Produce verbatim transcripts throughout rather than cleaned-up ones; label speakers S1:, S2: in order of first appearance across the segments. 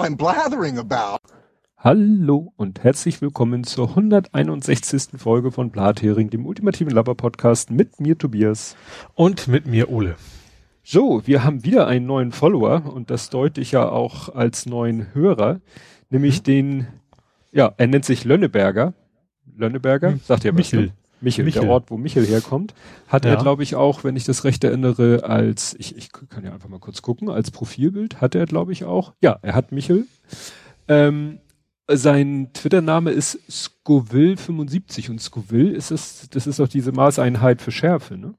S1: I'm blathering about.
S2: Hallo und herzlich willkommen zur hunderteinundsechzigsten Folge von Blathering, dem ultimativen Laber-Podcast mit mir Tobias.
S3: Und mit mir Ole.
S2: So, wir haben wieder einen neuen Follower und das deute ich ja auch als neuen Hörer, nämlich mhm. den, ja, er nennt sich Lönneberger. Lönneberger, mhm. sagt ihr was?
S3: Michel.
S2: Ne? Michel,
S3: Michel,
S2: der Ort, wo Michel herkommt, hat ja. er, glaube ich, auch, wenn ich das recht erinnere, als, ich, ich kann ja einfach mal kurz gucken, als Profilbild hat er, glaube ich, auch. Ja, er hat Michel. Ähm, sein Twitter-Name ist Scoville fünfundsiebzig und Scoville ist es, das ist doch diese Maßeinheit für Schärfe, ne?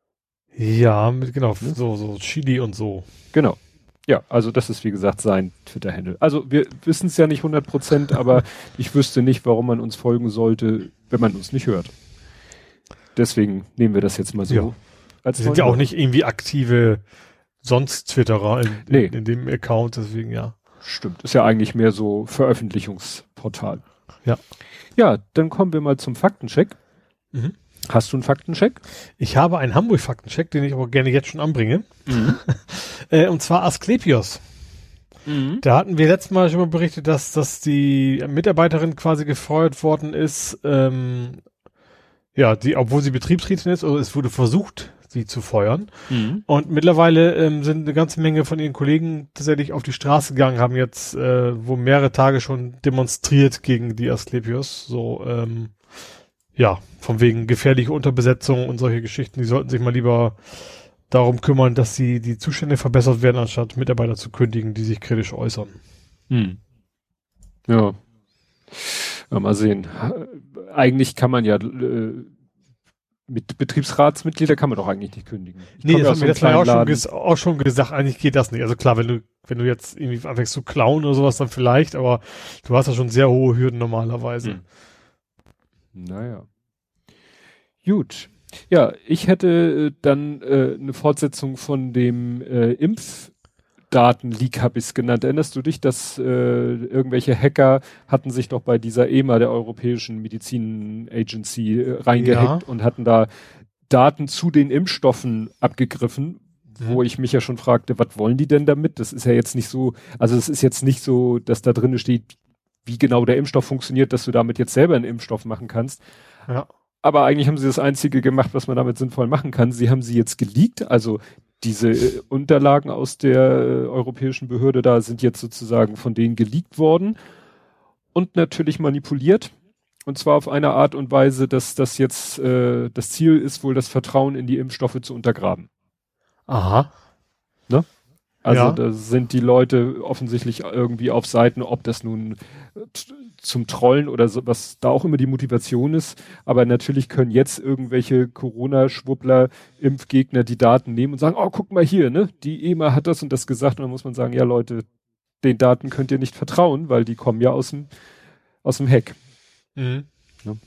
S3: Ja, mit, genau, so, so Chili und so.
S2: Genau. Ja, also das ist, wie gesagt, sein Twitter-Handle. Also wir wissen es ja nicht hundert Prozent, aber ich wüsste nicht, warum man uns folgen sollte, wenn man uns nicht hört. Deswegen nehmen wir das jetzt mal so.
S3: Ja. Als sind ja auch nicht irgendwie aktive sonst Twitterer in,
S2: nee.
S3: in, in dem Account, deswegen ja.
S2: Stimmt, ist ja eigentlich mehr so Veröffentlichungsportal.
S3: Ja.
S2: Ja, dann kommen wir mal zum Faktencheck.
S3: Mhm.
S2: Hast du einen Faktencheck?
S3: Ich habe einen Hamburg-Faktencheck, den ich aber gerne jetzt schon anbringe. Mhm. äh, und zwar Asklepios. Mhm. Da hatten wir letztes Mal schon mal berichtet, dass, dass die Mitarbeiterin quasi gefeuert worden ist, ähm, ja, die, obwohl sie Betriebsrätin ist, also es wurde versucht, sie zu feuern. Mhm. Und mittlerweile ähm, sind eine ganze Menge von ihren Kollegen tatsächlich auf die Straße gegangen, haben jetzt äh, wo mehrere Tage schon demonstriert gegen die Asklepios. So, ähm, ja, von wegen gefährliche Unterbesetzung und solche Geschichten. Die sollten sich mal lieber darum kümmern, dass sie die Zustände verbessert werden, anstatt Mitarbeiter zu kündigen, die sich kritisch äußern.
S2: Mhm. Ja. Ja, mal sehen. Eigentlich kann man ja äh, mit Betriebsratsmitglieder kann man doch eigentlich nicht kündigen. Ich
S3: nee, das haben wir
S2: so
S3: jetzt auch schon, ges- auch schon gesagt, eigentlich geht das nicht. Also klar, wenn du wenn du jetzt irgendwie anfängst zu klauen oder sowas, dann vielleicht, aber du hast ja schon sehr hohe Hürden normalerweise.
S2: Hm. Naja. Gut. Ja, ich hätte dann äh, eine Fortsetzung von dem äh, Impf Datenleak habe ich es genannt. Erinnerst du dich, dass äh, irgendwelche Hacker hatten sich doch bei dieser E M A, der Europäischen Medizin Agency, äh, reingehackt ja. und hatten da Daten zu den Impfstoffen abgegriffen, mhm. wo ich mich ja schon fragte, was wollen die denn damit? Das ist ja jetzt nicht so, also es ist jetzt nicht so, dass da drin steht, wie genau der Impfstoff funktioniert, dass du damit jetzt selber einen Impfstoff machen kannst.
S3: Ja.
S2: Aber eigentlich haben sie das Einzige gemacht, was man damit sinnvoll machen kann. Sie haben sie jetzt geleakt, also diese äh, Unterlagen aus der äh, europäischen Behörde da sind jetzt sozusagen von denen geleakt worden und natürlich manipuliert. Und zwar auf eine Art und Weise, dass das jetzt äh, das Ziel ist, wohl das Vertrauen in die Impfstoffe zu untergraben.
S3: Aha.
S2: Ne? Also
S3: ja.
S2: da sind die Leute offensichtlich irgendwie auf Seiten, ob das nun t- zum Trollen oder so, was da auch immer die Motivation ist. Aber natürlich können jetzt irgendwelche Corona-Schwuppler, Impfgegner die Daten nehmen und sagen, oh, guck mal hier, ne, die E M A hat das und das gesagt. Und dann muss man sagen, ja Leute, den Daten könnt ihr nicht vertrauen, weil die kommen ja aus dem, aus dem Hack.
S3: Mhm. Ne?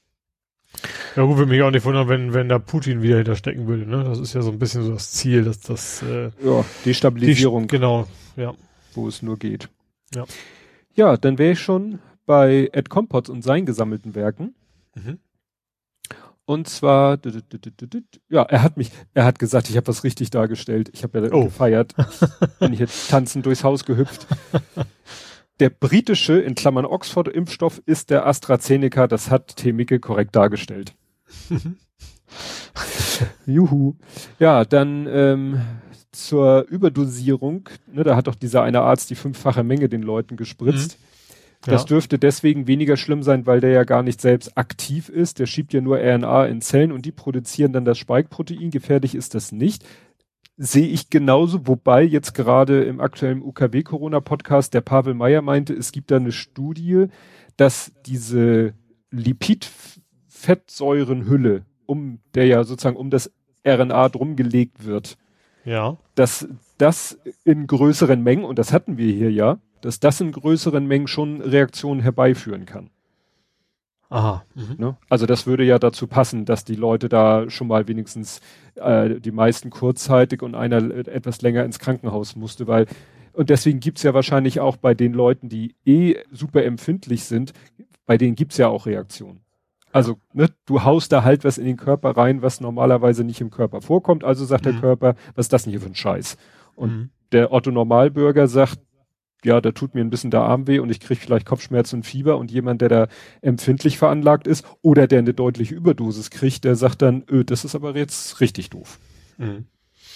S3: Ja gut, würde mich auch nicht wundern, wenn, wenn da Putin wieder hinterstecken würde, ne? Das ist ja so ein bisschen so das Ziel, dass das äh,
S2: ja, Destabilisierung.
S3: Die, genau, ja.
S2: Wo es nur geht.
S3: Ja.
S2: Ja, dann wäre ich schon bei Ed Kompotz und seinen gesammelten Werken.
S3: Mhm.
S2: Und zwar, ja, er hat mich, er hat gesagt, ich habe was richtig dargestellt. Ich habe ja oh. gefeiert. Bin ich jetzt tanzend durchs Haus gehüpft. Der britische, in Klammern Oxford-Impfstoff ist der AstraZeneca, das hat T. Micke korrekt dargestellt. Juhu. Ja, dann ähm, zur Überdosierung, ne, da hat doch dieser eine Arzt die fünffache Menge den Leuten gespritzt. Mhm. Das ja. dürfte deswegen weniger schlimm sein, weil der ja gar nicht selbst aktiv ist. Der schiebt ja nur R N A in Zellen und die produzieren dann das Spike-Protein. Gefährlich ist das nicht. Sehe ich genauso, wobei jetzt gerade im aktuellen U K W-Corona-Podcast der Pavel Meyer meinte, es gibt da eine Studie, dass diese Lipid-Fettsäurenhülle, um der ja sozusagen um das R N A drum gelegt wird,
S3: ja,
S2: dass das in größeren Mengen, und das hatten wir hier ja, dass das in größeren Mengen schon Reaktionen herbeiführen kann.
S3: Aha. Mhm.
S2: Ne? Also das würde ja dazu passen, dass die Leute da schon mal wenigstens äh, die meisten kurzzeitig und einer etwas länger ins Krankenhaus musste, weil und deswegen gibt's ja wahrscheinlich auch bei den Leuten, die eh super empfindlich sind, bei denen gibt's ja auch Reaktionen. Also ne, du haust da halt was in den Körper rein, was normalerweise nicht im Körper vorkommt, also sagt mhm. der Körper, was ist das denn hier für ein Scheiß? Und mhm. der Otto Normalbürger sagt, ja, da tut mir ein bisschen der Arm weh und ich kriege vielleicht Kopfschmerzen und Fieber und jemand, der da empfindlich veranlagt ist oder der eine deutliche Überdosis kriegt, der sagt dann, öh, das ist aber jetzt richtig doof. Mhm.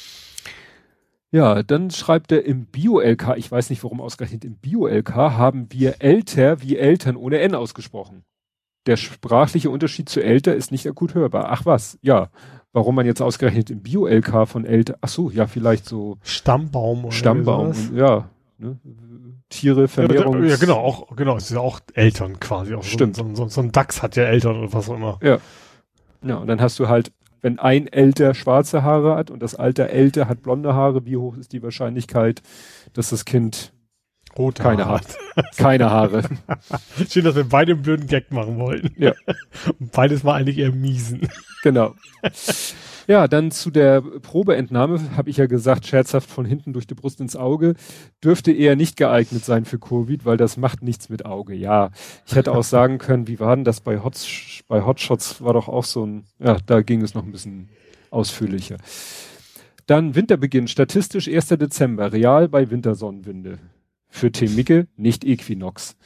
S2: Ja, dann schreibt er im Bio-L K, ich weiß nicht, warum ausgerechnet im Bio-L K, haben wir älter wie Eltern ohne N ausgesprochen. Der sprachliche Unterschied zu älter ist nicht akut hörbar. Ach was, ja. Warum man jetzt ausgerechnet im Bio-L K von älter, ach so, ja, vielleicht so
S3: Stammbaum oder
S2: Stammbaum, und, ja. Ne? Tiere, Vermehrung.
S3: Ja, ja, genau, auch, genau, es ist ja auch Eltern quasi. Auch
S2: Stimmt.
S3: So, so, so ein Dachs hat ja Eltern oder was auch immer.
S2: Ja. Ja, und dann hast du halt, wenn ein Älter schwarze Haare hat und das Alter älter hat blonde Haare, wie hoch ist die Wahrscheinlichkeit, dass das Kind
S3: rote
S2: keine
S3: Haare
S2: hat? Keine Haare.
S3: Schön, dass wir beide einen blöden Gag machen wollten.
S2: Ja.
S3: Und beides war eigentlich eher miesen.
S2: Genau. Ja, dann zu der Probeentnahme habe ich ja gesagt, scherzhaft von hinten durch die Brust ins Auge, dürfte eher nicht geeignet sein für Covid, weil das macht nichts mit Auge. Ja, ich hätte auch sagen können, wie war denn das bei Hots, bei Hotshots war doch auch so ein, ja, da ging es noch ein bisschen ausführlicher. Dann Winterbeginn, statistisch erster Dezember, real bei Wintersonnenwinde. Für Tim Micke nicht Äquinox.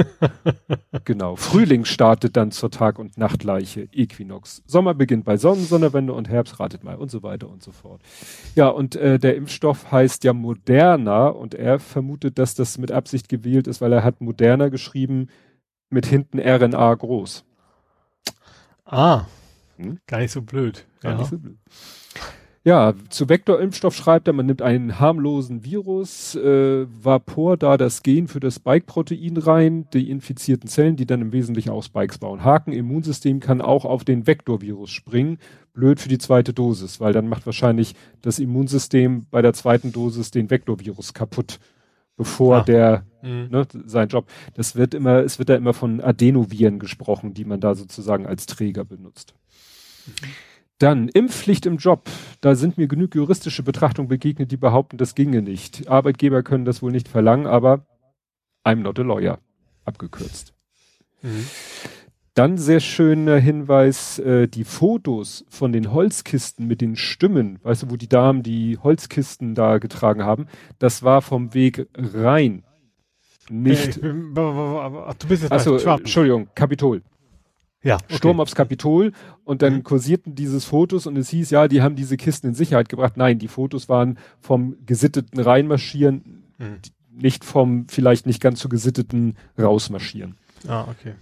S2: Genau. Frühling startet dann zur Tag- und Nachtleiche, Äquinox. Sommer beginnt bei Sonnensonderwende und Herbst ratet mal und so weiter und so fort. Ja, und äh, der Impfstoff heißt ja Moderna und er vermutet, dass das mit Absicht gewählt ist, weil er hat Moderna geschrieben mit hinten R N A groß.
S3: Ah, hm? Gar nicht so blöd.
S2: Gar ja. nicht so blöd. Ja, zu Vektorimpfstoff schreibt er, man nimmt einen harmlosen Virus, äh, Vapor da das Gen für das Spike-Protein rein, die infizierten Zellen, die dann im Wesentlichen auch Spikes bauen. Haken, Immunsystem kann auch auf den Vektorvirus springen. Blöd für die zweite Dosis, weil dann macht wahrscheinlich das Immunsystem bei der zweiten Dosis den Vektorvirus kaputt, bevor ah. der, mhm. ne, sein Job. Das wird immer, es wird da immer von Adenoviren gesprochen, die man da sozusagen als Träger benutzt. Mhm. Dann Impfpflicht im Job. Da sind mir genug juristische Betrachtungen begegnet, die behaupten, das ginge nicht. Arbeitgeber können das wohl nicht verlangen, aber I'm not a lawyer. Abgekürzt. Mhm. Dann sehr schöner Hinweis, äh, die Fotos von den Holzkisten mit den Stimmen, weißt du, wo die Damen die Holzkisten da getragen haben, das war vom Weg rein. Nicht. Äh, bin, ach, du bist jetzt Achso, Entschuldigung, Kapitol. Ja, okay. Sturm aufs Kapitol und dann mhm. kursierten dieses Fotos und es hieß, ja, die haben diese Kisten in Sicherheit gebracht. Nein, die Fotos waren vom gesitteten Reinmarschieren, mhm. nicht vom vielleicht nicht ganz so gesitteten Rausmarschieren.
S3: Ah, okay.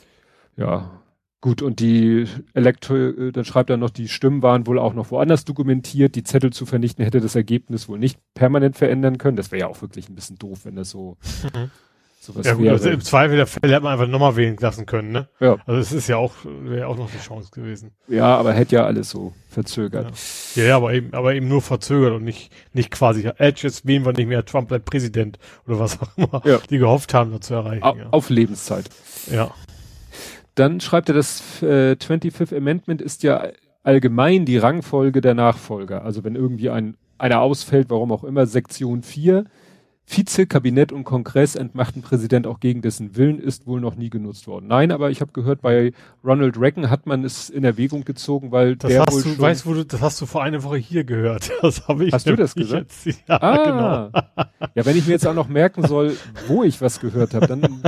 S2: Ja, gut, und die Elektro, dann schreibt er noch, die Stimmen waren wohl auch noch woanders dokumentiert. Die Zettel zu vernichten hätte das Ergebnis wohl nicht permanent verändern können. Das wäre ja auch wirklich ein bisschen doof, wenn das so... Mhm.
S3: Ja gut, also im Zweifel der Fälle hätte man einfach nochmal wählen lassen können, ne? Ja. Also es ist ja auch, wäre auch noch die Chance gewesen.
S2: Ja, aber hätte ja alles so verzögert.
S3: Ja, ja, aber eben, aber eben nur verzögert und nicht, nicht quasi, äh, jetzt wählen wir nicht mehr, Trump bleibt Präsident oder was auch immer, ja. die gehofft haben, das zu erreichen.
S2: Au,
S3: ja.
S2: Auf Lebenszeit.
S3: Ja.
S2: Dann schreibt er, das äh, twenty-fifth Amendment ist ja allgemein die Rangfolge der Nachfolger. Also wenn irgendwie ein einer ausfällt, warum auch immer, Sektion vier, Vize, Kabinett und Kongress entmachten Präsident auch gegen dessen Willen, ist wohl noch nie genutzt worden. Nein, aber ich habe gehört, bei Ronald Reagan hat man es in Erwägung gezogen, weil
S3: das
S2: der
S3: hast
S2: wohl
S3: du,
S2: schon...
S3: Weißt du, das hast du vor einer Woche hier gehört. Das habe ich.
S2: Hast du das gesagt?
S3: Jetzt, ja,
S2: ah,
S3: genau.
S2: Ja, wenn ich mir jetzt auch noch merken soll, wo ich was gehört habe, dann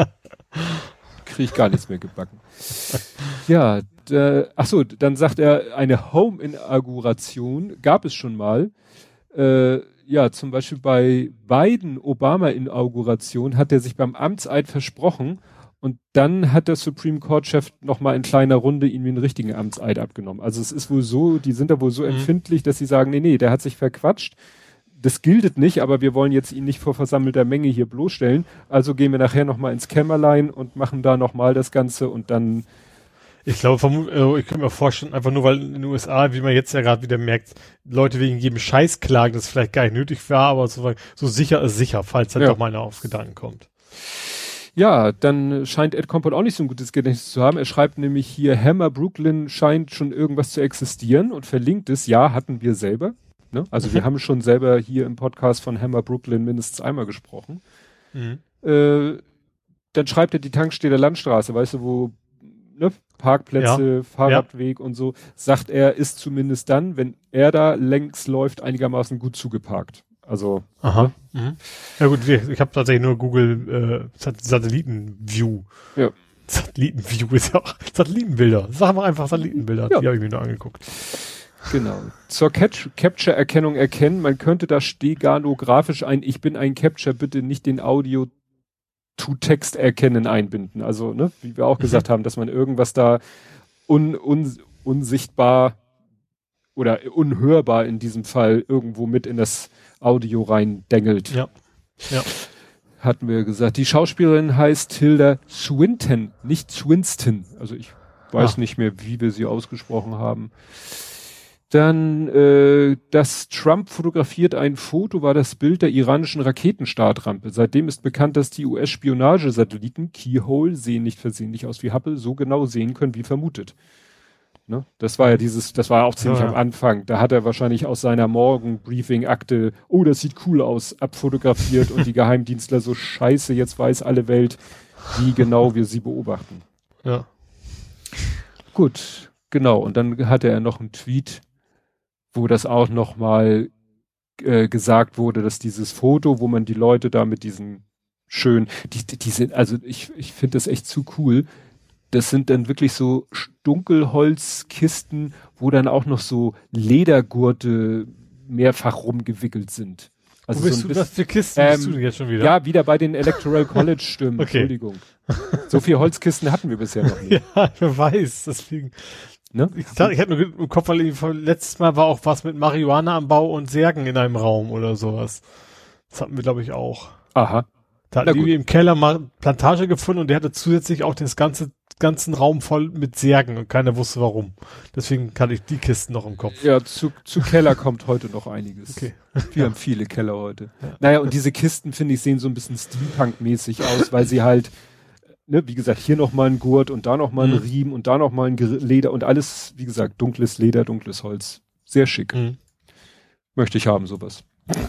S2: kriege ich gar nichts mehr gebacken. Ja, da, ach so, dann sagt er, eine Home-Inauguration gab es schon mal. Äh, Ja, zum Beispiel bei beiden Obama-Inaugurationen hat er sich beim Amtseid versprochen und dann hat der Supreme Court-Chef nochmal in kleiner Runde ihm den richtigen Amtseid abgenommen. Also es ist wohl so, die sind da wohl so mhm. empfindlich, dass sie sagen, nee, nee, der hat sich verquatscht. Das giltet nicht, aber wir wollen jetzt ihn nicht vor versammelter Menge hier bloßstellen. Also gehen wir nachher nochmal ins Kämmerlein und machen da nochmal das Ganze und dann...
S3: Ich glaube, ich könnte mir vorstellen, einfach nur, weil in den U S A, wie man jetzt ja gerade wieder merkt, Leute wegen jedem Scheiß klagen, das vielleicht gar nicht nötig war, aber so, so sicher ist sicher, falls dann ja. doch mal einer auf Gedanken kommt.
S2: Ja, dann scheint Ed Comfort auch nicht so ein gutes Gedächtnis zu haben. Er schreibt nämlich hier, Hammer Brooklyn scheint schon irgendwas zu existieren und verlinkt es, ja, hatten wir selber. Ne? Also mhm. wir haben schon selber hier im Podcast von Hammer Brooklyn mindestens einmal gesprochen. Mhm. Äh, dann schreibt er die Tankstelle Landstraße, weißt du, wo ne, Parkplätze, ja. Fahrradweg ja. und so, sagt er, ist zumindest dann, wenn er da längs läuft, einigermaßen gut zugeparkt. Also.
S3: Aha. Ne? Mhm. Ja gut, ich habe tatsächlich nur Google äh, Satellitenview.
S2: Ja.
S3: Satellitenview ist ja auch Satellitenbilder. Sag mal einfach Satellitenbilder.
S2: Ja.
S3: Die habe ich mir nur angeguckt.
S2: Genau. Zur Catch- Capture-Erkennung erkennen. Man könnte da steganografisch ein Ich bin ein Capture, bitte nicht den Audio-to-Text erkennen einbinden. Also, ne, wie wir auch mhm. gesagt haben, dass man irgendwas da un, un, unsichtbar oder unhörbar in diesem Fall irgendwo mit in das Audio rein dengelt.
S3: Ja. Ja.
S2: Hatten wir gesagt. Die Schauspielerin heißt Tilda Swinton, nicht Swinston. Also ich weiß ah. nicht mehr, wie wir sie ausgesprochen haben. Dann, äh, das Trump fotografiert ein Foto, war das Bild der iranischen Raketenstartrampe. Seitdem ist bekannt, dass die U S-Spionagesatelliten Keyhole sehen nicht versehentlich aus wie Hubble, so genau sehen können wie vermutet. Ne? Das war ja dieses, das war auch ziemlich ja, ja. am Anfang. Da hat er wahrscheinlich aus seiner Morgen-Briefing-Akte, oh, das sieht cool aus, abfotografiert und die Geheimdienstler so scheiße, jetzt weiß alle Welt, wie genau wir sie beobachten.
S3: Ja.
S2: Gut, genau. Und dann hatte er noch einen Tweet, wo das auch nochmal äh, gesagt wurde, dass dieses Foto, wo man die Leute da mit diesen schönen, die, die, die sind, also ich, ich finde das echt zu cool. Das sind dann wirklich so Dunkelholzkisten, wo dann auch noch so Ledergurte mehrfach rumgewickelt sind.
S3: Also wo bist so du, was für Kisten
S2: ähm,
S3: bist du denn jetzt schon wieder?
S2: Ja, wieder bei den Electoral College Stimmen,
S3: okay.
S2: Entschuldigung. So viel Holzkisten hatten wir bisher noch nicht.
S3: Ja, ich weiß, deswegen. Ne? Ich, dachte, ich hatte nur im Kopf, weil letztes Mal war auch was mit Marihuana-Anbau und Särgen in einem Raum oder sowas. Das hatten wir, glaube ich, auch.
S2: Aha.
S3: Da hatten die im Keller mal Plantage gefunden und der hatte zusätzlich auch den ganze, ganzen Raum voll mit Särgen und keiner wusste warum. Deswegen hatte ich die Kisten noch im Kopf.
S2: Ja, zu, zu Keller kommt heute noch einiges.
S3: Okay.
S2: Wir haben viele Keller heute. Ja. Naja, und diese Kisten, finde ich, sehen so ein bisschen Steampunk-mäßig aus, weil sie halt, ne, wie gesagt, hier noch mal ein Gurt und da noch mal ein mhm. Riemen und da noch mal ein Leder und alles, wie gesagt, dunkles Leder, dunkles Holz. Sehr schick. Mhm. Möchte ich haben, sowas.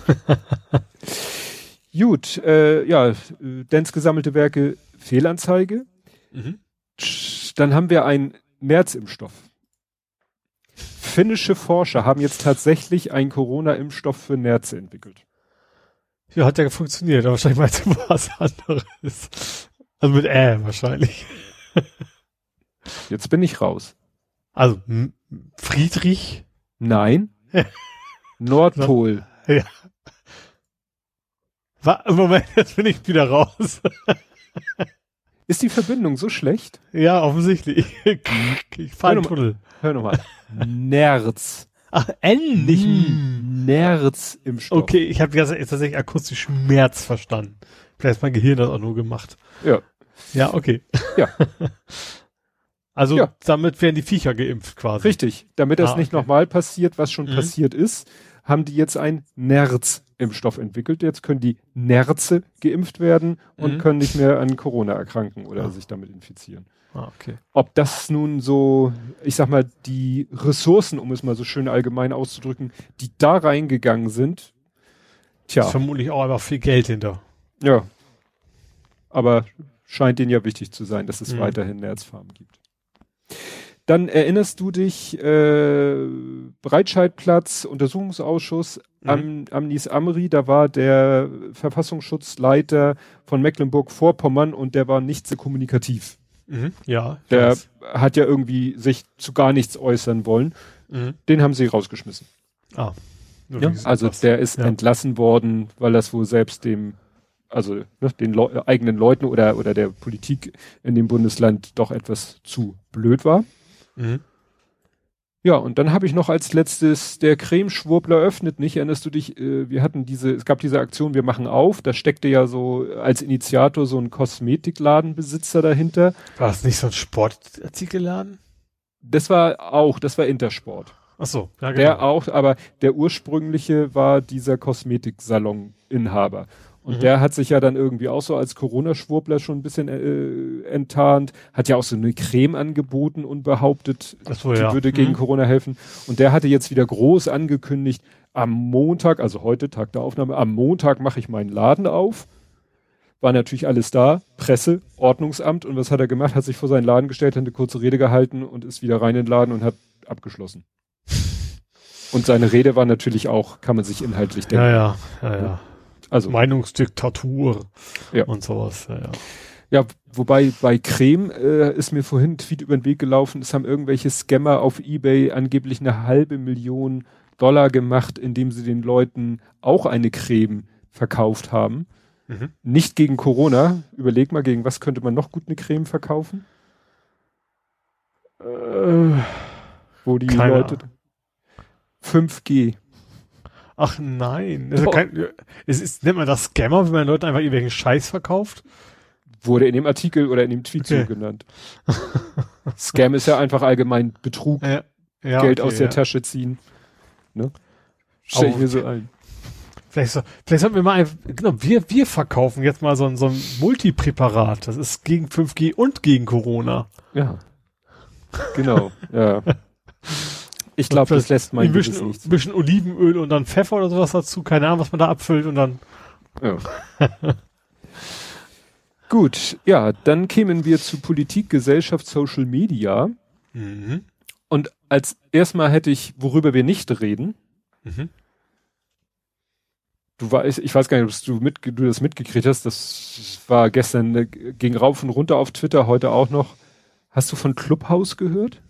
S2: Gut, äh, ja, Dents gesammelte Werke, Fehlanzeige. Mhm. Dann haben wir einen März-Impfstoff. Finnische Forscher haben jetzt tatsächlich einen Corona-Impfstoff für Nerze entwickelt.
S3: Ja, hat ja funktioniert, aber wahrscheinlich meinst du was anderes. Also mit Ä wahrscheinlich.
S2: Jetzt bin ich raus.
S3: Also M- Friedrich?
S2: Nein. Nordpol.
S3: Ja. Moment, jetzt bin ich wieder raus.
S2: Ist die Verbindung so schlecht?
S3: Ja, offensichtlich. Ich fahre einen Tunnel.
S2: Hör nochmal. Nerz.
S3: Ach, N, nicht
S2: mm. Nerz im Stoff.
S3: Okay, ich habe jetzt tatsächlich akustisch Schmerz verstanden. Vielleicht hat mein Gehirn das auch nur gemacht.
S2: Ja.
S3: Ja, okay.
S2: Ja.
S3: Also
S2: ja.
S3: damit werden die Viecher geimpft quasi.
S2: Richtig. Damit das
S3: ah,
S2: nicht
S3: okay.
S2: nochmal passiert, was schon
S3: mhm.
S2: passiert ist, haben die jetzt ein Nerz-Impfstoff entwickelt. Jetzt können die Nerze geimpft werden und mhm. können nicht mehr an Corona erkranken oder ah. sich damit infizieren.
S3: Ah, okay.
S2: Ob das nun so, ich sag mal, die Ressourcen, um es mal so schön allgemein auszudrücken, die da reingegangen sind, tja.
S3: Ist vermutlich auch einfach viel Geld hinter.
S2: Ja. Aber scheint denen ja wichtig zu sein, dass es mhm. weiterhin Nerzfarmen gibt. Dann erinnerst du dich, äh, Breitscheidplatz, Untersuchungsausschuss, mhm. Am, Amnis Amri, da war der Verfassungsschutzleiter von Mecklenburg-Vorpommern und der war nicht so kommunikativ.
S3: Mhm. Ja.
S2: Der weiß. Hat ja irgendwie sich zu gar nichts äußern wollen. Mhm. Den haben sie rausgeschmissen.
S3: Ah.
S2: Ja, also der ist ja. entlassen worden, weil das wohl selbst dem, also ne, den Leu- eigenen Leuten oder, oder der Politik in dem Bundesland doch etwas zu blöd war. Mhm. Ja, und dann habe ich noch als letztes, der Cremeschwurbler öffnet nicht, erinnerst du dich, äh, wir hatten diese, es gab diese Aktion, wir machen auf, da steckte ja so als Initiator so ein Kosmetikladenbesitzer dahinter.
S3: War das nicht so ein Sportartikelladen?
S2: Das war auch, das war Intersport.
S3: Ach so, ja genau.
S2: Der auch, aber der ursprüngliche war dieser Kosmetiksalon-Inhaber. Und mhm. der hat sich ja dann irgendwie auch so als Corona-Schwurbler schon ein bisschen äh, enttarnt, hat ja auch so eine Creme angeboten und behauptet,
S3: so,
S2: die
S3: ja.
S2: würde gegen
S3: mhm.
S2: Corona helfen. Und der hatte jetzt wieder groß angekündigt, am Montag, also heute, Tag der Aufnahme, am Montag mache ich meinen Laden auf. War natürlich alles da, Presse, Ordnungsamt. Und was hat er gemacht? Hat sich vor seinen Laden gestellt, hat eine kurze Rede gehalten und ist wieder rein in den Laden und hat abgeschlossen. Und seine Rede war natürlich auch, kann man sich inhaltlich denken.
S3: Ja, ja, ja, ja.
S2: Also
S3: Meinungsdiktatur
S2: ja.
S3: und sowas, ja, ja.
S2: Ja, wobei bei Creme äh, ist mir vorhin ein Tweet über den Weg gelaufen, es haben irgendwelche Scammer auf eBay angeblich eine halbe Million Dollar gemacht, indem sie den Leuten auch eine Creme verkauft haben. Mhm. Nicht gegen Corona. Überleg mal, gegen was könnte man noch gut eine Creme verkaufen? Äh, wo die Leute... fünf G.
S3: Ach nein. Das ist kein, es ist, nennt man das Scammer, wenn man Leuten einfach irgendwelchen Scheiß verkauft?
S2: Wurde in dem Artikel oder in dem Tweet okay. so genannt. Scam ist ja einfach allgemein Betrug,
S3: ja, ja,
S2: Geld
S3: okay,
S2: aus der
S3: ja.
S2: Tasche ziehen. Ne? Stell ich mir so ein.
S3: Vielleicht, so, vielleicht sollten wir mal einfach, genau, wir, wir verkaufen jetzt mal so ein, so ein Multipräparat. Das ist gegen fünf G und gegen Corona.
S2: Ja. Genau, ja. Ich glaube, das lässt mein
S3: Gewissen nicht. Ein bisschen Olivenöl und dann Pfeffer oder sowas dazu. Keine Ahnung, was man da abfüllt und dann.
S2: Ja. Gut, ja, dann kämen wir zu Politik, Gesellschaft, Social Media. Mhm. Und als erstmal hätte ich, worüber wir nicht reden. Mhm. Du weißt, ich weiß gar nicht, ob du, mit, du das mitgekriegt hast. Das war gestern, ging rauf und runter auf Twitter, heute auch noch. Hast du von Clubhouse gehört?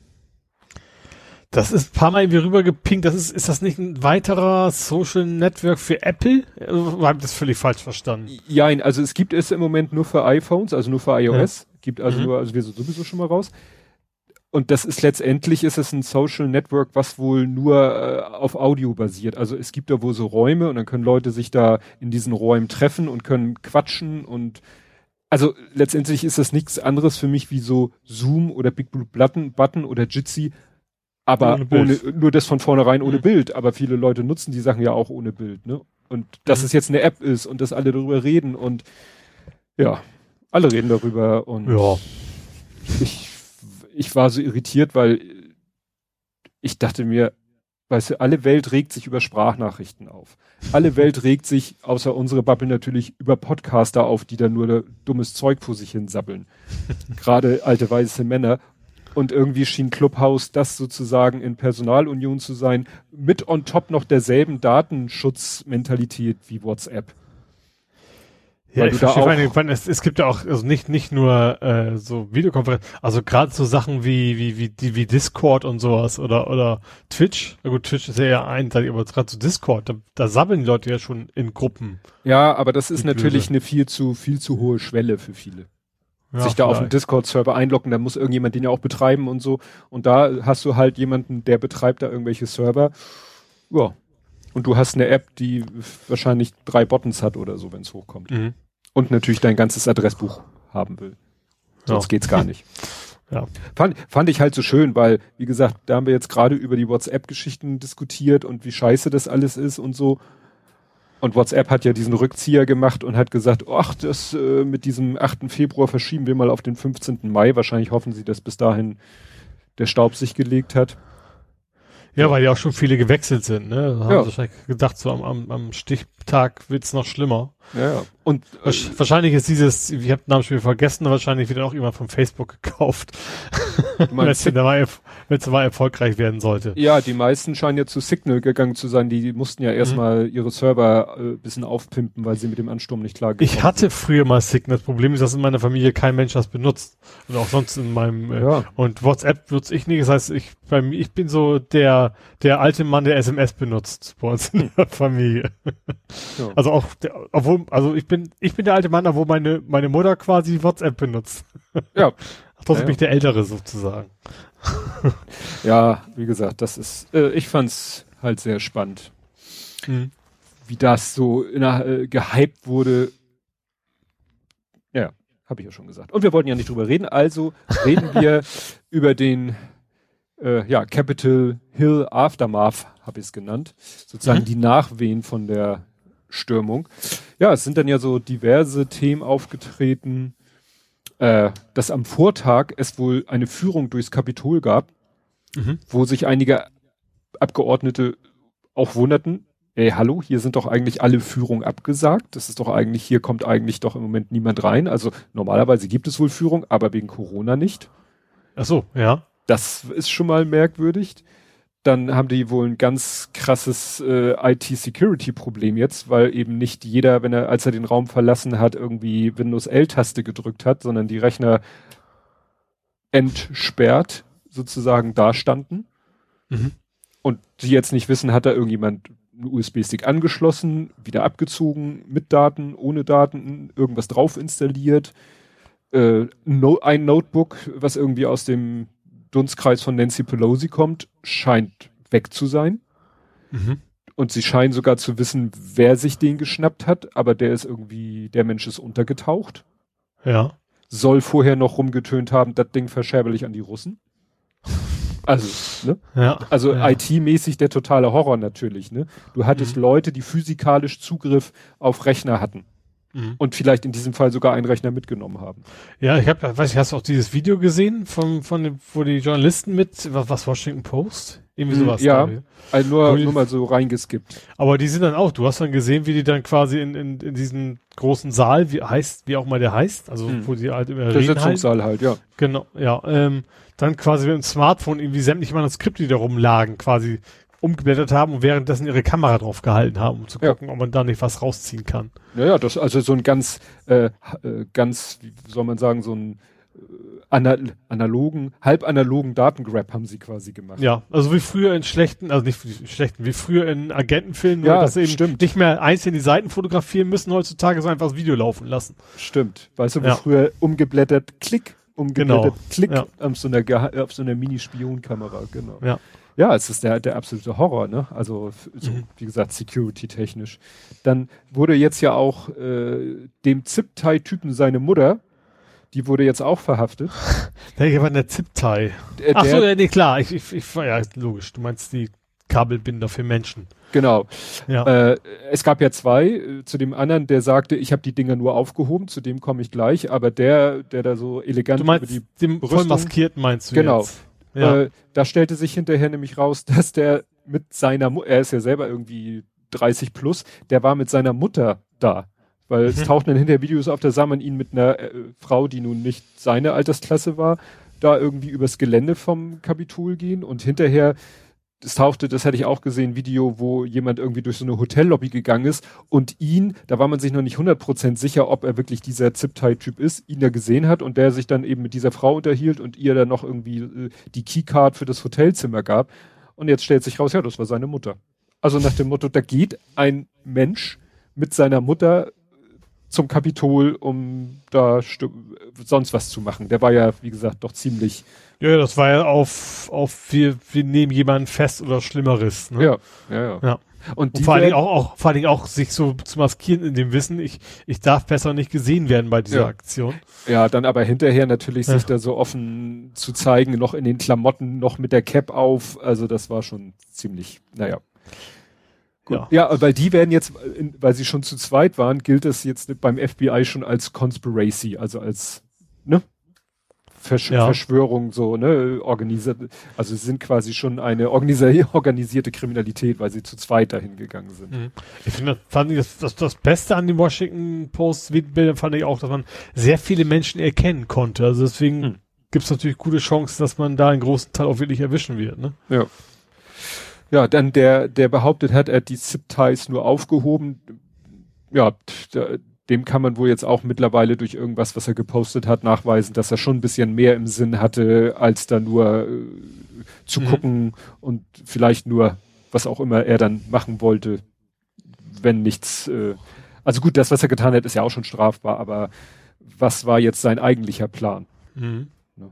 S3: Das ist ein paar Mal irgendwie rübergepinkt. Das ist, ist das nicht ein weiterer Social Network für Apple? Oder habe ich das völlig falsch verstanden?
S2: Ja, also es gibt es im Moment nur für iPhones, also nur für iOS. Ja. Gibt also mhm. nur, also wir sind sowieso schon mal raus. Und das ist letztendlich, ist es ein Social Network, was wohl nur äh, auf Audio basiert. Also es gibt da wohl so Räume und dann können Leute sich da in diesen Räumen treffen und können quatschen und also letztendlich ist das nichts anderes für mich wie so Zoom oder Big Blue Button, Button oder Jitsi. Aber ohne, ohne nur das von vornherein ohne mhm. Bild. Aber viele Leute nutzen die Sachen ja auch ohne Bild, ne? Und dass mhm. es jetzt eine App ist und dass alle darüber reden und ja, alle reden darüber und
S3: ja.
S2: ich, ich war so irritiert, weil ich dachte mir, weißt du, alle Welt regt sich über Sprachnachrichten auf. Alle Welt regt sich, außer unsere Bubble natürlich, über Podcaster auf, die da nur dummes Zeug vor sich hin sabbeln. Gerade alte weiße Männer. Und irgendwie schien Clubhouse das sozusagen in Personalunion zu sein, mit on top noch derselben Datenschutzmentalität wie WhatsApp.
S3: Ja, ich verstehe, vor allem, es, es gibt ja auch, also nicht, nicht nur, äh, so Videokonferenzen, also gerade so Sachen wie, wie, wie, die, wie Discord und sowas oder, oder Twitch. Na gut, Twitch ist ja eher einseitig, aber gerade so Discord, da, da sabbeln die Leute ja schon in Gruppen.
S2: Ja, aber das ist natürlich Blöde. eine viel zu, viel zu hohe Schwelle für viele. Ja, sich da vielleicht. auf einen Discord-Server einloggen, dann muss irgendjemand den ja auch betreiben und so. Und da hast du halt jemanden, der betreibt da irgendwelche Server. Ja. Und du hast eine App, die wahrscheinlich drei Buttons hat oder so, wenn es hochkommt. Mhm. Und natürlich dein ganzes Adressbuch haben will. Sonst ja. geht's gar nicht.
S3: Ja.
S2: Fand, fand ich halt so schön, weil, wie gesagt, da haben wir jetzt gerade über die WhatsApp-Geschichten diskutiert und wie scheiße das alles ist und so. Und WhatsApp hat ja diesen Rückzieher gemacht und hat gesagt, ach, das äh, mit diesem achten Februar verschieben wir mal auf den fünfzehnten Mai. Wahrscheinlich hoffen sie, dass bis dahin der Staub sich gelegt hat.
S3: Ja, ja. weil ja auch schon viele gewechselt sind, ne? Da haben ja. sie wahrscheinlich gedacht, so am, am, am Stichtag wird's noch schlimmer.
S2: Ja, ja. Und
S3: äh, wahrscheinlich ist dieses, ich habe den Namen schon wieder vergessen, wahrscheinlich wird auch jemand von Facebook gekauft. Wenn es mal, mal erfolgreich werden sollte.
S2: Ja, die meisten scheinen ja zu Signal gegangen zu sein. Die, die mussten ja erstmal mhm. ihre Server äh, bisschen aufpimpen, weil sie mit dem Ansturm nicht klar
S3: Ich hatte sind. früher mal Signal. Das Problem ist, dass in meiner Familie kein Mensch das benutzt. Und auch sonst in meinem, äh, ja. und WhatsApp nutze ich nicht. Das heißt, ich, bei mir, ich bin so der, der alte Mann, der S M S benutzt bei uns in der Familie. Ja. Also auch, der, obwohl, also ich bin, ich bin der alte Mann, obwohl meine, meine Mutter quasi WhatsApp benutzt.
S2: Ja.
S3: Ach, trotzdem ja, bin ich der Ältere sozusagen.
S2: Ja, wie gesagt, das ist, äh, ich fand's halt sehr spannend, mhm. wie das so in der, äh, gehypt wurde. Ja, habe ich ja schon gesagt. Und wir wollten ja nicht drüber reden, also reden wir über den äh, ja, Capitol Hill Aftermath, habe ich es genannt. Sozusagen mhm. die Nachwehen von der Stürmung. Ja, es sind dann ja so diverse Themen aufgetreten, äh, dass am Vortag es wohl eine Führung durchs Kapitol gab, mhm. wo sich einige Abgeordnete auch wunderten, ey, hallo, hier sind doch eigentlich alle Führungen abgesagt. Das ist doch eigentlich, hier kommt eigentlich doch im Moment niemand rein. Also normalerweise gibt es wohl Führung, aber wegen Corona nicht.
S3: Ach so, ja.
S2: Das ist schon mal merkwürdig. dann haben die wohl ein ganz krasses äh, I T-Security-Problem jetzt, weil eben nicht jeder, wenn er, als er den Raum verlassen hat, irgendwie Windows-L-Taste gedrückt hat, sondern die Rechner entsperrt sozusagen dastanden.
S3: Mhm.
S2: Und die jetzt nicht wissen, hat da irgendjemand einen U S B-Stick angeschlossen, wieder abgezogen, mit Daten, ohne Daten, irgendwas drauf installiert. Äh, no, ein Notebook, was irgendwie aus dem Dunstkreis von Nancy Pelosi kommt, scheint weg zu sein.
S3: Mhm.
S2: Und sie scheinen sogar zu wissen, wer sich den geschnappt hat, aber der ist irgendwie, der Mensch ist untergetaucht.
S3: Ja.
S2: Soll vorher noch rumgetönt haben, das Ding verscherbel ich an die Russen. Also, ne?
S3: Ja.
S2: Also
S3: ja.
S2: I T-mäßig der totale Horror natürlich, ne? Du hattest
S3: Mhm.
S2: Leute, die physikalisch Zugriff auf Rechner hatten.
S3: Mhm.
S2: Und vielleicht in diesem Fall sogar einen Rechner mitgenommen haben.
S3: Ja, ich habe, weiß ich, hast du auch dieses Video gesehen vom, von dem, wo die Journalisten mit, was, was Washington Post? Irgendwie sowas.
S2: Ja,
S3: da,
S2: also nur,
S3: die,
S2: nur mal so reingeskippt.
S3: aber die sind dann auch, du hast dann gesehen, wie die dann quasi in, in, in diesen großen Saal, wie heißt, wie auch mal der heißt, also
S2: Mhm.
S3: wo die halt immer
S2: Der
S3: reden halt.
S2: Sitzungssaal halt, ja.
S3: Genau, ja, ähm, dann quasi mit dem Smartphone irgendwie sämtliche Manuskripte, die da rumlagen, quasi umgeblättert haben und währenddessen ihre Kamera drauf gehalten haben, um zu
S2: Ja.
S3: gucken, ob man da nicht was rausziehen kann.
S2: Naja, das also so ein ganz, äh, äh, ganz, wie soll man sagen, so ein äh, ana analogen, halb analogen Datengrab haben sie quasi gemacht.
S3: Ja, also wie früher in schlechten, also nicht wie schlechten, wie früher in Agentenfilmen,
S2: Ja,
S3: nur dass sie eben
S2: stimmt.
S3: nicht mehr einzeln die Seiten fotografieren müssen heutzutage, sondern einfach das Video laufen lassen.
S2: Stimmt. Weißt du, wo
S3: Ja.
S2: früher umgeblättert, klick, umgeblättert,
S3: Genau.
S2: klick,
S3: Ja.
S2: auf so einer, Geha- auf so einer Mini-Spionkamera, genau.
S3: Ja.
S2: Ja, es ist der, der absolute Horror, ne? Also, f- so,
S3: Mhm.
S2: wie gesagt, security-technisch. Dann wurde jetzt ja auch äh, dem Zip-Tie-Typen seine Mutter, die wurde jetzt auch verhaftet.
S3: Der war in der Zip-Tie.
S2: Der,
S3: Ach so,
S2: der,
S3: ja, nee, klar, ich, ich, ich, ja, logisch, du meinst die Kabelbinder für Menschen.
S2: genau.
S3: Ja.
S2: Äh, es gab ja zwei. Äh, zu dem anderen, der sagte, ich habe die Dinger nur aufgehoben, zu dem komme ich gleich. Aber der, der da so elegant
S3: Du meinst
S2: über die
S3: den
S2: Brüstung-
S3: voll maskierten meinst du
S2: Genau.
S3: jetzt? Ja.
S2: Äh, da stellte sich hinterher nämlich raus, dass der mit seiner Mutter, er ist ja selber irgendwie dreißig plus, der war mit seiner Mutter da. Weil es
S3: Mhm.
S2: tauchten dann hinterher Videos auf, da sah man ihn mit einer äh, Frau, die nun nicht seine Altersklasse war, da irgendwie übers Gelände vom Kapitol gehen und hinterher, es tauchte, das hatte ich auch gesehen, Video, wo jemand irgendwie durch so eine Hotellobby gegangen ist und ihn, da war man sich noch nicht hundert Prozent sicher, ob er wirklich dieser Zip-Tie-Typ ist, ihn da gesehen hat und der sich dann eben mit dieser Frau unterhielt und ihr dann noch irgendwie äh, die Keycard für das Hotelzimmer gab. Und jetzt stellt sich raus, ja, das war seine Mutter. Also nach dem Motto, da geht ein Mensch mit seiner Mutter zum Kapitol, um da stu- sonst was zu machen. Der war ja, wie gesagt, doch ziemlich,
S3: Ja, das war ja auf, auf wir, wir nehmen jemanden fest oder Schlimmeres. Ne?
S2: ja, ja, ja.
S3: Ja.
S2: Und,
S3: Und
S2: die
S3: vor allen Dingen
S2: werden-
S3: auch, auch, vor allen Dingen auch sich so zu maskieren in dem Wissen, ich, ich darf besser nicht gesehen werden bei dieser
S2: Ja.
S3: Aktion.
S2: Ja, dann aber hinterher natürlich
S3: Ja.
S2: sich da so offen zu zeigen, noch in den Klamotten, noch mit der Cap auf. Also das war schon ziemlich, naja. Gut.
S3: Ja.
S2: Ja, weil die werden jetzt, in, weil sie schon zu zweit waren, gilt das jetzt beim F B I schon als Conspiracy, also als, ne? Versch
S3: Ja.
S2: Verschwörung, so, ne? Organisiert, also sie sind quasi schon eine organisa organisierte Kriminalität, weil sie zu zweit dahin gegangen sind.
S3: Mhm. Ich finde, das, fand ich das, das, das Beste an den Washington Post Bildern fand ich auch, dass man sehr viele Menschen erkennen konnte. Also deswegen
S2: Hm.
S3: gibt es natürlich gute Chancen, dass man da einen großen Teil auch wirklich erwischen wird. Ne?
S2: Ja. Ja, dann der, der behauptet hat, er hat die Zip-Ties nur aufgehoben. Ja, da, dem kann man wohl jetzt auch mittlerweile durch irgendwas, was er gepostet hat, nachweisen, dass er schon ein bisschen mehr im Sinn hatte, als da nur äh, zu
S3: Mhm.
S2: gucken und vielleicht nur, was auch immer er dann machen wollte, wenn nichts, äh, also gut, das, was er getan hat, ist ja auch schon strafbar, aber was war jetzt sein eigentlicher Plan?
S3: Mhm.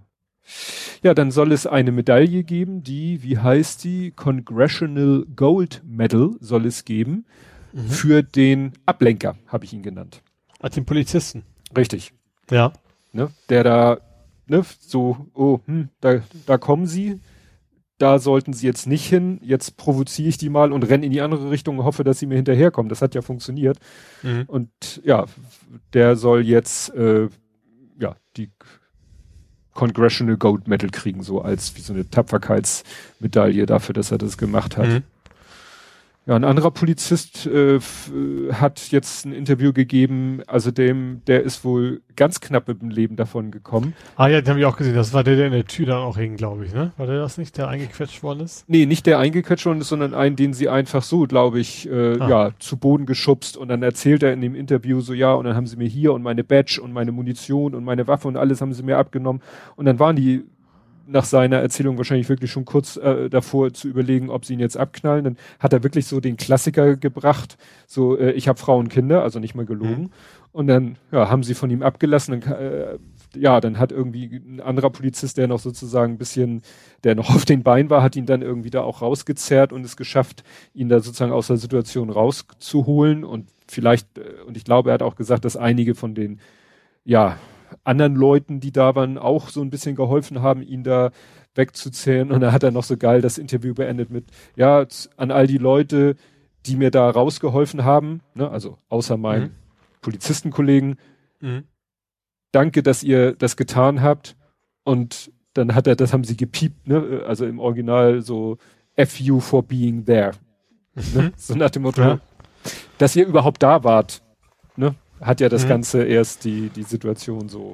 S2: Ja, dann soll es eine Medaille geben, die, wie heißt die? Congressional Gold Medal soll es geben
S3: Mhm.
S2: für den Ablenker, habe ich ihn genannt.
S3: Als den Polizisten.
S2: Richtig.
S3: Ja.
S2: Ne? Der da, ne, so, oh, hm, da, da kommen sie, da sollten sie jetzt nicht hin, jetzt provoziere ich die mal und renne in die andere Richtung und hoffe, dass sie mir hinterherkommen. Das hat ja funktioniert.
S3: Mhm.
S2: Und ja, der soll jetzt, äh, ja, die Congressional Gold Medal kriegen, so als wie so eine Tapferkeitsmedaille dafür, dass er das gemacht hat.
S3: Mhm.
S2: Ja, ein anderer Polizist äh, f, äh, hat jetzt ein Interview gegeben, also dem, der ist wohl ganz knapp mit dem Leben davon gekommen.
S3: Ah ja, den habe ich auch gesehen, das war der, der in der Tür dann auch hing, glaube ich, ne? War der das nicht, der eingequetscht worden ist?
S2: Nee, nicht der eingequetscht worden ist, sondern einen, den sie einfach so, glaube ich, äh, ah. ja, zu Boden geschubst und dann erzählt er in dem Interview so, ja, und dann haben sie mir hier und meine Badge und meine Munition und meine Waffe und alles haben sie mir abgenommen und dann waren die nach seiner Erzählung wahrscheinlich wirklich schon kurz äh, davor zu überlegen, ob sie ihn jetzt abknallen. Dann hat er wirklich so den Klassiker gebracht, so äh, ich habe Frau und Kinder, also nicht mal gelogen. Mhm. Und dann ja, haben sie von ihm abgelassen. Dann, äh, ja, dann hat irgendwie ein anderer Polizist, der noch sozusagen ein bisschen, der noch auf den Beinen war, hat ihn dann irgendwie da auch rausgezerrt und es geschafft, ihn da sozusagen aus der Situation rauszuholen. Und vielleicht, äh, und ich glaube, er hat auch gesagt, dass einige von den, ja, anderen Leuten, die da waren, auch so ein bisschen geholfen haben, ihn da wegzuzählen. Und dann hat er noch so geil das Interview beendet mit, ja, an all die Leute, die mir da rausgeholfen haben, ne, also außer meinen mhm. Polizistenkollegen, mhm. danke, dass ihr das getan habt. Und dann hat er, das haben sie gepiept, ne, also im Original so F you for being there. Mhm. Ne? So nach dem Motto, ja. dass ihr überhaupt da wart, ne? Hat ja das mhm. Ganze erst die, die Situation so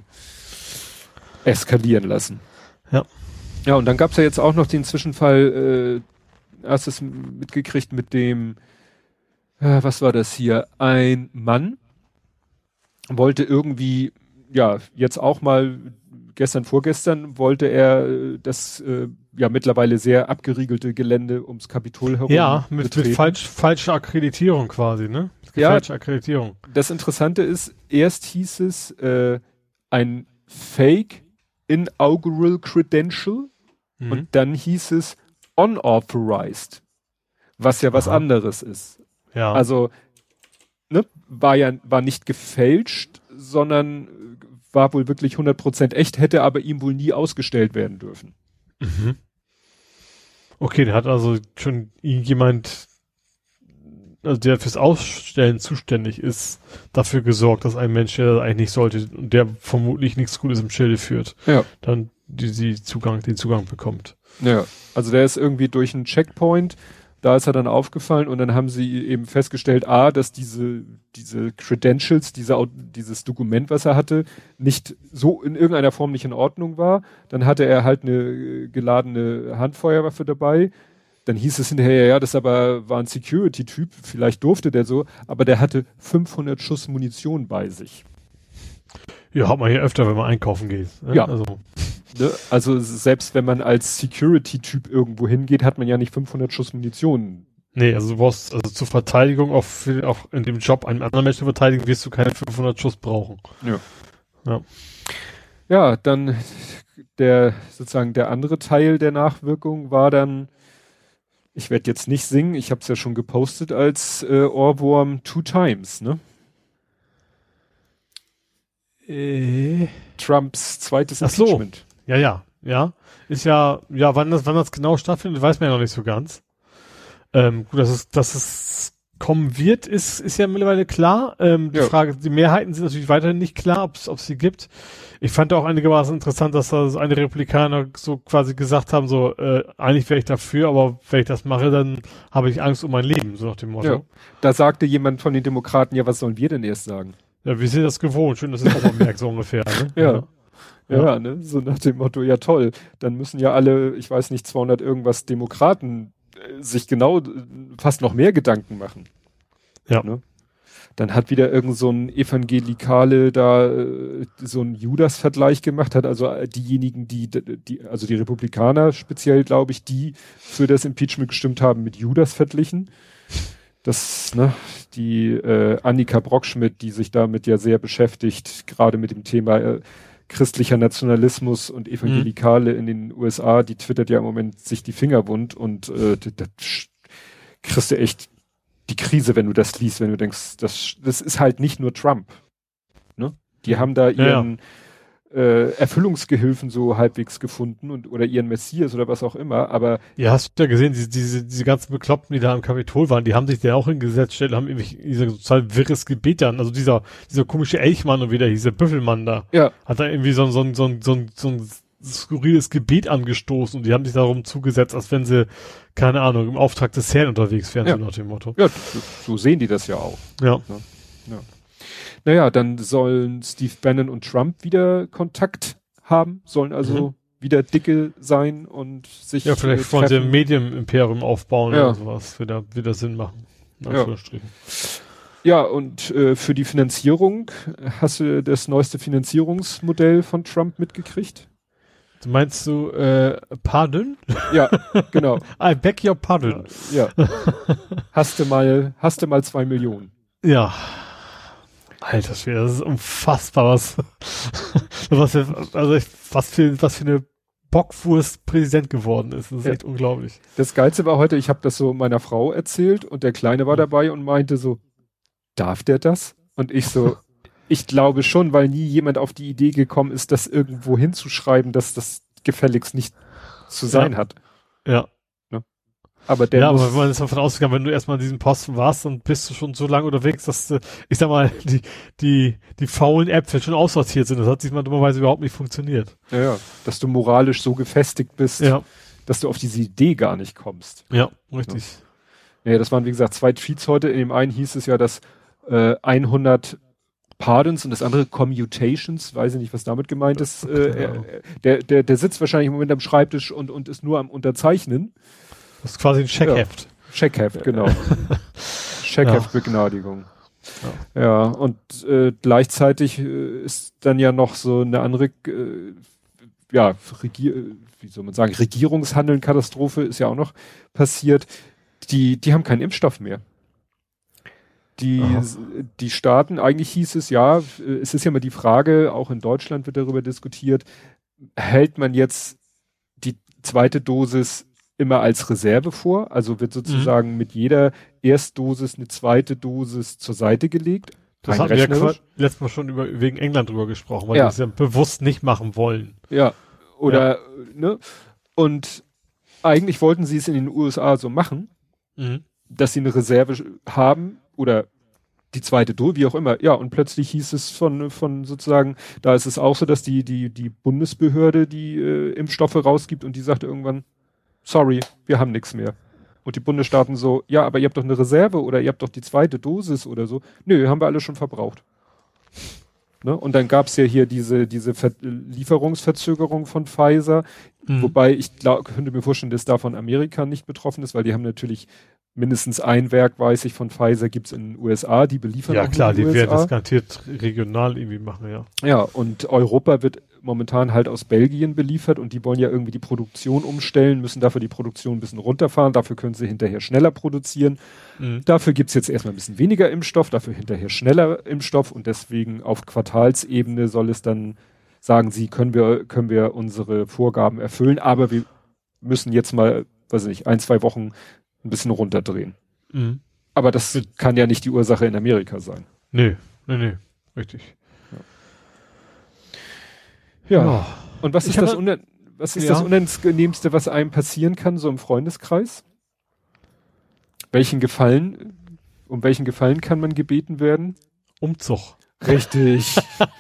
S2: eskalieren lassen.
S3: Ja.
S2: Ja, und dann gab's ja jetzt auch noch den Zwischenfall, äh, erstes mitgekriegt mit dem, äh, was war das hier? Ein Mann wollte irgendwie, ja, jetzt auch mal, gestern, vorgestern, wollte er äh, das, äh, ja, mittlerweile sehr abgeriegelte Gelände ums Kapitol herum.
S3: Ja, mit, mit falsch, falscher Akkreditierung quasi, ne?
S2: Ja,
S3: falsche Akkreditierung.
S2: Das Interessante ist, erst hieß es äh, ein Fake Inaugural Credential mhm. und dann hieß es Unauthorized, was ja was Aha. anderes ist.
S3: Ja.
S2: Also ne, war ja war nicht gefälscht, sondern war wohl wirklich hundert Prozent echt, hätte aber ihm wohl nie ausgestellt werden dürfen.
S3: Mhm. Okay, der hat also schon jemand, also der fürs Ausstellen zuständig ist, dafür gesorgt, dass ein Mensch, der das eigentlich nicht sollte und der vermutlich nichts Gutes im Schilde führt,
S2: ja.
S3: dann die, die Zugang, den Zugang bekommt.
S2: Ja, also der ist irgendwie durch einen Checkpoint, da ist er dann aufgefallen und dann haben sie eben festgestellt, a, dass diese diese Credentials, diese, dieses Dokument, was er hatte, nicht so in irgendeiner Form nicht in Ordnung war. Dann hatte er halt eine geladene Handfeuerwaffe dabei. Dann hieß es hinterher, ja, das aber war ein Security-Typ, vielleicht durfte der so, aber der hatte fünfhundert Schuss Munition bei sich.
S3: Ja, hat man hier öfter, wenn man einkaufen geht. Ne?
S2: Ja.
S3: Also.
S2: Ne? Also selbst wenn man als Security-Typ irgendwo hingeht, hat man ja nicht fünfhundert Schuss Munition.
S3: Nee, also du brauchst, also zur Verteidigung, auch, für, auch in dem Job einen anderen Menschen zu verteidigen, wirst du keine fünfhundert Schuss brauchen.
S2: Ja.
S3: Ja.
S2: Ja, dann der, sozusagen der andere Teil der Nachwirkung war dann, ich werde jetzt nicht singen, ich habe es ja schon gepostet als äh, Ohrwurm Two Times, ne?
S3: Äh.
S2: Trumps zweites
S3: Ach so.
S2: Impeachment.
S3: Ja, ja, ja. Ist ja, ja, wann das, wann das genau stattfindet, weiß man ja noch nicht so ganz. Ähm, gut, dass es, dass es kommen wird, ist, ist ja mittlerweile klar. Ähm, die
S2: ja.
S3: Frage, die Mehrheiten sind natürlich weiterhin nicht klar, ob es sie gibt. Ich fand auch einigermaßen interessant, dass da so einige Republikaner so quasi gesagt haben, so, äh, eigentlich wäre ich dafür, aber wenn ich das mache, dann habe ich Angst um mein Leben, so nach dem Motto.
S2: Ja. Da sagte jemand von den Demokraten, ja, was sollen wir denn erst sagen?
S3: Ja, wir sind das gewohnt. Schön, dass ihr das auch mal merkt, so ungefähr. Ne?
S2: Ja.
S3: Ja.
S2: Ja, ja, ne, so nach dem Motto, ja toll, dann müssen ja alle, ich weiß nicht, zweihundert irgendwas Demokraten äh, sich genau äh, fast noch mehr Gedanken machen.
S3: Ja.
S2: Ne? Dann hat wieder irgend so ein Evangelikale da äh, so einen Judas-Vergleich gemacht, hat also diejenigen, die, die, also die Republikaner speziell, glaube ich, die für das Impeachment gestimmt haben, mit Judas verglichen. Das, ne, die äh, Annika Brockschmidt, die sich damit ja sehr beschäftigt, gerade mit dem Thema äh, christlicher Nationalismus und Evangelikale mhm. in den U S A, die twittert ja im Moment sich die Finger wund und äh, da kriegst du echt die Krise, wenn du das liest, wenn du denkst, das, das ist halt nicht nur Trump. Ne? Die haben da ihren ja, ja. Äh, Erfüllungsgehilfen so halbwegs gefunden und oder ihren Messias oder was auch immer, aber
S3: ja, hast du ja gesehen, diese, diese, diese ganzen Bekloppten, die da im Kapitol waren, die haben sich da auch hingesetzt, haben irgendwie dieser total wirres Gebet dann, also dieser, dieser komische Elchmann und wie der hieß, der Büffelmann da,
S2: ja.
S3: hat da irgendwie so ein, so ein, so ein, so ein, so ein skurriles Gebiet angestoßen und die haben sich darum zugesetzt, als wenn sie, keine Ahnung, im Auftrag des Herrn unterwegs wären,
S2: ja.
S3: so nach dem Motto.
S2: Ja, so sehen die das ja auch.
S3: Ja.
S2: Ja. Ja. Naja, dann sollen Steve Bannon und Trump wieder Kontakt haben, sollen also mhm. wieder dicke sein und sich
S3: ja, vielleicht wollen sie ein Medienimperium aufbauen
S2: ja.
S3: oder sowas, wieder, wieder Sinn machen. In Anführungsstrichen.
S2: Ja, und äh, für die Finanzierung, hast du das neueste Finanzierungsmodell von Trump mitgekriegt?
S3: Meinst du, äh, pardon?
S2: Ja, genau.
S3: I beg your pardon.
S2: Ja. Hast du mal, hast du mal zwei Millionen.
S3: Ja. Alter Schwede, das ist unfassbar, was, was, also ich, was für, was für eine Bockwurst Präsident geworden ist. Das ist ja. echt unglaublich.
S2: Das Geilste war heute, ich habe das so meiner Frau erzählt und der Kleine war dabei und meinte so, darf der das? Und ich so, ich glaube schon, weil nie jemand auf die Idee gekommen ist, das irgendwo hinzuschreiben, dass das gefälligst nicht zu sein
S3: ja.
S2: hat.
S3: Ja.
S2: Ne? Aber der
S3: ja,
S2: muss,
S3: aber wenn man jetzt davon ausgegangen, wenn du erstmal an diesem Posten warst, dann bist du schon so lange unterwegs, dass du, ich sag mal, die, die, die faulen Äpfel schon aussortiert sind. Das hat sich mal dummerweise überhaupt nicht funktioniert.
S2: Ja, ja, dass du moralisch so gefestigt bist,
S3: ja.
S2: dass du auf diese Idee gar nicht kommst.
S3: Ja, richtig.
S2: Ja, ja das waren wie gesagt zwei Tweets heute. In dem einen hieß es ja, dass äh, hundert Pardons und das andere Commutations, weiß ich nicht, was damit gemeint ist. Äh, er, der, der, der sitzt wahrscheinlich im Moment am Schreibtisch und, und ist nur am Unterzeichnen.
S3: Das ist quasi ein Scheckheft.
S2: Ja, Scheckheft, genau. Scheckheft-Begnadigung. Ja. ja, und äh, gleichzeitig äh, ist dann ja noch so eine andere, äh, ja, Regier, wie soll man sagen, Regierungshandeln-Katastrophe ist ja auch noch passiert. Die, die haben keinen Impfstoff mehr. Die, Aha. die Staaten, eigentlich hieß es ja, es ist ja immer die Frage, auch in Deutschland wird darüber diskutiert, hält man jetzt die zweite Dosis immer als Reserve vor? Also wird sozusagen mhm. mit jeder Erstdosis eine zweite Dosis zur Seite gelegt?
S3: Das hatten wir ja letztes Mal schon über, wegen England drüber gesprochen, weil
S2: ja.
S3: die das ja bewusst nicht machen wollen.
S2: Ja, oder, ja. ne? Und eigentlich wollten sie es in den U S A so machen, mhm. dass sie eine Reserve haben, oder die zweite Dosis, wie auch immer. Ja, und plötzlich hieß es von, von sozusagen, da ist es auch so, dass die, die, die Bundesbehörde die äh, Impfstoffe rausgibt und die sagte irgendwann, sorry, wir haben nichts mehr. Und die Bundesstaaten so, ja, aber ihr habt doch eine Reserve oder ihr habt doch die zweite Dosis oder so. Nö, haben wir alle schon verbraucht. Ne? Und dann gab's ja hier diese, diese Ver- Lieferungsverzögerung von Pfizer, mhm. wobei ich glaub, könnte mir vorstellen, dass davon Amerika nicht betroffen ist, weil die haben natürlich mindestens ein Werk, weiß ich, von Pfizer gibt's in den U S A, die beliefern
S3: ja
S2: auch
S3: klar,
S2: in den
S3: die
S2: U S A.
S3: werden das garantiert regional irgendwie machen, ja.
S2: Ja, und Europa wird momentan halt aus Belgien beliefert und die wollen ja irgendwie die Produktion umstellen, müssen dafür die Produktion ein bisschen runterfahren, dafür können sie hinterher schneller produzieren. Mhm. Dafür gibt's jetzt erstmal ein bisschen weniger Impfstoff, dafür hinterher schneller Impfstoff und deswegen auf Quartalsebene soll es dann sagen, sie können wir, können wir unsere Vorgaben erfüllen, aber wir müssen jetzt mal, weiß ich nicht, ein, zwei Wochen ein bisschen runterdrehen. Mhm. Aber das Mit kann ja nicht die Ursache in Amerika sein.
S3: Nee, nee, nee, richtig.
S2: Ja. ja. ja. Und was ist, das, Unan- was ist ja. das Unangenehmste, was einem passieren kann, so im Freundeskreis? Welchen Gefallen, um welchen Gefallen kann man gebeten werden?
S3: Umzug.
S2: Richtig.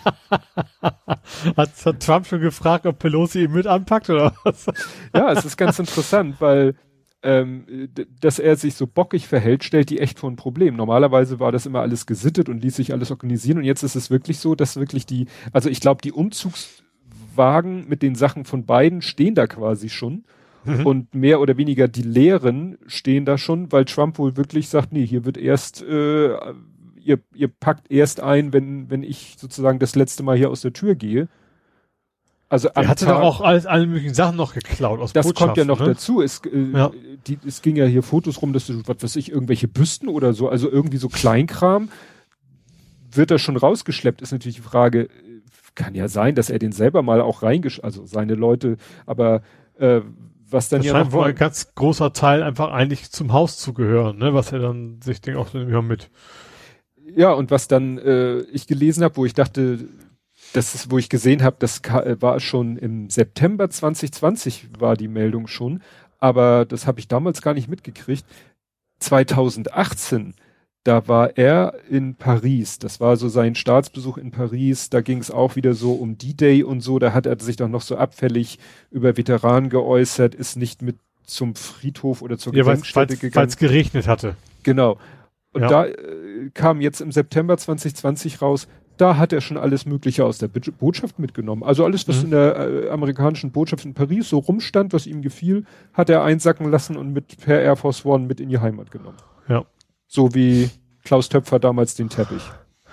S3: hat, hat Trump schon gefragt, ob Pelosi ihn mit anpackt oder was?
S2: Ja, es ist ganz interessant, weil ähm, d- dass er sich so bockig verhält, stellt die echt vor ein Problem. Normalerweise war das immer alles gesittet und ließ sich alles organisieren und jetzt ist es wirklich so, dass wirklich die, also ich glaube, die Umzugswagen mit den Sachen von beiden stehen da quasi schon mhm. und mehr oder weniger die leeren stehen da schon, weil Trump wohl wirklich sagt, nee, hier wird erst äh, Ihr, ihr packt erst ein, wenn, wenn ich sozusagen das letzte Mal hier aus der Tür gehe. Also
S3: er hatte doch auch alles, alle möglichen Sachen noch geklaut aus
S2: Das kommt ja noch
S3: ne?
S2: dazu. Es, äh,
S3: ja.
S2: die, es ging ja hier Fotos rum, dass du, was weiß ich, irgendwelche Büsten oder so, also irgendwie so Kleinkram, wird da schon rausgeschleppt, ist natürlich die Frage, kann ja sein, dass er den selber mal auch reingesch, also seine Leute, aber äh, was dann
S3: das
S2: ja
S3: scheint
S2: noch
S3: wohl ein ganz großer Teil einfach eigentlich zum Haus zu gehören, ne, was er dann sich denkt auch so mit.
S2: Ja, und was dann äh, ich gelesen habe, wo ich dachte, das ist, wo ich gesehen habe, das ka- war schon im September zwanzig zwanzig war die Meldung schon, aber das habe ich damals gar nicht mitgekriegt. zwanzig achtzehn da war er in Paris. Das war so sein Staatsbesuch in Paris. Da ging es auch wieder so um D-Day und so. Da hat er sich doch noch so abfällig über Veteranen geäußert, ist nicht mit zum Friedhof oder zur
S3: ja,
S2: Gedenkstätte gegangen.
S3: Weil es geregnet hatte.
S2: Genau. Und
S3: ja.
S2: da äh, kam jetzt im September zwanzig zwanzig raus, da hat er schon alles Mögliche aus der Be- Botschaft mitgenommen. Also alles, was mhm. in der äh, amerikanischen Botschaft in Paris so rumstand, was ihm gefiel, hat er einsacken lassen und mit per Air Force One mit in die Heimat genommen.
S3: Ja.
S2: So wie Klaus Töpfer damals den Teppich.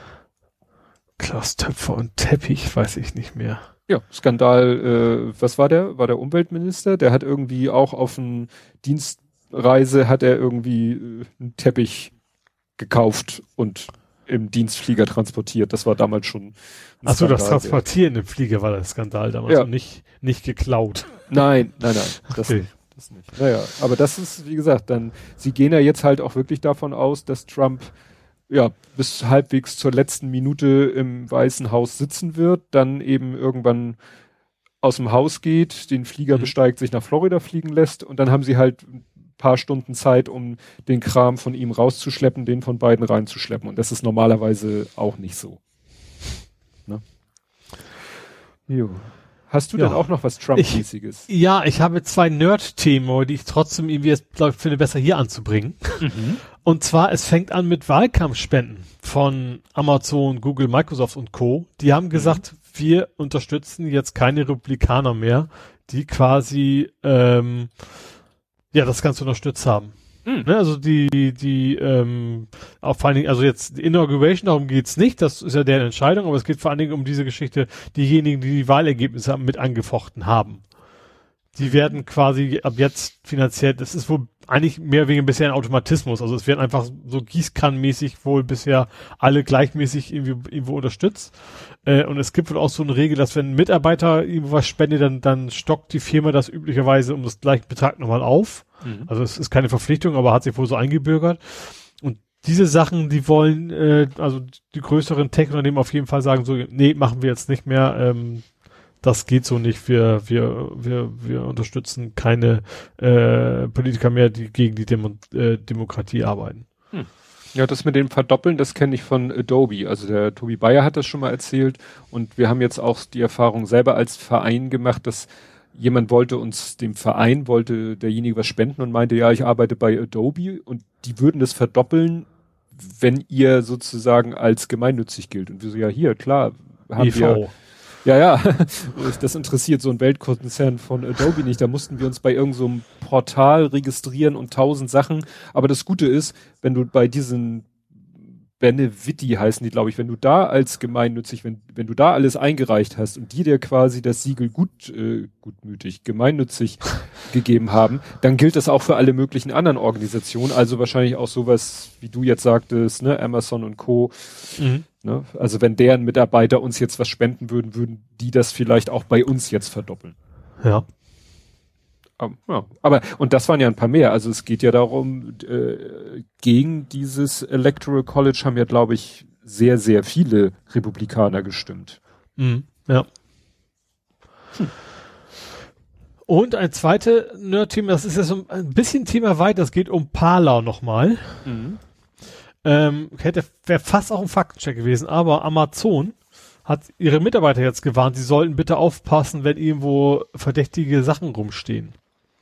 S3: Klaus Töpfer und Teppich, weiß ich nicht mehr.
S2: Ja, Skandal, äh, was war der? War der Umweltminister? Der hat irgendwie auch auf eine Dienstreise hat er irgendwie äh, einen Teppich gekauft und im Dienstflieger transportiert. Das war damals schon ein
S3: Ach so,
S2: Skandal,
S3: das Transportieren im Flieger war der Skandal damals
S2: ja.
S3: und nicht, nicht geklaut.
S2: Nein, nein, nein, das
S3: okay.
S2: nicht. Das nicht. Naja, aber das ist, wie gesagt, dann, sie gehen ja jetzt halt auch wirklich davon aus, dass Trump ja bis halbwegs zur letzten Minute im Weißen Haus sitzen wird, dann eben irgendwann aus dem Haus geht, den Flieger mhm. besteigt, sich nach Florida fliegen lässt und dann haben sie halt ein paar Stunden Zeit, um den Kram von ihm rauszuschleppen, den von beiden reinzuschleppen und das ist normalerweise auch nicht so. Ne? Jo. Hast du ja. denn auch noch was Trump-mäßiges?
S3: Ja, ich habe zwei Nerd-Themen, die ich trotzdem irgendwie jetzt, glaube ich, finde, besser hier anzubringen. Mhm. Und zwar, es fängt an mit Wahlkampfspenden von Amazon, Google, Microsoft und Co. Die haben gesagt, mhm. wir unterstützen jetzt keine Republikaner mehr, die quasi ähm, ja das Ganze unterstützt haben. Mhm. Ne, also die, die, ähm, auch vor allen Dingen, also jetzt die Inauguration, darum geht's nicht, das ist ja deren Entscheidung, aber es geht vor allen Dingen um diese Geschichte, diejenigen, die die Wahlergebnisse mit angefochten haben. Die werden quasi ab jetzt finanziell, das ist wohl eigentlich mehr wegen bisher ein Automatismus, also es werden einfach so gießkannenmäßig wohl bisher alle gleichmäßig irgendwie, irgendwo unterstützt. Äh, und es gibt wohl auch so eine Regel, dass wenn ein Mitarbeiter irgendwo was spendet, dann, dann stockt die Firma das üblicherweise um das gleiche Betrag nochmal auf. Mhm. Also es ist keine Verpflichtung, aber hat sich wohl so eingebürgert. Und diese Sachen, die wollen, äh, also die größeren Tech-Unternehmen auf jeden Fall sagen so, nee, machen wir jetzt nicht mehr, ähm, das geht so nicht, wir, wir, wir, wir unterstützen keine äh, Politiker mehr, die gegen die Demo äh, Demokratie arbeiten.
S2: Hm. Ja, das mit dem Verdoppeln, das kenne ich von Adobe. Also der Tobi Bayer hat das schon mal erzählt und wir haben jetzt auch die Erfahrung selber als Verein gemacht, dass jemand wollte uns, dem Verein wollte derjenige was spenden und meinte, ja, ich arbeite bei Adobe und die würden das verdoppeln, wenn ihr sozusagen als gemeinnützig gilt. Und wir so, ja, hier, klar, haben
S3: E V.
S2: wir... Ja, ja, das interessiert so ein Weltkonzern von Adobe nicht. Da mussten wir uns bei irgendeinem so Portal registrieren und tausend Sachen. Aber das Gute ist, wenn du bei diesen Benevitti heißen die, glaube ich, wenn du da als gemeinnützig, wenn, wenn du da alles eingereicht hast und die dir quasi das Siegel gut, äh, gutmütig, gemeinnützig gegeben haben, dann gilt das auch für alle möglichen anderen Organisationen. Also wahrscheinlich auch sowas, wie du jetzt sagtest, ne, Amazon und Co. Mhm. Ne? Also wenn deren Mitarbeiter uns jetzt was spenden würden, würden die das vielleicht auch bei uns jetzt verdoppeln.
S3: Ja.
S2: Um, ja. Aber, und das waren ja ein paar mehr. Also es geht ja darum, äh, gegen dieses Electoral College haben ja, glaube ich, sehr, sehr viele Republikaner gestimmt.
S3: Mhm. Ja. Hm. Und ein zweites Nerd-Thema, das ist ja so ein bisschen Thema weit, das geht um Parler nochmal. Mhm. Ähm, hätte, wäre fast auch ein Faktencheck gewesen, aber Amazon hat ihre Mitarbeiter jetzt gewarnt, sie sollten bitte aufpassen, wenn irgendwo verdächtige Sachen rumstehen.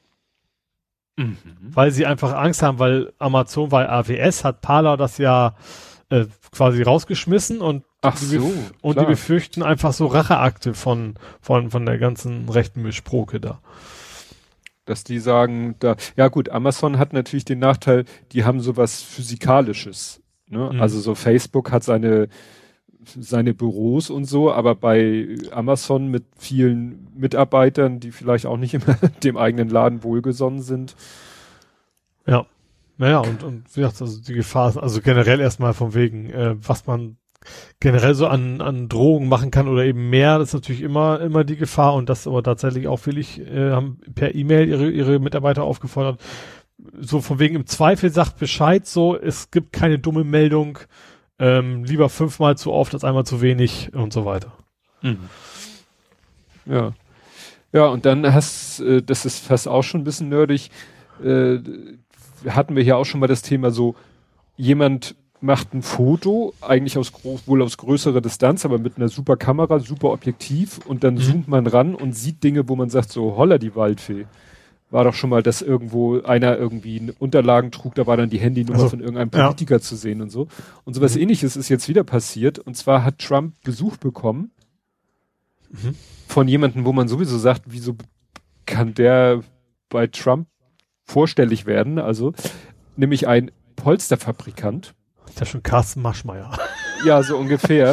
S3: Mhm. Weil sie einfach Angst haben, weil Amazon, weil A W S hat Parler das ja äh, quasi rausgeschmissen und,
S2: Ach
S3: die,
S2: so,
S3: und
S2: klar.
S3: die befürchten einfach so Racheakte von, von, von der ganzen rechten Mischproke da.
S2: Dass die sagen, da, ja gut, Amazon hat natürlich den Nachteil, die haben sowas Physikalisches. Ne? Mhm. Also so Facebook hat seine, seine Büros und so, aber bei Amazon mit vielen Mitarbeitern, die vielleicht auch nicht immer dem eigenen Laden wohlgesonnen sind.
S3: Ja, naja, und, und wie gesagt, also die Gefahr ist, also generell erstmal von wegen, äh, was man generell so an, an Drohungen machen kann oder eben mehr, das ist natürlich immer, immer die Gefahr und das aber tatsächlich auch wirklich, äh, haben per E-Mail ihre, ihre Mitarbeiter aufgefordert, so von wegen im Zweifel sagt Bescheid, so, es gibt keine dumme Meldung, ähm, lieber fünfmal zu oft als einmal zu wenig und so weiter.
S2: Mhm. Ja. Ja, und dann hast, äh, das ist fast auch schon ein bisschen nerdig, äh, hatten wir hier auch schon mal das Thema so, jemand macht ein Foto, eigentlich aus groß, wohl aus größerer Distanz, aber mit einer super Kamera, super Objektiv und dann mhm. zoomt man ran und sieht Dinge, wo man sagt so, holla die Waldfee. War doch schon mal, dass irgendwo einer irgendwie Unterlagen trug, da war dann die Handynummer also, von irgendeinem Politiker ja. zu sehen und so. Und sowas mhm. Ähnliches ist jetzt wieder passiert und zwar hat Trump Besuch bekommen mhm. von jemandem, wo man sowieso sagt, wieso kann der bei Trump vorstellig werden, also nämlich ein Polsterfabrikant.
S3: Das ist schon Carsten Maschmeyer.
S2: Ja, so ungefähr.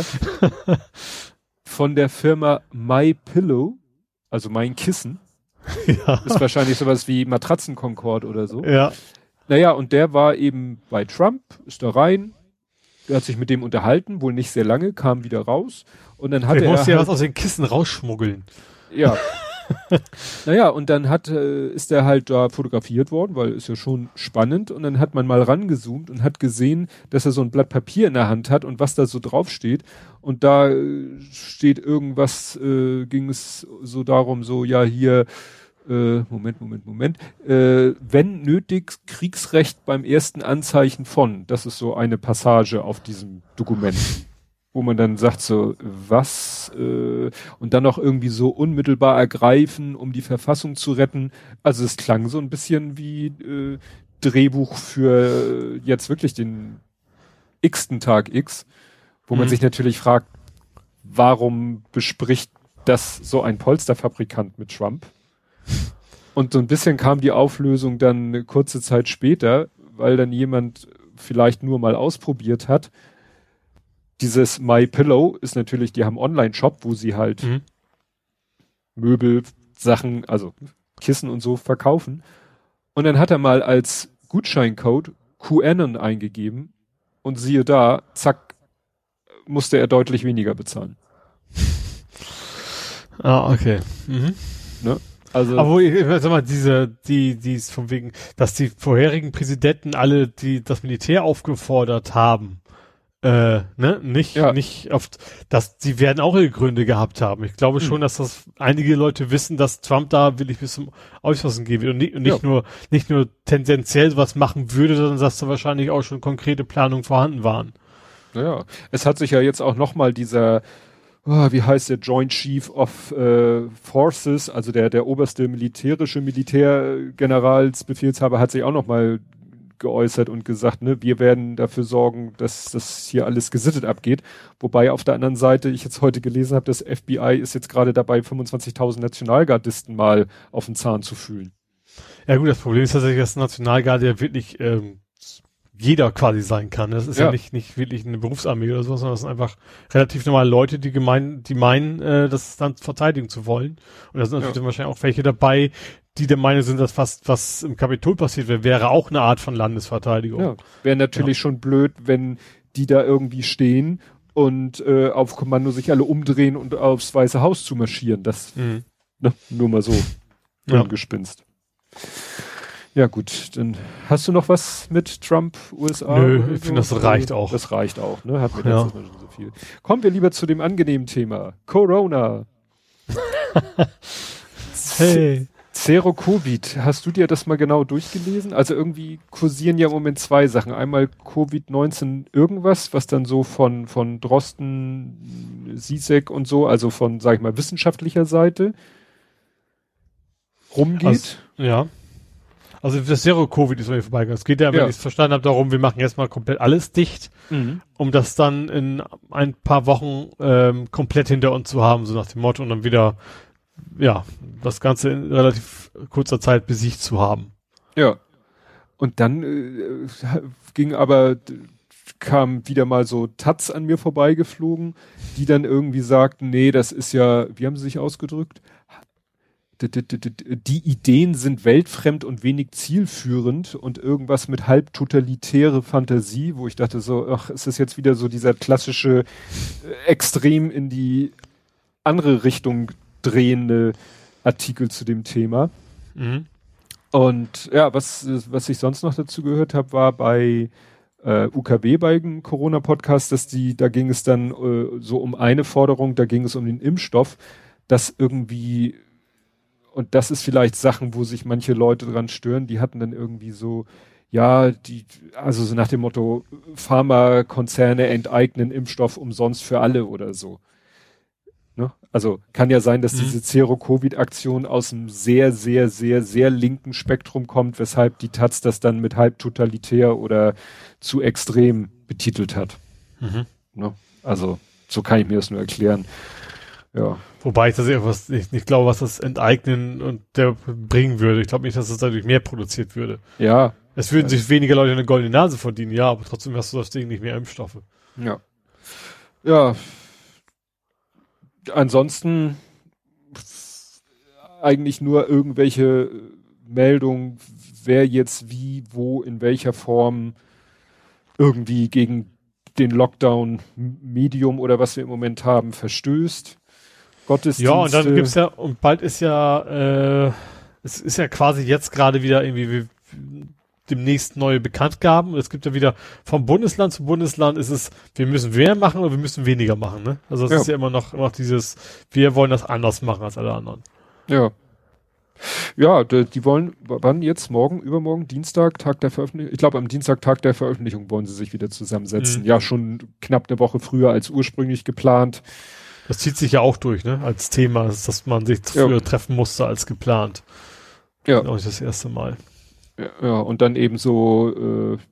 S2: Von der Firma MyPillow, also Mein Kissen. Ja. Ist wahrscheinlich sowas wie Matratzenkonkord oder so.
S3: Ja.
S2: Naja, und der war eben bei Trump, ist da rein, der hat sich mit dem unterhalten, wohl nicht sehr lange, kam wieder raus. Und dann hat
S3: der
S2: er.
S3: musste ja
S2: halt,
S3: was aus den Kissen rausschmuggeln.
S2: Ja. Naja, und dann hat, äh, ist er halt da fotografiert worden, weil ist ja schon spannend. Und dann hat man mal rangezoomt und hat gesehen, dass er so ein Blatt Papier in der Hand hat und was da so drauf steht. Und da äh, steht irgendwas, äh, ging es so darum, so, ja, hier, äh, Moment, Moment, Moment, äh, wenn nötig, Kriegsrecht beim ersten Anzeichen von. Das ist so eine Passage auf diesem Dokument. Wo man dann sagt so, was, äh, und dann noch irgendwie so unmittelbar ergreifen, um die Verfassung zu retten. Also es klang so ein bisschen wie äh, Drehbuch für jetzt wirklich den x-ten Tag X, wo mhm. man sich natürlich fragt, warum bespricht das so ein Polsterfabrikant mit Trump? Und so ein bisschen kam die Auflösung dann eine kurze Zeit später, weil dann jemand vielleicht nur mal ausprobiert hat. Dieses MyPillow ist natürlich, die haben einen Online-Shop, wo sie halt mhm. Möbel, Sachen, also Kissen und so verkaufen. Und dann hat er mal als Gutscheincode QAnon eingegeben und siehe da, zack, musste er deutlich weniger bezahlen.
S3: Ah, okay. Mhm.
S2: Ne? Also,
S3: aber ich, ich sag mal, diese, die, die ist von wegen, dass die vorherigen Präsidenten alle, die das Militär aufgefordert haben, Äh, ne, nicht, ja. nicht oft, dass, die werden auch ihre Gründe gehabt haben. Ich glaube schon, hm. dass das einige Leute wissen, dass Trump da wirklich bis zum Äußersten gehen wird und nicht, und nicht ja. nur, nicht nur tendenziell sowas machen würde, sondern dass da wahrscheinlich auch schon konkrete Planungen vorhanden waren.
S2: Naja, es hat sich ja jetzt auch nochmal dieser, oh, wie heißt der Joint Chief of äh, Forces, also der, der oberste militärische Militärgeneralsbefehlshaber hat sich auch nochmal geäußert und gesagt, ne, wir werden dafür sorgen, dass das hier alles gesittet abgeht. Wobei auf der anderen Seite ich jetzt heute gelesen habe, das F B I ist jetzt gerade dabei, fünfundzwanzigtausend Nationalgardisten mal auf den Zahn zu fühlen.
S3: Ja gut, das Problem ist tatsächlich, dass Nationalgarde ja wirklich ähm, jeder quasi sein kann. Das ist ja, ja nicht, nicht wirklich eine Berufsarmee oder sowas, sondern das sind einfach relativ normale Leute, die gemein, die meinen, äh, das dann verteidigen zu wollen. Und da sind natürlich ja. dann wahrscheinlich auch welche dabei, die der Meinung sind, dass fast was im Kapitol passiert wäre, wäre auch eine Art von Landesverteidigung. Ja,
S2: wäre natürlich ja. schon blöd, wenn die da irgendwie stehen und äh, auf Kommando sich alle umdrehen und aufs Weiße Haus zu marschieren. Das mhm. ne, nur mal so ja. ein Gespinst. Ja gut, dann hast du noch was mit Trump, U S A?
S3: Nö, ich so? finde, das reicht auch.
S2: Das reicht auch, ne? Hat mir ja. letztes Mal schon so viel. Kommen wir lieber zu dem angenehmen Thema. Corona.
S3: Hey.
S2: Zero-Covid, hast du dir das mal genau durchgelesen? Also irgendwie kursieren ja im Moment zwei Sachen. Einmal Covid neunzehn irgendwas, was dann so von, von Drosten, Sisek und so, also von, sag ich mal, wissenschaftlicher Seite rumgeht.
S3: Also, ja. Also das Zero-Covid ist mir vorbeigegangen. Es geht ja, wenn ja. ich es verstanden habe, darum, wir machen erstmal komplett alles dicht, mhm. um das dann in ein paar Wochen ähm, komplett hinter uns zu haben, so nach dem Motto, und dann wieder ja, das Ganze in relativ kurzer Zeit besiegt zu haben.
S2: Ja. Und dann äh, ging aber, kam wieder mal so Taz an mir vorbeigeflogen, die dann irgendwie sagten, nee, das ist ja, wie haben sie sich ausgedrückt? Die Ideen sind weltfremd und wenig zielführend und irgendwas mit halb totalitäre Fantasie, wo ich dachte so, ach, ist das jetzt wieder so dieser klassische äh, extrem in die andere Richtung drehende Artikel zu dem Thema. Mhm. Und ja, was, was ich sonst noch dazu gehört habe, war bei äh, U K B beim Corona-Podcast, dass die, da ging es dann äh, so um eine Forderung, da ging es um den Impfstoff, dass irgendwie, und das ist vielleicht Sachen, wo sich manche Leute dran stören, die hatten dann irgendwie so, ja, die, also so nach dem Motto, Pharmakonzerne enteignen Impfstoff umsonst für alle oder so. Ne? Also kann ja sein, dass mhm. diese Zero-Covid-Aktion aus einem sehr, sehr, sehr, sehr linken Spektrum kommt, weshalb die Taz das dann mit halb totalitär oder zu extrem betitelt hat. Mhm. Ne? Also so kann ich mir das nur erklären. Ja.
S3: Wobei ich das etwas nicht, nicht glaube, was das enteignen und der bringen würde. Ich glaube nicht, dass es dadurch mehr produziert würde.
S2: Ja.
S3: Es würden sich weniger Leute eine goldene Nase verdienen, ja, aber trotzdem hast du das Ding nicht mehr Impfstoffe.
S2: Ja. Ja. Ansonsten eigentlich nur irgendwelche Meldungen, wer jetzt wie, wo, in welcher Form irgendwie gegen den Lockdown-Medium oder was wir im Moment haben, verstößt. Gottesdienste.
S3: Ja, und dann gibt's ja, und bald ist ja, äh, es ist ja quasi jetzt gerade wieder irgendwie wie, demnächst neue Bekanntgaben. Und es gibt ja wieder vom Bundesland zu Bundesland ist es, wir müssen mehr machen oder wir müssen weniger machen, ne? Also es ja. ist ja immer noch, immer noch dieses, wir wollen das anders machen als alle anderen.
S2: Ja. Ja, die, die wollen, wann jetzt? Morgen, übermorgen, Dienstag, Tag der Veröffentlichung? Ich glaube, am Dienstag, Tag der Veröffentlichung wollen sie sich wieder zusammensetzen. Mhm. Ja, schon knapp eine Woche früher als ursprünglich geplant.
S3: Das zieht sich ja auch durch, ne? Als Thema, dass man sich früher ja. treffen musste als geplant.
S2: Ja.
S3: Auch nicht das erste Mal.
S2: Ja, ja, und dann eben so äh,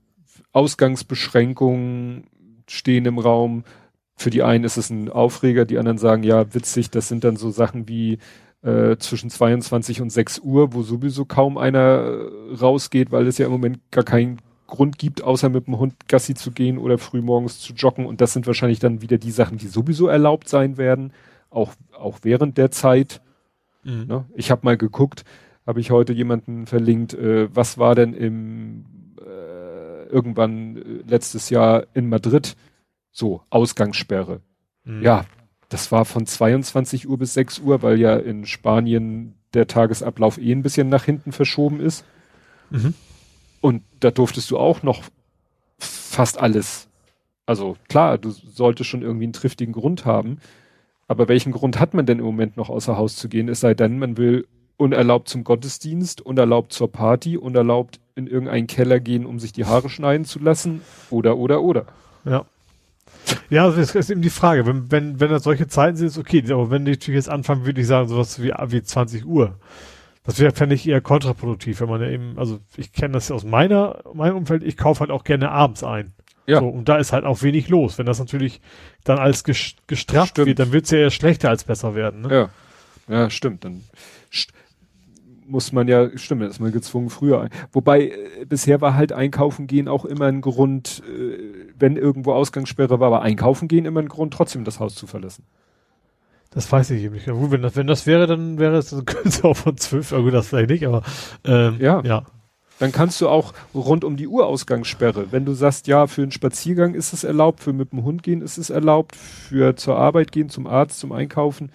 S2: Ausgangsbeschränkungen stehen im Raum. Für die einen ist es ein Aufreger, die anderen sagen, ja, witzig, das sind dann so Sachen wie äh, zwischen zweiundzwanzig und sechs Uhr, wo sowieso kaum einer äh, rausgeht, weil es ja im Moment gar keinen Grund gibt, außer mit dem Hund Gassi zu gehen oder frühmorgens zu joggen. Und das sind wahrscheinlich dann wieder die Sachen, die sowieso erlaubt sein werden, auch, auch während der Zeit. Mhm. Ne? Ich habe mal geguckt, habe ich heute jemanden verlinkt, äh, was war denn im äh, irgendwann äh, letztes Jahr in Madrid so Ausgangssperre. Mhm. Ja, das war von zweiundzwanzig Uhr bis sechs Uhr, weil ja in Spanien der Tagesablauf eh ein bisschen nach hinten verschoben ist. Mhm. Und da durftest du auch noch fast alles. Also klar, du solltest schon irgendwie einen triftigen Grund haben. Aber welchen Grund hat man denn im Moment noch außer Haus zu gehen? Es sei denn, man will unerlaubt zum Gottesdienst, unerlaubt zur Party, unerlaubt in irgendeinen Keller gehen, um sich die Haare schneiden zu lassen. Oder, oder, oder.
S3: Ja. Ja, das ist eben die Frage. Wenn, wenn, wenn das solche Zeiten sind, ist okay. Aber wenn die natürlich jetzt anfangen, würde ich sagen, sowas wie, wie zwanzig Uhr. Das wäre, fände ich, eher kontraproduktiv, wenn man ja eben, also ich kenne das aus meiner, meinem Umfeld, ich kaufe halt auch gerne abends ein. Ja. So, und da ist halt auch wenig los. Wenn das natürlich dann alles gestrafft stimmt. wird, dann wird es ja eher schlechter als besser werden. Ne?
S2: Ja. Ja, stimmt. Dann st- muss man ja, stimmt, dann ist man gezwungen früher ein. Wobei, äh, bisher war halt einkaufen gehen auch immer ein Grund, äh, wenn irgendwo Ausgangssperre war, war einkaufen gehen immer ein Grund, trotzdem das Haus zu verlassen.
S3: Das weiß ich eben nicht. Gut, wenn das, wenn das wäre, dann wäre es, dann könnte es auch von zwölf, aber gut, das vielleicht nicht, aber ähm,
S2: ja. ja. Dann kannst du auch rund um die Uhr Ausgangssperre. Wenn du sagst, ja, für einen Spaziergang ist es erlaubt, für mit dem Hund gehen ist es erlaubt, für zur Arbeit gehen, zum Arzt, zum Einkaufen.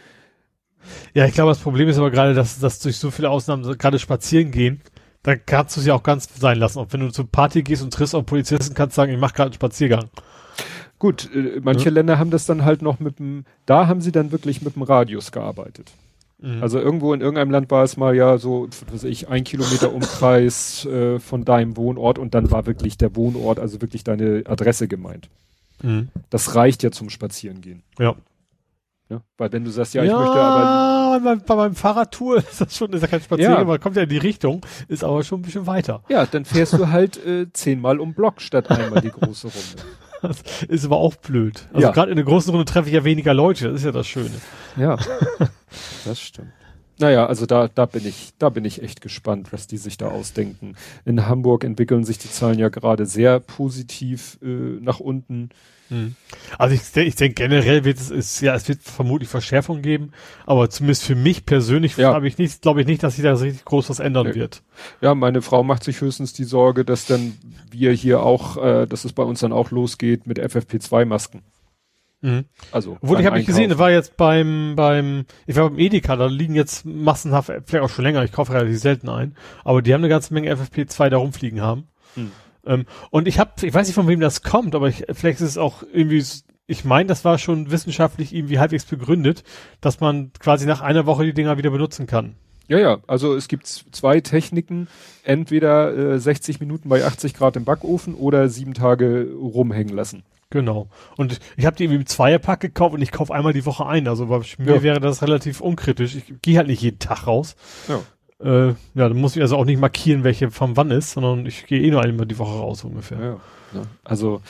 S3: Ja, ich glaube, das Problem ist aber gerade, dass, dass durch so viele Ausnahmen, gerade spazieren gehen, dann kannst du es ja auch ganz sein lassen. Ob wenn du zur Party gehst und triffst auf Polizisten, kannst du sagen, ich mache gerade einen Spaziergang.
S2: Gut, äh, manche ja. Länder haben das dann halt noch mit dem, da haben sie dann wirklich mit dem Radius gearbeitet. Mhm. Also irgendwo in irgendeinem Land war es mal ja so, was weiß ich, ein Kilometer Umkreis äh, von deinem Wohnort und dann war wirklich der Wohnort, also wirklich deine Adresse gemeint. Mhm. Das reicht ja zum Spazierengehen.
S3: Ja.
S2: Ja, weil wenn du sagst, ja, ich
S3: ja,
S2: möchte aber...
S3: Bei, bei meinem Fahrradtour ist das schon, ist ja kein Spaziergang,
S2: ja.
S3: aber kommt ja in die Richtung, ist aber schon ein bisschen weiter.
S2: Ja, dann fährst du halt äh, zehnmal um Block statt einmal die große Runde.
S3: Das ist aber auch blöd. Also ja. gerade in der großen Runde treffe ich ja weniger Leute, das ist ja das Schöne.
S2: Ja, das stimmt. Naja, also da, da bin ich, da bin ich echt gespannt, was die sich da ausdenken. In Hamburg entwickeln sich die Zahlen ja gerade sehr positiv äh, nach unten.
S3: Hm. Also ich, ich denke generell wird es, ist, ja, es wird vermutlich Verschärfung geben, aber zumindest für mich persönlich ja. habe ich nicht, glaube ich nicht, dass sich da richtig groß was ändern okay. wird.
S2: Ja, meine Frau macht sich höchstens die Sorge, dass dann wir hier auch, äh, dass es bei uns dann auch losgeht mit F F P zwei Masken.
S3: Mhm. Also. Obwohl, ich habe nicht gesehen, das war jetzt beim, beim, ich war beim Edeka, da liegen jetzt massenhaft, vielleicht auch schon länger, ich kaufe relativ selten ein, aber die haben eine ganze Menge F F P zwei da rumfliegen haben. Mhm. Ähm, und ich habe, ich weiß nicht, von wem das kommt, aber ich, vielleicht ist es auch irgendwie, ich meine, das war schon wissenschaftlich irgendwie halbwegs begründet, dass man quasi nach einer Woche die Dinger wieder benutzen kann.
S2: Ja, ja, also es gibt zwei Techniken, entweder äh, sechzig Minuten bei achtzig Grad im Backofen oder sieben Tage rumhängen lassen.
S3: Genau. Und ich habe die irgendwie im Zweierpack gekauft und ich kaufe einmal die Woche ein. Also bei mir
S2: Ja.
S3: wäre das relativ unkritisch. Ich gehe halt nicht jeden Tag raus.
S2: Ja.
S3: Äh, ja, dann muss ich also auch nicht markieren, welche vom wann ist, sondern ich gehe eh nur einmal die Woche raus ungefähr.
S2: Ja, ja. Also,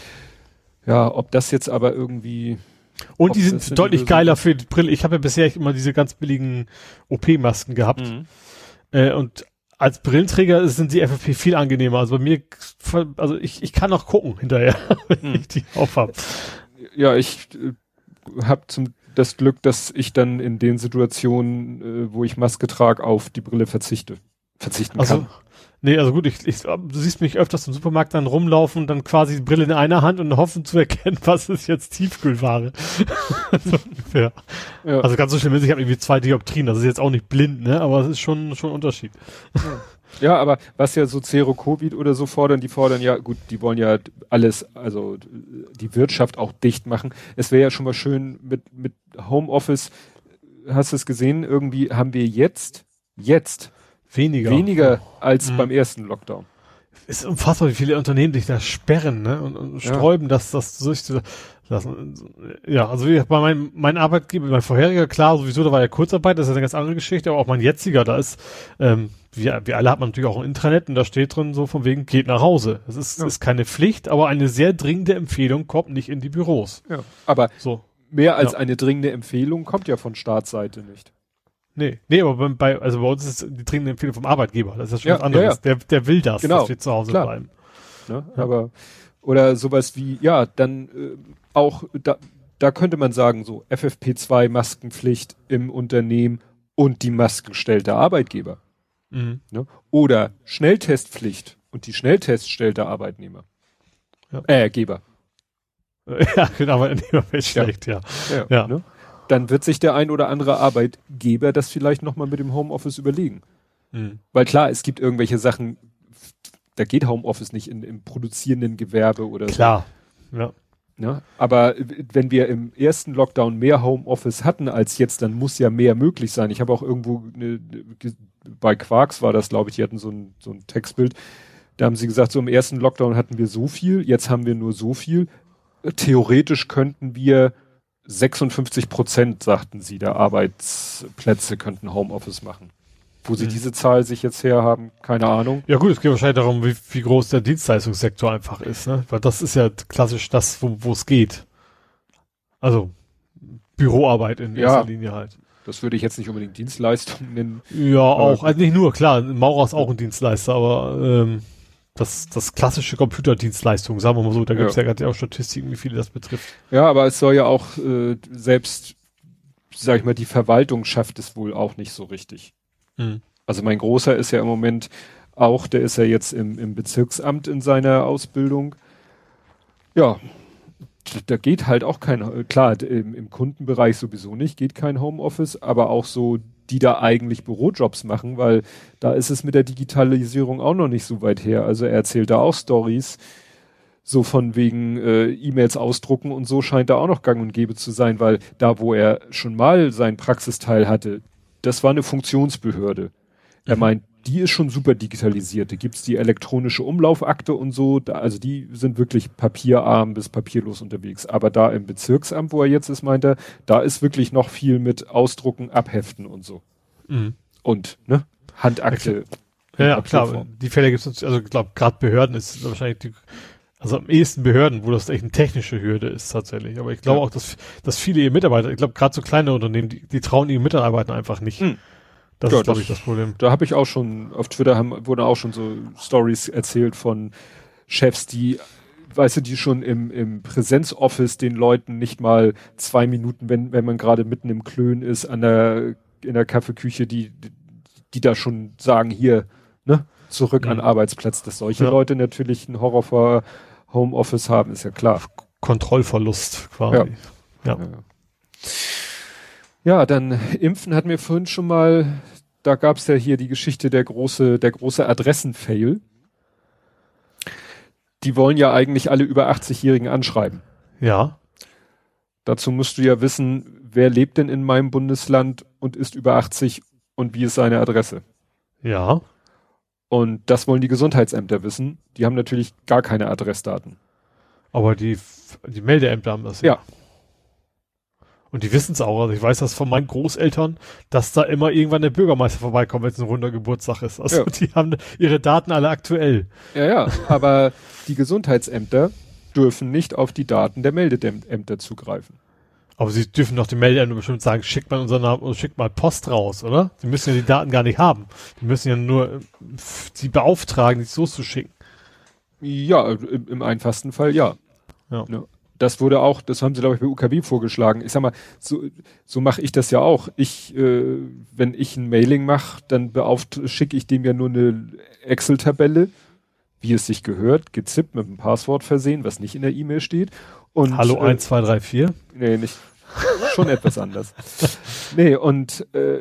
S2: ja, ob das jetzt aber irgendwie...
S3: Und
S2: ob
S3: die
S2: das
S3: sind
S2: in
S3: deutlich
S2: die
S3: geiler für die Brille. Ich habe ja bisher immer diese ganz billigen O P-Masken gehabt.
S2: Mhm.
S3: Äh, und als Brillenträger sind die F F P viel angenehmer. Also bei mir, also ich, ich kann noch gucken hinterher, wenn
S2: Mhm.
S3: ich die aufhab.
S2: Ja, ich äh, habe zum das Glück, dass ich dann in den Situationen, äh, wo ich Maske trage, auf die Brille verzichte. Verzichten
S3: Also,
S2: kann.
S3: nee, also gut, ich, ich, du siehst mich öfters im Supermarkt dann rumlaufen und dann quasi die Brille in einer Hand und hoffen zu erkennen, was ist jetzt Tiefkühlware. So ungefähr.
S2: Ja.
S3: Also ganz so schlimm ist, ich habe irgendwie zwei Dioptrien, das ist jetzt auch nicht blind, ne, aber es ist schon, schon ein Unterschied.
S2: Ja, aber was ja so Zero-Covid oder so fordern, die fordern ja, gut, die wollen ja alles, also die Wirtschaft auch dicht machen. Es wäre ja schon mal schön mit, mit Homeoffice, hast du es gesehen, irgendwie haben wir jetzt, jetzt
S3: Weniger.
S2: weniger als
S3: Mhm.
S2: beim ersten Lockdown.
S3: Es ist unfassbar, wie viele Unternehmen sich da sperren, ne, und, und
S2: Ja.
S3: sträuben, dass das so zu lassen. Ja, also wie bei meinem, mein Arbeitgeber, mein vorheriger, klar, sowieso, da war ja Kurzarbeit, das ist eine ganz andere Geschichte, aber auch mein jetziger, da ist, ähm, wir, wir alle hat man natürlich auch ein Intranet und da steht drin so von wegen, geht nach Hause. Das ist,
S2: Ja.
S3: ist keine Pflicht, aber eine sehr dringende Empfehlung, kommt nicht in die Büros.
S2: Ja. Aber
S3: So.
S2: mehr als
S3: Ja.
S2: eine dringende Empfehlung kommt ja von Staatsseite nicht.
S3: Nee, nee, aber bei- bei, also bei uns ist es die dringende Empfehlung vom Arbeitgeber. Das ist ja schon
S2: Ja,
S3: was anderes.
S2: ja, ja.
S3: Der, der will das,
S2: Genau,
S3: dass wir zu Hause
S2: klar.
S3: bleiben.
S2: Ne?
S3: Ja.
S2: Aber, oder sowas wie, ja, dann äh, auch, da, da könnte man sagen, so F F P zwei Maskenpflicht im Unternehmen und die Masken stellt der Arbeitgeber.
S3: Mhm.
S2: Ne? Oder Schnelltestpflicht und die Schnelltests stellt der Arbeitnehmer.
S3: Ja.
S2: Äh, Geber.
S3: Ja, genau, aber nicht mehr
S2: Ja.
S3: schlecht, ja.
S2: Ja.
S3: Ja.
S2: Ne? Dann wird sich der ein oder andere Arbeitgeber das vielleicht nochmal mit dem Homeoffice überlegen.
S3: Mhm.
S2: Weil klar, es gibt irgendwelche Sachen, da geht Homeoffice nicht in, im produzierenden Gewerbe oder
S3: Klar, ja.
S2: so. Ne? Aber wenn wir im ersten Lockdown mehr Homeoffice hatten als jetzt, dann muss ja mehr möglich sein. Ich habe auch irgendwo, eine, bei Quarks war das, glaube ich, die hatten so ein, so ein Textbild, da haben sie gesagt, so im ersten Lockdown hatten wir so viel, jetzt haben wir nur so viel. Theoretisch könnten wir sechsundfünfzig Prozent, sagten sie, der Arbeitsplätze könnten Homeoffice machen. Wo sie
S3: Mhm.
S2: diese Zahl sich jetzt herhaben, keine Ahnung.
S3: Ja gut, es geht wahrscheinlich darum, wie, wie groß der Dienstleistungssektor einfach ist, ne? Weil das ist ja klassisch das, wo wo es geht. Also Büroarbeit in
S2: Ja.
S3: erster Linie halt.
S2: Das würde ich jetzt nicht unbedingt Dienstleistung nennen.
S3: Ja, auch. Also nicht nur, klar, ein Maurer ist auch ein Dienstleister, aber ähm, das, das klassische Computerdienstleistung, sagen wir mal so, da gibt es
S2: Ja.
S3: ja gerade auch Statistiken, wie viele das betrifft.
S2: Ja, aber es soll ja auch äh, selbst, sag ich mal, die Verwaltung schafft es wohl auch nicht so richtig.
S3: Mhm.
S2: Also mein Großer ist ja im Moment auch, der ist ja jetzt im, im Bezirksamt in seiner Ausbildung. Ja, da geht halt auch kein, klar, im, im Kundenbereich sowieso nicht, geht kein Homeoffice, aber auch so, die da eigentlich Bürojobs machen, weil da ist es mit der Digitalisierung auch noch nicht so weit her. Also er erzählt da auch Stories, so von wegen äh, E-Mails ausdrucken und so scheint da auch noch gang und gäbe zu sein, weil da, wo er schon mal seinen Praxisteil hatte, das war eine Funktionsbehörde. Er
S3: Mhm.
S2: meint, die ist schon super digitalisiert. Da gibt's die elektronische Umlaufakte und so. Da, also die sind wirklich papierarm bis papierlos unterwegs. Aber da im Bezirksamt, wo er jetzt ist, meint er, da ist wirklich noch viel mit Ausdrucken, Abheften und so.
S3: Mhm.
S2: Und, ne? Handakte.
S3: Ja,
S2: in
S3: ja, klar,
S2: Papierform.
S3: die Fälle gibt es, also ich glaube, gerade Behörden ist wahrscheinlich die, also am ehesten Behörden, wo das echt eine technische Hürde ist tatsächlich. Aber ich glaube
S2: Ja.
S3: auch, dass, dass viele ihre Mitarbeiter, ich glaube gerade so kleine Unternehmen, die, die trauen ihren Mitarbeitern einfach nicht.
S2: Mhm.
S3: Das
S2: Ja,
S3: ist, glaube
S2: das-
S3: ich, das Problem.
S2: Da habe ich auch schon, auf Twitter haben, wurden auch schon so Stories erzählt von Chefs, die, weißt du, die schon im, im Präsenzoffice den Leuten nicht mal zwei Minuten, wenn, wenn man gerade mitten im Klön ist, an der, in der Kaffeeküche, die, die da schon sagen, hier, ne, zurück
S3: Mhm.
S2: an den Arbeitsplatz, dass solche
S3: Ja.
S2: Leute natürlich einen Horror vor Homeoffice haben, ist ja klar.
S3: Kontrollverlust quasi. Ja.
S2: Ja. Ja, dann Impfen hatten wir vorhin schon mal, da gab's ja hier die Geschichte der große, der große Adressen-Fail. Die wollen ja eigentlich alle über achtzig-Jährigen anschreiben.
S3: Ja.
S2: Dazu musst du ja wissen, wer lebt denn in meinem Bundesland und ist über achtzig und wie ist seine Adresse?
S3: Ja.
S2: Und das wollen die Gesundheitsämter wissen. Die haben natürlich gar keine Adressdaten.
S3: Aber die, die Meldeämter haben das.
S2: Ja. ja.
S3: Und die wissen es auch. Also ich weiß das von meinen Großeltern, dass da immer irgendwann der Bürgermeister vorbeikommt, wenn es ein runder Geburtstag ist. Also ja. Die haben ihre Daten alle aktuell.
S2: Ja, ja. Aber die Gesundheitsämter dürfen nicht auf die Daten der Meldeämter zugreifen.
S3: Aber sie dürfen doch den Meldeämtern bestimmt sagen, schickt mal unseren Namen, schickt mal Post raus, oder? Sie müssen ja die Daten gar nicht haben. Die müssen ja nur sie beauftragen, die so zu schicken.
S2: Ja, im, im einfachsten Fall ja.
S3: Ja.
S2: ja. Das wurde auch, das haben sie, glaube ich, bei U K W vorgeschlagen. Ich sag mal, so, so mache ich das ja auch. Ich, äh, wenn ich ein Mailing mache, dann beauft- schicke ich dem ja nur eine Excel-Tabelle, wie es sich gehört, gezippt mit einem Passwort versehen, was nicht in der E-Mail steht. Und,
S3: Hallo
S2: äh,
S3: eins, zwei, drei, vier?
S2: Nee, nicht. Schon etwas anders. Nee, und äh,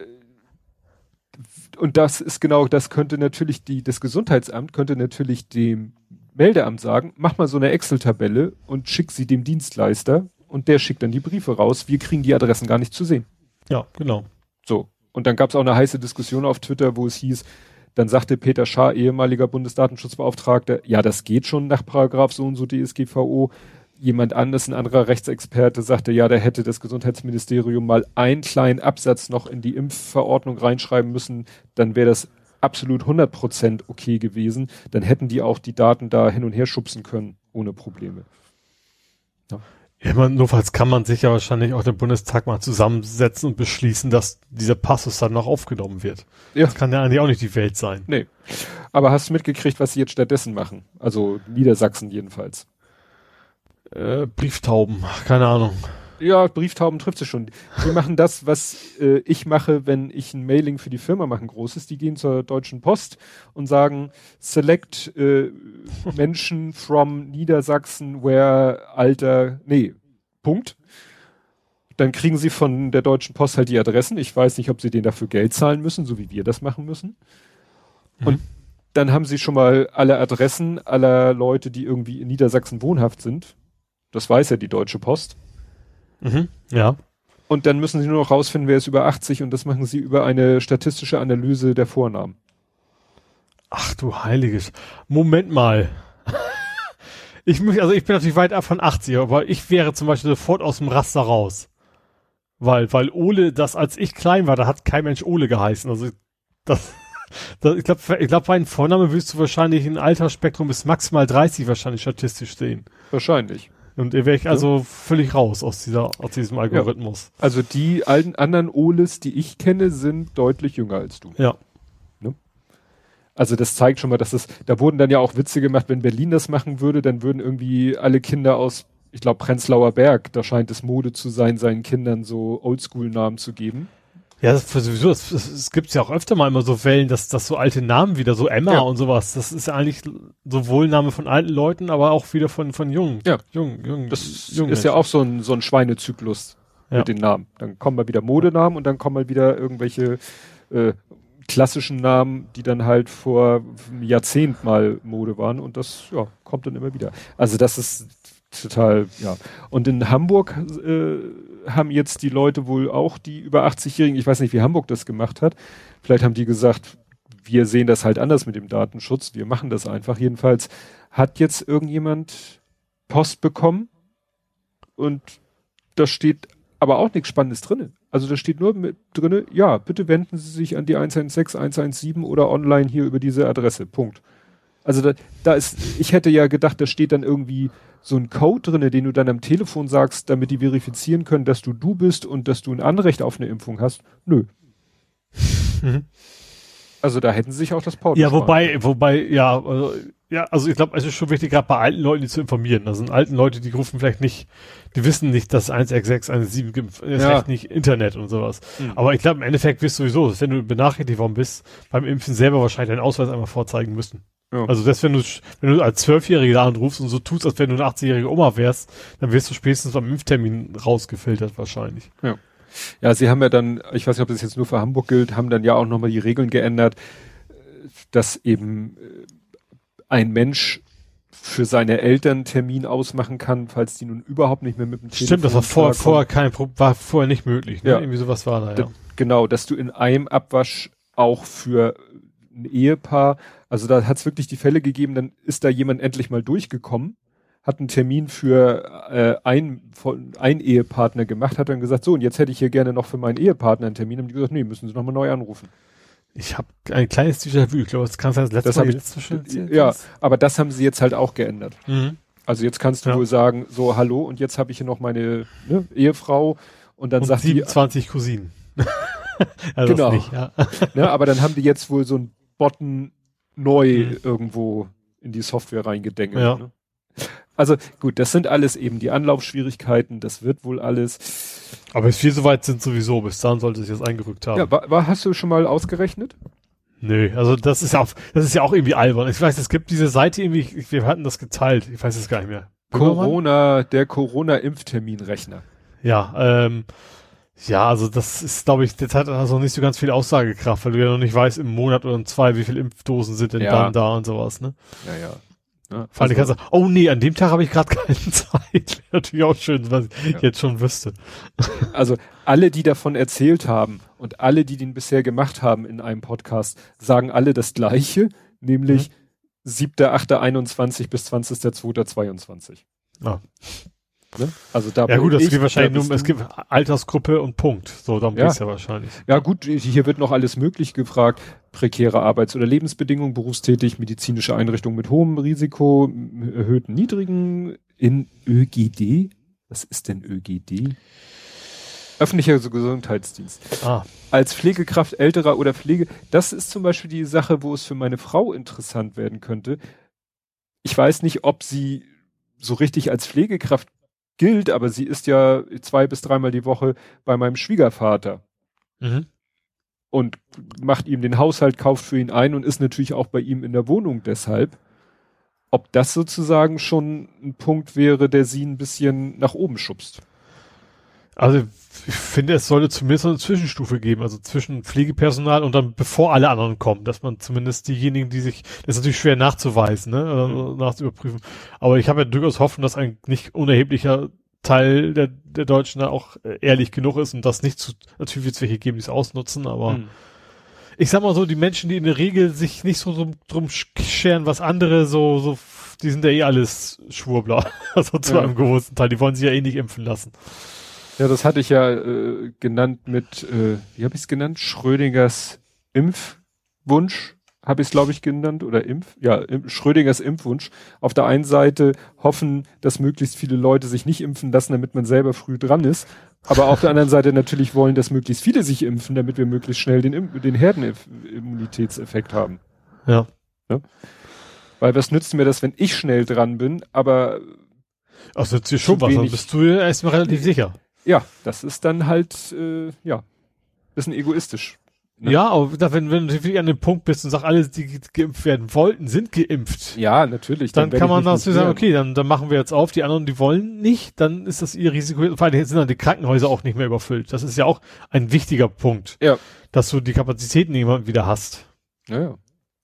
S2: und das ist genau, das könnte natürlich die, das Gesundheitsamt könnte natürlich dem Meldeamt sagen, mach mal so eine Excel-Tabelle und schick sie dem Dienstleister und der schickt dann die Briefe raus. Wir kriegen die Adressen gar nicht zu sehen.
S3: Ja, genau.
S2: So. Und dann gab es auch eine heiße Diskussion auf Twitter, wo es hieß, dann sagte Peter Schaar, ehemaliger Bundesdatenschutzbeauftragter, ja, das geht schon nach Paragraph so und so D S G V O. Jemand anderes, ein anderer Rechtsexperte, sagte, ja, da hätte das Gesundheitsministerium mal einen kleinen Absatz noch in die Impfverordnung reinschreiben müssen, dann wäre das absolut hundert Prozent okay gewesen. Dann hätten die auch die Daten da hin und her schubsen können, ohne Probleme.
S3: Ja. Ja, man, notfalls kann man sich ja wahrscheinlich auch den Bundestag mal zusammensetzen und beschließen, dass dieser Passus dann noch aufgenommen wird. Ja. Das kann ja eigentlich auch nicht die Welt sein.
S2: Nee. Aber hast du mitgekriegt, was sie jetzt stattdessen machen? Also Niedersachsen jedenfalls.
S3: Äh, Brieftauben, keine Ahnung.
S2: Ja, Brieftauben trifft es schon. Die machen das, was äh, ich mache, wenn ich ein Mailing für die Firma mache, ein großes. Die gehen zur Deutschen Post und sagen, select äh, Menschen from Niedersachsen, where Alter, nee, Punkt. Dann kriegen sie von der Deutschen Post halt die Adressen. Ich weiß nicht, ob sie denen dafür Geld zahlen müssen, so wie wir das machen müssen. Mhm. Und dann haben sie schon mal alle Adressen aller Leute, die irgendwie in Niedersachsen wohnhaft sind. Das weiß ja die Deutsche Post.
S3: Mhm, ja.
S2: Und dann müssen sie nur noch rausfinden, wer ist über achtzig und das machen sie über eine statistische Analyse der Vornamen.
S3: Ach du Heiliges. Moment mal. ich muss, also ich bin natürlich weit ab von achtzig, aber ich wäre zum Beispiel sofort aus dem Raster raus. Weil, weil Ole, das als ich klein war, da hat kein Mensch Ole geheißen. Also das, das ich glaube, ich glaube, bei einem Vorname wirst du wahrscheinlich ein Altersspektrum bis maximal dreißig wahrscheinlich statistisch sehen.
S2: Wahrscheinlich.
S3: Und wäre ich also ja. völlig raus aus dieser, aus diesem Algorithmus.
S2: Ja. Also die alten anderen Oles, die ich kenne, sind deutlich jünger als du.
S3: Ja.
S2: Ne? Also das zeigt schon mal, dass es, da wurden dann ja auch Witze gemacht, wenn Berlin das machen würde, dann würden irgendwie alle Kinder aus, ich glaube, Prenzlauer Berg, da scheint es Mode zu sein, seinen Kindern so Oldschool-Namen zu geben.
S3: Ja, das sowieso, es, es, es gibt's ja auch öfter mal immer so Wellen, dass, dass so alte Namen wieder, so Emma ja. und sowas, das ist ja eigentlich sowohl Name von alten Leuten, aber auch wieder von, von jungen.
S2: Ja.
S3: Jungen, jungen,
S2: das
S3: jungen
S2: ist Menschen. Ja auch so ein, so ein Schweinezyklus ja. mit den Namen. Dann kommen mal wieder Modenamen und dann kommen mal wieder irgendwelche, äh, klassischen Namen, die dann halt vor einem Jahrzehnt mal Mode waren und das, ja, kommt dann immer wieder. Also das ist total, ja. Und in Hamburg äh, haben jetzt die Leute wohl auch, die über achtzig-Jährigen, ich weiß nicht, wie Hamburg das gemacht hat, vielleicht haben die gesagt, wir sehen das halt anders mit dem Datenschutz, wir machen das einfach. Jedenfalls hat jetzt irgendjemand Post bekommen und da steht aber auch nichts Spannendes drinne. Also da steht nur mit drinne, ja, bitte wenden Sie sich an die eins eins sechs, eins eins sieben oder online hier über diese Adresse. Punkt. Also da, da ist, ich hätte ja gedacht, da steht dann irgendwie so ein Code drinne, den du dann am Telefon sagst, damit die verifizieren können, dass du du bist und dass du ein Anrecht auf eine Impfung hast. Nö. Mhm. Also da hätten sie sich auch das Porto
S3: Ja, wobei, sparen. wobei, ja, also, ja, also ich glaube, es ist schon wichtig, gerade bei alten Leuten, die zu informieren. Also alten Leute, die rufen vielleicht nicht, die wissen nicht, dass eins sechs sechs, eins sieben gibt, ist ja. vielleicht nicht Internet und sowas. Mhm. Aber ich glaube, im Endeffekt wirst du sowieso, wenn du benachrichtigt worden bist, beim Impfen selber wahrscheinlich deinen Ausweis einmal vorzeigen müssen. Ja. Also das, wenn du, wenn du als Zwölfjähriger anrufst und so tust, als wenn du eine achtzigjährige Oma wärst, dann wirst du spätestens beim Impftermin rausgefiltert wahrscheinlich.
S2: Ja. Ja, sie haben ja dann, ich weiß nicht, ob das jetzt nur für Hamburg gilt, haben dann ja auch nochmal die Regeln geändert, dass eben ein Mensch für seine Eltern einen Termin ausmachen kann, falls die nun überhaupt nicht mehr mit dem Telefon
S3: Stimmt, das war vorher, vorher kein Pro- war vorher nicht möglich, ne?
S2: Ja.
S3: Irgendwie sowas war da, ja.
S2: Da, genau, dass du in einem Abwasch auch für ein Ehepaar, also da hat es wirklich die Fälle gegeben, dann ist da jemand endlich mal durchgekommen, hat einen Termin für äh, ein, ein Ehepartner gemacht, hat dann gesagt, so, und jetzt hätte ich hier gerne noch für meinen Ehepartner einen Termin. Und die gesagt, nee, müssen Sie nochmal neu anrufen.
S3: Ich habe ein kleines Déjà-vu, ich glaube, das kann sein, das letzte
S2: Das
S3: Mal
S2: hab ich,
S3: letzte schon erzählt
S2: ja,
S3: hast.
S2: aber das haben sie jetzt halt auch geändert.
S3: Mhm.
S2: Also jetzt kannst du
S3: Ja.
S2: wohl sagen, so, hallo, und jetzt habe ich hier noch meine ne, Ehefrau und dann
S3: Und
S2: sagt
S3: siebenundzwanzig Cousinen. also
S2: Genau.
S3: das nicht, ja.
S2: die, ne, aber dann haben die jetzt wohl so einen Botten neu
S3: Mhm.
S2: irgendwo in die Software reingedengelt.
S3: Ja.
S2: Ne? Also gut, das sind alles eben die Anlaufschwierigkeiten, das wird wohl alles.
S3: Aber bis wir soweit sind sowieso, bis dahin sollte es jetzt eingerückt haben.
S2: Ja, war, war, hast du schon mal ausgerechnet?
S3: Nö, also das ist ja auch, das ist ja auch irgendwie albern. Ich weiß, es gibt diese Seite irgendwie, ich, wir hatten das geteilt, ich weiß es gar nicht mehr.
S2: Corona, der Corona-Impfterminrechner.
S3: Ja, ähm, ja, also das ist, glaube ich, das hat also nicht so ganz viel Aussagekraft, weil du ja noch nicht weißt im Monat oder in zwei, wie viele Impfdosen sind denn
S2: Ja.
S3: dann da und sowas, ne?
S2: Ja, ja. ja
S3: Vor allem kannst du, oh nee, an dem Tag habe ich gerade keine Zeit. Wäre natürlich auch schön, was ich
S2: Ja.
S3: jetzt schon wüsste.
S2: Also alle, die davon erzählt haben und alle, die den bisher gemacht haben in einem Podcast, sagen alle das Gleiche, nämlich
S3: Mhm.
S2: siebter achter einundzwanzig bis zwanzigster zweiter zweiundzwanzig.
S3: Ah.
S2: Ne? Also da
S3: Ja gut, das
S2: ich,
S3: geht wahrscheinlich
S2: da
S3: nur,
S2: bist
S3: es
S2: du-
S3: gibt Altersgruppe und Punkt. So, darum
S2: Ja.
S3: geht's ja wahrscheinlich.
S2: Ja gut, hier wird noch alles möglich gefragt. Prekäre Arbeits- oder Lebensbedingungen, berufstätig, medizinische Einrichtung mit hohem Risiko, m- erhöhten, niedrigen, in ÖGD. Was ist denn ÖGD? Öffentlicher Gesundheitsdienst.
S3: Ah,
S2: Als Pflegekraft älterer oder Pflege, das ist zum Beispiel die Sache, wo es für meine Frau interessant werden könnte. Ich weiß nicht, ob sie so richtig als Pflegekraft gilt, aber sie ist ja zwei bis dreimal die Woche bei meinem Schwiegervater
S3: mhm.
S2: und macht ihm den Haushalt, kauft für ihn ein und ist natürlich auch bei ihm in der Wohnung deshalb. Ob das sozusagen schon ein Punkt wäre, der sie ein bisschen nach oben schubst.
S3: Also ich finde, es sollte zumindest eine Zwischenstufe geben, also zwischen Pflegepersonal und dann bevor alle anderen kommen, dass man zumindest diejenigen, die sich, das ist natürlich schwer nachzuweisen, ne, oder
S2: Mhm.
S3: nachzuüberprüfen, aber ich habe ja durchaus Hoffnung, dass ein nicht unerheblicher Teil der, der Deutschen da auch äh, ehrlich genug ist und das nicht zu, natürlich wird es welche geben, die es ausnutzen, aber
S2: Hm.
S3: ich sag mal so, die Menschen, die in der Regel sich nicht so drum, drum scheren, was andere so, so, die sind ja eh alles Schwurbler, also zu
S2: Ja.
S3: einem großen Teil, die wollen sich ja eh nicht impfen lassen.
S2: Ja, das hatte ich ja äh, genannt mit, äh, wie habe ich es genannt? Schrödingers Impfwunsch, habe ich es, glaube ich, genannt, oder Impf, ja, Im- Schrödingers Impfwunsch. Auf der einen Seite hoffen, dass möglichst viele Leute sich nicht impfen lassen, damit man selber früh dran ist. Aber auf der anderen Seite natürlich wollen, dass möglichst viele sich impfen, damit wir möglichst schnell den, Im- den Herdenimmunitätseffekt haben.
S3: Ja.
S2: Weil was nützt mir das, wenn ich schnell dran bin, aber
S3: Also jetzt hier schon
S2: Zu
S3: was, dann
S2: wenig-
S3: bist du ja erstmal relativ sicher.
S2: ja, das ist dann halt, äh, ja, bisschen egoistisch. Ne?
S3: Ja, aber da, wenn, wenn du wirklich an dem Punkt bist und sagst, alle, die geimpft werden wollten, sind geimpft,
S2: Ja, natürlich.
S3: dann
S2: werd
S3: kann
S2: ich
S3: man
S2: mich
S3: dazu
S2: nicht
S3: sagen,
S2: wehren.
S3: okay, dann, dann machen wir jetzt auf, die anderen, die wollen nicht, dann ist das ihr Risiko, vor allem sind dann die Krankenhäuser auch nicht mehr überfüllt. Das ist ja auch ein wichtiger Punkt,
S2: Ja.
S3: dass du die Kapazitäten irgendwann wieder hast.
S2: Ja, ja.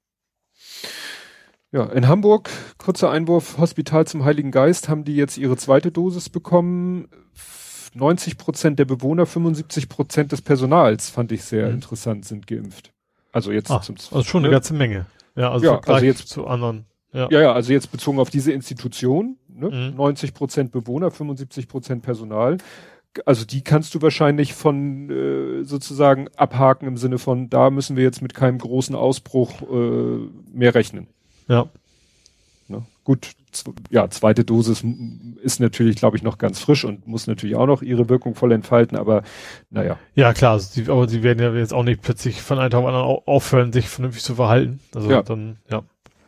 S2: Ja, in Hamburg, kurzer Einwurf, Hospital zum Heiligen Geist, haben die jetzt ihre zweite Dosis bekommen. neunzig Prozent der Bewohner, fünfundsiebzig Prozent des Personals, fand ich sehr
S3: Mhm.
S2: interessant, sind geimpft. Also jetzt
S3: Ah,
S2: zum
S3: also schon eine
S2: ne?
S3: ganze Menge. Ja, also,
S2: Ja,
S3: im Vergleich
S2: also jetzt-
S3: zu anderen. Ja.
S2: Ja, ja, also jetzt bezogen auf diese Institution, ne?
S3: Mhm.
S2: neunzig Prozent Bewohner, fünfundsiebzig Prozent Personal. Also die kannst du wahrscheinlich von äh, sozusagen abhaken im Sinne von, da müssen wir jetzt mit keinem großen Ausbruch äh, mehr rechnen.
S3: Ja.
S2: Ne? Gut, z- ja, zweite Dosis m- ist natürlich, glaube ich, noch ganz frisch und muss natürlich auch noch ihre Wirkung voll entfalten, aber naja.
S3: Ja, klar, also die, aber sie werden ja jetzt auch nicht plötzlich von einem Tag auf den anderen au- aufhören, sich vernünftig zu verhalten. Also
S2: Ja.
S3: dann, ja.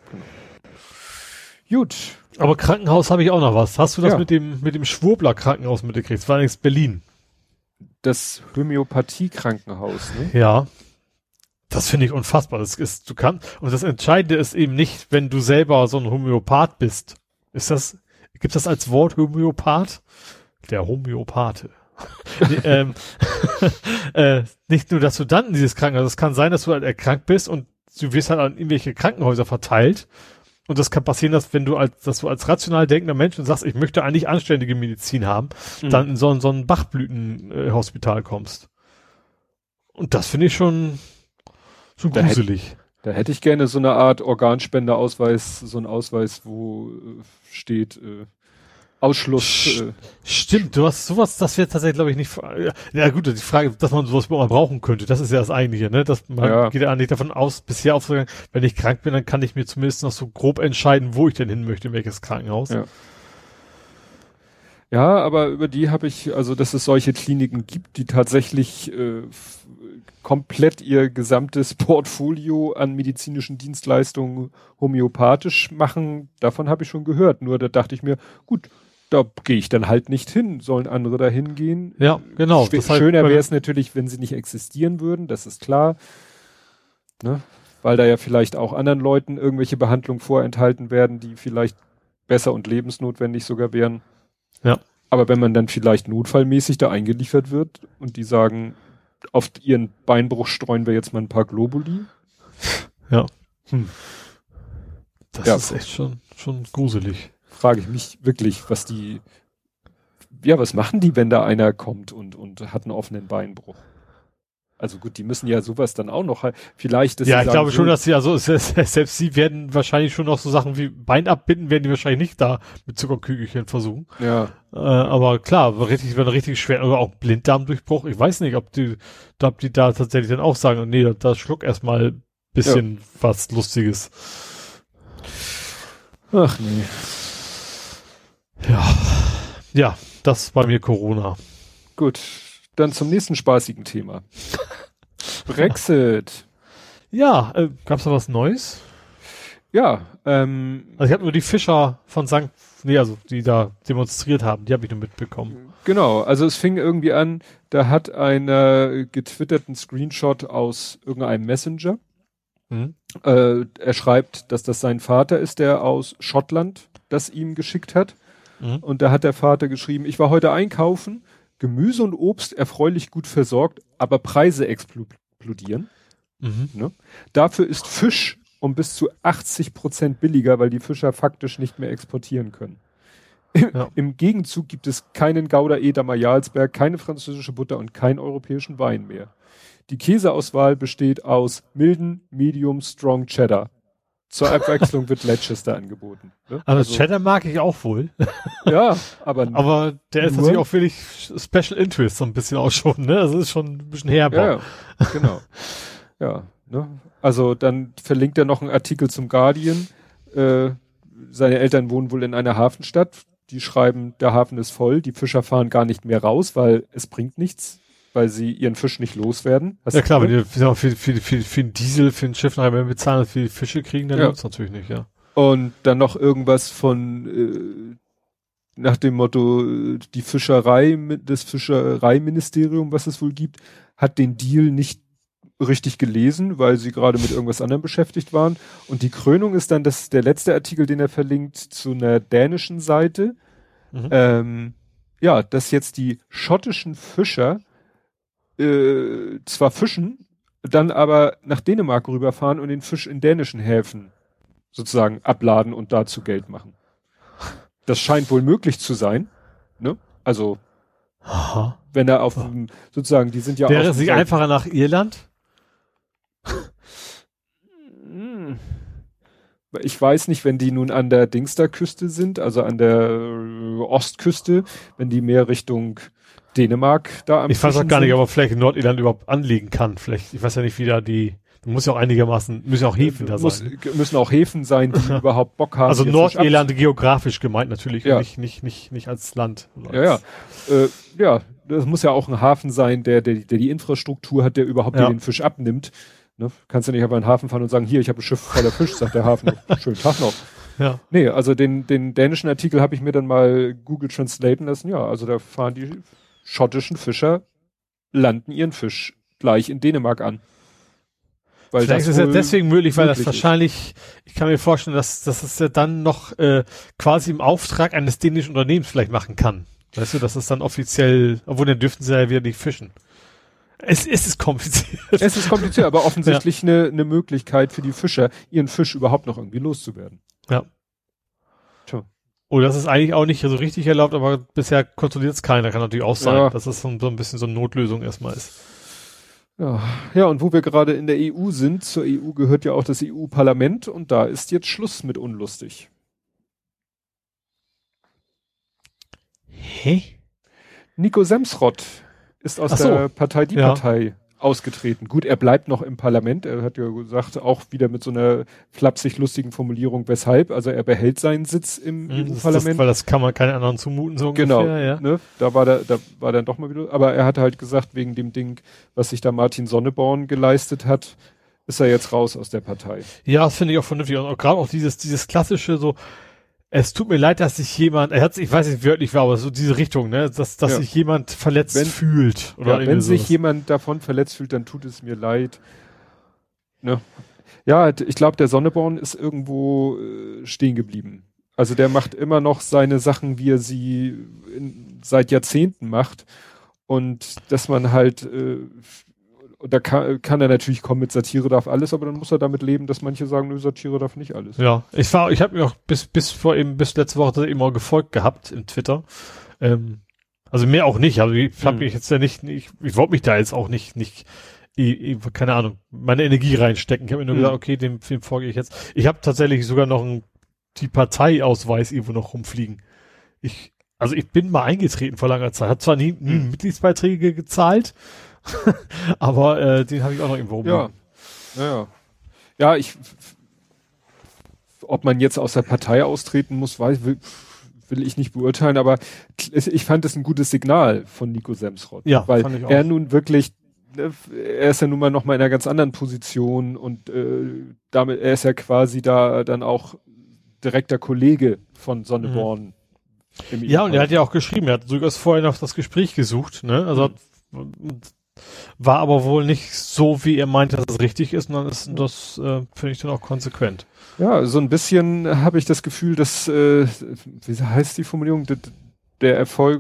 S2: Gut.
S3: Aber Krankenhaus habe ich auch noch was. Hast du das
S2: Ja.
S3: mit dem, mit dem Schwurbler Krankenhaus mitgekriegt? Das war allerdings Berlin.
S2: Das Homöopathie-Krankenhaus, ne?
S3: Ja. Das finde ich unfassbar. Das ist, du kannst, und das Entscheidende ist eben nicht, wenn du selber so ein Homöopath bist. Ist das, gibt's das als Wort Homöopath? Der Homöopathe. nee, ähm, äh, nicht nur, dass du dann in dieses Krankenhaus, es kann sein, dass du halt erkrankt bist und du wirst halt an irgendwelche Krankenhäuser verteilt Und das kann passieren, dass wenn du als, dass du als rational denkender Mensch und sagst, ich möchte eigentlich anständige Medizin haben, mhm. dann in so, ein so ein Bachblütenhospital äh, kommst. Und das finde ich schon, schon
S2: da
S3: gruselig.
S2: Hätte, da hätte ich gerne so eine Art Organspendeausweis, so ein Ausweis, wo äh, steht, äh, Ausschluss. Äh,
S3: Stimmt, du hast sowas, das wird tatsächlich, glaube ich, nicht. Ja gut, die Frage, dass man sowas mal brauchen könnte, das ist ja das Eigentliche, ne? Dass man ja. geht ja eigentlich davon aus, bisher aufgegangen, wenn ich krank bin, dann kann ich mir zumindest noch so grob entscheiden, wo ich denn hin möchte, in welches Krankenhaus.
S2: Ja, ja, aber über die habe ich, also dass es solche Kliniken gibt, die tatsächlich äh, f- komplett ihr gesamtes Portfolio an medizinischen Dienstleistungen homöopathisch machen, davon habe ich schon gehört. Nur da dachte ich mir, gut, da gehe ich dann halt nicht hin, sollen andere da hingehen.
S3: Ja, genau.
S2: Schw- das schöner wäre es natürlich, wenn sie nicht existieren würden, das ist klar. Ne? Weil da ja vielleicht auch anderen Leuten irgendwelche Behandlungen vorenthalten werden, die vielleicht besser und lebensnotwendig sogar wären.
S3: Ja.
S2: Aber wenn man dann vielleicht notfallmäßig da eingeliefert wird und die sagen, auf ihren Beinbruch streuen wir jetzt mal ein paar Globuli.
S3: Ja. Hm. Das
S2: ja.
S3: ist echt schon, schon gruselig.
S2: Frage ich mich wirklich, was die, ja, was machen die, wenn da einer kommt und, und hat einen offenen Beinbruch? Also gut, die müssen ja sowas dann auch noch, vielleicht.
S3: Ja, ich glaube so, schon, dass sie, also selbst sie werden wahrscheinlich schon noch so Sachen wie Bein abbinden, werden die wahrscheinlich nicht da mit Zuckerkügelchen versuchen.
S2: Ja.
S3: Äh, aber klar, richtig, wenn richtig schwer, oder auch Blinddarmdurchbruch, ich weiß nicht, ob die, ob die da tatsächlich dann auch sagen, nee, da, da schluck erstmal ein bisschen ja. was Lustiges.
S2: Ach nee.
S3: Ja. Ja, das war mir Corona.
S2: Gut. Dann zum nächsten spaßigen Thema. Brexit.
S3: Ja, äh, gab's da was Neues?
S2: Ja, ähm.
S3: Also ich habe nur die Fischer von Sankt, nee, also die da demonstriert haben, die habe ich nur mitbekommen.
S2: Genau, also es fing irgendwie an, da hat einer getwitterten Screenshot aus irgendeinem Messenger. Mhm. Äh, er schreibt, dass das sein Vater ist, der aus Schottland das ihm geschickt hat. Mhm. Und da hat der Vater geschrieben, ich war heute einkaufen, Gemüse und Obst erfreulich gut versorgt, aber Preise explodieren. Mhm. Ne? Dafür ist Fisch um bis zu achtzig Prozent billiger, weil die Fischer faktisch nicht mehr exportieren können. Ja. Im Gegenzug gibt es keinen Gouda Edamer Jarlsberg, keine französische Butter und keinen europäischen Wein mehr. Die Käseauswahl besteht aus milden, medium, strong Cheddar. Zur Abwechslung wird Leicester angeboten. Ne?
S3: Also, also Cheddar mag ich auch wohl.
S2: Ja, aber
S3: aber der ist natürlich auch wirklich Special Interest so ein bisschen auch schon, ne? Das ist schon ein bisschen herber.
S2: Ja, ja, genau. Ja, ne? Also dann verlinkt er noch einen Artikel zum Guardian. Äh, seine Eltern wohnen wohl in einer Hafenstadt. Die schreiben, der Hafen ist voll, die Fischer fahren gar nicht mehr raus, weil es bringt nichts, weil sie ihren Fisch nicht loswerden.
S3: Hast ja klar, wenn die für, für, für, für, für den Diesel, für ein Schiff nachher mehr bezahlen, als für die Fische kriegen, dann ja. lohnt es natürlich nicht, ja.
S2: Und dann noch irgendwas von äh, nach dem Motto, die Fischerei, das Fischereiministerium, was es wohl gibt, hat den Deal nicht richtig gelesen, weil sie gerade mit irgendwas anderem beschäftigt waren. Und die Krönung ist dann das der letzte Artikel, den er verlinkt, zu einer dänischen Seite. Mhm. Ähm, ja, dass jetzt die schottischen Fischer äh, zwar fischen, dann aber nach Dänemark rüberfahren und den Fisch in dänischen Häfen sozusagen abladen und dazu Geld machen. Das scheint wohl möglich zu sein, ne? Also, aha. Wenn er auf dem, sozusagen, die sind ja
S3: Wäre es nicht einfacher nach Irland?
S2: Ich weiß nicht, wenn die nun an der Dingster-Küste sind, also an der Ostküste, wenn die mehr Richtung Dänemark da am
S3: Ich weiß auch gar nicht, ob man vielleicht in Nordirland überhaupt anlegen kann. Vielleicht, ich weiß ja nicht, wie da die, da muss ja auch einigermaßen, müssen ja auch Häfen da
S2: muss,
S3: sein.
S2: Müssen auch Häfen sein, die überhaupt Bock haben.
S3: Also Nordirland geografisch gemeint natürlich,
S2: ja.
S3: nicht, nicht, nicht, nicht als Land.
S2: Ja, ja. Äh, ja, das muss ja auch ein Hafen sein, der, der, der die Infrastruktur hat, der überhaupt ja. den Fisch abnimmt. Ne? Kannst du nicht einfach in den Hafen fahren und sagen, hier, ich habe ein Schiff voller Fisch, sagt der Hafen. Schönen Tag noch.
S3: Ja.
S2: Nee, also den, den dänischen Artikel habe ich mir dann mal Google translaten lassen. Ja, also da fahren die schottischen Fischer, landen ihren Fisch gleich in Dänemark an.
S3: Weil Vielleicht ist es ja deswegen möglich, weil das wahrscheinlich, ist. Ich kann mir vorstellen, dass, dass es ja dann noch äh, quasi im Auftrag eines dänischen Unternehmens vielleicht machen kann. Weißt du, dass es dann offiziell, obwohl dann dürften sie ja wieder nicht fischen. Es, es ist kompliziert.
S2: Es ist kompliziert, aber offensichtlich eine ja. ne Möglichkeit für die Fischer, ihren Fisch überhaupt noch irgendwie loszuwerden.
S3: Ja.
S2: Tja.
S3: Oh, das ist eigentlich auch nicht so richtig erlaubt, aber bisher kontrolliert es keiner. Kann natürlich auch sein,
S2: Ja.
S3: dass es so, so ein bisschen so eine Notlösung erstmal ist.
S2: Ja, ja, und wo wir gerade in der E U sind, zur E U gehört ja auch das E U-Parlament und da ist jetzt Schluss mit unlustig.
S3: Hä?
S2: Nico Semsrott ist aus
S3: Ach so.
S2: der Partei Die
S3: Ja.
S2: Partei ausgetreten. Gut, er bleibt noch im Parlament. Er hat ja gesagt, auch wieder mit so einer flapsig lustigen Formulierung, weshalb. Also er behält seinen Sitz im
S3: Hm, das ist das,
S2: E U-Parlament.
S3: weil das kann man keinen anderen zumuten, so
S2: Genau,
S3: ungefähr, ja.
S2: ne? Da war der, da war dann doch mal wieder, aber er hat halt gesagt, wegen dem Ding, was sich da Martin Sonneborn geleistet hat, ist er jetzt raus aus der Partei.
S3: Ja, das finde ich auch vernünftig. Und auch gerade auch dieses, dieses klassische so, es tut mir leid, dass sich jemand, er hat, ich weiß nicht, wörtlich war, aber so diese Richtung, ne, dass, dass
S2: Ja.
S3: sich jemand verletzt
S2: Wenn-
S3: fühlt. Oder
S2: Ja,
S3: irgendwie
S2: wenn sich
S3: sowas.
S2: jemand davon verletzt fühlt, dann tut es mir leid. Ne? Ja, ich glaube, der Sonneborn ist irgendwo äh, stehen geblieben. Also der macht immer noch seine Sachen, wie er sie in, seit Jahrzehnten macht. Und dass man halt, äh, und da kann, kann er natürlich kommen mit Satire darf alles, aber dann muss er damit leben, dass manche sagen, nö, Satire darf nicht alles.
S3: Ja, ich war, ich habe mir auch bis bis vor eben bis letzte Woche immer gefolgt gehabt in Twitter. Ähm, also mehr auch nicht. Also ich habe
S2: Hm.
S3: mich jetzt ja nicht, ich, ich wollte mich da jetzt auch nicht nicht ich, ich, keine Ahnung, meine Energie reinstecken. Ich habe mir nur
S2: Hm.
S3: gesagt, okay, dem Film folge ich jetzt. Ich habe tatsächlich sogar noch einen, die Parteiausweis irgendwo noch rumfliegen. Ich, also ich bin mal eingetreten vor langer Zeit. Hat zwar nie, nie
S2: Hm.
S3: Mitgliedsbeiträge gezahlt, aber äh, den habe ich auch noch irgendwo
S2: Ja,
S3: rumliegen.
S2: ja, ja. Ja, ich, ob man jetzt aus der Partei austreten muss, weiß, will, will ich nicht beurteilen, aber ich fand es ein gutes Signal von Nico Semsrott.
S3: Ja,
S2: weil
S3: fand ich auch.
S2: er nun wirklich, ne, er ist ja nun mal noch mal in einer ganz anderen Position und äh, damit, er ist ja quasi da dann auch direkter Kollege von Sonneborn. Im
S3: Ja, und er hat
S2: E U-Parlament.
S3: ja auch geschrieben, er hat durchaus vorher noch das Gespräch gesucht, ne? Also
S2: Mhm.
S3: war aber wohl nicht so, wie er meinte, dass es richtig ist, und dann ist das, äh, finde ich dann auch konsequent.
S2: Ja, so ein bisschen habe ich das Gefühl, dass, äh, wie heißt die Formulierung, D- der Erfolg,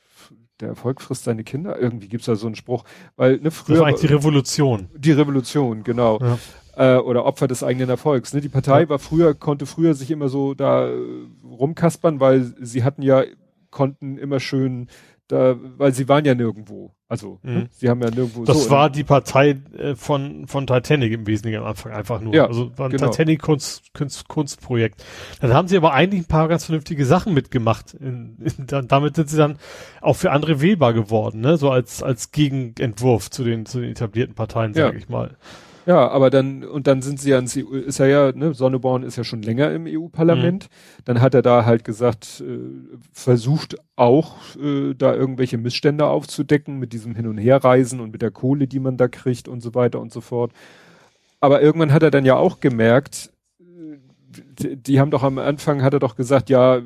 S2: der Erfolg frisst seine Kinder? Irgendwie gibt's da so einen Spruch, weil ne,
S3: Das
S2: früher
S3: war eigentlich die Revolution.
S2: die Revolution, genau,
S3: Ja.
S2: äh, oder Opfer des eigenen Erfolgs. Ne? Die Partei
S3: Ja.
S2: war früher, konnte früher sich immer so da äh, rumkaspern, weil sie hatten ja, konnten immer schön da, weil sie waren ja nirgendwo. Also,
S3: Mhm.
S2: ne? Sie haben ja nirgendwo
S3: Das
S2: so.
S3: war die Partei äh, von, von Titanic im Wesentlichen am Anfang einfach nur.
S2: Ja,
S3: also war ein
S2: genau.
S3: Titanic-Kunst, Kunst, Kunstprojekt. Dann haben sie aber eigentlich ein paar ganz vernünftige Sachen mitgemacht. In, in, dann, damit sind sie dann auch für andere wählbar geworden, ne? So als, als Gegenentwurf zu den, zu den etablierten Parteien,
S2: Ja.
S3: sage ich mal.
S2: Ja, aber dann, und dann sind sie ja ins E U, ist er ja, ne, Sonneborn ist ja schon länger im E U-Parlament.
S3: Mhm.
S2: Dann hat er da halt gesagt, äh, versucht auch, äh, da irgendwelche Missstände aufzudecken mit diesem Hin- und Herreisen und mit der Kohle, die man da kriegt und so weiter und so fort. Aber irgendwann hat er dann ja auch gemerkt, äh, die, die haben doch am Anfang, hat er doch gesagt, ja,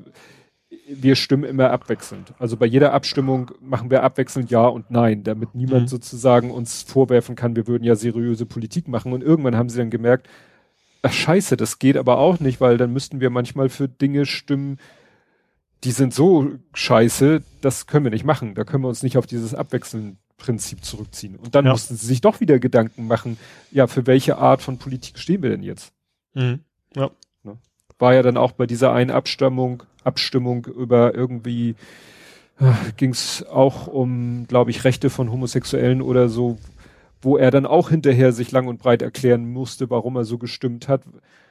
S2: wir stimmen immer abwechselnd. Also bei jeder Abstimmung machen wir abwechselnd Ja und Nein, damit niemand
S3: Mhm.
S2: sozusagen uns vorwerfen kann, wir würden ja seriöse Politik machen. Und irgendwann haben sie dann gemerkt, ach scheiße, das geht aber auch nicht, weil dann müssten wir manchmal für Dinge stimmen, die sind so scheiße, das können wir nicht machen. Da können wir uns nicht auf dieses Abwechseln-Prinzip zurückziehen. Und dann
S3: Ja.
S2: mussten sie sich doch wieder Gedanken machen, ja, für welche Art von Politik stehen wir denn jetzt?
S3: Mhm. Ja.
S2: War ja dann auch bei dieser einen Abstimmung, Abstimmung über irgendwie, äh, ging es auch um, glaube ich, Rechte von Homosexuellen oder so, wo er dann auch hinterher sich lang und breit erklären musste, warum er so gestimmt hat,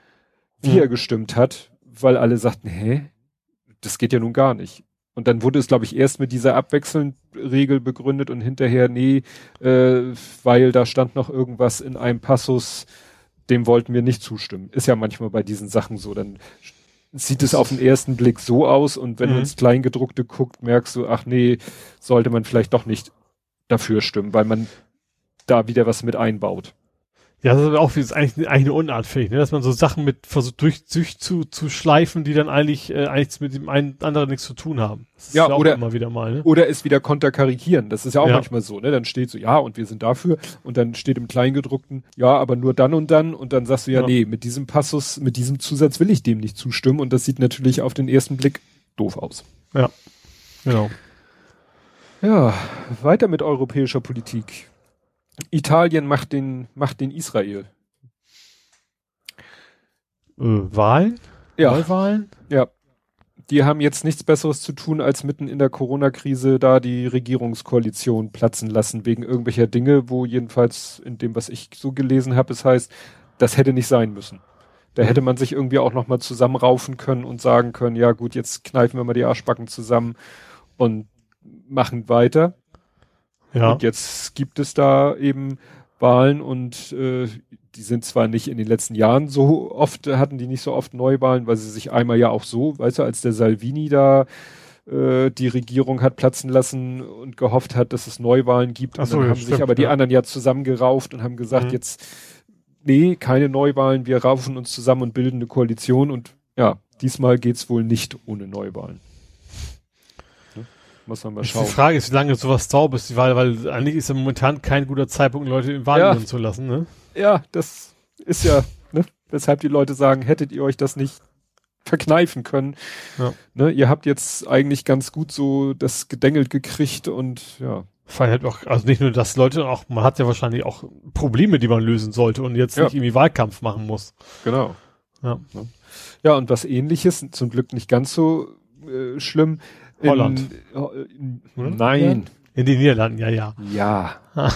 S2: wie
S3: Mhm.
S2: er gestimmt hat, weil alle sagten, hä, das geht ja nun gar nicht. Und dann wurde es, glaube ich, erst mit dieser Abwechseln-Regel begründet und hinterher, nee, äh, weil da stand noch irgendwas in einem Passus, dem wollten wir nicht zustimmen. Ist ja manchmal bei diesen Sachen so. Dann sieht es auf den ersten Blick so aus und wenn
S3: Mhm.
S2: du ins Kleingedruckte guckt, merkst du, ach nee, sollte man vielleicht doch nicht dafür stimmen, weil man da wieder was mit einbaut.
S3: Ja, das ist auch das ist eigentlich, eigentlich eine Unart, finde ich, ne? Dass man so Sachen mit versucht durch, durch zu, zu schleifen, die dann eigentlich, äh, eigentlich mit dem einen anderen nichts zu tun haben. Das ist
S2: Ja,
S3: auch
S2: oder-
S3: immer wieder mal, ne?
S2: Oder es wieder konterkarikieren. Das ist ja auch
S3: Ja.
S2: manchmal so, ne? Dann steht so, ja, und wir sind dafür. Und dann steht im Kleingedruckten, ja, aber nur dann und dann. Und dann sagst du, ja,
S3: Ja.
S2: nee, mit diesem Passus, mit diesem Zusatz will ich dem nicht zustimmen. Und das sieht natürlich auf den ersten Blick doof aus.
S3: Ja. Genau.
S2: Ja, weiter mit europäischer Politik. Italien macht den, macht den Israel.
S3: Äh, Wahlen?
S2: Ja.
S3: Neuwahlen?
S2: Ja. Die haben jetzt nichts Besseres zu tun, als mitten in der Corona-Krise da die Regierungskoalition platzen lassen, wegen irgendwelcher Dinge, wo jedenfalls in dem, was ich so gelesen habe, es heißt, das hätte nicht sein müssen. Da mhm. hätte man sich irgendwie auch nochmal zusammenraufen können und sagen können, ja gut, jetzt kneifen wir mal die Arschbacken zusammen und machen weiter. Ja. Und jetzt gibt es da eben Wahlen und äh, die sind zwar nicht in den letzten Jahren so oft, hatten die nicht so oft Neuwahlen, weil sie sich einmal ja auch so, weißt du, als der Salvini da äh, die Regierung hat platzen lassen und gehofft hat, dass es Neuwahlen gibt.
S3: Ach so,
S2: und dann
S3: ja,
S2: haben
S3: stimmt,
S2: sich aber die
S3: ja.
S2: anderen ja zusammengerauft und haben gesagt, mhm. jetzt, nee, keine Neuwahlen, wir raufen uns zusammen und bilden eine Koalition und ja, diesmal geht's wohl nicht ohne Neuwahlen. Ne? Muss man mal schauen.
S3: Die Frage ist, wie lange sowas dauert, bis die Wahl, weil eigentlich ist ja momentan kein guter Zeitpunkt, Leute in Wahlen ja. zu lassen, ne?
S2: Ja, das ist ja, ne, weshalb die Leute sagen, hättet ihr euch das nicht verkneifen können. Ja. Ne, ihr habt jetzt eigentlich ganz gut so das gedengelt gekriegt und ja.
S3: Vor allem halt auch, also nicht nur das, Leute auch, man hat ja wahrscheinlich auch Probleme, die man lösen sollte und jetzt ja. nicht irgendwie Wahlkampf machen muss.
S2: Genau. Ja, ja und was Ähnliches, zum Glück nicht ganz so äh, schlimm.
S3: Holland.
S2: In, in, nein.
S3: In den Niederlanden, ja, ja.
S2: Ja.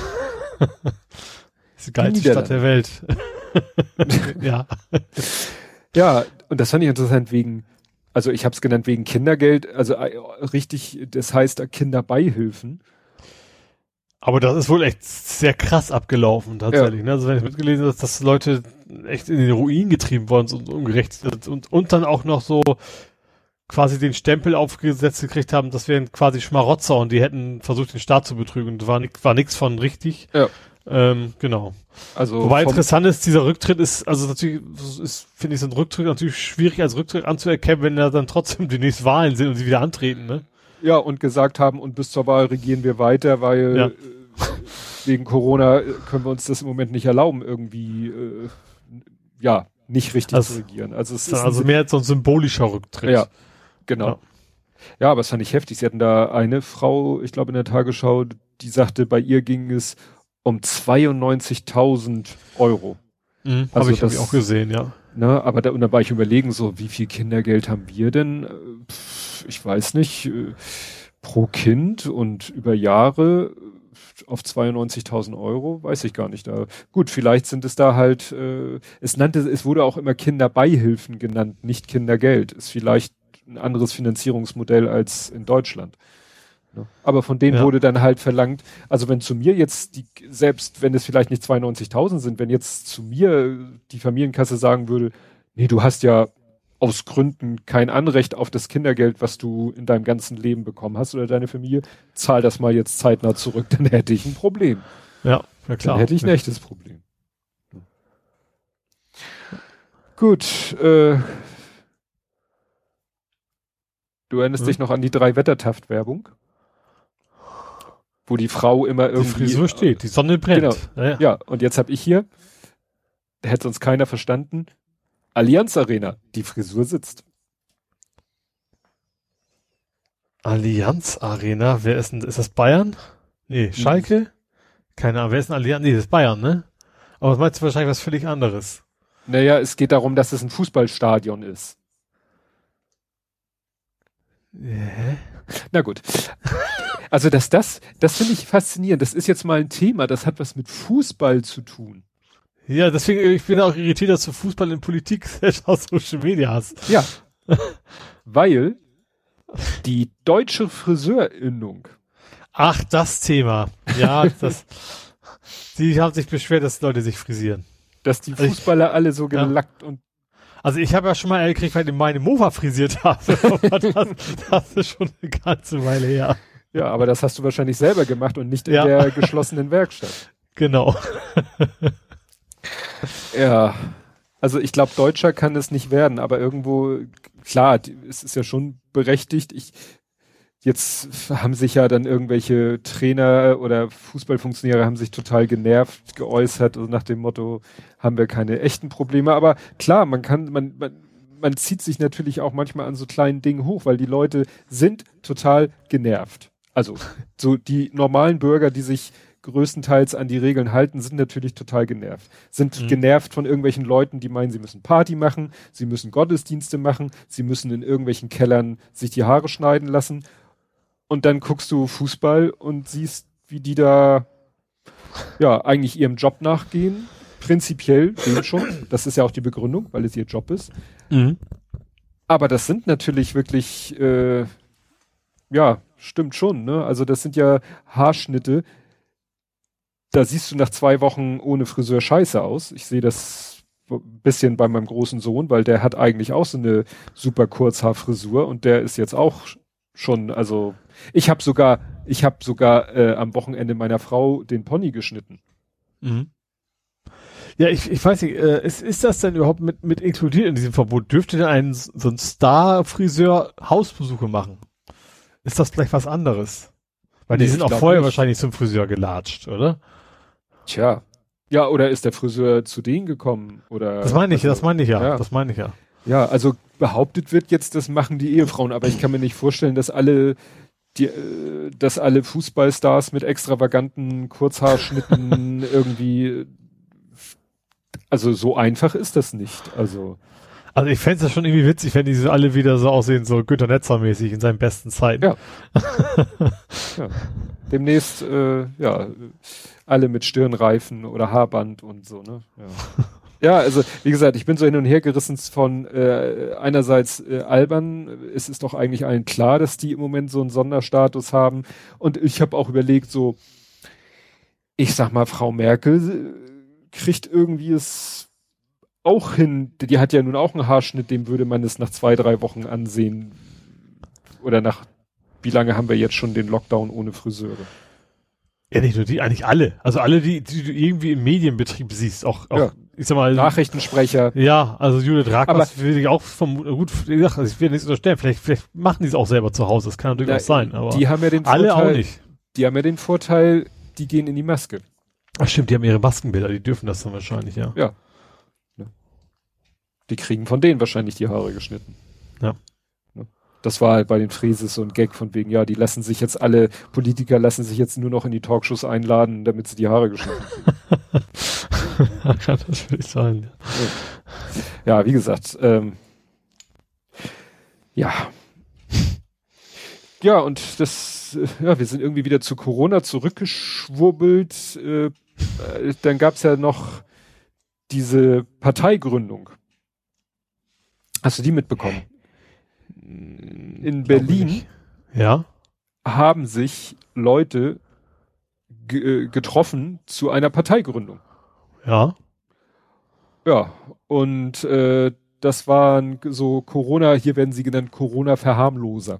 S3: Die geilste Stadt der Welt. ja.
S2: Ja, und das fand ich interessant wegen, also ich habe es genannt wegen Kindergeld, also äh, richtig, das heißt Kinderbeihilfen.
S3: Aber das ist wohl echt sehr krass abgelaufen tatsächlich. Ja. Ne? Also wenn ich mitgelesen habe, dass Leute echt in den Ruin getrieben worden sind und ungerecht sind und, und dann auch noch so quasi den Stempel aufgesetzt gekriegt haben, das wären quasi Schmarotzer und die hätten versucht, den Staat zu betrügen. Da war, war nichts von richtig. Ja. Ähm, genau.
S2: Also
S3: Wobei interessant ist, dieser Rücktritt ist, also natürlich ist, finde ich, so ein Rücktritt natürlich schwierig als Rücktritt anzuerkennen, wenn da dann trotzdem die nächsten Wahlen sind und sie wieder antreten, ne?
S2: Ja, und gesagt haben, und bis zur Wahl regieren wir weiter, weil ja. äh, wegen Corona können wir uns das im Moment nicht erlauben, irgendwie, äh, ja, nicht richtig also, zu regieren. Also es ist
S3: also mehr als so ein symbolischer Rücktritt.
S2: Ja, genau. Ja. ja, aber es fand ich heftig. Sie hatten da eine Frau, ich glaube in der Tagesschau, die sagte, bei ihr ging es um zweiundneunzigtausend Euro.
S3: Mhm, also habe ich, hab ich auch gesehen, ja.
S2: Ne, aber da, und da war ich überlegen, so, wie viel Kindergeld haben wir denn? Pff, ich weiß nicht, äh, pro Kind und über Jahre auf zweiundneunzigtausend Euro, weiß ich gar nicht. Da, gut, vielleicht sind es da halt, äh, es nannte, es wurde auch immer Kinderbeihilfen genannt, nicht Kindergeld. Ist vielleicht ein anderes Finanzierungsmodell als in Deutschland. Ne? Aber von denen ja. wurde dann halt verlangt, also wenn zu mir jetzt die, selbst wenn es vielleicht nicht zweiundneunzigtausend sind, wenn jetzt zu mir die Familienkasse sagen würde, nee, du hast ja aus Gründen kein Anrecht auf das Kindergeld, was du in deinem ganzen Leben bekommen hast oder deine Familie, zahl das mal jetzt zeitnah zurück, dann hätte ich ein Problem.
S3: Ja, ja klar.
S2: Dann hätte ich ein echtes Problem. Ja. Gut, äh, du erinnerst hm. dich noch an die drei Wettertaft-Werbung? Wo die Frau immer irgendwie...
S3: Die Frisur steht, die Sonne brennt.
S2: Genau. Ja, ja. ja und jetzt habe ich hier, da hätte uns keiner verstanden, Allianz Arena, die Frisur sitzt.
S3: Allianz Arena, wer ist denn, ist das Bayern? Nee, Schalke? Mhm. Keine Ahnung, wer ist denn Allianz? Nee, das ist Bayern, ne? Aber das meinst du wahrscheinlich was völlig anderes.
S2: Naja, es geht darum, dass es ein Fußballstadion ist.
S3: Hä?
S2: Na gut. Also, dass das, das finde ich faszinierend. Das ist jetzt mal ein Thema, das hat was mit Fußball zu tun.
S3: Ja, deswegen, ich bin auch irritiert, dass du Fußball in Politik aus Social Media hast.
S2: Ja. Weil die deutsche Friseurinnung.
S3: Ach, das Thema. Ja, das, die haben sich beschwert, dass Leute sich frisieren.
S2: Dass die Fußballer also ich, alle so gelackt ja. und
S3: Also ich habe ja schon mal gekriegt, weil ich meine Mova frisiert habe. das, das ist schon eine ganze Weile her.
S2: Ja, aber das hast du wahrscheinlich selber gemacht und nicht in ja. der geschlossenen Werkstatt.
S3: Genau.
S2: Ja, also ich glaube, Deutscher kann es nicht werden, aber irgendwo, klar, es ist ja schon berechtigt. Ich, jetzt haben sich ja dann irgendwelche Trainer oder Fußballfunktionäre haben sich total genervt geäußert, also nach dem Motto, haben wir keine echten Probleme. Aber klar, man kann, man, man, man zieht sich natürlich auch manchmal an so kleinen Dingen hoch, weil die Leute sind total genervt. Also so die normalen Bürger, die sich größtenteils an die Regeln halten, sind natürlich total genervt. Sind mhm. genervt von irgendwelchen Leuten, die meinen, sie müssen Party machen, sie müssen Gottesdienste machen, sie müssen in irgendwelchen Kellern sich die Haare schneiden lassen. Und dann guckst du Fußball und siehst, wie die da ja eigentlich ihrem Job nachgehen. Prinzipiell dem schon. Das ist ja auch die Begründung, weil es ihr Job ist. Mhm. Aber das sind natürlich wirklich, äh, ja, stimmt schon, ne? Also das sind ja Haarschnitte. Da siehst du nach zwei Wochen ohne Friseur scheiße aus. Ich sehe das ein bisschen bei meinem großen Sohn, weil der hat eigentlich auch so eine super Kurzhaarfrisur und der ist jetzt auch schon, also ich habe sogar, ich habe sogar äh, am Wochenende meiner Frau den Pony geschnitten.
S3: Mhm. Ja, ich, ich weiß nicht, äh, ist, ist das denn überhaupt mit, mit inkludiert in diesem Verbot? Dürfte denn ein, so ein Star-Friseur Hausbesuche machen? Ist das vielleicht was anderes? Weil nee, die sind auch vorher nicht. Wahrscheinlich zum Friseur gelatscht, oder?
S2: Tja. Ja, oder ist der Friseur zu denen gekommen? Oder
S3: das meine ich,
S2: also,
S3: das meine ich ja, ja. Das meine ich ja.
S2: Ja, also behauptet wird jetzt, das machen die Ehefrauen, aber ich kann mir nicht vorstellen, dass alle die, äh, dass alle Fußballstars mit extravaganten Kurzhaarschnitten irgendwie. Also so einfach ist das nicht. Also
S3: also ich fände es ja schon irgendwie witzig, wenn die so alle wieder so aussehen, so Günter Netzer-mäßig in seinen besten Zeiten.
S2: Ja. ja. Demnächst, äh, ja, alle mit Stirnreifen oder Haarband und so, ne? Ja. Ja, also wie gesagt, ich bin so hin und her gerissen von äh, einerseits äh, albern, es ist doch eigentlich allen klar, dass die im Moment so einen Sonderstatus haben. Und ich habe auch überlegt, so, ich sag mal, Frau Merkel kriegt irgendwie es auch hin, die hat ja nun auch einen Haarschnitt, dem würde man es nach zwei, drei Wochen ansehen. Oder nach, wie lange haben wir jetzt schon den Lockdown ohne Friseure?
S3: Ja, nicht nur die, eigentlich alle. Also alle, die, die du irgendwie im Medienbetrieb siehst, auch, auch
S2: ja.
S3: ich sag mal.
S2: Nachrichtensprecher.
S3: Ja, also Judith Rakers will ich auch vermuten, gut, wie gesagt, ich will nichts unterstellen, vielleicht, vielleicht machen die es auch selber zu Hause, das kann natürlich auch sein, aber.
S2: Die haben ja den
S3: alle
S2: Vorteil,
S3: auch nicht.
S2: Die haben ja den Vorteil, die gehen in die Maske.
S3: Ach stimmt, die haben ihre Maskenbilder, die dürfen das dann wahrscheinlich, ja.
S2: Ja. Die kriegen von denen wahrscheinlich die Haare geschnitten.
S3: Ja.
S2: Das war halt bei den Fräses so ein Gag von wegen, ja, die lassen sich jetzt alle, Politiker lassen sich jetzt nur noch in die Talkshows einladen, damit sie die Haare geschnitten kriegen.
S3: Kann das vielleicht sein.
S2: Ja, ja wie gesagt, ähm, ja. Ja, und das, ja, wir sind irgendwie wieder zu Corona zurückgeschwurbelt. Äh, dann gab's ja noch diese Parteigründung. Hast du die mitbekommen? In Berlin
S3: ja.
S2: haben sich Leute ge- getroffen zu einer Parteigründung.
S3: Ja.
S2: Ja, und äh, das waren so Corona, hier werden sie genannt Corona-Verharmloser.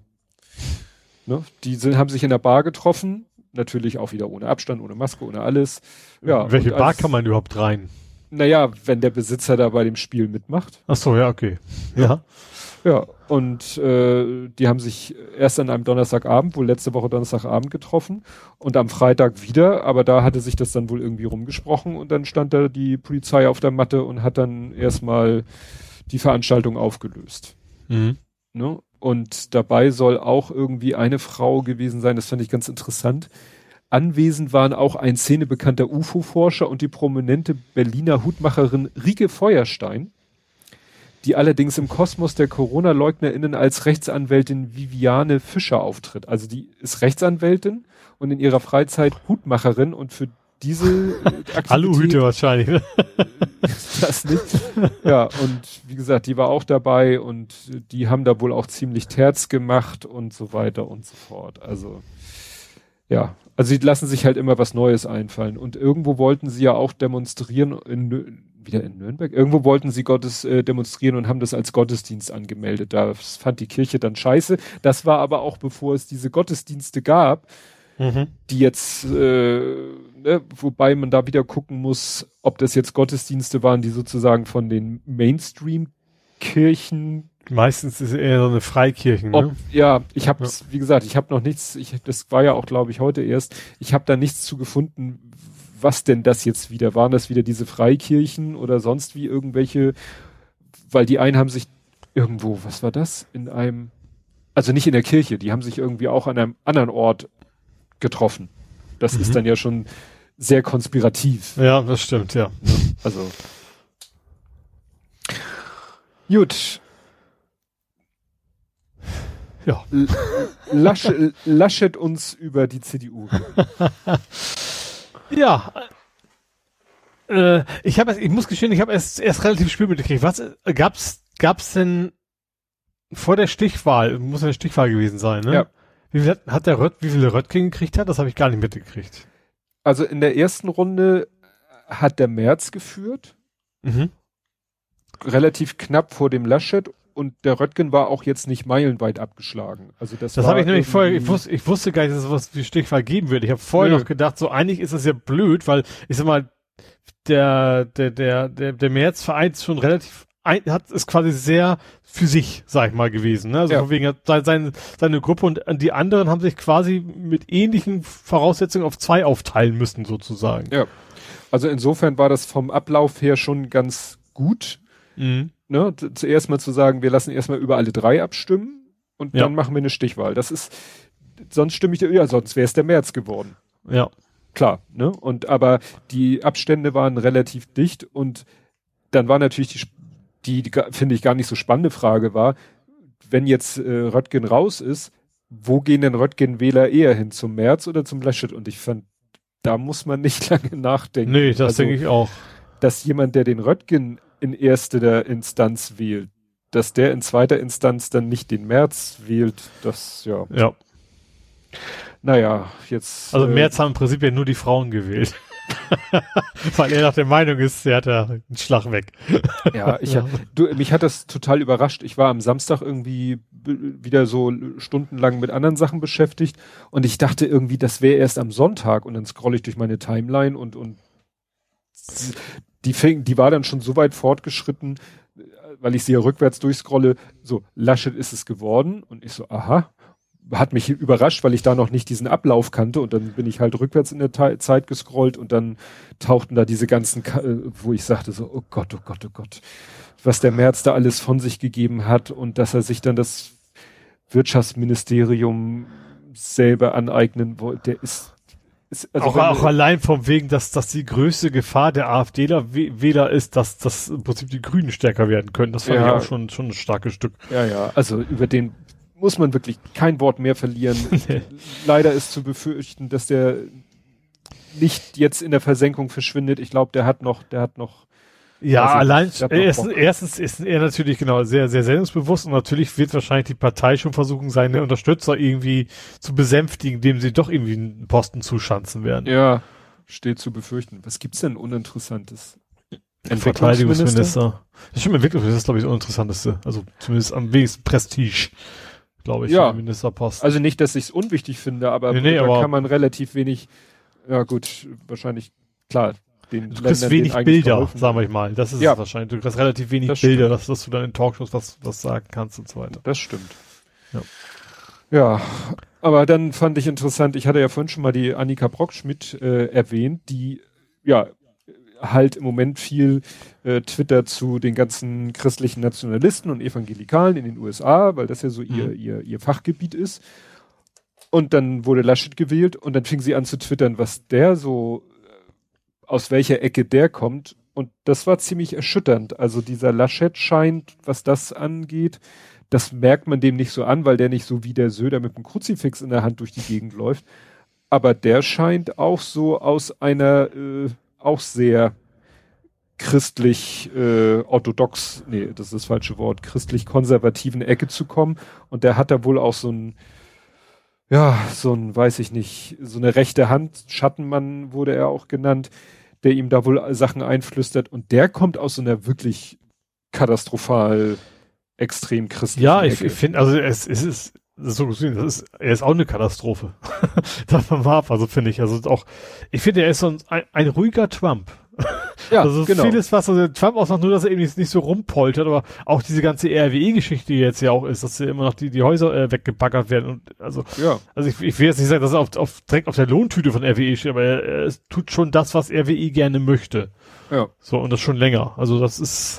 S2: Ne? Die sind, haben sich in der Bar getroffen, natürlich auch wieder ohne Abstand, ohne Maske, ohne alles. Ja,
S3: welche Bar
S2: als,
S3: kann man überhaupt rein?
S2: Naja, wenn der Besitzer da bei dem Spiel mitmacht.
S3: Ach so, ja, okay. Ja.
S2: Ja, und äh, die haben sich erst an einem Donnerstagabend, wohl letzte Woche Donnerstagabend getroffen und am Freitag wieder, aber da hatte sich das dann wohl irgendwie rumgesprochen und dann stand da die Polizei auf der Matte und hat dann erstmal die Veranstaltung aufgelöst.
S3: Mhm.
S2: Ne? Und dabei soll auch irgendwie eine Frau gewesen sein, das fand ich ganz interessant. Anwesend waren auch ein szenebekannter U F O-Forscher und die prominente Berliner Hutmacherin Rike Feuerstein, die allerdings im Kosmos der Corona-LeugnerInnen als Rechtsanwältin Viviane Fischer auftritt. Also die ist Rechtsanwältin und in ihrer Freizeit Hutmacherin und für diese
S3: Aktivität... Aluhüte wahrscheinlich, ne?
S2: Das nicht. Ja, und wie gesagt, die war auch dabei und die haben da wohl auch ziemlich Terz gemacht und so weiter und so fort. Also, ja. Also sie lassen sich halt immer was Neues einfallen. Und irgendwo wollten sie ja auch demonstrieren in wieder in Nürnberg. Irgendwo wollten sie Gottes äh, demonstrieren und haben das als Gottesdienst angemeldet. Das fand die Kirche dann scheiße. Das war aber auch bevor es diese Gottesdienste gab, mhm. die jetzt, äh, ne, wobei man da wieder gucken muss, ob das jetzt Gottesdienste waren, die sozusagen von den Mainstream-Kirchen.
S3: Meistens ist es eher so eine Freikirchen, ne?
S2: Ob, ja, ich habe, ja. wie gesagt, ich habe noch nichts. Ich, das war ja auch, glaube ich, heute erst. Ich habe da nichts zu gefunden. Was denn das jetzt wieder? Waren das wieder diese Freikirchen oder sonst wie irgendwelche? Weil die einen haben sich irgendwo, was war das? In einem, also nicht in der Kirche, die haben sich irgendwie auch an einem anderen Ort getroffen. Das mhm. ist dann ja schon sehr konspirativ.
S3: Ja, das stimmt, ja.
S2: Also gut.
S3: Ja.
S2: L- Laschet, Laschet uns über die C D U.
S3: Ja. Äh, ich habe, ich muss gestehen, ich habe erst erst relativ spät mitgekriegt. Was äh, gab's gab's denn vor der Stichwahl? Muss ja eine Stichwahl gewesen sein, ne?
S2: Ja.
S3: Wie viel hat, hat der Rött, wie viele Röttgen gekriegt hat? Das habe ich gar nicht mitgekriegt.
S2: Also in der ersten Runde hat der Merz geführt,
S3: Mhm.
S2: relativ knapp vor dem Laschet, und der Röttgen war auch jetzt nicht meilenweit abgeschlagen. Also das,
S3: Das
S2: war
S3: habe ich nämlich vorher, ich
S2: irgendwie-
S3: wusste, ich wusste gar nicht, dass es was wie Stichwahl geben würde. Ich habe vorher
S2: Nö.
S3: noch gedacht, so eigentlich ist das ja blöd, weil ich sag mal, der der der der der Märzverein ist schon relativ ein, hat ist quasi sehr für sich, sag ich mal, gewesen. Ne? Also
S2: Ja.
S3: von wegen hat sein, seine seine Gruppe und die anderen haben sich quasi mit ähnlichen Voraussetzungen auf zwei aufteilen müssen sozusagen.
S2: Ja. Also insofern war das vom Ablauf her schon ganz gut.
S3: Mhm.
S2: Ne? Z- Zuerst mal zu sagen, wir lassen erstmal über alle drei abstimmen und
S3: Ja.
S2: dann machen wir eine Stichwahl. Das ist, sonst stimme ich, ja, sonst wäre es der März geworden.
S3: Ja.
S2: Klar, ne? Und aber die Abstände waren relativ dicht, und dann war natürlich die, die, die ga- finde ich gar nicht so spannende Frage war, wenn jetzt äh, Röttgen raus ist, wo gehen denn Röttgen-Wähler eher hin, zum März oder zum Laschet? Und ich fand, da muss man nicht lange nachdenken.
S3: Nee, das
S2: Also,
S3: denke ich auch.
S2: dass jemand, der den Röttgen in erster Instanz wählt, dass der in zweiter Instanz dann nicht den März wählt, das, ja,
S3: Ja.
S2: naja, jetzt.
S3: Also
S2: äh,
S3: Merz haben im Prinzip ja nur die Frauen gewählt. Weil er nach der Meinung ist, er hat ja einen Schlag weg.
S2: Ja, ich,
S3: Ja.
S2: du, mich hat das total überrascht. Ich war am Samstag irgendwie b- wieder so stundenlang mit anderen Sachen beschäftigt, und ich dachte irgendwie, das wäre erst am Sonntag, und dann scrolle ich durch meine Timeline und, und die fing, die war dann schon so weit fortgeschritten, weil ich sie ja rückwärts durchscrolle, so, Laschet ist es geworden, und ich so, aha, hat mich überrascht, weil ich da noch nicht diesen Ablauf kannte, und dann bin ich halt rückwärts in der Te- Zeit gescrollt, und dann tauchten da diese ganzen, Ka äh, wo ich sagte so, oh Gott, oh Gott, oh Gott, was der Merz da alles von sich gegeben hat, und dass er sich dann das Wirtschaftsministerium selber aneignen wollte, der ist, ist also
S3: auch,
S2: wenn-
S3: auch allein vom Wegen, dass, dass die größte Gefahr der AfDler Wäh- Wähler ist, dass, dass im Prinzip die Grünen stärker werden können. Das fand
S2: Ja.
S3: ich auch schon, schon ein starkes Stück.
S2: Ja, ja, also über den muss man wirklich kein Wort mehr verlieren.
S3: Nee.
S2: Leider ist zu befürchten, dass der nicht jetzt in der Versenkung verschwindet. Ich glaube, der hat noch, der hat noch.
S3: Ja,
S2: Also,
S3: allein,
S2: ich hab noch
S3: erstens,
S2: Bock.
S3: erstens ist er natürlich genau sehr, sehr sendungsbewusst, und natürlich wird wahrscheinlich die Partei schon versuchen, seine Unterstützer irgendwie zu besänftigen, indem sie doch irgendwie einen Posten zuschanzen werden.
S2: Ja, steht zu befürchten. Was gibt's denn Uninteressantes?
S3: Verteidigungsminister. Das stimmt, Entwicklungsminister ist, glaube ich, das Uninteressanteste. Also zumindest am wenigsten Prestige, glaube ich,
S2: Ja.
S3: für den Ministerposten.
S2: Also nicht, dass ich es unwichtig finde, aber
S3: Nee, nee,
S2: da
S3: aber-
S2: kann man relativ wenig, ja gut, wahrscheinlich, klar, den
S3: Du kriegst
S2: Ländern,
S3: wenig
S2: denen eigentlich
S3: Bilder,
S2: geholfen
S3: sagen
S2: wird.
S3: wir mal. Das ist
S2: Ja.
S3: es wahrscheinlich. Du kriegst relativ wenig
S2: Das
S3: Bilder,
S2: stimmt.
S3: dass, dass du dann in Talkshows was, was sagen kannst und so weiter.
S2: Das stimmt.
S3: Ja.
S2: Ja, aber dann fand ich interessant, ich hatte ja vorhin schon mal die Annika Brockschmidt äh, erwähnt, die ja halt im Moment viel äh, Twitter zu den ganzen christlichen Nationalisten und Evangelikalen in den U S A, weil das ja so ihr,
S3: Mhm.
S2: ihr, ihr Fachgebiet ist. Und dann wurde Laschet gewählt, und dann fing sie an zu twittern, was der so, äh, aus welcher Ecke der kommt. Und das war ziemlich erschütternd. Also dieser Laschet scheint, was das angeht, das merkt man dem nicht so an, weil der nicht so wie der Söder mit dem Kruzifix in der Hand durch die Gegend läuft. Aber der scheint auch so aus einer, äh, auch sehr christlich äh, orthodox, nee, das ist das falsche Wort, christlich konservativen Ecke zu kommen. Und der hat da wohl auch so ein, ja, so ein, weiß ich nicht, so eine rechte Hand, Schattenmann wurde er auch genannt, der ihm da wohl Sachen einflüstert. Und der kommt aus so einer wirklich katastrophal extrem christlichen
S3: Ja, ich,
S2: Ecke.
S3: ich finde, also es, es ist, das ist so gesehen, das ist, er ist auch eine Katastrophe. Davon mal ab, also finde ich, also auch, ich finde, er ist so ein, ein ruhiger Trump.
S2: Ja,
S3: also
S2: genau.
S3: vieles, was also Trump ausmacht, nur dass er eben nicht, nicht so rumpoltert, aber auch diese ganze R W E-Geschichte, die jetzt ja auch ist, dass ja immer noch die, die Häuser äh, weggebaggert werden und also,
S2: Ja.
S3: also ich, ich will jetzt nicht sagen, dass er auf, auf, direkt auf der Lohntüte von R W E steht, aber er, er tut schon das, was R W E gerne möchte.
S2: Ja.
S3: So, und das schon länger. Also das ist,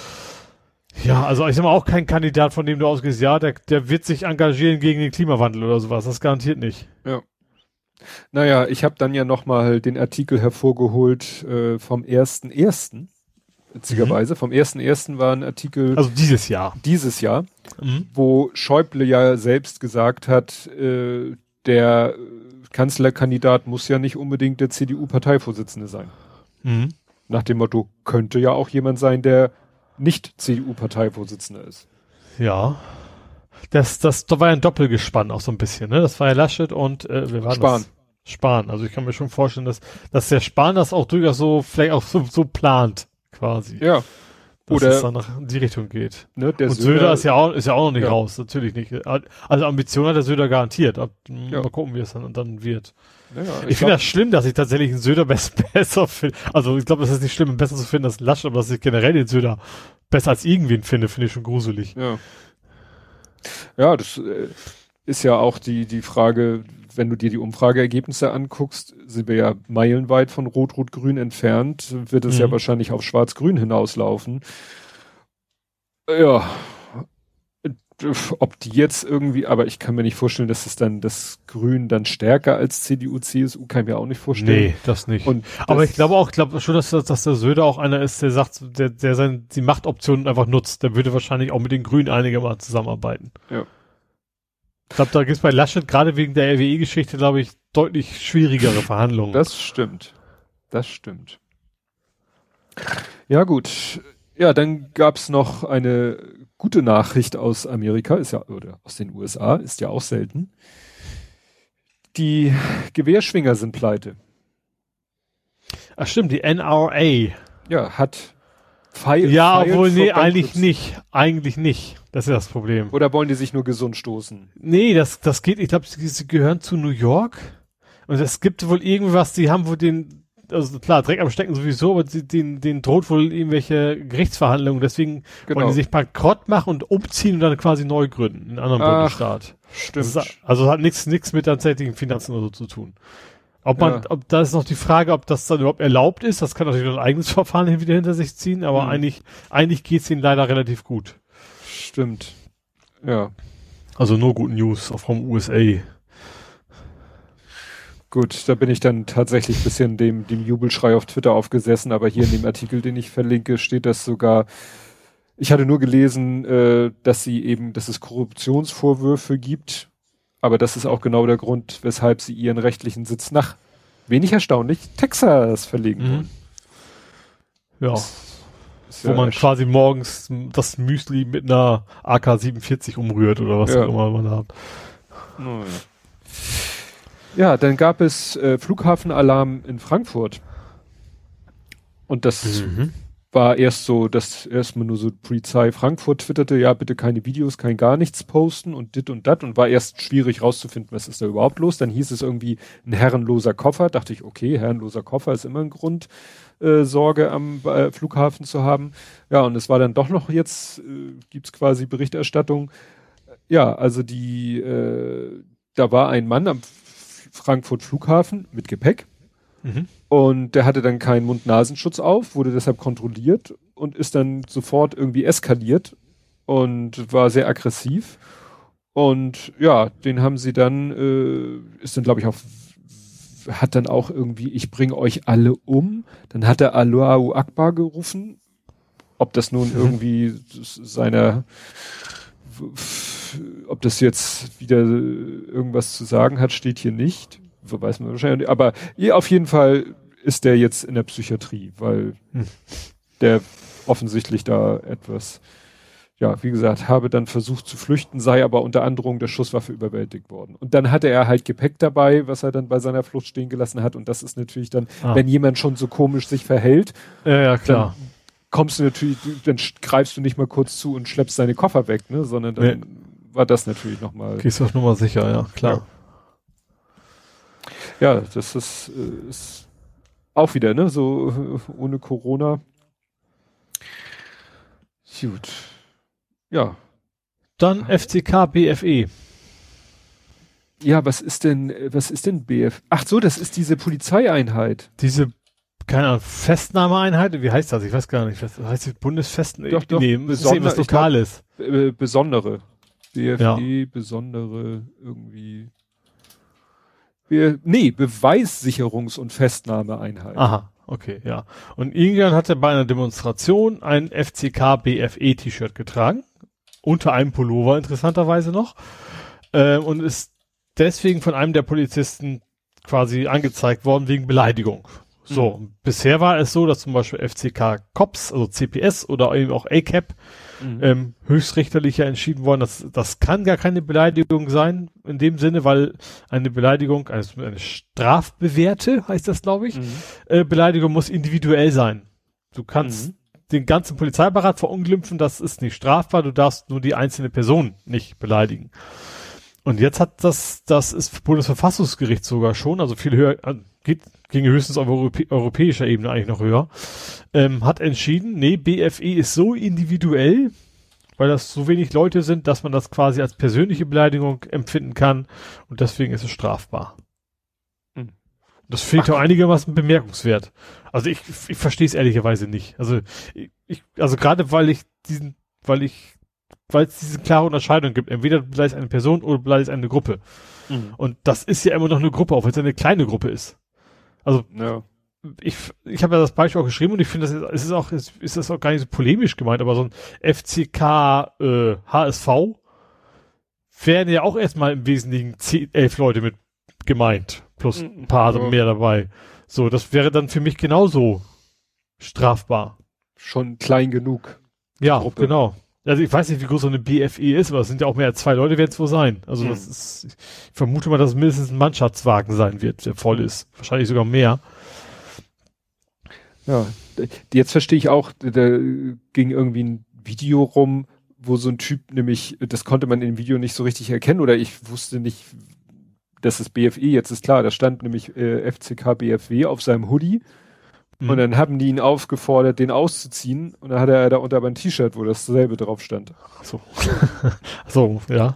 S3: ja, also ich sag mal auch kein Kandidat, von dem du ausgehst, ja, der, der wird sich engagieren gegen den Klimawandel oder sowas. Das garantiert nicht.
S2: Ja. Naja, ich habe dann ja nochmal den Artikel hervorgeholt äh, vom ersten ersten Witzigerweise. Mhm. Vom ersten ersten war ein Artikel.
S3: Also dieses Jahr.
S2: Dieses Jahr,
S3: mhm.
S2: wo Schäuble ja selbst gesagt hat, äh, der Kanzlerkandidat muss ja nicht unbedingt der C D U-Parteivorsitzende sein.
S3: Mhm.
S2: Nach dem Motto, könnte ja auch jemand sein, der nicht C D U-Parteivorsitzender ist.
S3: Ja. Das, das, da war ja ein Doppelgespann auch so ein bisschen, ne? Das war ja Laschet und äh, wir waren
S2: Spahn.
S3: Das? Spahn. Also ich kann mir schon vorstellen, dass, dass der Spahn das auch durchaus so, vielleicht auch so, so plant, quasi.
S2: Ja.
S3: Dass
S2: Oder
S3: es dann nach in die Richtung geht.
S2: Ne, der
S3: und
S2: Söder,
S3: Söder ist ja auch, ist ja auch noch nicht
S2: ja.
S3: raus, natürlich nicht. Also Ambition hat der Söder garantiert. Ab,
S2: ja.
S3: Mal gucken, wie es dann, dann wird.
S2: Ja, ja,
S3: ich ich finde das schlimm, dass ich tatsächlich einen Söder besser finde. Also ich glaube, es ist nicht schlimm, besser zu finden als Laschet, aber dass ich generell den Söder besser als irgendwen finde, finde ich schon gruselig.
S2: Ja. Ja, das äh, ist ja auch die, die Frage, wenn du dir die Umfrageergebnisse anguckst, sind wir ja meilenweit von Rot-Rot-Grün entfernt, wird es mhm. ja wahrscheinlich auf Schwarz-Grün hinauslaufen. Ja, ob die jetzt irgendwie, aber ich kann mir nicht vorstellen, dass es dann das Grün dann stärker als C D U, C S U, kann ich mir auch nicht vorstellen.
S3: Nee, das nicht.
S2: Und
S3: aber
S2: das,
S3: ich glaube auch, ich glaube schon, dass, dass der Söder auch einer ist, der sagt, der, der seine, die Machtoptionen einfach nutzt. Der würde wahrscheinlich auch mit den Grünen einigermaßen zusammenarbeiten.
S2: Ja.
S3: Ich glaube, da gibt es bei Laschet gerade wegen der R W E-Geschichte, glaube ich, deutlich schwierigere Verhandlungen.
S2: Das stimmt. Das stimmt. Ja, gut. Ja, dann gab's noch eine gute Nachricht aus Amerika, ist ja, oder aus den U S A, ist ja auch selten. Die Gewehrschwinger sind pleite.
S3: Ach stimmt, die N R A.
S2: Ja, hat Fei-
S3: Ja, obwohl, nee, eigentlich nicht. Eigentlich nicht. Das ist das Problem.
S2: Oder wollen die sich nur gesund stoßen?
S3: Nee, das, das geht, ich glaube, sie, sie gehören zu New York. Und es gibt wohl irgendwas, die haben wohl den, also klar, Dreck am Stecken sowieso, aber die, den, den droht wohl irgendwelche Gerichtsverhandlungen. Deswegen
S2: Genau.
S3: wollen die sich bankrott machen und umziehen und dann quasi neu gründen. In einem anderen
S2: Ach,
S3: Bundesstaat.
S2: Stimmt.
S3: Das ist, also hat nichts nichts mit tatsächlichen Finanzen oder so zu tun. Ob man, ja. ob da ist noch die Frage, ob das dann überhaupt erlaubt ist. Das kann natürlich noch ein eigenes Verfahren hin wieder hinter sich ziehen, aber
S2: mhm.
S3: eigentlich, eigentlich geht's ihnen leider relativ gut.
S2: Stimmt. Ja.
S3: Also nur Good News, auch vom U S A.
S2: Gut, da bin ich dann tatsächlich ein bisschen dem, dem Jubelschrei auf Twitter aufgesessen, aber hier in dem Artikel, den ich verlinke, steht das sogar. Ich hatte nur gelesen, äh, dass sie eben, dass es Korruptionsvorwürfe gibt, aber das ist auch genau der Grund, weshalb sie ihren rechtlichen Sitz nach, wenig erstaunlich, Texas verlegen wollen.
S3: Mhm. Ja. Wo ja man quasi morgens das Müsli mit einer A K siebenundvierzig umrührt oder was
S2: ja.
S3: auch immer man hat.
S2: Oh, ja. Ja, dann gab es äh, Flughafenalarm in Frankfurt. Und das mhm. war erst so, dass erstmal nur so Polizei Frankfurt twitterte, ja, bitte keine Videos, kein gar nichts posten und dit und dat und war erst schwierig rauszufinden, was ist da überhaupt los. Dann hieß es irgendwie ein herrenloser Koffer. Dachte ich, okay, herrenloser Koffer ist immer ein Grund, äh, Sorge am äh, Flughafen zu haben. Ja, und es war dann doch noch jetzt, äh, gibt's quasi Berichterstattung. Ja, also die, äh, da war ein Mann am Frankfurt Flughafen mit Gepäck.
S3: Mhm.
S2: Und der hatte dann keinen Mund-Nasenschutz auf, wurde deshalb kontrolliert und ist dann sofort irgendwie eskaliert und war sehr aggressiv. Und ja, den haben sie dann, äh, ist dann glaube ich auch, hat dann auch irgendwie, ich bringe euch alle um. Dann hat er Allahu Akbar gerufen. Ob das nun mhm. irgendwie seiner, ob das jetzt wieder irgendwas zu sagen hat, steht hier nicht. So weiß man wahrscheinlich. Aber ja, auf jeden Fall ist der jetzt in der Psychiatrie, weil hm. der offensichtlich da etwas, ja, wie gesagt, habe dann versucht zu flüchten, sei aber unter Androhung der Schusswaffe überwältigt worden. Und dann hatte er halt Gepäck dabei, was er dann bei seiner Flucht stehen gelassen hat. Und das ist natürlich dann, ah. wenn jemand schon so komisch sich verhält,
S3: ja, ja klar.
S2: Dann kommst du natürlich, dann greifst du nicht mal kurz zu und schleppst seine Koffer weg, ne, sondern dann nee. war das natürlich nochmal.
S3: Gehst du auf Nummer sicher, ja, klar.
S2: Ja, ja das ist, äh, ist auch wieder, ne, so äh, ohne Corona. Gut. Ja.
S3: Dann F C K B F E.
S2: Ja, was ist denn, was ist denn B F? Ach so, das ist diese Polizeieinheit.
S3: Diese keine Ahnung, Festnahmeeinheit, wie heißt das? Ich weiß gar nicht. Was heißt das? Bundesfesten?
S2: Doch, doch.
S3: Nee, das ist was Lokales.
S2: Glaub, äh, besondere. B F E,
S3: ja.
S2: besondere, irgendwie. Be- nee, Beweissicherungs- und Festnahmeeinheit.
S3: Aha, okay, ja. Und irgendwann hat er bei einer Demonstration ein F C K B F E T-Shirt getragen. Unter einem Pullover interessanterweise noch. Äh, und ist deswegen von einem der Polizisten quasi angezeigt worden wegen Beleidigung. So, mhm. Bisher war es so, dass zum Beispiel F C K Cops, also C P S oder eben auch A C A P, mhm. ähm, höchstrichterlich ja entschieden worden, dass das kann gar keine Beleidigung sein, in dem Sinne, weil eine Beleidigung, eine, eine strafbewährte, heißt das, glaube ich, mhm. äh, Beleidigung muss individuell sein. Du kannst mhm. den ganzen Polizeiapparat verunglimpfen, das ist nicht strafbar, du darfst nur die einzelne Person nicht beleidigen. Und jetzt hat das, das ist Bundesverfassungsgericht sogar schon, also viel höher, geht, ging höchstens auf Europä- europäischer Ebene eigentlich noch höher, ähm, hat entschieden, nee, B F E ist so individuell, weil das so wenig Leute sind, dass man das quasi als persönliche Beleidigung empfinden kann und deswegen ist es strafbar. Hm. Das finde ich auch einigermaßen bemerkenswert. Also ich, ich verstehe es ehrlicherweise nicht. Also ich, also gerade weil ich diesen, weil ich weil es diese klare Unterscheidung gibt. Entweder beleidigt eine Person oder beleidigt eine Gruppe. Mhm. Und das ist ja immer noch eine Gruppe, auch wenn es eine kleine Gruppe ist. Also, ja. ich, ich habe ja das Beispiel auch geschrieben und ich finde, das ist, es ist auch, ist, ist das auch gar nicht so polemisch gemeint, aber so ein F C K, äh, H S V wären ja auch erstmal im Wesentlichen zehn, elf Leute mit gemeint. Plus ein paar ja. mehr dabei. So, das wäre dann für mich genauso strafbar.
S2: Schon klein genug.
S3: Ja, Gruppe. Genau. Also ich weiß nicht, wie groß so eine B F E ist, aber es sind ja auch mehr als zwei Leute, werden es wohl sein. Also hm. das ist, ich vermute mal, dass es mindestens ein Mannschaftswagen sein wird, der voll ist. Wahrscheinlich sogar mehr.
S2: Ja, jetzt verstehe ich auch, da ging irgendwie ein Video rum, wo so ein Typ nämlich, das konnte man im Video nicht so richtig erkennen oder ich wusste nicht, dass es B F E jetzt ist klar, da stand nämlich äh, F C K B F W auf seinem Hoodie. Und dann haben die ihn aufgefordert, den auszuziehen. Und dann hatte er da unter aber ein T-Shirt, wo dasselbe drauf stand.
S3: Ach so. so, ja.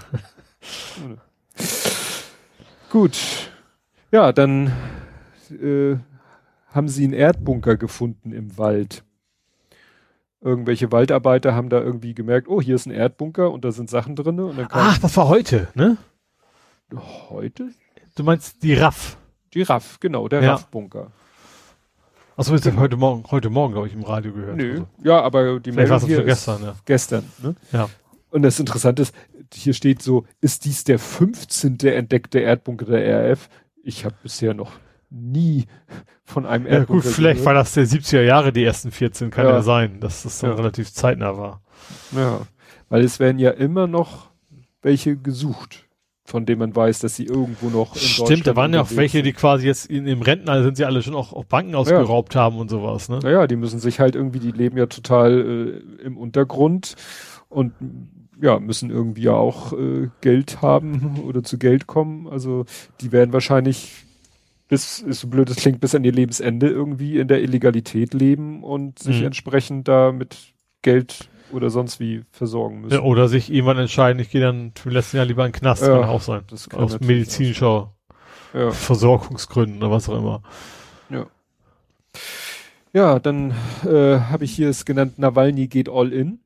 S2: Gut. Ja, dann äh, haben sie einen Erdbunker gefunden im Wald. Irgendwelche Waldarbeiter haben da irgendwie gemerkt, oh, hier ist ein Erdbunker und da sind Sachen drin. Und dann
S3: Ach, das war heute, ne?
S2: Heute?
S3: Du meinst die R A F?
S2: Die R A F, genau, der ja. R A F-Bunker.
S3: Achso, ist das heute Morgen, heute Morgen, glaube ich, im Radio gehört.
S2: Nö, also. Ja, aber die
S3: Meldung hier ist gestern, ja.
S2: gestern, ne?
S3: Ja.
S2: Und das Interessante ist, hier steht so, ist dies der fünfzehnte entdeckte Erdbunker der R A F? Ich habe bisher noch nie von einem Erdbunker
S3: Ja gut, vielleicht gehört. War das der siebziger Jahre, die ersten vierzehn, kann ja, ja sein, dass das dann
S2: ja.
S3: relativ zeitnah war.
S2: Ja, weil es werden ja immer noch welche gesucht, von dem man weiß, dass sie irgendwo noch in
S3: Stimmt,
S2: Deutschland
S3: da waren ja auch welche, die quasi jetzt in, im Rentner sind, sie alle schon auch, auch Banken ausgeraubt ja. haben und sowas, ne?
S2: Naja, die müssen sich halt irgendwie, die leben ja total äh, im Untergrund und ja, müssen irgendwie ja auch äh, Geld haben oder zu Geld kommen. Also die werden wahrscheinlich bis, ist so blöd es klingt, bis an ihr Lebensende irgendwie in der Illegalität leben und sich mhm. entsprechend da mit Geld oder sonst wie versorgen müssen.
S3: Ja, oder sich jemand entscheiden, ich gehe dann für den letzten Jahr lieber in den Knast,
S2: ja,
S3: kann auch sein.
S2: Das kann
S3: aus medizinischer ja. Versorgungsgründen oder was auch immer.
S2: Ja. Ja, dann äh, habe ich hier es genannt, Nawalny geht all in.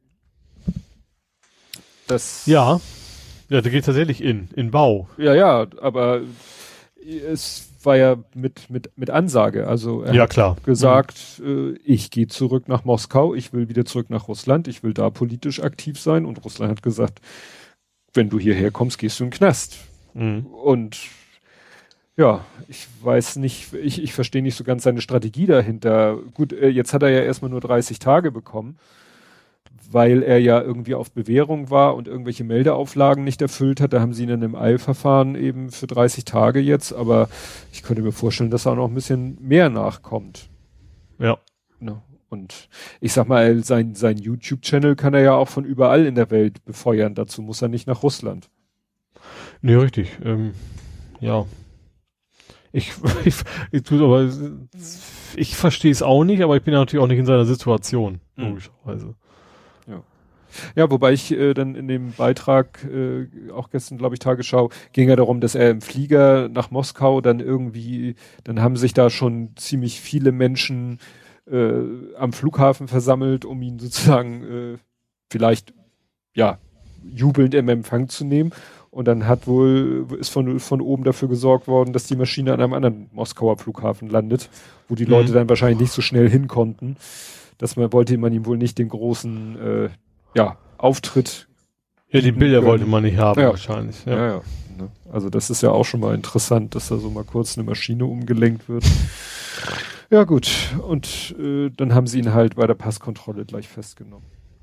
S2: Das
S3: ja, ja, der geht tatsächlich in, in Bau.
S2: Ja, ja, aber es war ja mit, mit, mit Ansage. Also er
S3: ja,
S2: hat
S3: klar.
S2: gesagt, mhm. äh, ich gehe zurück nach Moskau, ich will wieder zurück nach Russland, ich will da politisch aktiv sein. Und Russland hat gesagt, wenn du hierher kommst, gehst du in den Knast. Mhm. Und ja, ich weiß nicht, ich, ich verstehe nicht so ganz seine Strategie dahinter. Gut, äh, jetzt hat er ja erstmal nur dreißig Tage bekommen, weil er ja irgendwie auf Bewährung war und irgendwelche Meldeauflagen nicht erfüllt hat. Da haben sie ihn in einem Eilverfahren eben für dreißig Tage jetzt, aber ich könnte mir vorstellen, dass er auch noch ein bisschen mehr nachkommt.
S3: Ja.
S2: Ne? Und ich sag mal, sein, sein YouTube-Channel kann er ja auch von überall in der Welt befeuern. Dazu muss er nicht nach Russland.
S3: Nee, richtig. Ähm, ja. Ich, ich, ich, tue aber, ich verstehe es auch nicht, aber ich bin ja natürlich auch nicht in seiner Situation, mhm. logischerweise.
S2: Ja. Ja, wobei ich äh, dann in dem Beitrag, äh, auch gestern, glaube ich, Tagesschau, ging ja darum, dass er im Flieger nach Moskau dann irgendwie, dann haben sich da schon ziemlich viele Menschen äh, am Flughafen versammelt, um ihn sozusagen äh, vielleicht, ja, jubelnd im Empfang zu nehmen. Und dann hat wohl, ist von, von oben dafür gesorgt worden, dass die Maschine an einem anderen Moskauer Flughafen landet, wo die Leute mhm. dann wahrscheinlich nicht so schnell hin konnten. Dass man wollte man ihm wohl nicht den großen, äh, ja, Auftritt.
S3: Ja, die Bilder wollte man nicht haben,
S2: ja.
S3: wahrscheinlich. Ja,
S2: ja. ja. Ne? Also das ist ja auch schon mal interessant, dass da so mal kurz eine Maschine umgelenkt wird. Ja gut, und äh, dann haben sie ihn halt bei der Passkontrolle gleich festgenommen.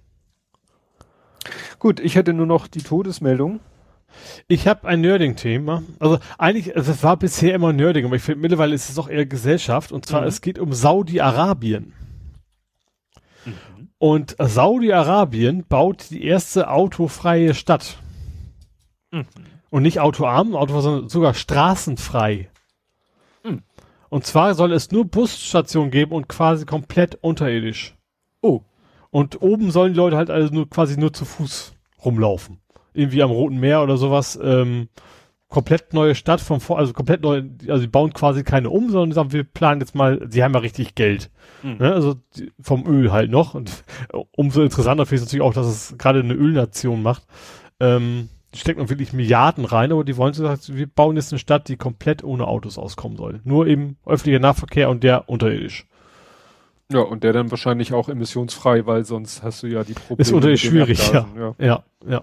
S2: Gut, ich hätte nur noch die Todesmeldung.
S3: Ich habe ein Nerding-Thema. Also eigentlich, also es war bisher immer Nerding, aber ich finde mittlerweile ist es auch eher Gesellschaft. Und zwar, mhm. es geht um Saudi-Arabien. Mhm. Und Saudi-Arabien baut die erste autofreie Stadt. Mhm. Und nicht autoarm, Auto, sondern sogar straßenfrei. Mhm. Und zwar soll es nur Busstationen geben und quasi komplett unterirdisch.
S2: Oh.
S3: Und oben sollen die Leute halt also nur quasi nur zu Fuß rumlaufen. Irgendwie am Roten Meer oder sowas. Ähm, komplett neue Stadt vom Vor, also komplett neu, also die bauen quasi keine um, sondern sagen, wir planen jetzt mal, sie haben ja richtig Geld. Mhm. Ne? Also die, vom Öl halt noch. Und umso interessanter finde ich natürlich auch, dass es gerade eine Ölnation macht. Ähm, die stecken noch wirklich Milliarden rein, aber die wollen so sagen, wir bauen jetzt eine Stadt, die komplett ohne Autos auskommen soll. Nur eben öffentlicher Nahverkehr und der unterirdisch.
S2: Ja, und der dann wahrscheinlich auch emissionsfrei, weil sonst hast du ja die Probleme.
S3: Ist unterirdisch schwierig, ja.
S2: ja.
S3: Ja, ja.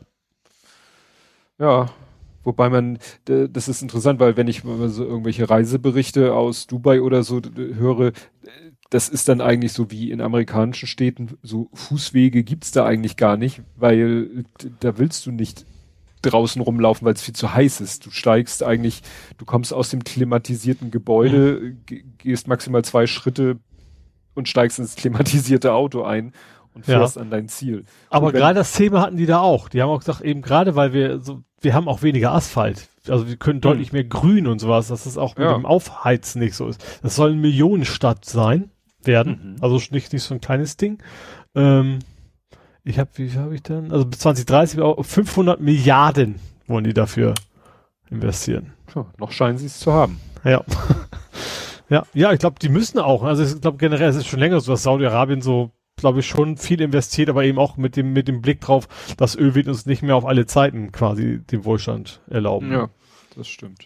S2: Ja, wobei man, das ist interessant, weil wenn ich mal so irgendwelche Reiseberichte aus Dubai oder so höre, das ist dann eigentlich so wie in amerikanischen Städten, so Fußwege gibt's da eigentlich gar nicht, weil da willst du nicht draußen rumlaufen, weil es viel zu heiß ist. Du steigst eigentlich, du kommst aus dem klimatisierten Gebäude, mhm. gehst maximal zwei Schritte und steigst ins klimatisierte Auto ein und fährst ja. an dein Ziel.
S3: Aber gerade das Thema hatten die da auch. Die haben auch gesagt, eben gerade, weil wir so, wir haben auch weniger Asphalt. Also wir können deutlich mhm. mehr Grün und sowas, dass es auch mit ja. dem Aufheizen nicht so ist. Das soll eine Millionenstadt sein, werden. Mhm. Also nicht, nicht so ein kleines Ding. Ähm, ich habe, wie habe ich denn? Also bis zwanzig dreißig fünfhundert Milliarden wollen die dafür investieren.
S2: Tja, noch scheinen sie es zu haben.
S3: Ja. Ja, ja, ich glaube, die müssen auch. Also ich glaube generell, es ist schon länger so, dass Saudi-Arabien so, glaube ich, schon viel investiert, aber eben auch mit dem mit dem Blick drauf, das Öl wird uns nicht mehr auf alle Zeiten quasi den Wohlstand erlauben.
S2: Ja, das stimmt.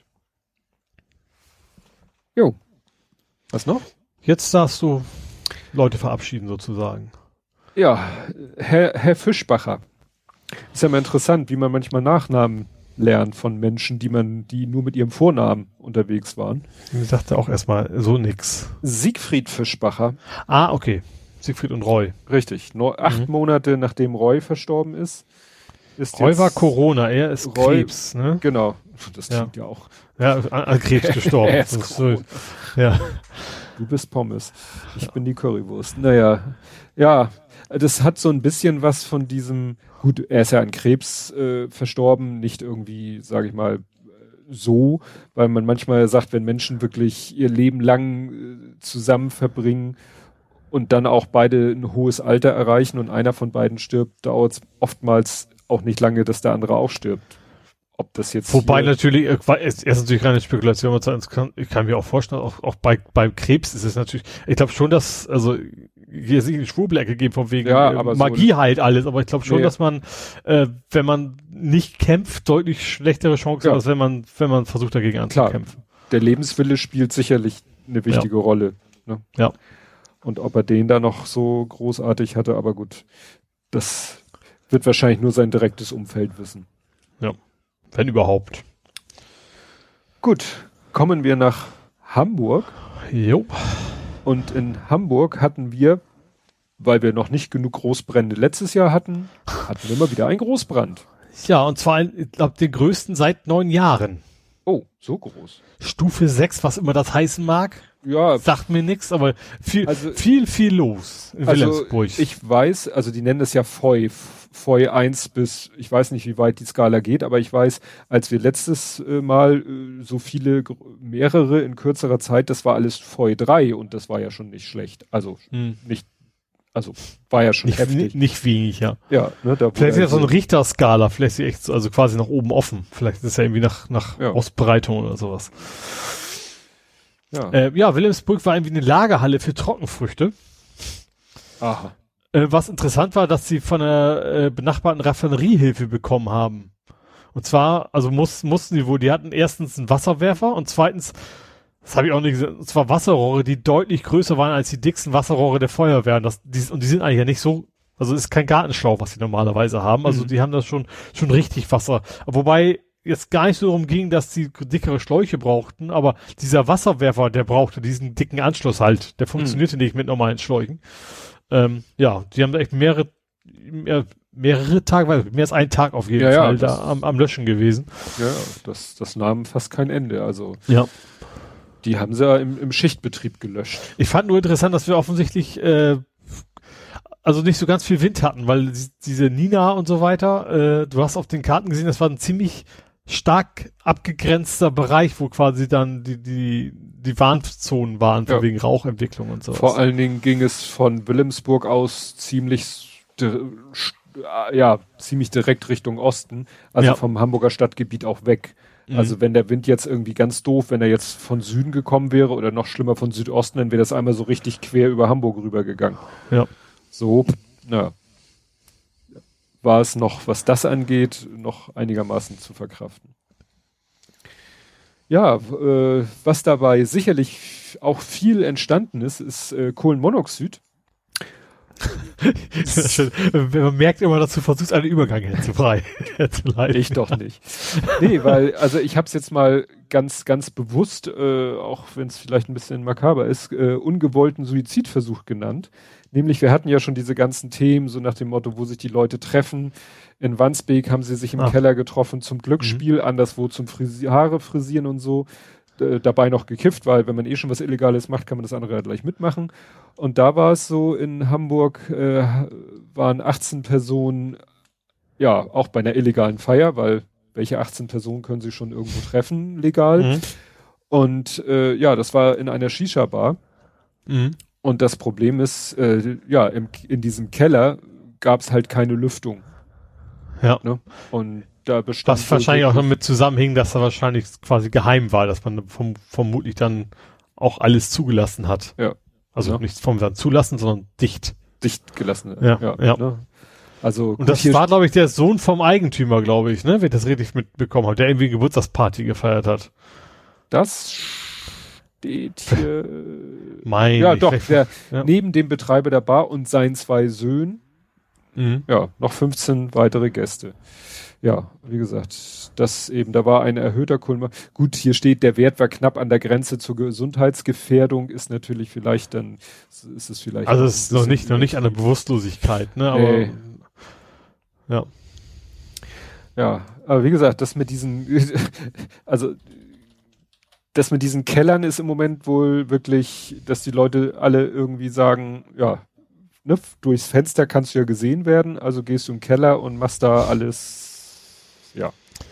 S2: Jo. Was noch?
S3: Jetzt darfst du Leute verabschieden sozusagen.
S2: Ja, Herr, Herr Fischbacher. Ist ja mal interessant, wie man manchmal Nachnamen lernt von Menschen, die man, die nur mit ihrem Vornamen unterwegs waren.
S3: Ich dachte auch erstmal so nix.
S2: Siegfried Fischbacher.
S3: Ah, okay. Siegfried und Roy.
S2: Richtig. Nur acht mhm. Monate nachdem Roy verstorben ist. ist
S3: Roy war Corona, er ist Roy, Krebs, ne?
S2: Genau. Das klingt ja, ja auch.
S3: Ja, an, an Krebs gestorben.
S2: er ist so,
S3: ja.
S2: Du bist Pommes. Ich ja. bin die Currywurst. Naja. Ja. Das hat so ein bisschen was von diesem, gut, er ist ja an Krebs äh, verstorben, nicht irgendwie, sage ich mal, so, weil man manchmal sagt, wenn Menschen wirklich ihr Leben lang äh, zusammen verbringen und dann auch beide ein hohes Alter erreichen und einer von beiden stirbt, dauert es oftmals auch nicht lange, dass der andere auch stirbt. Ob das jetzt
S3: Wobei natürlich, äh, ist, ist natürlich keine Spekulation, was kann, ich kann mir auch vorstellen, auch, auch bei, beim Krebs ist es natürlich, ich glaube schon, dass, also hier ist nicht eine Schwurbelecke gegeben von wegen
S2: ja,
S3: äh,
S2: aber
S3: Magie
S2: so
S3: halt alles, aber ich glaube schon,
S2: nee.
S3: dass man, äh, wenn man nicht kämpft, deutlich schlechtere Chancen, ja. als wenn man, wenn man versucht dagegen anzukämpfen.
S2: Klar, der Lebenswille spielt sicherlich eine wichtige ja. Rolle. Ne?
S3: Ja.
S2: Und ob er den da noch so großartig hatte, aber gut, das wird wahrscheinlich nur sein direktes Umfeld wissen.
S3: Ja, wenn überhaupt.
S2: Gut, kommen wir nach Hamburg.
S3: Jo.
S2: Und in Hamburg hatten wir, weil wir noch nicht genug Großbrände letztes Jahr hatten, hatten wir immer wieder einen Großbrand.
S3: Ja, und zwar, ich glaube, den größten seit neun Jahren.
S2: Oh, so groß.
S3: Stufe sechs, was immer das heißen mag.
S2: Ja.
S3: Sagt mir nichts, aber viel, also, viel, viel los in
S2: also
S3: Wilhelmsburg.
S2: Ich weiß, also die nennen das ja F O I, F O I eins bis, ich weiß nicht, wie weit die Skala geht, aber ich weiß, als wir letztes äh, Mal äh, so viele, mehrere in kürzerer Zeit, das war alles F O I drei und das war ja schon nicht schlecht. Also hm. nicht, also war ja schon
S3: nicht,
S2: heftig.
S3: Nicht wenig, ja.
S2: Ja, ne, da
S3: vielleicht ist ja so eine Richterskala, vielleicht ist sie echt, also quasi nach oben offen. Vielleicht ist es ja irgendwie nach, nach ja. Ausbreitung oder sowas. Ja. Äh, ja, Wilhelmsburg war irgendwie eine Lagerhalle für Trockenfrüchte.
S2: Aha.
S3: Äh, was interessant war, dass sie von einer äh, benachbarten Raffineriehilfe bekommen haben. Und zwar, also muss, mussten die wohl, die hatten erstens einen Wasserwerfer und zweitens, das habe ich auch nicht gesehen, und zwar Wasserrohre, die deutlich größer waren als die dicksten Wasserrohre der Feuerwehr. Und, das, die, und die sind eigentlich ja nicht so, also ist kein Gartenschlauch, was die normalerweise haben. Also mhm. die haben das schon, schon richtig Wasser. Wobei jetzt gar nicht so darum ging, dass die dickere Schläuche brauchten, aber dieser Wasserwerfer, der brauchte diesen dicken Anschluss halt. Der funktionierte mhm. nicht mit normalen Schläuchen. Ähm, ja, die haben da echt mehrere, mehr, mehrere Tage, mehr als einen Tag auf jeden
S2: ja,
S3: Fall
S2: ja,
S3: da am, am Löschen gewesen.
S2: Ja, das, das nahm fast kein Ende. Also
S3: ja.
S2: Die haben sie ja im, im Schichtbetrieb gelöscht.
S3: Ich fand nur interessant, dass wir offensichtlich äh, also nicht so ganz viel Wind hatten, weil diese Nina und so weiter, äh, du hast auf den Karten gesehen, das war ein ziemlich stark abgegrenzter Bereich, wo quasi dann die die die Warnzonen waren, ja. wegen Rauchentwicklung und so.
S2: Vor allen Dingen ging es von Wilhelmsburg aus ziemlich ja ziemlich direkt Richtung Osten, also ja. vom Hamburger Stadtgebiet auch weg. Mhm. Also wenn der Wind jetzt irgendwie ganz doof, wenn er jetzt von Süden gekommen wäre oder noch schlimmer von Südosten, dann wäre das einmal so richtig quer über Hamburg rübergegangen.
S3: Ja.
S2: So, na, war es noch, was das angeht, noch einigermaßen zu verkraften. Ja, äh, was dabei sicherlich auch viel entstanden ist, ist äh, Kohlenmonoxid.
S3: Man merkt immer, dass du versuchst, einen Übergang herzuleiten.
S2: Ich doch nicht. Nee, weil, also ich habe es jetzt mal ganz, ganz bewusst, äh, auch wenn es vielleicht ein bisschen makaber ist, äh, ungewollten Suizidversuch genannt. Nämlich, wir hatten ja schon diese ganzen Themen, so nach dem Motto, wo sich die Leute treffen. In Wandsbek haben sie sich im Ach. Keller getroffen zum Glücksspiel, mhm. anderswo zum Frisi- Haare frisieren und so. D- dabei noch gekifft, weil wenn man eh schon was Illegales macht, kann man das andere ja gleich mitmachen. Und da war es so, in Hamburg äh, waren achtzehn Personen, ja, auch bei einer illegalen Feier, weil welche achtzehn Personen können sich schon irgendwo treffen, legal. Mhm. Und äh, ja, das war in einer Shisha-Bar. Mhm. Und das Problem ist, äh, ja, im, in diesem Keller gab es halt keine Lüftung.
S3: Ja.
S2: Ne? Und da bestand.
S3: Was wahrscheinlich auch damit zusammenhing, dass er wahrscheinlich quasi geheim war, dass man vom, vermutlich dann auch alles zugelassen hat.
S2: Ja.
S3: Also
S2: ja.
S3: nicht vom zulassen, sondern dicht.
S2: Dicht gelassen.
S3: Ja. ja, ja.
S2: Ne? Also
S3: und das war, glaube ich, der Sohn vom Eigentümer, glaube ich, ne, wenn ich das richtig mitbekommen habe, der irgendwie Geburtstagsparty gefeiert hat.
S2: Das steht hier.
S3: Mein
S2: ja,
S3: ich,
S2: doch, der,
S3: ja.
S2: neben dem Betreiber der Bar und seinen zwei Söhnen, mhm. ja, noch fünfzehn weitere Gäste. Ja, wie gesagt, das eben, da war ein erhöhter Kohlenmonoxid. Gut, hier steht, der Wert war knapp an der Grenze zur Gesundheitsgefährdung, ist natürlich vielleicht dann, ist es vielleicht.
S3: Also es ist noch nicht, noch nicht an der Bewusstlosigkeit, ne, aber,
S2: nee. ja. Ja, aber wie gesagt, das mit diesen, also, das mit diesen Kellern ist im Moment wohl wirklich, dass die Leute alle irgendwie sagen, ja, ne, durchs Fenster kannst du ja gesehen werden, also gehst du im Keller und machst da alles, ja.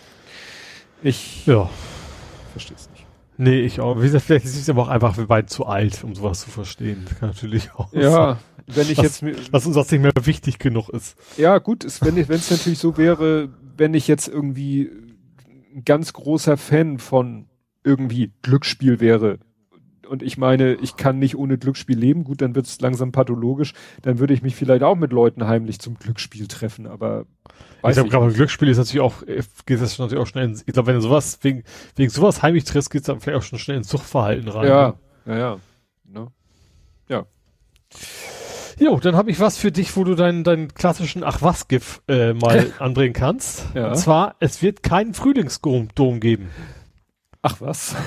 S2: Ich
S3: ja.
S2: verstehe es nicht.
S3: Nee, ich auch. Wie gesagt, vielleicht ist es aber auch einfach wir beide zu alt, um sowas zu verstehen. Das kann natürlich auch
S2: ja,
S3: sein.
S2: wenn ich
S3: was,
S2: jetzt mir,
S3: was uns das nicht mehr wichtig genug ist.
S2: Ja, gut, ist, wenn ich, wenn es natürlich so wäre, wenn ich jetzt irgendwie ein ganz großer Fan von irgendwie Glücksspiel wäre und ich meine, ich kann nicht ohne Glücksspiel leben, gut, dann wird es langsam pathologisch, dann würde ich mich vielleicht auch mit Leuten heimlich zum Glücksspiel treffen, aber
S3: weiß ich glaube, gerade Glücksspiel ist natürlich auch, geht das natürlich auch schnell in, ich glaube, wenn du sowas, wegen, wegen sowas heimlich triffst, geht es dann vielleicht auch schon schnell ins Suchtverhalten rein.
S2: Ja, ja, ja. No. Ja.
S3: Jo, dann habe ich was für dich, wo du deinen, deinen klassischen Ach-was-Gif äh, mal anbringen kannst.
S2: Ja.
S3: Und zwar, es wird keinen Frühlingsdom geben.
S2: Ach was?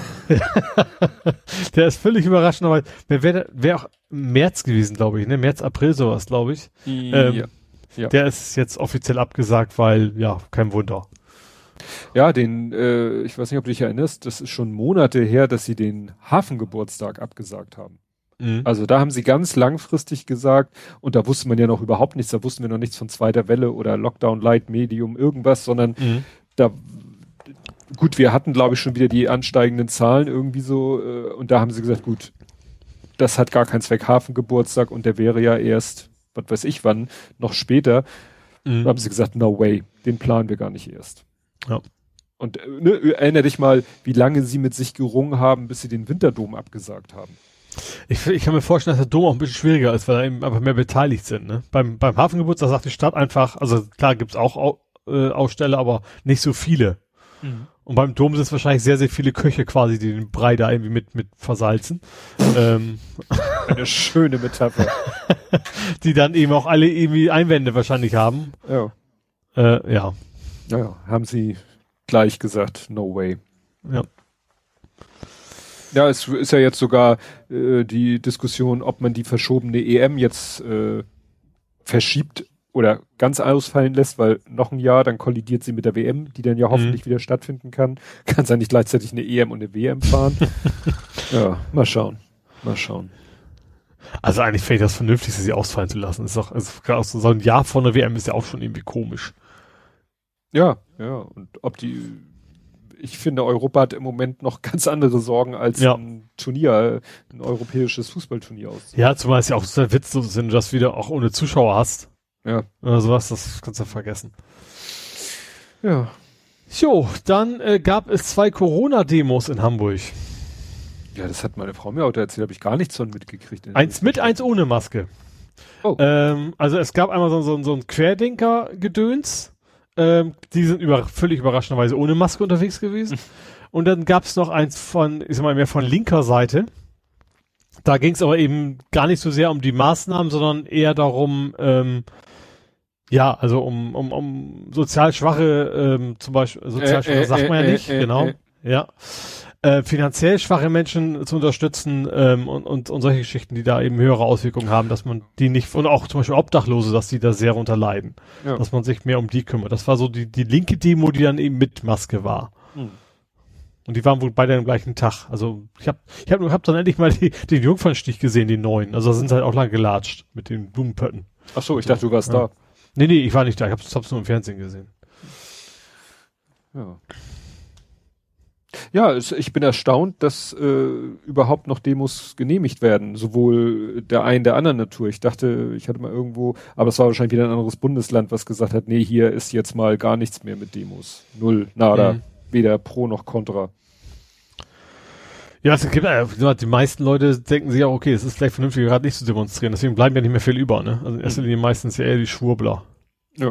S3: Der ist völlig überraschend, aber der wäre wär auch im März gewesen, glaube ich, ne? März, April sowas, glaube ich.
S2: Ja.
S3: Ähm,
S2: ja.
S3: Der ist jetzt offiziell abgesagt, weil, ja, kein Wunder.
S2: Ja, den, äh, ich weiß nicht, ob du dich erinnerst, das ist schon Monate her, dass sie den Hafengeburtstag abgesagt haben. Mhm. Also da haben sie ganz langfristig gesagt, und da wusste man ja noch überhaupt nichts, da wussten wir noch nichts von zweiter Welle oder Lockdown Light, Medium, irgendwas, sondern mhm. da gut, wir hatten, glaube ich, schon wieder die ansteigenden Zahlen irgendwie so, äh, und da haben sie gesagt, gut, das hat gar keinen Zweck, Hafengeburtstag, und der wäre ja erst, was weiß ich wann, noch später. Mhm. Da haben sie gesagt, no way, den planen wir gar nicht erst.
S3: Ja.
S2: Und äh, ne, erinnere dich mal, wie lange sie mit sich gerungen haben, bis sie den Winterdom abgesagt haben.
S3: Ich, ich kann mir vorstellen, dass der Dom auch ein bisschen schwieriger ist, weil da eben einfach mehr beteiligt sind. Ne? Beim, beim Hafengeburtstag sagt die Stadt einfach, also klar gibt's auch äh, ausstelle, aber nicht so viele. Mhm. Und beim Dom sind es wahrscheinlich sehr, sehr viele Köche quasi, die den Brei da irgendwie mit, mit versalzen. ähm.
S2: Eine schöne Metapher.
S3: Die dann eben auch alle irgendwie Einwände wahrscheinlich haben.
S2: Ja.
S3: Äh, ja.
S2: Ja, haben sie gleich gesagt, no way.
S3: Ja.
S2: Ja, es ist ja jetzt sogar äh, die Diskussion, ob man die verschobene E M jetzt äh, verschiebt oder ganz ausfallen lässt, weil noch ein Jahr, dann kollidiert sie mit der W M, die dann ja hoffentlich mhm. wieder stattfinden kann. Kann sie ja nicht gleichzeitig eine E M und eine W M fahren. Ja, mal schauen. Mal schauen.
S3: Also eigentlich fände ich das vernünftig, sie ausfallen zu lassen. Ist doch, also so ein Jahr vor einer W M ist ja auch schon irgendwie komisch.
S2: Ja, ja. Und ob die, ich finde, Europa hat im Moment noch ganz andere Sorgen als ja. ein Turnier, ein europäisches Fußballturnier aus.
S3: Ja, zumal es ja auch so der Witz, wenn du das wieder auch ohne Zuschauer hast.
S2: Ja.
S3: Oder sowas, das kannst du vergessen.
S2: Ja.
S3: Jo, dann äh, gab es zwei Corona-Demos in Hamburg.
S2: Ja, das hat meine Frau mir auch erzählt, habe ich gar nichts von mitgekriegt.
S3: Eins mit, eins ohne Maske.
S2: Oh.
S3: Ähm, also es gab einmal so, so, so ein Querdenker-Gedöns. Ähm, die sind über, völlig überraschenderweise ohne Maske unterwegs gewesen. Und dann gab es noch eins von, ich sag mal mehr von linker Seite. Da ging es aber eben gar nicht so sehr um die Maßnahmen, sondern eher darum, ähm, ja, also um, um, um sozial schwache, ähm, zum Beispiel, sozial schwache äh, äh, sagt man ja nicht, äh, genau, äh, ja. Äh, finanziell schwache Menschen zu unterstützen ähm, und, und, und solche Geschichten, die da eben höhere Auswirkungen haben, dass man die nicht, und auch zum Beispiel Obdachlose, dass die da sehr runter leiden, ja. Dass man sich mehr um die kümmert. Das war so die, die linke Demo, die dann eben mit Maske war. Hm. Und die waren wohl beide am gleichen Tag. Also ich habe ich hab, hab dann endlich mal die, den Jungfernstich gesehen, den neuen. Also da sind sie halt auch lang gelatscht mit den Blumenpötten.
S2: Ach so, ich dachte, du warst
S3: ja.
S2: da.
S3: Nee, nee, ich war nicht da. Ich hab's, hab's nur im Fernsehen gesehen.
S2: Ja. Ja, es, ich bin erstaunt, dass äh, überhaupt noch Demos genehmigt werden. Sowohl der einen, der anderen Natur. Ich dachte, ich hatte mal irgendwo, aber es war wahrscheinlich wieder ein anderes Bundesland, was gesagt hat, nee, hier ist jetzt mal gar nichts mehr mit Demos. Null, nada. Mhm. Weder pro noch contra.
S3: Ja, es gibt ja, die meisten Leute denken sich ja, okay, es ist vielleicht vernünftig, gerade nicht zu demonstrieren, deswegen bleiben ja nicht mehr viel über, ne? Also in erster Linie meistens ja eher die Schwurbler.
S2: Ja.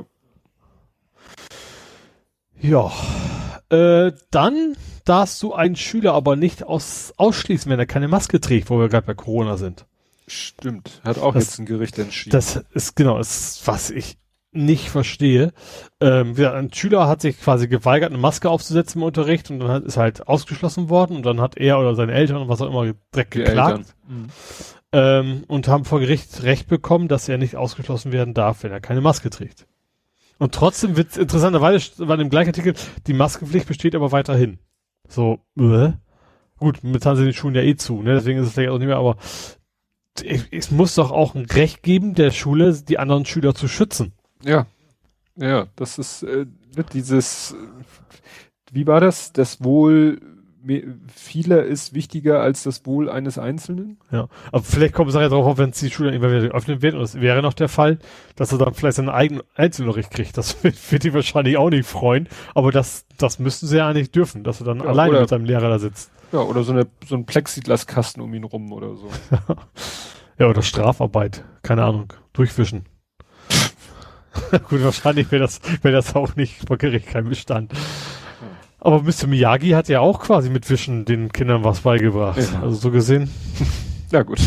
S3: Ja. Äh, dann darfst du einen Schüler aber nicht aus, ausschließen, wenn er keine Maske trägt, wo wir gerade bei Corona sind.
S2: Stimmt. Hat auch
S3: das,
S2: jetzt ein Gericht entschieden.
S3: Das ist genau, das ist, was ich nicht verstehe. Ähm, ja, ein Schüler hat sich quasi geweigert, eine Maske aufzusetzen im Unterricht und dann hat, ist halt ausgeschlossen worden und dann hat er oder seine Eltern und was auch immer direkt
S2: Die
S3: geklagt
S2: mhm.
S3: ähm, und haben vor Gericht Recht bekommen, dass er nicht ausgeschlossen werden darf, wenn er keine Maske trägt. Und trotzdem wird interessanterweise war im gleichen Artikel, die Maskenpflicht besteht aber weiterhin. So, äh? Gut, mit haben sie den Schulen ja eh zu, ne? Deswegen ist es vielleicht auch nicht mehr, aber es muss doch auch ein Recht geben, der Schule die anderen Schüler zu schützen.
S2: Ja, ja, das ist äh, dieses, wie war das? Das Wohl vieler ist wichtiger als das Wohl eines Einzelnen?
S3: Ja, aber vielleicht kommt es nachher darauf auf, wenn es die Schule dann immer wieder geöffnet wird, und das wäre noch der Fall, dass er dann vielleicht seinen eigenen Einzelunterricht kriegt. Das wird, wird die wahrscheinlich auch nicht freuen, aber das, das müssten sie ja eigentlich dürfen, dass er dann ja, alleine oder, mit seinem Lehrer da sitzt.
S2: Ja, oder so eine, so ein Plexiglaskasten um ihn rum oder so.
S3: Ja, oder Strafarbeit, keine Ahnung, durchwischen. Gut, wahrscheinlich wäre das, wäre das auch nicht vor Gericht kein Bestand. Aber Mister Miyagi hat ja auch quasi mit Wischen den Kindern was beigebracht. Ja. Also so gesehen.
S2: Ja, gut.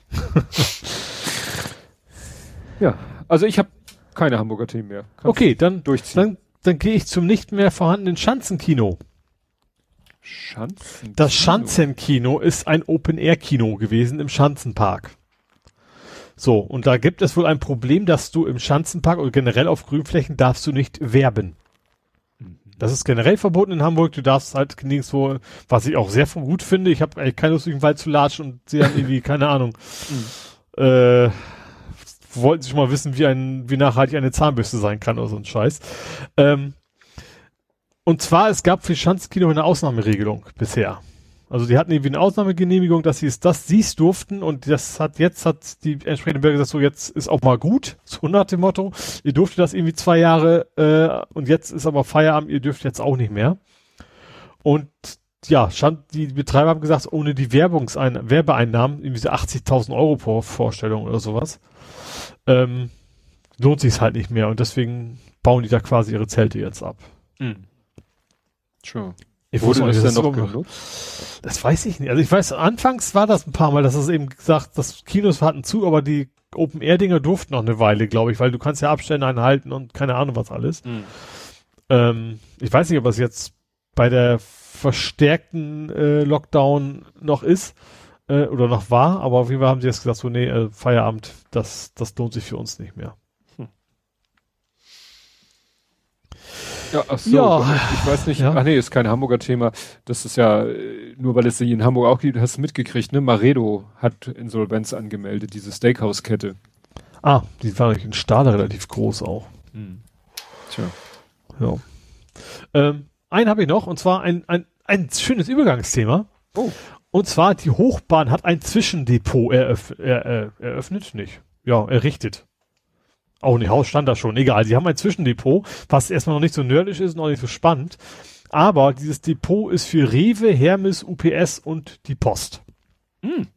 S2: Ja, also ich habe keine Hamburger Themen mehr.
S3: Kannst okay, dann, dann, dann gehe ich zum nicht mehr vorhandenen Schanzenkino.
S2: Schanzenkino?
S3: Das Schanzenkino ist ein Open-Air-Kino gewesen im Schanzenpark. So, und da gibt es wohl ein Problem, dass du im Schanzenpark oder generell auf Grünflächen darfst du nicht werben. Das ist generell verboten in Hamburg. Du darfst halt nirgendwo, was ich auch sehr gut finde. Ich habe eigentlich keine Lust, durch den Wald zu latschen und sie haben irgendwie, keine Ahnung, mhm. äh, wollten sie schon mal wissen, wie ein, wie nachhaltig eine Zahnbürste sein kann oder so ein Scheiß. Ähm, und zwar, es gab für Schanzenkino eine Ausnahmeregelung bisher. Also die hatten irgendwie eine Ausnahmegenehmigung, dass sie es das siehst durften und das hat jetzt hat die entsprechende Behörde gesagt, so jetzt ist auch mal gut, so nach dem Motto, ihr durftet das irgendwie zwei Jahre äh, und jetzt ist aber Feierabend, ihr dürft jetzt auch nicht mehr. Und ja, stand, die Betreiber haben gesagt, ohne die Werbungsein- Werbeeinnahmen, irgendwie so achtzigtausend Euro pro Vorstellung oder sowas, ähm, lohnt sich's halt nicht mehr und deswegen bauen die da quasi ihre Zelte jetzt ab.
S2: Mhm. Sure.
S3: Ich Wurde das denn noch genutzt? Das weiß ich nicht. Also ich weiß, anfangs war das ein paar Mal, dass es eben gesagt, das Kinos hatten zu, aber die Open-Air-Dinger durften noch eine Weile, glaube ich, weil du kannst ja Abstände einhalten und keine Ahnung was alles. Mhm. Ähm, ich weiß nicht, ob es jetzt bei der verstärkten äh, Lockdown noch ist äh, oder noch war, aber auf jeden Fall haben sie jetzt gesagt, so nee, äh, Feierabend, das, das lohnt sich für uns nicht mehr. Hm.
S2: Ja, ach so, ja. Ich weiß nicht, ja. Ach nee, ist kein Hamburger Thema, das ist ja, nur weil es hier in Hamburg auch gibt, hast du mitgekriegt, ne, Maredo hat Insolvenz angemeldet, diese Steakhouse-Kette.
S3: Ah, die war in Stade relativ groß auch. Hm.
S2: Tja.
S3: Ja. Ähm, einen habe ich noch, und zwar ein, ein, ein schönes Übergangsthema.
S2: Oh.
S3: Und zwar, die Hochbahn hat ein Zwischendepot eröff- er, er, eröffnet, nicht? Ja, errichtet. Auch nicht, Haus stand da schon, egal. Sie haben ein Zwischendepot, was erstmal noch nicht so nerdig ist, noch nicht so spannend. Aber dieses Depot ist für Rewe, Hermes, U P S und die Post.
S2: Hm.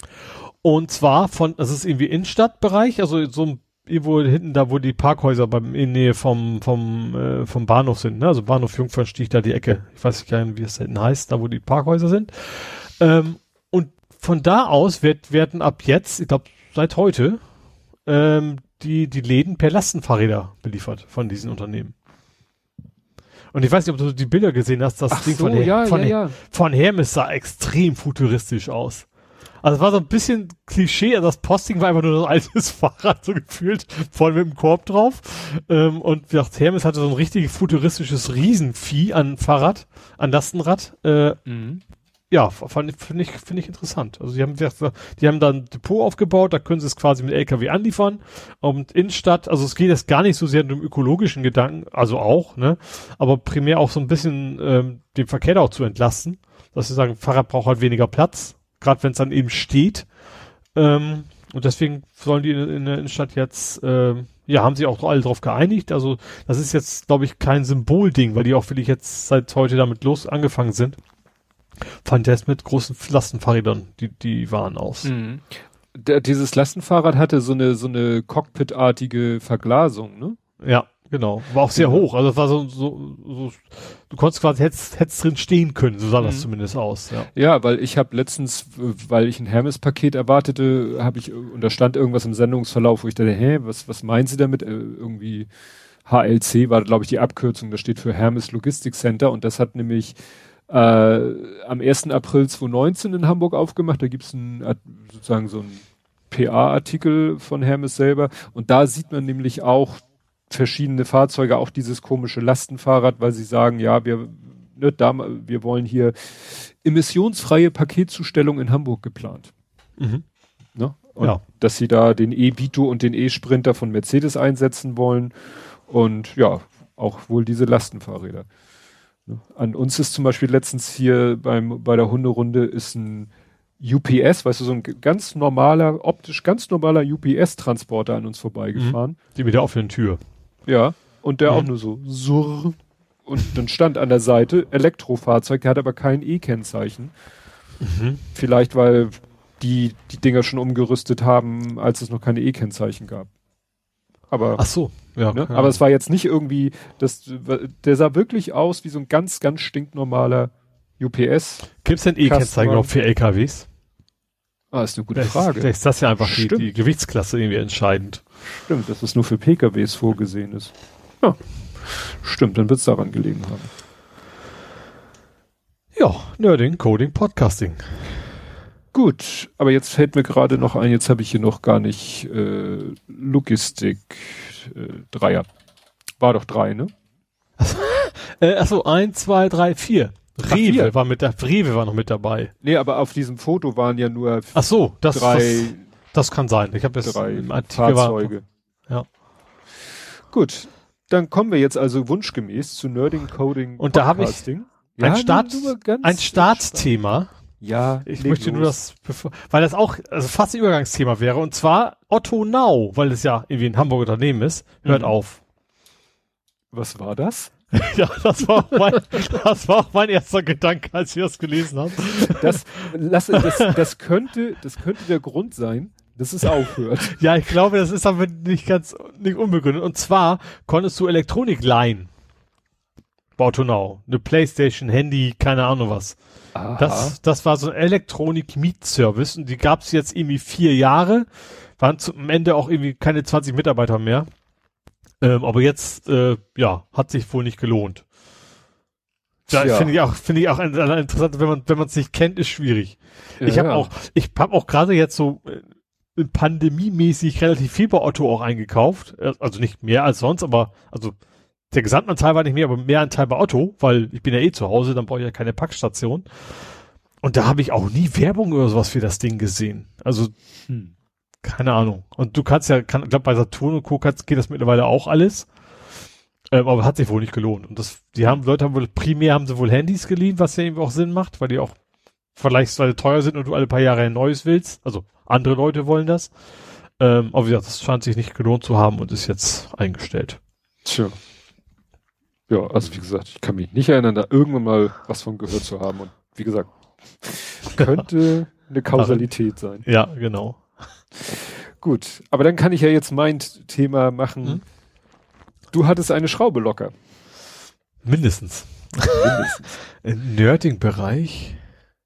S3: Und zwar von, das ist irgendwie Innenstadtbereich, also so ein irgendwo hinten, da wo die Parkhäuser beim, in Nähe vom, vom, äh, vom Bahnhof sind, ne? Also Bahnhof Jungfernstieg, da die Ecke. Ich weiß gar nicht, wie es da hinten heißt, da wo die Parkhäuser sind. Ähm, und von da aus wird, werden ab jetzt, ich glaube, seit heute, ähm, die, die Läden per Lastenfahrräder beliefert von diesen Unternehmen. Und ich weiß nicht, ob du die Bilder gesehen hast, das
S2: Ach
S3: Ding
S2: so,
S3: von, Her-
S2: ja,
S3: von,
S2: ja, ja.
S3: von Hermes sah extrem futuristisch aus. Also es war so ein bisschen Klischee, also das Posting war einfach nur so ein altes Fahrrad, so gefühlt, voll mit dem Korb drauf. Ähm, und wie gesagt, Hermes hatte so ein richtig futuristisches Riesenvieh an Fahrrad, an Lastenrad. Äh,
S2: mhm.
S3: Ja, finde ich, finde ich interessant. Also die haben, die haben da ein Depot aufgebaut, da können sie es quasi mit L K W anliefern. Und Innenstadt, also es geht jetzt gar nicht so sehr um den ökologischen Gedanken, also auch, ne, aber primär auch so ein bisschen ähm, den Verkehr da auch zu entlasten. Dass sie sagen, Fahrrad braucht halt weniger Platz, gerade wenn es dann eben steht. Ähm, und deswegen sollen die in, in der Innenstadt jetzt, ähm, ja, haben sie auch alle drauf geeinigt. Also das ist jetzt, glaube ich, kein Symbolding, weil die auch wirklich jetzt seit heute damit los angefangen sind. Fand der es mit großen Lastenfahrrädern, die, die waren aus.
S2: Mhm. Der, dieses Lastenfahrrad hatte so eine, so eine Cockpit-artige Verglasung, ne?
S3: Ja, genau. War auch sehr genau. hoch. Also es war so, so, so, du konntest quasi, hättest, hättest drin stehen können, so sah mhm. das zumindest aus, ja.
S2: Ja, weil ich habe letztens, weil ich ein Hermes-Paket erwartete, habe ich, und da stand irgendwas im Sendungsverlauf, wo ich dachte, hä, was, was meinen Sie damit? Äh, irgendwie H L C war, glaube ich, die Abkürzung, das steht für Hermes Logistik Center, und das hat nämlich Äh, am ersten April zweitausendneunzehn in Hamburg aufgemacht. Da gibt's ein, sozusagen so ein P A-Artikel von Hermes selber. Und da sieht man nämlich auch verschiedene Fahrzeuge, auch dieses komische Lastenfahrrad, weil sie sagen, ja, wir, ne, da, wir wollen hier emissionsfreie Paketzustellung in Hamburg geplant.
S3: Mhm.
S2: Ne? Und
S3: ja.
S2: dass sie da den E-Vito und den E-Sprinter von Mercedes einsetzen wollen. Und ja, auch wohl diese Lastenfahrräder. An uns ist zum Beispiel letztens hier beim, bei der Hunderunde ist ein U P S, weißt du, so ein ganz normaler, optisch ganz normaler U P S-Transporter an uns vorbeigefahren.
S3: Mhm. Die mit der offenen Tür.
S2: Ja, und der mhm. auch nur so surr. Und dann stand an der Seite Elektrofahrzeug, der hat aber kein E-Kennzeichen.
S3: Mhm.
S2: Vielleicht, weil die die Dinger schon umgerüstet haben, als es noch keine E-Kennzeichen gab. Aber,
S3: ach so, ja,
S2: ne?
S3: ja.
S2: Aber es war jetzt nicht irgendwie, das, der sah wirklich aus wie so ein ganz, ganz stinknormaler U P S.
S3: Gibt es denn E-Kennzeichen auch für L K Ws?
S2: Ah, ist eine gute
S3: das,
S2: Frage.
S3: Vielleicht ist das ja einfach die, die Gewichtsklasse irgendwie entscheidend.
S2: Stimmt, dass es nur für P K Ws vorgesehen ist. Ja, stimmt, dann wird es daran gelegen haben.
S3: Ja, Nerding, Coding, Podcasting.
S2: Gut, aber jetzt fällt mir gerade noch ein, jetzt habe ich hier noch gar nicht äh, Logistik äh, Dreier. War doch drei, ne?
S3: äh, achso, eins, zwei, drei, vier. Rewe war mit der Rewe war noch mit dabei.
S2: Nee, aber auf diesem Foto waren ja nur
S3: ach so, das,
S2: drei
S3: das, das kann sein. Ich habe jetzt
S2: drei
S3: im Artikel
S2: Fahrzeuge.
S3: War, ja.
S2: Gut, dann kommen wir jetzt also wunschgemäß zu Nerding, Coding,
S3: und da habe ich
S2: ja,
S3: ein, Start, ein Startthema.
S2: Ja,
S3: ich möchte los. nur das, bevor, weil das auch also fast ein Übergangsthema wäre, und zwar Otto Now, weil es ja irgendwie ein Hamburger Unternehmen ist, hört mhm. auf.
S2: Was war das?
S3: Ja, das war, mein, das war auch mein erster Gedanke, als ich das gelesen habe.
S2: Das, lass, das, das könnte, das könnte der Grund sein, dass es aufhört.
S3: Ja, ich glaube, das ist aber nicht ganz, nicht unbegründet. Und zwar konntest du Elektronik leihen. Bei Otto Now. Eine Playstation, Handy, keine Ahnung was.
S2: Aha.
S3: Das, das war so ein Elektronik-Mietservice und die gab es jetzt irgendwie vier Jahre. Waren zum Ende auch irgendwie keine zwanzig Mitarbeiter mehr. Ähm, aber jetzt, äh, ja, hat sich wohl nicht gelohnt. Da
S2: Ja.
S3: finde ich auch, finde ich auch ein, ein interessant, wenn man, wenn man es nicht kennt, ist schwierig.
S2: Ja,
S3: ich habe
S2: ja.
S3: auch, ich habe auch gerade jetzt so äh, pandemiemäßig relativ viel bei Otto auch eingekauft. Äh, Also nicht mehr als sonst, aber also der Gesamtanteil war nicht mehr, aber mehr Anteil bei Otto, weil ich bin ja eh zu Hause, dann brauche ich ja keine Packstation. Und da habe ich auch nie Werbung oder sowas für das Ding gesehen. Also
S2: Hm.
S3: keine Ahnung. Und du kannst ja, kann, ich glaube bei Saturn und Co. kannst, geht das mittlerweile auch alles. Ähm, aber hat sich wohl nicht gelohnt. Und das, die haben, Leute haben wohl, primär haben sie wohl Handys geliehen, was ja irgendwie auch Sinn macht, weil die auch vergleichsweise teuer sind und du alle paar Jahre ein neues willst. Also andere Leute wollen das. Ähm, aber wie gesagt, das scheint sich nicht gelohnt zu haben und ist jetzt eingestellt.
S2: Tja. Ja, also wie gesagt, ich kann mich nicht erinnern, da irgendwann mal was von gehört zu haben. Und wie gesagt, könnte eine Kausalität sein.
S3: Ja, genau.
S2: Gut, aber dann kann ich ja jetzt mein Thema machen.
S3: Hm?
S2: Du hattest eine Schraube locker.
S3: Mindestens.
S2: Mindestens.
S3: Im Nerding-Bereich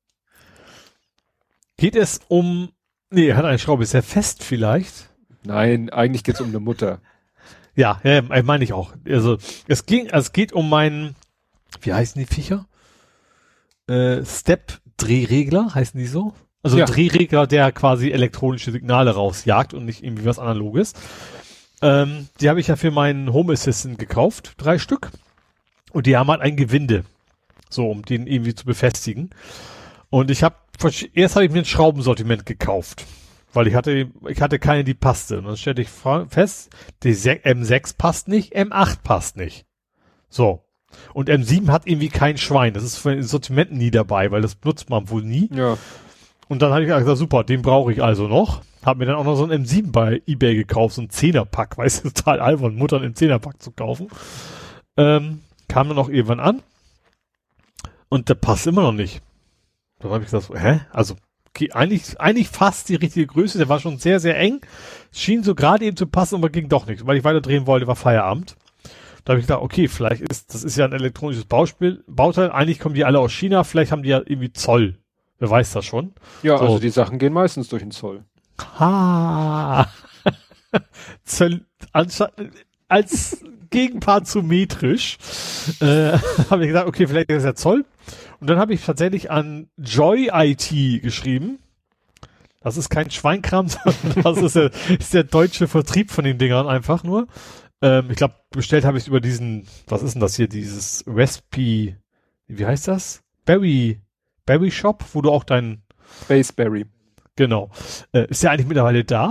S3: geht es um, nee, er hat eine Schraube, ist er fest vielleicht?
S2: Nein, eigentlich geht's um eine Mutter.
S3: Ja, ja, meine ich auch. Also es ging, es geht um meinen, wie heißen die Viecher? Äh, Step-Drehregler, heißen die so? Also
S2: Ja.
S3: ein Drehregler, der quasi elektronische Signale rausjagt und nicht irgendwie was Analoges. Ähm, die habe ich ja für meinen Home Assistant gekauft, drei Stück. Und die haben halt ein Gewinde, so um den irgendwie zu befestigen. Und ich habe, erst habe ich mir ein Schraubensortiment gekauft, weil ich hatte, ich hatte keine, die passte. Und dann stellte ich fest, die M sechs passt nicht, M acht passt nicht. So. Und M sieben hat irgendwie kein Schwein. Das ist von den Sortimenten nie dabei, weil das nutzt man wohl nie.
S2: Ja.
S3: Und dann habe ich gesagt, super, den brauche ich also noch. Hab mir dann auch noch so ein M sieben bei eBay gekauft, so ein Zehnerpack, weißt du, total albern, Muttern im Zehnerpack zu kaufen. Ähm, kam dann auch irgendwann an. Und der passt immer noch nicht. Dann habe ich gesagt, so, hä? Also, okay, eigentlich, eigentlich fast die richtige Größe, der war schon sehr, sehr eng. Schien so gerade eben zu passen, aber ging doch nicht. Weil ich weiter drehen wollte, war Feierabend. Da habe ich gedacht, okay, vielleicht ist, das ist ja ein elektronisches Bauspiel, Bauteil, eigentlich kommen die alle aus China, vielleicht haben die ja irgendwie Zoll. Wer weiß das schon?
S2: Ja,
S3: So.
S2: also die Sachen gehen meistens durch den Zoll.
S3: Ha! Zoll, als Gegenpart zu metrisch, äh, habe ich gedacht, okay, vielleicht ist das ja Zoll. Und dann habe ich tatsächlich an Joy I T geschrieben. Das ist kein Schweinkram, sondern das ist der, ist der deutsche Vertrieb von den Dingern einfach nur. Ähm, ich glaube, bestellt habe ich über diesen, was ist denn das hier, dieses Recipe, wie heißt das? Berry, Berry Shop, wo du auch dein...
S2: Spaceberry.
S3: Genau. Äh, ist ja eigentlich mittlerweile da.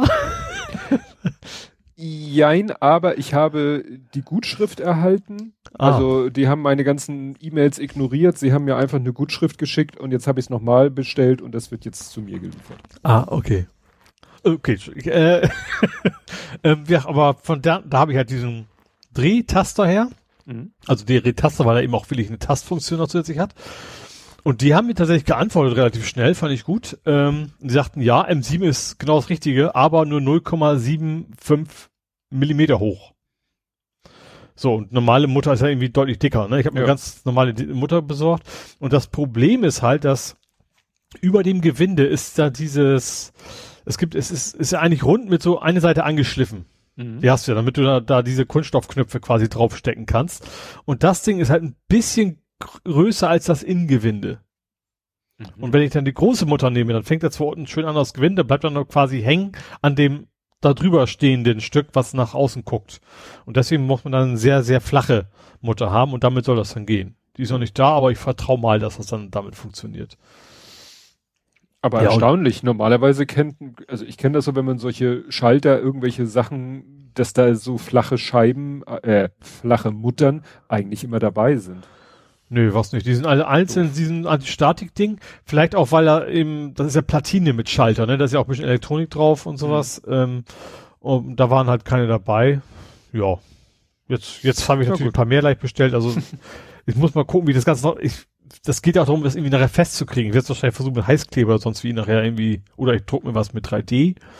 S2: Jein, aber ich habe die Gutschrift erhalten.
S3: Ah.
S2: Also die haben meine ganzen E-Mails ignoriert. Sie haben mir einfach eine Gutschrift geschickt und jetzt habe ich es nochmal bestellt und das wird jetzt zu mir geliefert.
S3: Ah, okay. Okay, äh, ähm, ja, aber von da, da habe ich halt diesen Drehtaster her.
S2: Mhm.
S3: Also der Drehtaster, weil er eben auch wirklich eine Tastfunktion noch zusätzlich hat. Und die haben mir tatsächlich geantwortet relativ schnell, fand ich gut. Ähm, die sagten, ja, M sieben ist genau das Richtige, aber nur null Komma fünfundsiebzig Millimeter hoch. So, und normale Mutter ist ja irgendwie deutlich dicker, ne? Ich habe mir
S2: Ja.
S3: eine ganz normale Mutter besorgt. Und das Problem ist halt, dass über dem Gewinde ist da dieses, es gibt, es ist, ist ja eigentlich rund mit so eine Seite angeschliffen.
S2: Mhm.
S3: Die hast du ja, damit du da, da diese Kunststoffknöpfe quasi draufstecken kannst. Und das Ding ist halt ein bisschen größer als das Innengewinde.
S2: Mhm.
S3: Und wenn ich dann die große Mutter nehme, dann fängt das zwar unten schön an das Gewinde, bleibt dann noch quasi hängen an dem da drüber stehenden Stück, was nach außen guckt. Und deswegen muss man dann eine sehr, sehr flache Mutter haben und damit soll das dann gehen. Die ist noch nicht da, aber ich vertraue mal, dass das dann damit funktioniert.
S2: Aber
S3: Ja,
S2: erstaunlich. Normalerweise kennt, also ich kenne das so, wenn man solche Schalter, irgendwelche Sachen, dass da so flache Scheiben, äh, flache Muttern eigentlich immer dabei sind.
S3: Nö, was nicht. Die sind alle einzeln, diesen Anti-Statik-Ding. Vielleicht auch, weil er eben, das ist ja Platine mit Schalter, ne? Da ist ja auch ein bisschen Elektronik drauf und sowas. Mhm. Ähm, und da waren halt keine dabei. Ja. Jetzt, jetzt habe ich
S2: Ja,
S3: natürlich
S2: gut.
S3: ein paar mehr gleich bestellt. Also ich muss mal gucken, wie das Ganze noch. Ich, das geht ja auch darum, das irgendwie nachher festzukriegen. Ich werde es wahrscheinlich versuchen mit Heißkleber oder sonst wie nachher irgendwie, oder ich druck mir was mit drei D.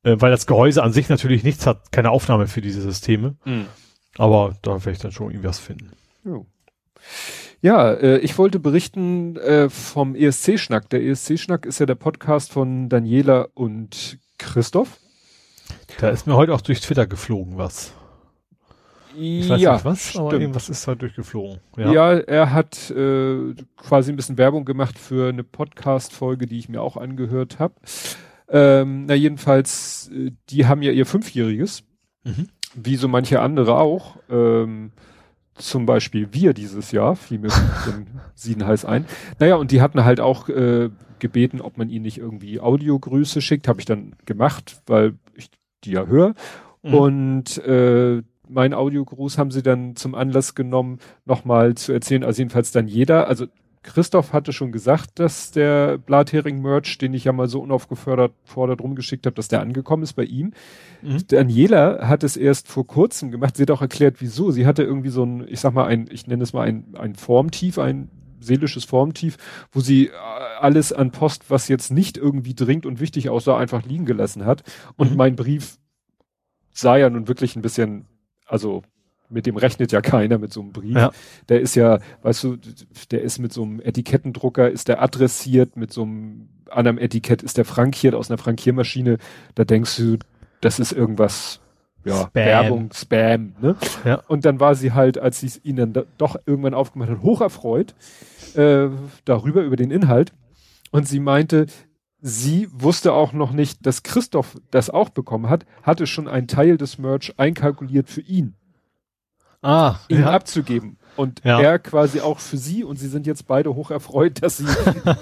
S3: äh, weil das Gehäuse an sich natürlich nichts hat, keine Aufnahme für diese Systeme.
S2: Mhm.
S3: Aber da werde ich dann schon irgendwie was finden.
S2: Jo. Ja, äh, ich wollte berichten äh, vom E S C-Schnack. Der E S C-Schnack ist ja der Podcast von Daniela und Christoph.
S3: Da ist mir heute auch durch Twitter geflogen was. Ich weiß
S2: ja,
S3: nicht was,
S2: stimmt.
S3: aber irgendwas ist halt durchgeflogen. Ja,
S2: ja er hat äh, quasi ein bisschen Werbung gemacht für eine Podcast-Folge, die ich mir auch angehört habe. Ähm, na jedenfalls, äh, die haben ja ihr Fünfjähriges,
S3: mhm.
S2: wie so manche andere auch. Ähm, zum Beispiel wir dieses Jahr, fiel mir den Sieden heiß ein. Naja, und die hatten halt auch äh, gebeten, ob man ihnen nicht irgendwie Audiogrüße schickt. Habe ich dann gemacht, weil ich die ja höre. Mhm. Und äh, mein Audiogruß haben sie dann zum Anlass genommen, nochmal zu erzählen, also jedenfalls dann jeder, also Christoph hatte schon gesagt, dass der Blathering-Merch, den ich ja mal so unaufgefordert fordert rumgeschickt habe, dass der angekommen ist bei ihm. Mhm. Daniela hat es erst vor kurzem gemacht, sie hat auch erklärt, wieso. Sie hatte irgendwie so ein, ich sag mal, ein, ich nenne es mal ein, ein Formtief, ein seelisches Formtief, wo sie alles an Post, was jetzt nicht irgendwie dringend und wichtig aussah, einfach liegen gelassen hat. Und mhm. mein Brief sah ja nun wirklich ein bisschen, also mit dem rechnet ja keiner mit so einem Brief. Ja. Der ist ja, weißt du, der ist mit so einem Etikettendrucker, ist der adressiert, mit so einem anderen Etikett ist der frankiert aus einer Frankiermaschine. Da denkst du, das ist irgendwas, ja, Spam. Werbung, Spam, ne? Ja. Und dann war sie halt, als sie es ihnen da, doch irgendwann aufgemacht hat, hocherfreut äh, darüber, über den Inhalt. Und sie meinte, sie wusste auch noch nicht, dass Christoph das auch bekommen hat, hatte schon einen Teil des Merch einkalkuliert für ihn.
S3: Ah,
S2: ihn
S3: ja.
S2: abzugeben. Und ja. er quasi auch für sie, und sie sind jetzt beide hoch erfreut, dass sie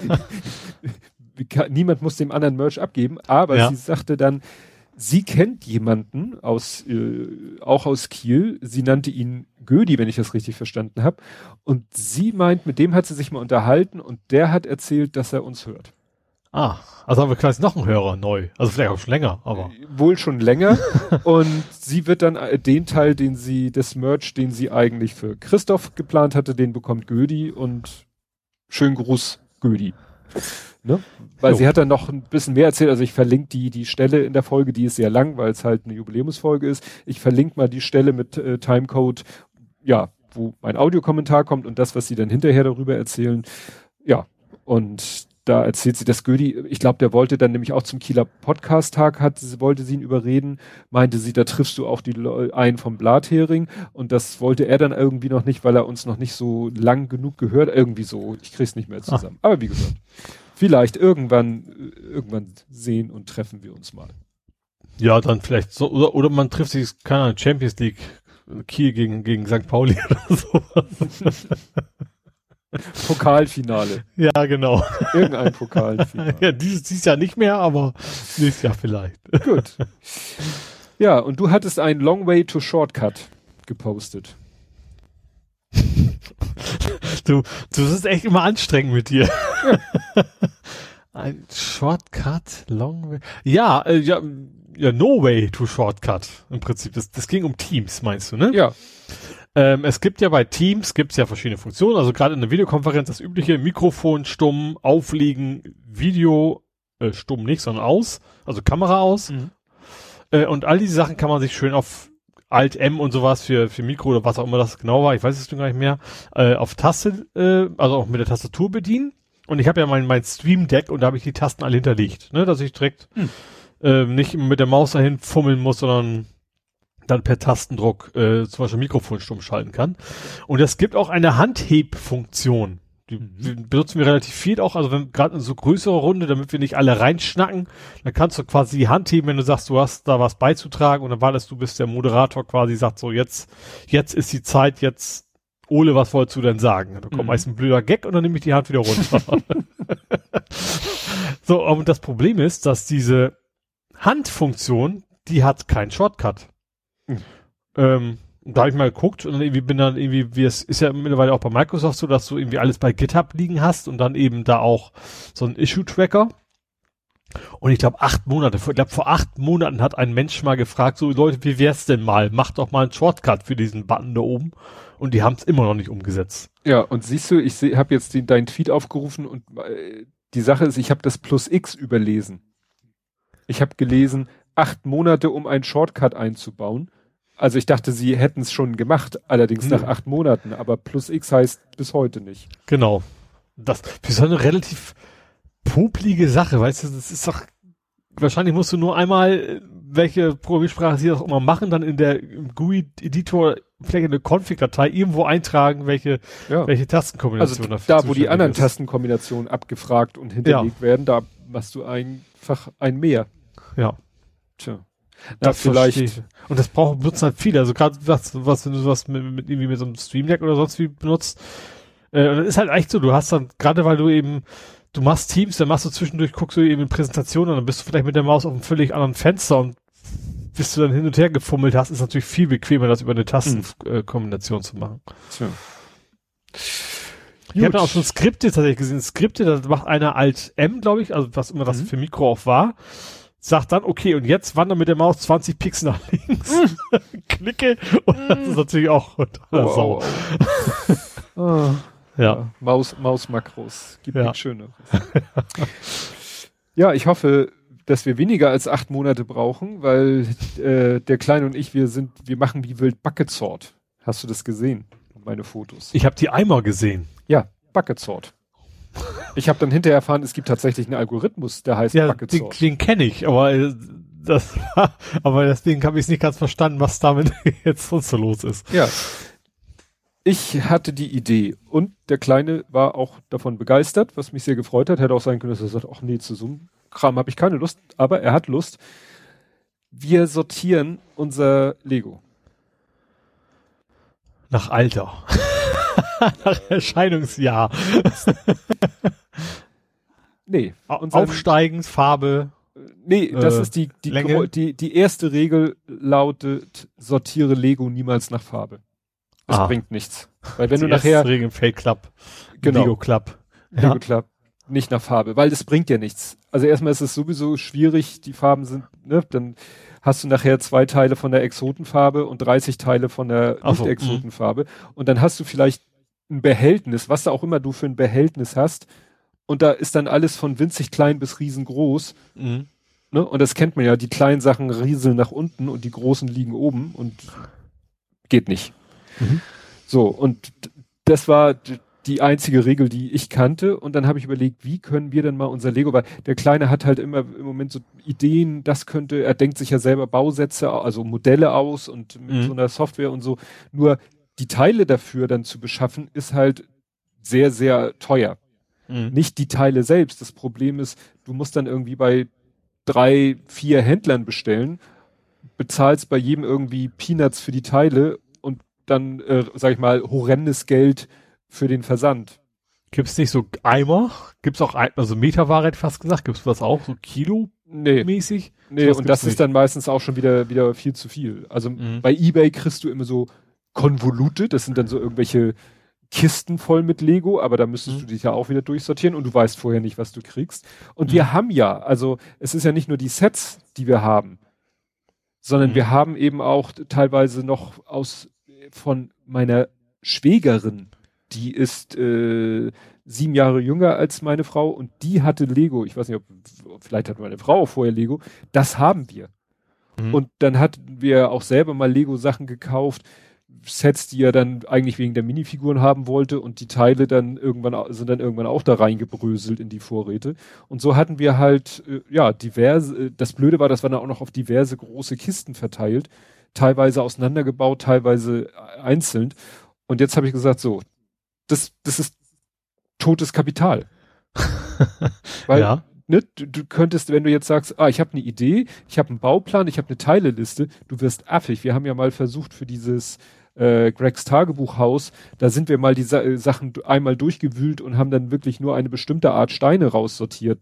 S2: niemand muss dem anderen Merch abgeben, aber ja. sie sagte dann, sie kennt jemanden aus, äh, auch aus Kiel, sie nannte ihn Gödi, wenn ich das richtig verstanden habe, und sie meint, mit dem hat sie sich mal unterhalten und der hat erzählt, dass er uns hört.
S3: Ah, also haben wir quasi noch einen Hörer neu. Also vielleicht auch schon länger, aber.
S2: Wohl schon länger. Und sie wird dann den Teil, den sie, des Merch, den sie eigentlich für Christoph geplant hatte, den bekommt Gödi und schönen Gruß, Gödi. Ne? Weil jo. sie hat dann noch ein bisschen mehr erzählt. Also ich verlinke die, die Stelle in der Folge, die ist sehr lang, weil es halt eine Jubiläumsfolge ist. Ich verlinke mal die Stelle mit äh, Timecode, ja, wo mein Audiokommentar kommt und das, was sie dann hinterher darüber erzählen. Ja, und da erzählt sie, dass Gödi, ich glaube, der wollte dann nämlich auch zum Kieler Podcast-Tag, hat, wollte sie ihn überreden, meinte sie, da triffst du auch die Le- einen vom Blathering und das wollte er dann irgendwie noch nicht, weil er uns noch nicht so lang genug gehört, irgendwie so, ich krieg's nicht mehr zusammen. Ah. Aber wie gesagt, vielleicht irgendwann, irgendwann sehen und treffen wir uns mal.
S3: Ja, dann vielleicht so, oder, oder man trifft sich, keine Ahnung, Champions League, Kiel gegen, gegen Sankt Pauli oder sowas.
S2: Pokalfinale.
S3: Ja, genau.
S2: Irgendein Pokalfinale.
S3: Ja, dieses, dieses Jahr nicht mehr, aber nächstes Jahr vielleicht.
S2: Gut. Ja, und du hattest ein Long Way to Shortcut gepostet.
S3: Du, du bist echt immer anstrengend mit dir. Ja. Ein Shortcut, Long Way. Ja, äh, ja, ja, No Way to Shortcut im Prinzip. Das, das ging um Teams, meinst du, ne?
S2: Ja.
S3: Ähm, es gibt ja bei Teams, gibt's ja verschiedene Funktionen, also gerade in der Videokonferenz das übliche Mikrofon stumm, auflegen, Video äh, stumm nicht, sondern aus, also Kamera aus. Mhm. Äh, und all diese Sachen kann man sich schön auf Alt-M und sowas für für Mikro oder was auch immer das genau war, ich weiß es gar nicht mehr, äh, auf Taste, äh, also auch mit der Tastatur bedienen. Und ich habe ja mein mein Stream Deck und da habe ich die Tasten alle hinterlegt, ne, dass ich direkt mhm. äh, nicht mit der Maus dahin fummeln muss, sondern dann per Tastendruck äh, zum Beispiel Mikrofon stumm schalten kann. Und es gibt auch eine Handheb-Funktion. Die, mhm. die benutzen wir relativ viel auch, also wenn gerade in so größere Runde, damit wir nicht alle reinschnacken, dann kannst du quasi die Hand heben, wenn du sagst, du hast da was beizutragen und dann wartest du, bis der Moderator quasi sagt, so jetzt, jetzt ist die Zeit, jetzt Ole, was wolltest du denn sagen? Da kommt mhm. meist ein blöder Gag und dann nehme ich die Hand wieder runter. So, aber das Problem ist, dass diese Handfunktion, die hat keinen Shortcut. Mhm. Ähm, da habe ich mal geguckt und dann irgendwie bin dann irgendwie, wie es ist ja mittlerweile auch bei Microsoft so, dass du irgendwie alles bei GitHub liegen hast und dann eben da auch so ein Issue-Tracker. Und ich glaube acht Monate, ich glaube vor acht Monaten hat ein Mensch mal gefragt, so Leute, wie wär's denn mal? Macht doch mal einen Shortcut für diesen Button da oben. Und die haben es immer noch nicht umgesetzt.
S2: Ja, und siehst du, ich seh, habe jetzt den, deinen Tweet aufgerufen und äh, die Sache ist, ich habe das Plus X überlesen. Ich habe gelesen, acht Monate, um einen Shortcut einzubauen. Also ich dachte, sie hätten es schon gemacht, allerdings hm. nach acht Monaten, aber plus X heißt bis heute nicht.
S3: Genau. Das ist so eine relativ poplige Sache, weißt du, das ist doch, wahrscheinlich musst du nur einmal, welche Programmiersprache sie auch immer machen, dann in der G U I-Editor vielleicht eine Config-Datei irgendwo eintragen, welche, ja. welche Tastenkombination
S2: also da, wo die anderen ist. Tastenkombinationen abgefragt und hinterlegt ja. werden, da machst du einfach ein mehr.
S3: Ja.
S2: Tja.
S3: Na, das vielleicht. Und das brauchen, benutzen halt viele. Also gerade was, was, wenn du sowas mit, mit irgendwie mit so einem Stream Deck oder sonst wie benutzt. Äh, und das ist halt echt so, du hast dann, gerade weil du eben, du machst Teams, dann machst du zwischendurch, guckst du eben in Präsentationen und dann bist du vielleicht mit der Maus auf einem völlig anderen Fenster und bis du dann hin und her gefummelt hast, ist natürlich viel bequemer, das über eine Tastenkombination mhm. äh, zu machen. Tja. Ich habe dann auch schon Skripte tatsächlich gesehen. Skripte, da macht einer Alt M, glaube ich, also was immer das mhm. für Mikro auch war. Sagt dann, okay, und jetzt wandern mit der Maus zwanzig Pixel nach links. Mm. Klicke. Und mm. das ist natürlich auch totaler Sau.
S2: Oh, oh. ja. ja. Maus, Mausmakros. Gibt
S3: ja.
S2: nichts Schöneres. Ja, ich hoffe, dass wir weniger als acht Monate brauchen, weil äh, der Kleine und ich, wir sind, wir machen wie wild Bucket Sort. Hast du das gesehen? Meine Fotos.
S3: Ich habe die Eimer gesehen.
S2: Ja, Bucket Sort. Ich habe dann hinterher erfahren, es gibt tatsächlich einen Algorithmus, der heißt
S3: ja,
S2: Bucket Sort.
S3: Den, den kenne ich, aber äh, das war, aber deswegen habe ich nicht ganz verstanden, was damit jetzt sonst so los ist.
S2: Ja. Ich hatte die Idee und der Kleine war auch davon begeistert, was mich sehr gefreut hat. Hätte auch sein können, dass er sagt, ach nee, zu so einem Kram habe ich keine Lust, aber er hat Lust. Wir sortieren unser Lego.
S3: Nach Alter. Nach Erscheinungsjahr.
S2: Nee.
S3: Aufsteigend, Farbe.
S2: Nee, das
S3: äh,
S2: ist die, die,
S3: Länge.
S2: die, die erste Regel lautet, sortiere Lego niemals nach Farbe. Das
S3: ah.
S2: bringt nichts. Weil wenn
S3: die
S2: du nachher.
S3: Regel im Fake Club.
S2: Genau.
S3: Lego Club.
S2: Lego
S3: Ja.
S2: Club. Nicht nach Farbe. Weil das bringt ja nichts. Also erstmal ist es sowieso schwierig, die Farben sind, ne, dann hast du nachher zwei Teile von der Exotenfarbe und dreißig Teile von der
S3: so,
S2: Nicht-Exotenfarbe. Und dann hast du vielleicht ein Behältnis, was da auch immer du für ein Behältnis hast. Und da ist dann alles von winzig klein bis riesengroß.
S3: Mhm.
S2: Ne? Und das kennt man ja, die kleinen Sachen rieseln nach unten und die großen liegen oben und geht nicht.
S3: Mhm.
S2: So, und das war die einzige Regel, die ich kannte. Und dann habe ich überlegt, wie können wir denn mal unser Lego, weil der Kleine hat halt immer im Moment so Ideen, das könnte, er denkt sich ja selber Bausätze, also Modelle aus und mit
S3: mhm.
S2: so einer Software und so. Nur die Teile dafür dann zu beschaffen, ist halt sehr, sehr teuer.
S3: Mhm.
S2: Nicht die Teile selbst. Das Problem ist, du musst dann irgendwie bei drei, vier Händlern bestellen, bezahlst bei jedem irgendwie Peanuts für die Teile und dann, äh, sag ich mal, horrendes Geld für den Versand.
S3: Gibt's nicht so Eimer? Gibt's auch, ein, also Meterware hätte ich fast gesagt, gibt's was auch, so Kilo-mäßig?
S2: Nee, nee, und das nicht. Ist dann meistens auch schon wieder, wieder viel zu viel. Also
S3: mhm.
S2: bei eBay kriegst du immer so Konvolute, das sind dann so irgendwelche Kisten voll mit Lego, aber da müsstest mhm. du dich ja auch wieder durchsortieren und du weißt vorher nicht, was du kriegst. Und mhm. wir haben ja, also es ist ja nicht nur die Sets, die wir haben, sondern mhm. wir haben eben auch teilweise noch aus von meiner Schwägerin, die ist äh, sieben Jahre jünger als meine Frau und die hatte Lego. Ich weiß nicht, ob vielleicht hat meine Frau auch vorher Lego. Das haben wir. Mhm. Und dann hatten wir auch selber mal Lego-Sachen gekauft, Sets, die er dann eigentlich wegen der Minifiguren haben wollte und die Teile dann irgendwann sind dann irgendwann auch da reingebröselt in die Vorräte. Und so hatten wir halt äh, ja diverse. Das Blöde war, das war dann auch noch auf diverse große Kisten verteilt, teilweise auseinandergebaut, teilweise einzeln. Und jetzt habe ich gesagt, so, das das ist totes Kapital. Weil
S3: ja.
S2: ne, du, du könntest, wenn du jetzt sagst, ah, ich habe eine Idee, ich habe einen Bauplan, ich habe eine Teileliste, du wirst affig. Wir haben ja mal versucht für dieses äh, Gregs Tagebuchhaus, da sind wir mal die Sa- Sachen einmal durchgewühlt und haben dann wirklich nur eine bestimmte Art Steine raussortiert.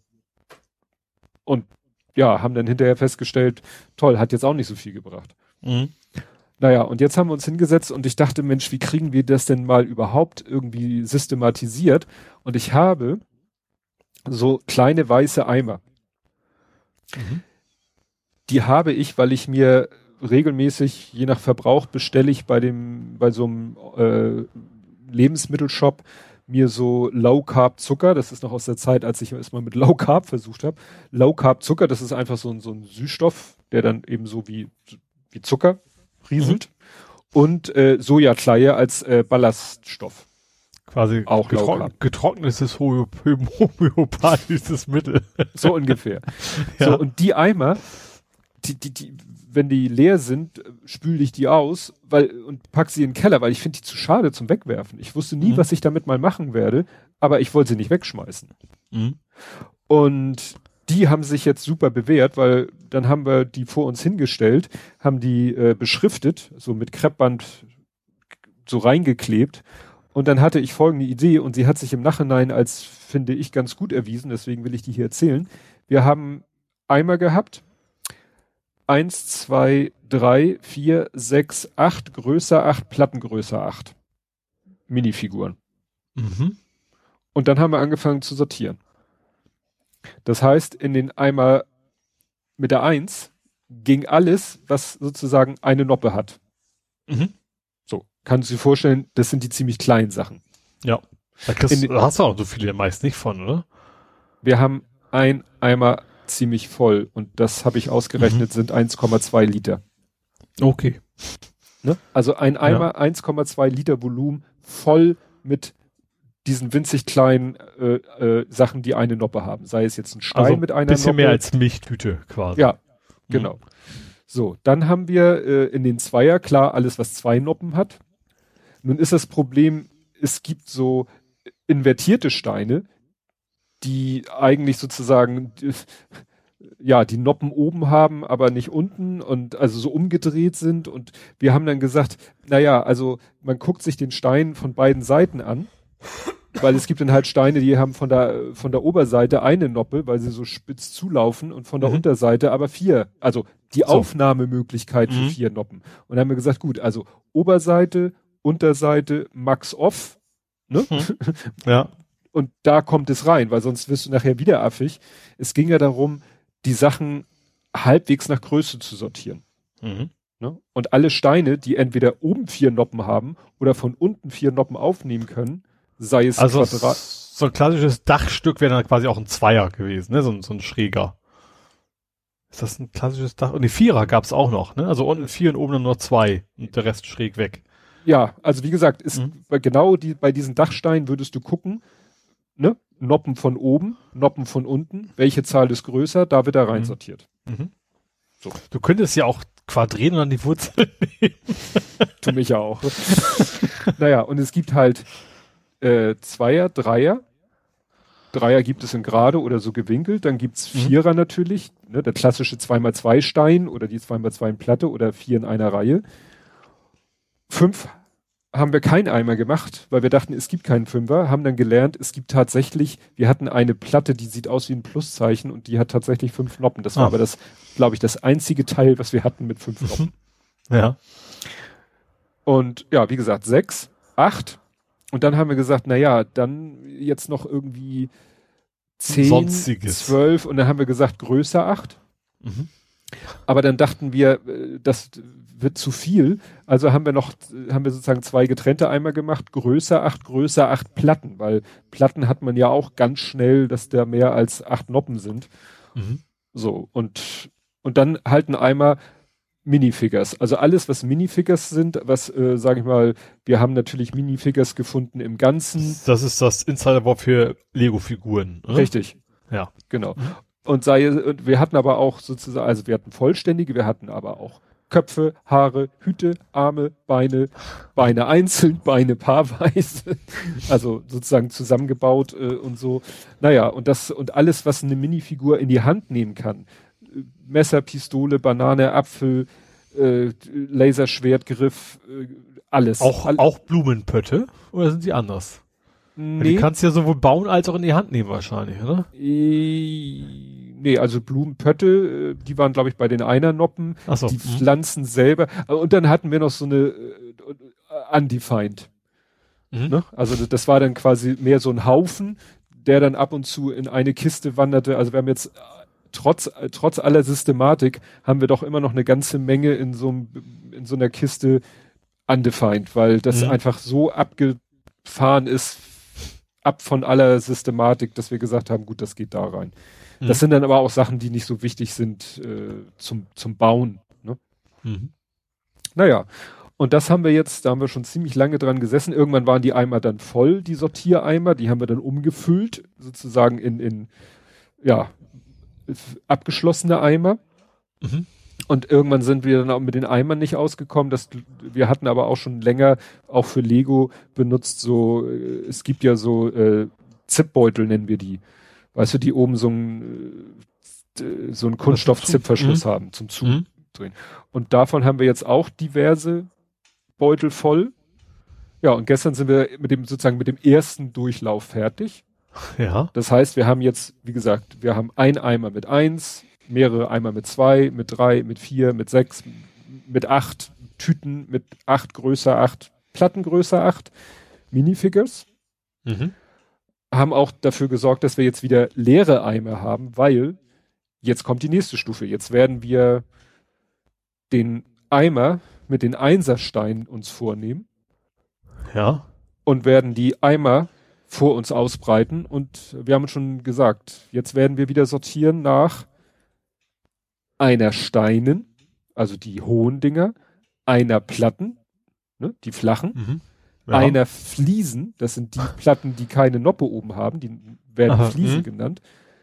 S2: Und ja, haben dann hinterher festgestellt, toll, hat jetzt auch nicht so viel gebracht.
S3: Mhm.
S2: Naja, und jetzt haben wir uns hingesetzt und ich dachte, Mensch, wie kriegen wir das denn mal überhaupt irgendwie systematisiert? Und ich habe so kleine weiße Eimer.
S3: Mhm.
S2: Die habe ich, weil ich mir regelmäßig, je nach Verbrauch, bestelle ich bei dem, bei so einem äh, Lebensmittelshop mir so Low Carb Zucker, das ist noch aus der Zeit, als ich erstmal mit Low Carb versucht habe. Low Carb Zucker, das ist einfach so ein, so ein Süßstoff, der dann eben so wie, wie Zucker rieselt. Mhm. Und äh, Sojakleie als äh, Ballaststoff.
S3: Quasi
S2: auch
S3: getrocknet, getrocknetes homöopathisches Mittel.
S2: So ungefähr.
S3: Ja.
S2: So, und die Eimer, die, die, die, wenn die leer sind, spüle ich die aus, weil, und pack sie in den Keller, weil ich finde die zu schade zum Wegwerfen. Ich wusste nie, mhm. was ich damit mal machen werde, aber ich wollte sie nicht wegschmeißen. Mhm. Und die haben sich jetzt super bewährt, weil dann haben wir die vor uns hingestellt, haben die äh, beschriftet, so mit Kreppband so reingeklebt. Und dann hatte ich folgende Idee und sie hat sich im Nachhinein als, finde ich, ganz gut erwiesen, deswegen will ich die hier erzählen. Wir haben Eimer gehabt, eins, zwei, drei, vier, sechs, acht, größer acht, Plattengrößer acht. Minifiguren.
S3: Mhm.
S2: Und dann haben wir angefangen zu sortieren. Das heißt, in den Eimer mit der eins ging alles, was sozusagen eine Noppe hat.
S3: Mhm.
S2: So, kannst du dir vorstellen, das sind die ziemlich kleinen Sachen.
S3: Ja. Da, kriegst, den, da hast du auch so viele meist nicht von, oder? Wir
S2: haben ein Eimer ziemlich voll und das habe ich ausgerechnet, mhm. sind eins Komma zwei Liter.
S3: Okay.
S2: Ne? Also ein Eimer, ja. eins Komma zwei Liter Volumen, voll mit diesen winzig kleinen äh, äh, Sachen, die eine Noppe haben. Sei es jetzt ein Stein
S3: also
S2: mit einer
S3: bisschen
S2: Noppe.
S3: Mehr als Milchtüte quasi.
S2: Ja, genau. Mhm. So, dann haben wir äh, in den Zweier, klar, alles, was zwei Noppen hat. Nun ist das Problem, es gibt so invertierte Steine, die eigentlich sozusagen, die, ja, die Noppen oben haben, aber nicht unten und also so umgedreht sind. Und wir haben dann gesagt, naja, also man guckt sich den Stein von beiden Seiten an, weil es gibt dann halt Steine, die haben von der, von der Oberseite eine Noppe, weil sie so spitz zulaufen und von der mhm. Unterseite aber vier. Also die so. Aufnahmemöglichkeit für mhm. vier Noppen. Und dann haben wir gesagt, gut, also Oberseite, Unterseite, Max Off, ne?
S3: Mhm. Ja.
S2: Und da kommt es rein, weil sonst wirst du nachher wieder affig. Es ging ja darum, die Sachen halbwegs nach Größe zu sortieren.
S3: Mhm.
S2: Ne? Und alle Steine, die entweder oben vier Noppen haben oder von unten vier Noppen aufnehmen können, sei es
S3: also
S2: Quadrat.
S3: So ein klassisches Dachstück wäre dann quasi auch ein Zweier gewesen, ne? So, so ein schräger. Ist das ein klassisches Dach? Und die Vierer gab's auch noch, ne? Also unten vier und oben nur zwei und der Rest schräg weg.
S2: Ja, also wie gesagt, ist
S3: mhm.
S2: bei genau die, bei diesen Dachsteinen würdest du gucken, ne? Noppen von oben, Noppen von unten, welche Zahl ist größer, da wird er rein
S3: mhm.
S2: sortiert.
S3: Mhm. So. Du könntest ja auch quadrieren und dann die Wurzel nehmen.
S2: Tu mich ja auch. Naja, und es gibt halt äh, Zweier, Dreier. Dreier gibt es in gerade oder so gewinkelt, dann gibt's Vierer mhm. natürlich, ne, der klassische zwei mal zwei Stein oder die zwei mal zwei in Platte oder vier in einer Reihe. Fünf haben wir keinen Eimer gemacht, weil wir dachten, es gibt keinen Fünfer, haben dann gelernt, es gibt tatsächlich, wir hatten eine Platte, die sieht aus wie ein Pluszeichen und die hat tatsächlich fünf Noppen. Das war ah. aber das, glaube ich, das einzige Teil, was wir hatten mit fünf Noppen.
S3: Ja.
S2: Und ja, wie gesagt, sechs, acht. Und dann haben wir gesagt, na ja, dann jetzt noch irgendwie zehn,
S3: Sonstiges.
S2: zwölf und dann haben wir gesagt, größer acht.
S3: Mhm.
S2: Aber dann dachten wir, das wird zu viel. Also haben wir noch, haben wir sozusagen zwei getrennte Eimer gemacht, größer acht, größer acht Platten, weil Platten hat man ja auch ganz schnell, dass da mehr als acht Noppen sind.
S3: Mhm.
S2: So, und, und dann halt ein Eimer Minifigures. Also alles, was Minifigures sind, was, äh, sage ich mal, wir haben natürlich Minifigures gefunden im Ganzen.
S3: Das ist das Insiderwort für Lego-Figuren. Oder?
S2: Richtig.
S3: Ja.
S2: Genau. Und sei, und wir hatten aber auch sozusagen, also wir hatten vollständige, wir hatten aber auch Köpfe, Haare, Hüte, Arme, Beine, Beine einzeln, Beine paarweise, also sozusagen zusammengebaut äh, und so. Naja, und das, und alles, was eine Minifigur in die Hand nehmen kann, Messer, Pistole, Banane, Apfel, äh, Laserschwertgriff, äh, alles.
S3: Auch,
S2: All
S3: auch Blumenpötte? Oder sind die anders?
S2: Nee.
S3: Die kannst du ja sowohl bauen als auch in die Hand nehmen wahrscheinlich, oder?
S2: Nee, also Blumenpötte, die waren, glaube ich, bei den Einernoppen.
S3: Ach so.
S2: Die Pflanzen selber. Und dann hatten wir noch so eine äh, Undefined.
S3: Mhm.
S2: Ne? Also das war dann quasi mehr so ein Haufen, der dann ab und zu in eine Kiste wanderte. Also wir haben jetzt trotz, trotz aller Systematik haben wir doch immer noch eine ganze Menge in so, in so einer Kiste undefined, weil das
S3: mhm.
S2: einfach so abgefahren ist, ab von aller Systematik, dass wir gesagt haben, gut, das geht da rein. Mhm. Das sind dann aber auch Sachen, die nicht so wichtig sind äh, zum, zum Bauen. Ne? Mhm. Naja, und das haben wir jetzt, da haben wir schon ziemlich lange dran gesessen. Irgendwann waren die Eimer dann voll, die Sortiereimer, die haben wir dann umgefüllt, sozusagen in, in ja, abgeschlossene Eimer. Mhm. Und irgendwann sind wir dann auch mit den Eimern nicht ausgekommen. Das, wir hatten aber auch schon länger auch für Lego benutzt, so, es gibt ja so äh, Zipbeutel, nennen wir die. Weißt du, die oben so ein äh, so einen Kunststoff-Zipverschluss mhm. haben zum Zudrehen. Mhm. Und davon haben wir jetzt auch diverse Beutel voll. Ja, und gestern sind wir mit dem sozusagen mit dem ersten Durchlauf fertig.
S3: Ja.
S2: Das heißt, wir haben jetzt, wie gesagt, wir haben ein Eimer mit eins, mehrere Eimer mit zwei, mit drei, mit vier, mit sechs, mit acht Tüten, mit acht größer, acht Platten größer, acht Minifigures. Mhm. Haben auch dafür gesorgt, dass wir jetzt wieder leere Eimer haben, weil jetzt kommt die nächste Stufe. Jetzt werden wir den Eimer mit den Einsersteinen uns vornehmen.
S3: Ja.
S2: Und werden die Eimer vor uns ausbreiten. Und wir haben schon gesagt, jetzt werden wir wieder sortieren nach einer Steinen, also die hohen Dinger, einer Platten, ne, die flachen, mhm. ja. einer Fliesen, das sind die Platten, die keine Noppe oben haben, die werden Aha, Fliesen mh. genannt.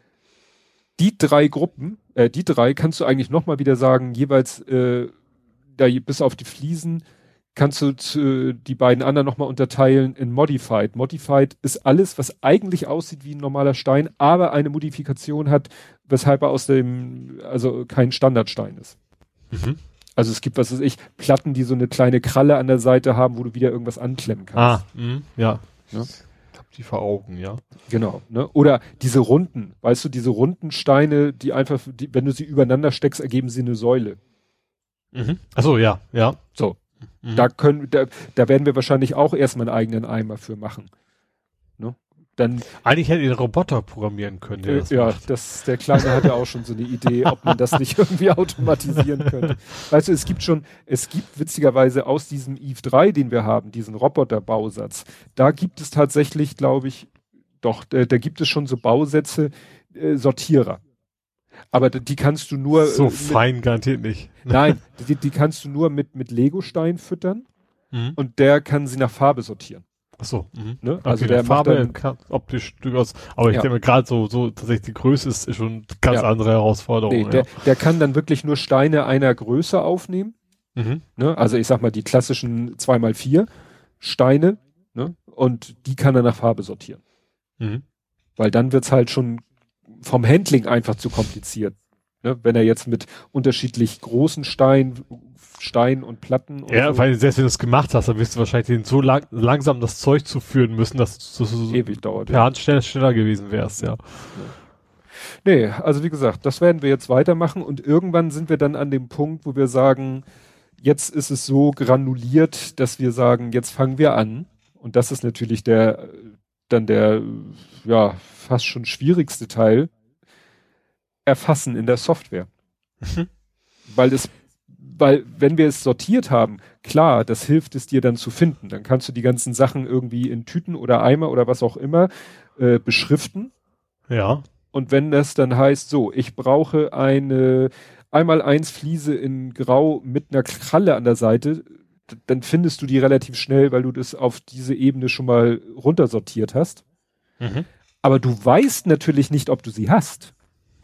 S2: Die drei Gruppen, äh, die drei kannst du eigentlich nochmal wieder sagen, jeweils äh, da bis auf die Fliesen kannst du zu, die beiden anderen nochmal unterteilen in Modified. Modified ist alles, was eigentlich aussieht wie ein normaler Stein, aber eine Modifikation hat, weshalb er aus dem, also kein Standardstein ist. Mhm. Also es gibt, was weiß ich, Platten, die so eine kleine Kralle an der Seite haben, wo du wieder irgendwas anklemmen kannst.
S3: Ah, mh, ja. ja. Ich hab die vor Augen, ja.
S2: Genau, ne? Oder diese runden, weißt du, diese runden Steine, die einfach, die, wenn du sie übereinander steckst, ergeben sie eine Säule.
S3: Mhm. Ach so, ja, ja.
S2: So. Mhm. Da können, da, da werden wir wahrscheinlich auch erstmal einen eigenen Eimer für machen. Ne? Dann,
S3: eigentlich hätte ich einen Roboter programmieren können, der
S2: äh,
S3: das
S2: ja,
S3: macht.
S2: das, der Kleine hat ja auch schon so eine Idee, ob man das nicht irgendwie automatisieren könnte. Weißt du, es gibt schon, es gibt witzigerweise aus diesem Eve drei, den wir haben, diesen Roboterbausatz, da gibt es tatsächlich, glaube ich, doch, da, da gibt es schon so Bausätze, äh, Sortierer. Aber die kannst du nur...
S3: So äh, mit, fein garantiert nicht.
S2: Nein, die, die kannst du nur mit, mit Legostein füttern mhm. und der kann sie nach Farbe sortieren.
S3: Ach so. Mhm.
S2: Ne?
S3: Okay,
S2: also der
S3: Farbe
S2: dann,
S3: kann optisch durchaus, aber ich ja. denke mir gerade so, so tatsächlich die Größe ist, ist schon eine ganz ja. andere Herausforderung. Nee,
S2: ja. der, der kann dann wirklich nur Steine einer Größe aufnehmen.
S3: Mhm.
S2: Ne? Also ich sag mal die klassischen zwei mal vier Steine, ne? Und die kann er nach Farbe sortieren.
S3: Mhm.
S2: Weil dann wird's halt schon vom Handling einfach zu kompliziert. Ne? Wenn er jetzt mit unterschiedlich großen Steinen, Stein und Platten. Und
S3: ja,
S2: so.
S3: Weil selbst wenn du es gemacht hast, dann wirst du wahrscheinlich den so lang, langsam das Zeug zuführen müssen, dass du so, so
S2: ewig dauert.
S3: Per Hand schneller, schneller gewesen wärst, ja. ja.
S2: Nee, also wie gesagt, das werden wir jetzt weitermachen und irgendwann sind wir dann an dem Punkt, wo wir sagen, jetzt ist es so granuliert, dass wir sagen, jetzt fangen wir an. Und das ist natürlich der, dann der, ja, fast schon schwierigste Teil, erfassen in der Software.
S3: Mhm.
S2: Weil es, weil, wenn wir es sortiert haben, klar, das hilft es dir dann zu finden. Dann kannst du die ganzen Sachen irgendwie in Tüten oder Eimer oder was auch immer äh, beschriften.
S3: Ja.
S2: Und wenn das dann heißt, so, ich brauche eine einmal eins Fliese in Grau mit einer Kralle an der Seite, dann findest du die relativ schnell, weil du das auf diese Ebene schon mal runtersortiert hast.
S3: Mhm.
S2: Aber du weißt natürlich nicht, ob du sie hast.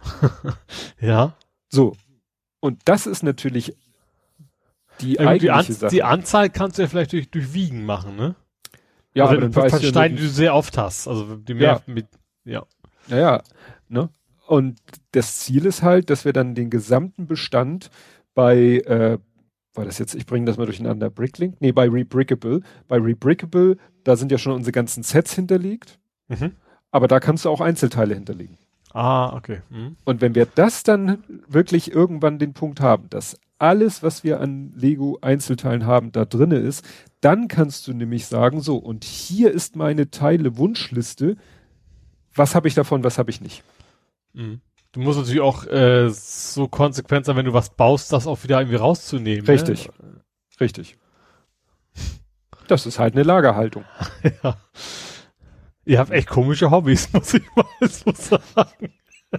S3: Ja.
S2: So. Und das ist natürlich die
S3: ja,
S2: eigentliche
S3: die, An
S2: Sache.
S3: Die Anzahl kannst du ja vielleicht durch, durch Wiegen machen, ne?
S2: Ja,
S3: also
S2: aber
S3: wenn
S2: dann
S3: du
S2: weißt
S3: von Steinen, die du sehr oft hast. Also die mehr
S2: ja.
S3: mit, ja.
S2: Naja, ne? Und das Ziel ist halt, dass wir dann den gesamten Bestand bei, äh, war das jetzt, ich bringe das mal durcheinander, Bricklink? Nee, bei Rebrickable. Bei Rebrickable, da sind ja schon unsere ganzen Sets hinterlegt.
S3: Mhm.
S2: Aber da kannst du auch Einzelteile hinterlegen.
S3: Ah, okay. Mhm.
S2: Und wenn wir das dann wirklich irgendwann den Punkt haben, dass alles, was wir an Lego Einzelteilen haben, da drinne ist, dann kannst du nämlich sagen, so, und hier ist meine Teile-Wunschliste. Was habe ich davon, was habe ich nicht?
S3: Mhm. Du musst natürlich auch äh, so konsequent sein, wenn du was baust, das auch wieder irgendwie rauszunehmen.
S2: Richtig.
S3: Ne?
S2: Richtig. Das ist halt eine Lagerhaltung.
S3: ja. Ihr habt echt komische Hobbys, muss ich mal so sagen.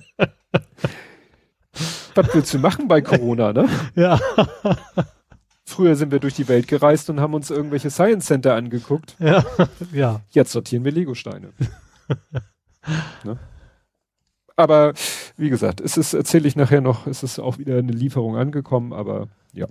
S2: Was willst du machen bei Corona, ne?
S3: Ja.
S2: Früher sind wir durch die Welt gereist und haben uns irgendwelche Science Center angeguckt.
S3: Ja, ja.
S2: Jetzt sortieren wir Legosteine. Ne? Aber wie gesagt, es ist, erzähle ich nachher noch, es ist auch wieder eine Lieferung angekommen, aber ja.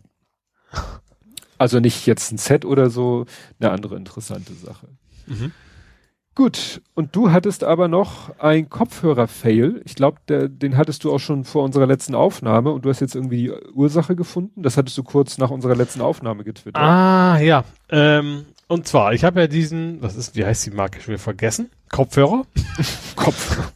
S2: Also nicht jetzt ein Set oder so, eine andere interessante Sache.
S3: Mhm.
S2: Gut, und du hattest aber noch ein Kopfhörer-Fail. Ich glaube, den hattest du auch schon vor unserer letzten Aufnahme und du hast jetzt irgendwie die Ursache gefunden. Das hattest du kurz nach unserer letzten Aufnahme getwittert.
S3: Ah, ja. Ähm, und zwar, ich habe ja diesen, was ist, wie heißt die Marke? Ich will vergessen. Kopfhörer?
S2: Kopfhörer.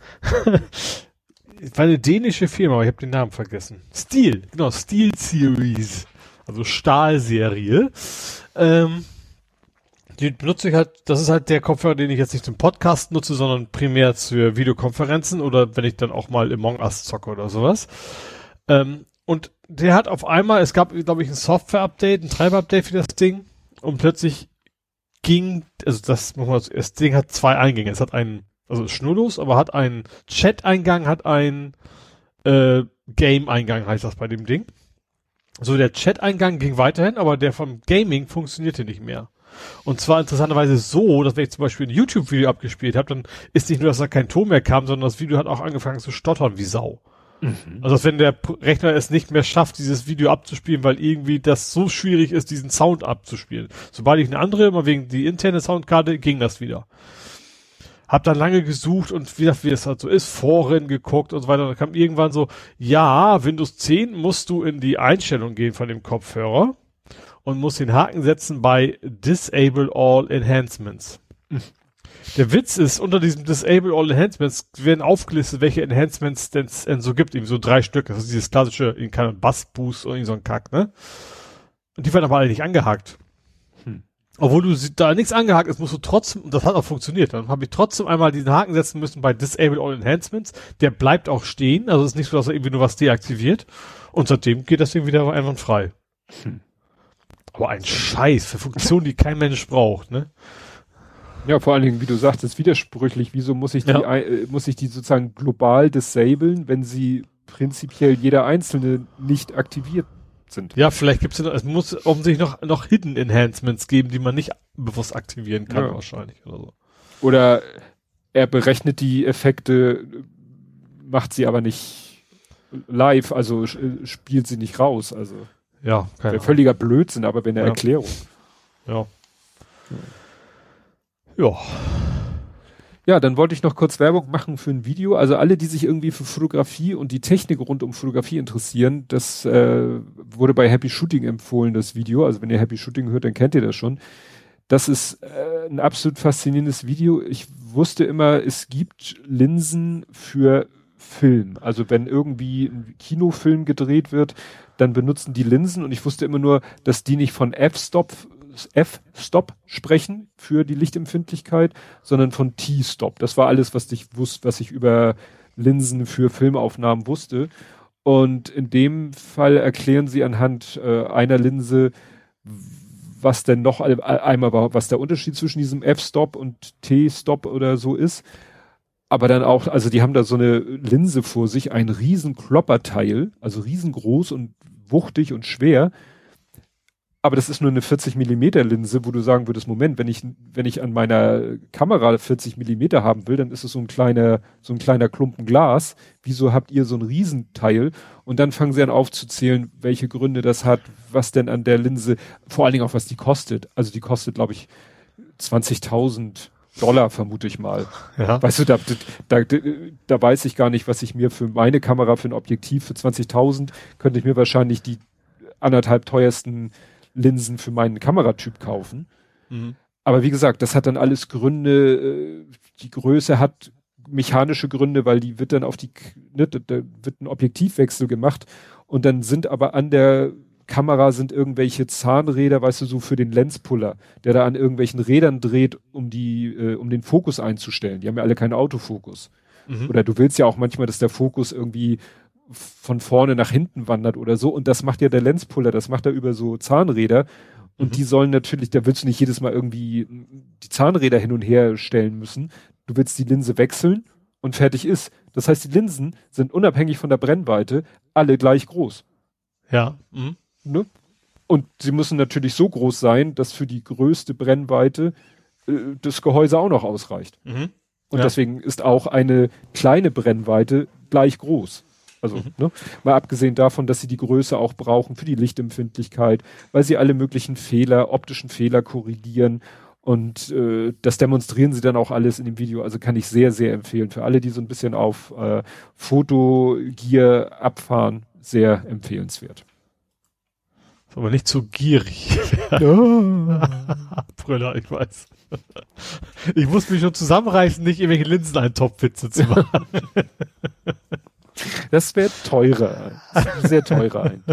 S3: War eine dänische Firma, aber ich habe den Namen vergessen. Steel, genau, Steel Series. Also Stahlserie. Ähm, die benutze ich halt, das ist halt der Kopfhörer, den ich jetzt nicht zum Podcast nutze, sondern primär für Videokonferenzen oder wenn ich dann auch mal Among Us zocke oder sowas. Ähm, und der hat auf einmal, es gab, glaube ich, ein Software-Update, ein Treiber-Update für das Ding und plötzlich ging, also das, das Ding hat zwei Eingänge. Es hat einen, also ist schnurlos, aber hat einen Chat-Eingang, hat einen äh, Game-Eingang, heißt das bei dem Ding. So, der Chat-Eingang ging weiterhin, aber der vom Gaming funktionierte nicht mehr. Und zwar interessanterweise so, dass wenn ich zum Beispiel ein YouTube-Video abgespielt habe, dann ist nicht nur, dass da kein Ton mehr kam, sondern das Video hat auch angefangen zu stottern wie Sau. Mhm. Also als wenn der Rechner es nicht mehr schafft, dieses Video abzuspielen, weil irgendwie das so schwierig ist, diesen Sound abzuspielen. Sobald ich eine andere, mal wegen die interne Soundkarte, ging das wieder. Hab dann lange gesucht und wie das, wie das halt so ist, Foren geguckt und so weiter. Dann kam irgendwann so, ja, Windows zehn musst du in die Einstellung gehen von dem Kopfhörer und musst den Haken setzen bei Disable All Enhancements. Mhm. Der Witz ist, unter diesem Disable All Enhancements werden aufgelistet, welche Enhancements denn es so gibt. Eben so drei Stück. Das ist dieses klassische, kein Bass-Boost oder so ein Kack, ne? Und die werden aber alle nicht angehakt. Hm. Obwohl du da nichts angehakt ist, musst du trotzdem, und das hat auch funktioniert, dann habe ich trotzdem einmal diesen Haken setzen müssen bei Disable All Enhancements. Der bleibt auch stehen. Also es ist nicht so, dass er irgendwie nur was deaktiviert. Und seitdem geht das Ding wieder einwandfrei. Hm. Aber ein Scheiß für Funktionen, die kein Mensch braucht, ne?
S2: Ja, vor allen Dingen, wie du sagst, ist widersprüchlich. Wieso muss ich die,
S3: ja.
S2: äh, muss ich die sozusagen global disablen, wenn sie prinzipiell jeder einzelne nicht aktiviert sind?
S3: Ja, vielleicht gibt es, es muss offensichtlich noch, noch Hidden Enhancements geben, die man nicht bewusst aktivieren kann, ja. Wahrscheinlich, oder so.
S2: Oder er berechnet die Effekte, macht sie aber nicht live, also spielt sie nicht raus, also.
S3: Ja, keine Ahnung.
S2: Völliger Blödsinn, aber wenn eine
S3: ja.
S2: Erklärung.
S3: Ja. Ja.
S2: Ja, dann wollte ich noch kurz Werbung machen für ein Video. Also alle, die sich irgendwie für Fotografie und die Technik rund um Fotografie interessieren, das äh, wurde bei Happy Shooting empfohlen, das Video. Also wenn ihr Happy Shooting hört, dann kennt ihr das schon. Das ist äh, ein absolut faszinierendes Video. Ich wusste immer, es gibt Linsen für Film. Also wenn irgendwie ein Kinofilm gedreht wird, dann benutzen die Linsen und ich wusste immer nur, dass die nicht von F-Stop F-Stop sprechen für die Lichtempfindlichkeit, sondern von T-Stop. Das war alles, was ich wusste, was ich über Linsen für Filmaufnahmen wusste. Und in dem Fall erklären sie anhand äh, einer Linse, was denn noch einmal war, was der Unterschied zwischen diesem F-Stop und T-Stop oder so ist. Aber dann auch, also die haben da so eine Linse vor sich, ein riesen Klopperteil, also riesengroß und wuchtig und schwer. Aber das ist nur eine vierzig Millimeter Linse, wo du sagen würdest, Moment, wenn ich, wenn ich an meiner Kamera vierzig Millimeter haben will, dann ist es so ein kleiner, so ein kleiner Klumpen Glas. Wieso habt ihr so ein Riesenteil? Und dann fangen sie an aufzuzählen, welche Gründe das hat, was denn an der Linse, vor allen Dingen auch was die kostet. Also die kostet, glaube ich, zwanzigtausend Dollar, vermute ich mal. Ja. Weißt du, da, da, da, da weiß ich gar nicht, was ich mir für meine Kamera, für ein Objektiv für zwanzigtausend, könnte ich mir wahrscheinlich die anderthalb teuersten Linsen für meinen Kameratyp kaufen. Mhm. Aber wie gesagt, das hat dann alles Gründe, die Größe hat mechanische Gründe, weil die wird dann auf die, ne, da wird ein Objektivwechsel gemacht und dann sind aber an der Kamera sind irgendwelche Zahnräder, weißt du, so für den Lenspuller, der da an irgendwelchen Rädern dreht, um die, äh, um den Fokus einzustellen. Die haben ja alle keinen Autofokus. Mhm. Oder du willst ja auch manchmal, dass der Fokus irgendwie von vorne nach hinten wandert oder so. Und das macht ja der Lenspuller, das macht er über so Zahnräder. Und mhm. die sollen natürlich, da willst du nicht jedes Mal irgendwie die Zahnräder hin und her stellen müssen. du willst die Linse wechseln und fertig ist. Das heißt, die Linsen sind unabhängig von der Brennweite alle gleich groß.
S3: Ja. Mhm.
S2: Ne? Und sie müssen natürlich so groß sein, dass für die größte Brennweite äh, das Gehäuse auch noch ausreicht.
S3: Mhm.
S2: Und
S3: Ja.
S2: deswegen ist auch eine kleine Brennweite gleich groß. Also,
S3: Mhm.
S2: ne, mal abgesehen davon, dass sie die Größe auch brauchen für die Lichtempfindlichkeit, weil sie alle möglichen Fehler, optischen Fehler korrigieren. Und äh, das demonstrieren sie dann auch alles in dem Video. Also kann ich sehr, sehr empfehlen. Für alle, die so ein bisschen auf äh, Fotogier abfahren, sehr empfehlenswert.
S3: Ist aber nicht zu gierig. Brüller, ich weiß. Ich muss mich schon zusammenreißen, nicht irgendwelche Linseneintopfwitze zu machen.
S2: Das wäre teurer. Sehr teurer ein.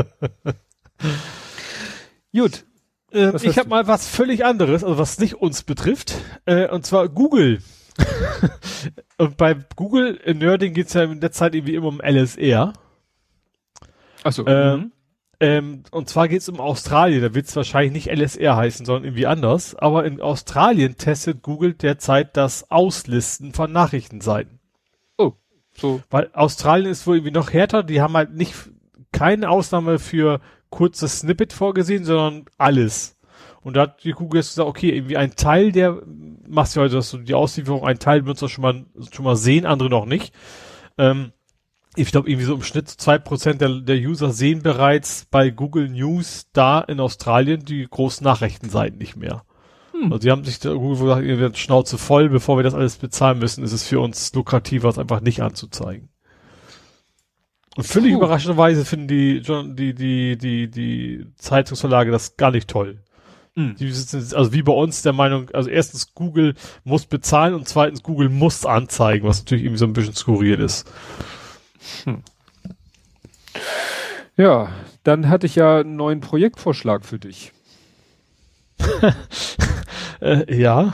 S2: Gut.
S3: Äh, ich habe mal was völlig anderes, also was nicht uns betrifft, äh, und zwar Google. Und bei Google in Nerding geht's ja in der Zeit irgendwie immer um L S R.
S2: Achso.
S3: Ähm, ähm, und zwar geht's um Australien. Da wird's wahrscheinlich nicht L S R heißen, sondern irgendwie anders. Aber in Australien testet Google derzeit das Auslisten von Nachrichtenseiten.
S2: Oh, so.
S3: Weil Australien ist wohl irgendwie noch härter. Die haben halt nicht keine Ausnahme für kurzes Snippet vorgesehen, sondern alles. Und da hat die Google jetzt gesagt, okay, irgendwie ein Teil der, machst du ja also die Auslieferung, ein Teil Benutzer schon mal, schon mal sehen, andere noch nicht. Ähm, ich glaube, irgendwie so im Schnitt zwei Prozent der, der User sehen bereits bei Google News da in Australien die großen Nachrichtenseiten nicht mehr. Hm. Also die haben sich da Google gesagt, ihr werdet Schnauze voll, bevor wir das alles bezahlen müssen, ist es für uns lukrativer, es einfach nicht anzuzeigen. Und völlig
S2: Puh.
S3: überraschenderweise finden die, die, die, die, die Zeitungsverlage das gar nicht toll.
S2: Hm.
S3: Die sind also wie bei uns der Meinung, also erstens Google muss bezahlen und zweitens Google muss anzeigen, was natürlich irgendwie so ein bisschen skurril ist.
S2: Hm. Ja, dann hatte ich ja einen neuen Projektvorschlag für dich.
S3: äh, ja.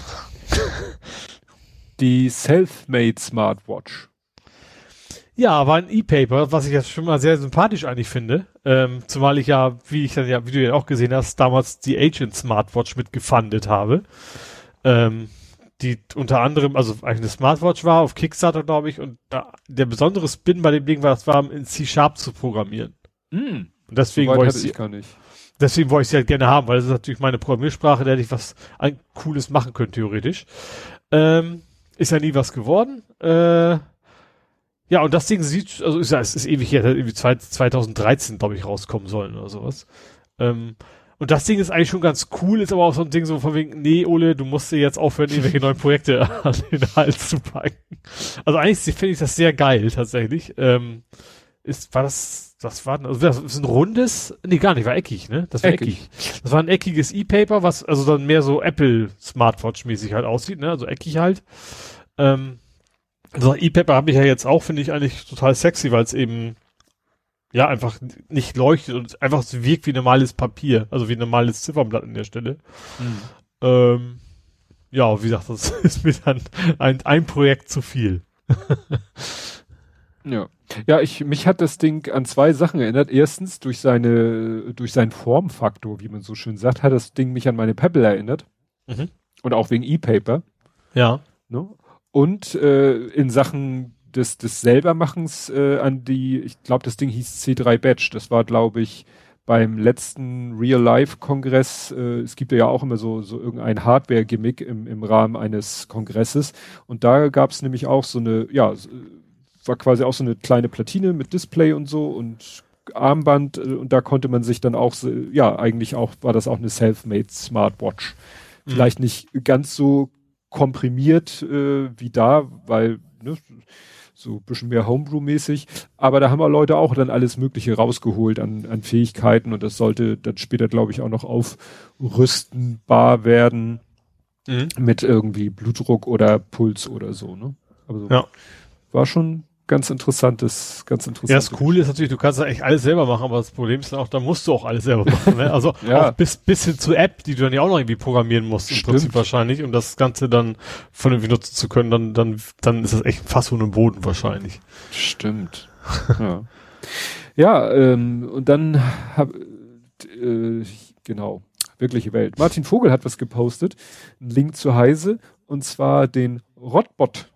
S2: Die Selfmade Smartwatch.
S3: Ja, war ein E-Paper, was ich jetzt schon mal sehr sympathisch eigentlich finde. Ähm, zumal ich ja, wie ich dann ja, wie du ja auch gesehen hast, damals die Agent Smartwatch mit gefundet habe. Ähm, die unter anderem, also eigentlich eine Smartwatch war, auf Kickstarter, glaube ich, und da, der besondere Spin bei dem Ding war, das war in C-Sharp zu programmieren.
S2: Mm.
S3: Und deswegen
S2: So
S3: wollte ich
S2: ich
S3: sie,
S2: gar nicht.
S3: deswegen wollte ich sie halt gerne haben, weil das ist natürlich meine Programmiersprache, da hätte ich was ein Cooles machen können, theoretisch. Ähm, ist ja nie was geworden. Äh, Ja, und das Ding sieht, also ist ja, es ist ewig her, irgendwie zwanzig dreizehn, glaube ich, rauskommen sollen oder sowas. Ähm, und das Ding ist eigentlich schon ganz cool, ist aber auch so ein Ding so von wegen, nee, Ole, du musst dir jetzt aufhören, irgendwelche neuen Projekte an den Hals zu packen. Also eigentlich finde ich das sehr geil, tatsächlich. Ähm, ist, war das, das war, also das ist ein rundes, nee, gar nicht, war eckig, ne? Das war eckig. eckig. Das war ein eckiges E-Paper, was also dann mehr so Apple Smartwatch-mäßig halt aussieht, ne? Also eckig halt. Ähm, Also E-Paper habe ich ja jetzt auch, finde ich eigentlich total sexy, weil es eben ja einfach nicht leuchtet und einfach so wirkt wie normales Papier, also wie ein normales Ziffernblatt an der Stelle.
S2: Mhm.
S3: Ähm, ja, wie gesagt, das ist mir dann ein, ein Projekt zu viel.
S2: Ja. Ja, ich, mich hat das Ding an zwei Sachen erinnert. Erstens, durch seine, durch seinen Formfaktor, wie man so schön sagt, hat das Ding mich an meine Pebble erinnert.
S3: Mhm.
S2: Und auch wegen E-Paper.
S3: Ja.
S2: Ne? Und äh, in Sachen des, des Selbermachens äh, an die, ich glaube, das Ding hieß C drei Badge. Das war, glaube ich, beim letzten Real-Life-Kongress. Äh, es gibt ja auch immer so, so irgendein Hardware-Gimmick im, im Rahmen eines Kongresses. Und da gab es nämlich auch so eine, ja, war quasi auch so eine kleine Platine mit Display und so und Armband. Äh, und da konnte man sich dann auch, so, ja, eigentlich auch, war das auch eine Self-Made Smartwatch. Mhm. Vielleicht nicht ganz so komprimiert äh, wie da, weil ne, so ein bisschen mehr Homebrew-mäßig, aber da haben wir Leute auch dann alles Mögliche rausgeholt an, an Fähigkeiten und das sollte dann später, glaube ich, auch noch aufrüstenbar werden mhm. mit irgendwie Blutdruck oder Puls oder so. Ne? Aber so
S3: ja.
S2: War schon ganz interessantes, ganz interessant.
S3: Ja, das Coole ist natürlich, du kannst ja echt alles selber machen, aber das Problem ist dann auch, da musst du auch alles selber machen. Ne? Also ja. auch bis, bis hin zur App, die du dann ja auch noch irgendwie programmieren musst, im
S2: Stimmt.
S3: Prinzip wahrscheinlich, um das Ganze dann vernünftig nutzen zu können, dann, dann, dann ist das echt ein Fass ohne Boden wahrscheinlich.
S2: Stimmt. ja, ja ähm, und dann hab, äh, genau, wirkliche Welt. Martin Vogel hat was gepostet, ein Link zu Heise, und zwar den Rotbot.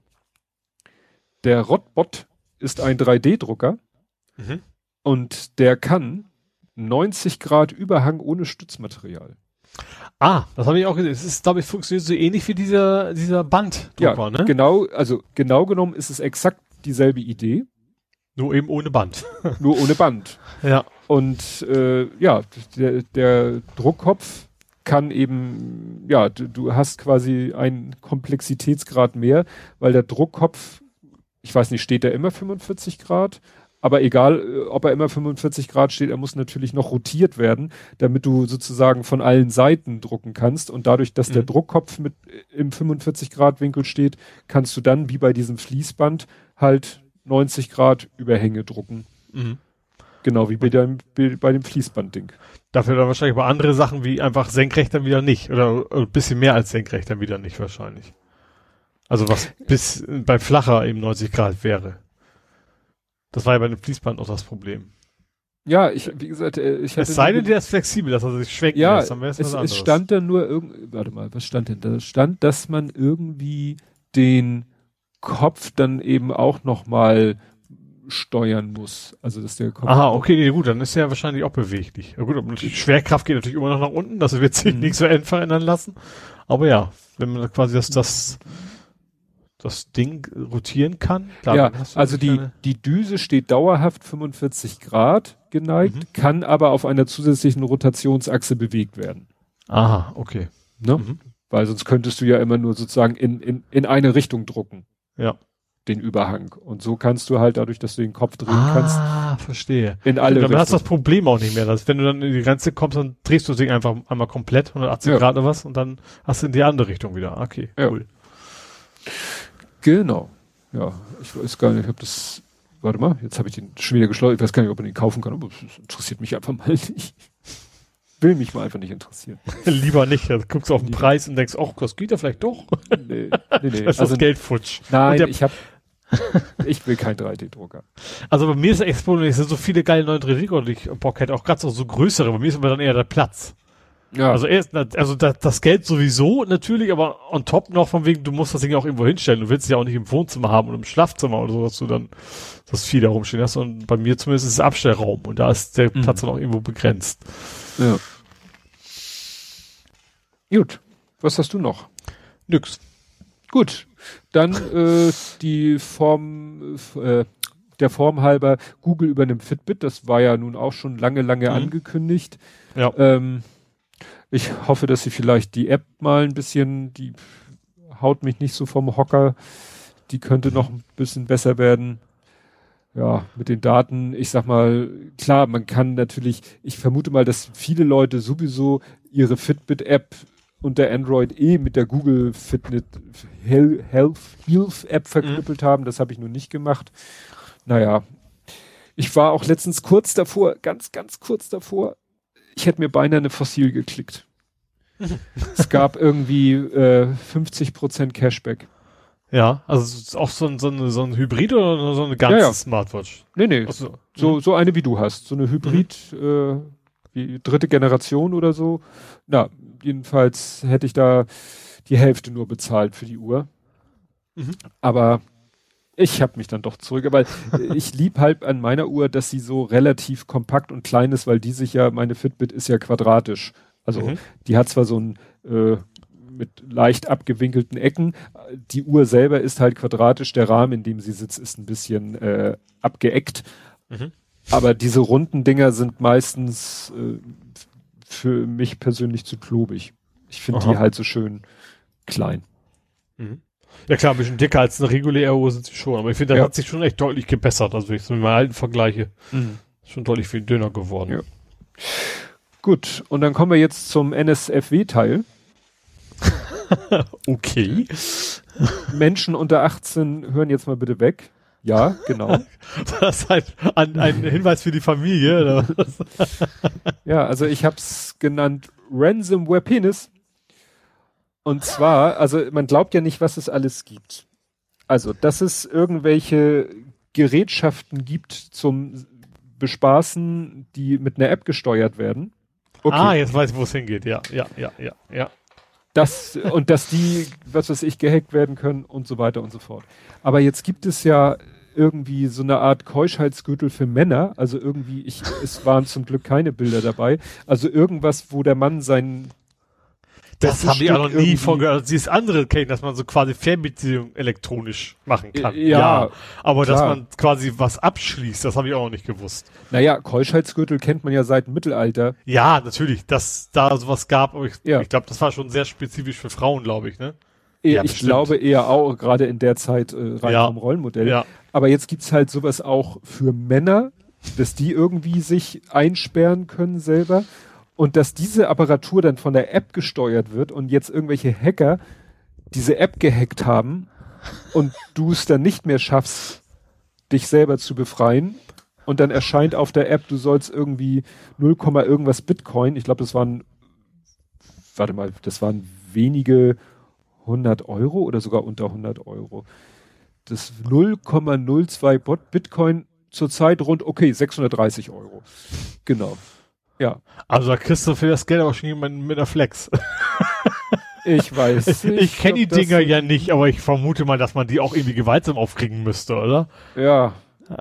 S2: Der Rotbot ist ein drei D-Drucker mhm. und der kann neunzig Grad Überhang ohne Stützmaterial.
S3: Ah, das habe ich auch gesehen. Es ist, glaube ich, funktioniert so ähnlich wie dieser, dieser Banddrucker,
S2: ja,
S3: ne?
S2: Genau, also genau genommen ist es exakt dieselbe Idee.
S3: Nur eben ohne Band.
S2: Nur ohne Band.
S3: Ja.
S2: Und äh, ja, der, der Druckkopf kann eben, ja, du, du hast quasi einen Komplexitätsgrad mehr, weil der Druckkopf, ich weiß nicht, steht der immer fünfundvierzig Grad? Aber egal, ob er immer fünfundvierzig Grad steht, er muss natürlich noch rotiert werden, damit du sozusagen von allen Seiten drucken kannst. Und dadurch, dass mhm. der Druckkopf mit im fünfundvierzig Grad Winkel steht, kannst du dann wie bei diesem Fließband halt neunzig Grad Überhänge drucken. Mhm. Genau wie bei dem, bei dem Fließbandding.
S3: Dafür dann wahrscheinlich bei andere Sachen wie einfach senkrecht dann wieder nicht. Oder, oder ein bisschen mehr als senkrecht dann wieder nicht wahrscheinlich. Also was bis bei flacher eben neunzig Grad wäre. Das war ja bei dem Fließband auch das Problem.
S2: Ja, ich, wie gesagt, ich hatte...
S3: Es sei denn, der ist flexibel, dass er sich schwenken
S2: ja,
S3: lässt, dann wäre es was anderes.
S2: Es stand da nur irgendwie, warte mal, was stand denn da? Da stand, dass man irgendwie den Kopf dann eben auch nochmal steuern muss. Also, dass der Kopf...
S3: Aha, okay, nee, gut, dann ist er ja wahrscheinlich auch beweglich. Ja gut, aber die Schwerkraft geht natürlich immer noch nach unten, das wird sich mhm. nicht so verändern lassen. Aber ja, wenn man quasi das, das das Ding rotieren kann.
S2: Klar, ja, also die, die Düse steht dauerhaft fünfundvierzig Grad geneigt, mhm. kann aber auf einer zusätzlichen Rotationsachse bewegt werden.
S3: Aha, okay.
S2: Ne? Mhm. Weil sonst könntest du ja immer nur sozusagen in, in, in eine Richtung drucken.
S3: Ja.
S2: Den Überhang. Und so kannst du halt dadurch, dass du den Kopf drehen
S3: ah,
S2: kannst.
S3: Ah, verstehe.
S2: In alle Richtungen.
S3: Dann hast du das Problem auch nicht mehr. Dass, wenn du dann in die Grenze kommst, dann drehst du das Ding einfach einmal komplett, hundertachtzig ja. Grad oder was, und dann hast du in die andere Richtung wieder. Okay,
S2: ja.
S3: cool.
S2: Genau. Ja, ich weiß gar nicht, ich habe das, warte mal, jetzt habe ich den schon wieder geschlossen. Ich weiß gar nicht, ob man den kaufen kann, aber das interessiert mich einfach mal nicht. Will mich mal einfach nicht interessieren.
S3: Lieber nicht. Dann guckst du auf den Lieber. Preis und denkst, ach, das geht ja vielleicht doch.
S2: Nee, nee, nee.
S3: Das ist
S2: also,
S3: das Geld futsch.
S2: Nein, ich habe ich will keinen drei D-Drucker.
S3: Also bei mir ist echt es sind so viele geile neue drei D-Drucker, die ich Bock hätte, auch gerade so größere. Bei mir ist aber dann eher der Platz. Ja. Also erst, also das, das Geld sowieso natürlich, aber on top noch von wegen, du musst das Ding auch irgendwo hinstellen. Du willst es ja auch nicht im Wohnzimmer haben oder im Schlafzimmer oder so, dass du dann das Vieh da rumstehen hast. Und bei mir zumindest ist es Abstellraum und da ist der mhm. Platz dann auch irgendwo begrenzt.
S2: Ja. Gut. Was hast du noch?
S3: Nix.
S2: Gut. Dann äh, die Form, äh, der Form halber, Google übernimmt Fitbit. Das war ja nun auch schon lange, lange mhm. angekündigt.
S3: Ja.
S2: Ähm, Ich hoffe, dass sie vielleicht die App mal ein bisschen, die haut mich nicht so vom Hocker, die könnte noch ein bisschen besser werden. Ja, mit den Daten, ich sag mal, klar, man kann natürlich, ich vermute mal, dass viele Leute sowieso ihre Fitbit-App unter Android eh mit der Google Fitness Health, Health App verknüppelt mhm. haben. Das habe ich nur nicht gemacht. Naja, ich war auch letztens kurz davor, ganz, ganz kurz davor, ich hätte mir beinahe eine Fossil geklickt. Es gab irgendwie äh, fünfzig Prozent Cashback.
S3: Ja, also ist auch so ein, so eine, so ein Hybrid oder so eine ganze ja, ja. Smartwatch?
S2: Nee, nee, so, so, so eine wie du hast. So eine Hybrid, mhm. äh, wie dritte Generation oder so. Na, jedenfalls hätte ich da die Hälfte nur bezahlt für die Uhr. Mhm. Aber ich habe mich dann doch zurück, aber ich lieb halt an meiner Uhr, dass sie so relativ kompakt und klein ist, weil die sich ja, meine Fitbit ist ja quadratisch. Also mhm. die hat zwar so ein äh, mit leicht abgewinkelten Ecken, die Uhr selber ist halt quadratisch, der Rahmen, in dem sie sitzt, ist ein bisschen äh, abgeeckt. Mhm. Aber diese runden Dinger sind meistens äh, für mich persönlich zu klobig. Ich finde die halt so schön klein.
S3: Mhm. Ja klar, ein bisschen dicker als eine reguläre Uhr sind sie schon, aber ich finde, das ja. hat sich schon echt deutlich gebessert, also wenn ich so mit meinen alten vergleiche. Mhm. Ist schon deutlich viel dünner geworden.
S2: Ja. Gut, und dann kommen wir jetzt zum N S F W-Teil.
S3: Okay.
S2: Menschen unter achtzehn hören jetzt mal bitte weg. Ja, genau.
S3: Das ist halt ein, ein Hinweis für die Familie, oder was?
S2: Ja, also ich hab's genannt Ransomware Penis. Und zwar, also man glaubt ja nicht, was es alles gibt. Also, dass es irgendwelche Gerätschaften gibt zum Bespaßen, die mit einer App gesteuert werden.
S3: Okay. Ah, jetzt weiß ich, wo es hingeht. Ja, ja, ja, ja, ja.
S2: Das, und dass die, was weiß ich, gehackt werden können und so weiter und so fort. Aber jetzt gibt es ja irgendwie so eine Art Keuschheitsgürtel für Männer. Also irgendwie, ich, es waren zum Glück keine Bilder dabei. Also irgendwas, wo der Mann seinen
S3: Das habe ich auch noch nie von gehört. Also dieses andere kennen, dass man so quasi Fernbeziehung elektronisch machen kann.
S2: Ja, ja,
S3: aber klar. Dass man quasi was abschließt, das habe ich auch noch nicht gewusst.
S2: Naja, Keuschheitsgürtel kennt man ja seit dem Mittelalter.
S3: Ja, natürlich, dass da sowas gab, aber ich, ja. ich glaube, das war schon sehr spezifisch für Frauen, glaube ich, ne?
S2: Ja, ich bestimmt. glaube eher auch, gerade in der Zeit äh, rein ja. vom Rollenmodell. Ja. Aber jetzt gibt's halt sowas auch für Männer, dass die irgendwie sich einsperren können selber. Und dass diese Apparatur dann von der App gesteuert wird und jetzt irgendwelche Hacker diese App gehackt haben und du es dann nicht mehr schaffst, dich selber zu befreien. Und dann erscheint auf der App, du sollst irgendwie null, irgendwas Bitcoin. Ich glaube, das waren, warte mal, das waren wenige hundert Euro oder sogar unter hundert Euro. Das null Komma null zwei Bitcoin zurzeit rund, okay, sechshundertdreißig Euro. Genau. Ja.
S3: Also da kriegst du für das Geld auch schon jemanden mit einer Flex.
S2: Ich weiß
S3: nicht. Ich kenne die Dinger ja nicht, aber ich vermute mal, dass man die auch irgendwie gewaltsam aufkriegen müsste, oder?
S2: Ja.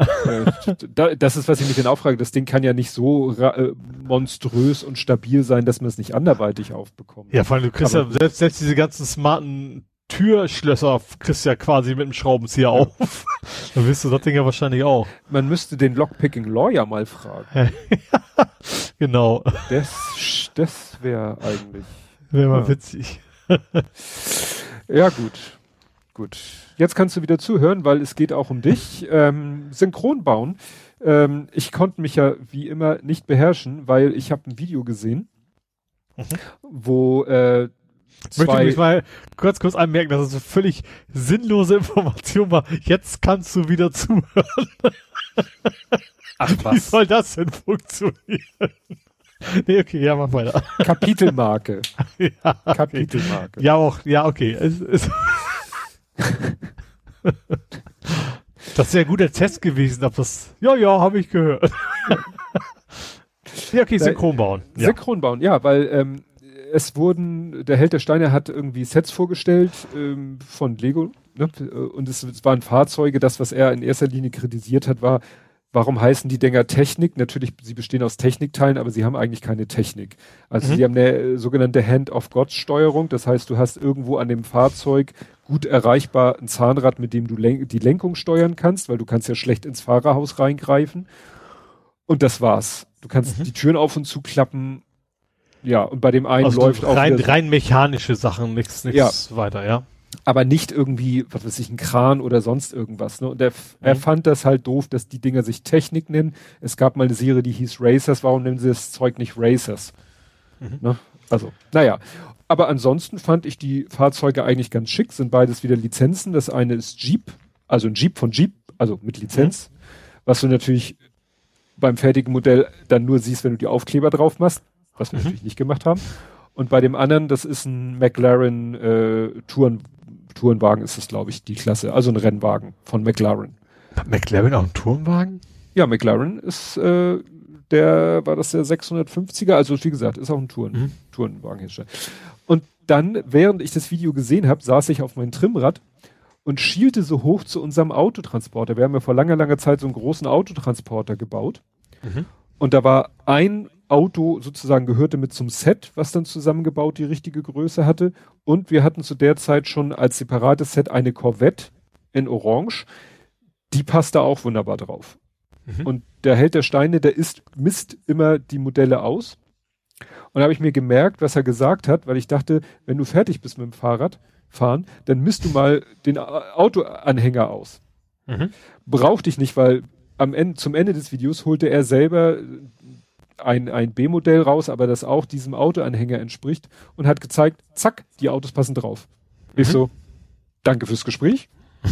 S2: äh, das ist, was ich mich dann auffrage. Das Ding kann ja nicht so äh, monströs und stabil sein, dass man es nicht anderweitig aufbekommt.
S3: Ja, vor allem, du kriegst aber ja selbst, selbst diese ganzen smarten Türschlösser kriegst du ja quasi mit dem Schraubenzieher auf. Dann wirst du das Ding ja wahrscheinlich auch.
S2: Man müsste den Lockpicking Lawyer mal fragen.
S3: Genau.
S2: Das, das wäre eigentlich.
S3: Wäre mal ja. witzig.
S2: Ja, gut. Gut. Jetzt kannst du wieder zuhören, weil es geht auch um dich. Ähm, Synchron bauen. Ähm, ich konnte mich ja wie immer nicht beherrschen, weil ich habe ein Video gesehen, mhm. wo äh,
S3: Ich möchte mich mal kurz kurz anmerken, dass es eine völlig sinnlose Information war. Jetzt kannst du wieder zuhören.
S2: Ach was.
S3: Wie soll das denn funktionieren? Nee, okay, ja, mach weiter.
S2: Kapitelmarke.
S3: Ja, okay.
S2: Kapitelmarke.
S3: Ja, auch, ja, okay. Es, es das wäre ein guter Test gewesen, ob das, ja, ja, habe ich gehört. Ja, okay, synchron bauen.
S2: Ja. Synchron bauen, ja, weil ähm, es wurden, der Held der Steine hat irgendwie Sets vorgestellt ähm, von Lego, ne? Und es, es waren Fahrzeuge. Das, was er in erster Linie kritisiert hat, war, warum heißen die Dinger Technik? Natürlich, sie bestehen aus Technikteilen, aber sie haben eigentlich keine Technik. Also mhm. sie haben eine äh, sogenannte Hand-of-God-Steuerung. Das heißt, du hast irgendwo an dem Fahrzeug gut erreichbar ein Zahnrad, mit dem du len- die Lenkung steuern kannst, weil du kannst ja schlecht ins Fahrerhaus reingreifen. Und das war's. Du kannst mhm. die Türen auf und zu klappen. Ja, und bei dem einen
S3: also
S2: läuft auch
S3: rein, rein mechanische Sachen, nichts nichts
S2: ja.
S3: weiter, ja.
S2: Aber nicht irgendwie, was weiß ich, ein Kran oder sonst irgendwas. Ne? Und er, mhm. er fand das halt doof, dass die Dinger sich Technik nennen. Es gab mal eine Serie, die hieß Racers. Warum nennen sie das Zeug nicht Racers? Mhm. Ne? Also, naja. Aber ansonsten fand ich die Fahrzeuge eigentlich ganz schick. Sind beides wieder Lizenzen. Das eine ist Jeep, also ein Jeep von Jeep, also mit Lizenz. Mhm. Was du natürlich beim fertigen Modell dann nur siehst, wenn du die Aufkleber drauf machst. Was wir mhm. natürlich nicht gemacht haben. Und bei dem anderen, das ist ein McLaren äh, Touren, Tourenwagen ist es, glaube ich, die Klasse. Also ein Rennwagen von McLaren.
S3: Hat McLaren auch einen Tourenwagen?
S2: Ja, McLaren ist äh, der, war das der sechshundertfünfziger? Also wie gesagt, ist auch ein Touren, mhm. Tourenwagenhersteller. Und dann, während ich das Video gesehen habe, saß ich auf meinem Trimmrad und schielte so hoch zu unserem Autotransporter. Wir haben ja vor langer, langer Zeit so einen großen Autotransporter gebaut. Mhm. Und da war ein Auto sozusagen gehörte mit zum Set, was dann zusammengebaut die richtige Größe hatte. Und wir hatten zu der Zeit schon als separates Set eine Corvette in Orange. Die passte auch wunderbar drauf. Mhm. Und der Held der Steine, der ist, misst immer die Modelle aus. Und da habe ich mir gemerkt, was er gesagt hat, weil ich dachte, wenn du fertig bist mit dem Fahrrad fahren, dann misst du mal den Autoanhänger aus. Mhm. Brauchte ich nicht, weil am Ende, zum Ende des Videos holte er selber ein, ein B-Modell raus, aber das auch diesem Autoanhänger entspricht und hat gezeigt, zack, die Autos passen drauf. Mhm. Ich so, danke fürs Gespräch.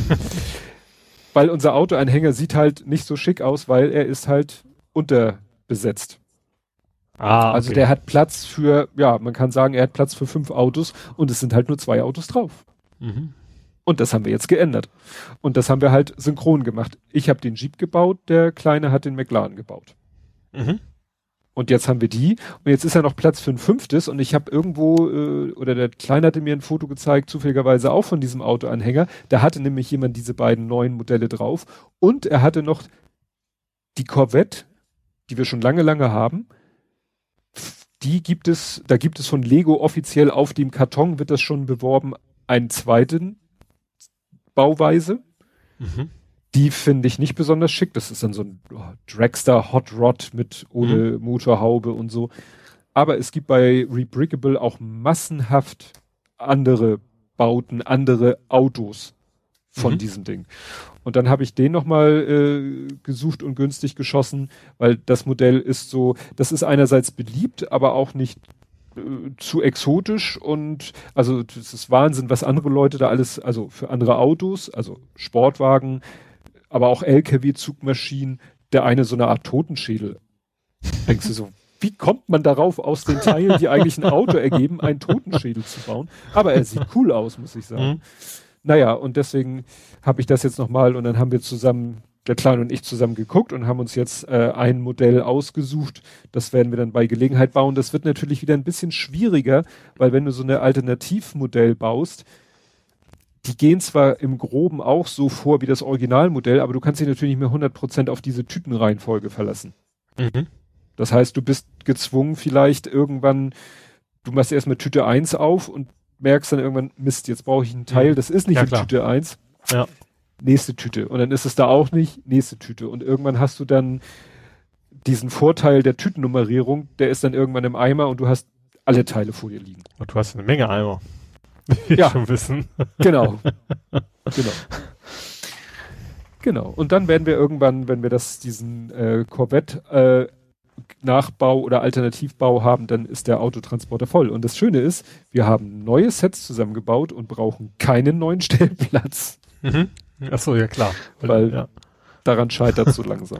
S2: Weil unser Autoanhänger sieht halt nicht so schick aus, weil er ist halt unterbesetzt. Ah, okay. Also der hat Platz für, ja, man kann sagen, er hat Platz für fünf Autos und es sind halt nur zwei Autos drauf. Mhm. Und das haben wir jetzt geändert. Und das haben wir halt synchron gemacht. Ich habe den Jeep gebaut, der Kleine hat den McLaren gebaut. Mhm. Und jetzt haben wir die. Und jetzt ist ja noch Platz für ein fünftes. Und ich habe irgendwo, äh, oder der Kleine hatte mir ein Foto gezeigt, zufälligerweise auch von diesem Autoanhänger. Da hatte nämlich jemand diese beiden neuen Modelle drauf. Und er hatte noch die Corvette, die wir schon lange, lange haben. Die gibt es, da gibt es von Lego offiziell auf dem Karton, wird das schon beworben, einen zweiten Bauweise. Mhm. Die finde ich nicht besonders schick. Das ist dann so ein oh, Dragster Hot Rod mit ohne mhm. Motorhaube und so. Aber es gibt bei Rebrickable auch massenhaft andere Bauten, andere Autos von mhm. diesem Ding. Und dann habe ich den nochmal äh, gesucht und günstig geschossen, weil das Modell ist so, das ist einerseits beliebt, aber auch nicht äh, zu exotisch und also das ist Wahnsinn, was andere Leute da alles, also für andere Autos, also Sportwagen, aber auch L K W-Zugmaschinen, der eine so eine Art Totenschädel. Denkst du so, wie kommt man darauf, aus den Teilen, die eigentlich ein Auto ergeben, einen Totenschädel zu bauen? Aber er sieht cool aus, muss ich sagen. Mhm. Naja, und deswegen habe ich das jetzt nochmal und dann haben wir zusammen, der Kleine und ich zusammen geguckt und haben uns jetzt äh, ein Modell ausgesucht. Das werden wir dann bei Gelegenheit bauen. Das wird natürlich wieder ein bisschen schwieriger, weil wenn du so eine Alternativmodell baust, die gehen zwar im Groben auch so vor wie das Originalmodell, aber du kannst dich natürlich nicht mehr hundert Prozent auf diese Tütenreihenfolge verlassen. Mhm. Das heißt, du bist gezwungen vielleicht irgendwann, du machst erstmal Tüte eins auf und merkst dann irgendwann, Mist, jetzt brauche ich einen Teil, das ist nicht ja, in klar. Tüte eins. Ja. Nächste Tüte. Und dann ist es da auch nicht, nächste Tüte. Und irgendwann hast du dann diesen Vorteil der Tütennummerierung, der ist dann irgendwann im Eimer und du hast alle Teile vor dir liegen.
S3: Und du hast eine Menge Eimer. Wie ja, schon wissen.
S2: Genau. Genau. Genau. Und dann werden wir irgendwann, wenn wir das, diesen äh, Corvette äh, Nachbau oder Alternativbau haben, dann ist der Autotransporter voll. Und das Schöne ist, wir haben neue Sets zusammengebaut und brauchen keinen neuen Stellplatz.
S3: Mhm. Ach so, ja klar.
S2: Weil
S3: ja.
S2: daran scheitert es so langsam.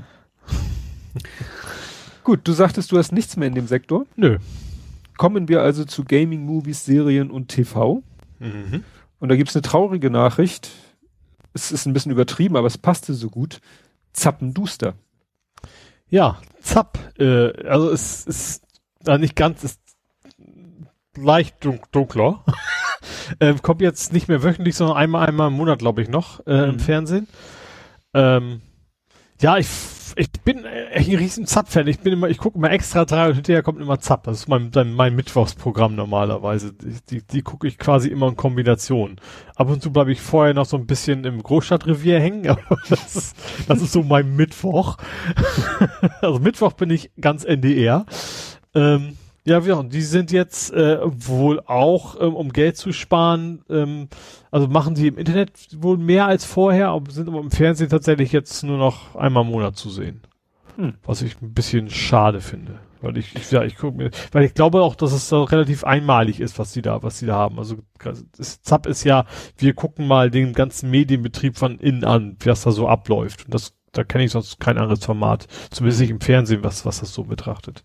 S2: Gut, du sagtest, du hast nichts mehr in dem Sektor.
S3: Nö.
S2: Kommen wir also zu Gaming, Movies, Serien und T V. Mhm. Und da gibt's eine traurige Nachricht. Es ist ein bisschen übertrieben, aber es passte so gut. Zappenduster.
S3: Ja, Zapp. Äh, also es ist da nicht ganz, ist leicht dunk- dunkler. äh, kommt jetzt nicht mehr wöchentlich, sondern einmal, einmal im Monat, glaube ich, noch äh, mhm. im Fernsehen. Ähm, ja, ich ich bin echt ein riesen Zapp-Fan. Ich bin immer, ich gucke immer extra drei und hinterher kommt immer Zapp. Das ist mein, mein Mittwochsprogramm normalerweise. Die, die, die gucke ich quasi immer in Kombination. Ab und zu bleibe ich vorher noch so ein bisschen im Großstadtrevier hängen, aber das ist, das ist so mein Mittwoch. Also Mittwoch bin ich ganz N D R. Ähm, ja, ja, die sind jetzt äh, wohl auch, ähm, um Geld zu sparen, ähm, also machen sie im Internet wohl mehr als vorher, aber sind aber im Fernsehen tatsächlich jetzt nur noch einmal im Monat zu sehen. Hm. Was ich ein bisschen schade finde. Weil ich, ich ja, ich gucke mir, weil ich glaube auch, dass es so relativ einmalig ist, was sie da, was sie da haben. Also das Zapp ist ja, wir gucken mal den ganzen Medienbetrieb von innen an, wie das da so abläuft. Und das, da kenne ich sonst kein anderes Format, zumindest nicht im Fernsehen, was, was das so betrachtet.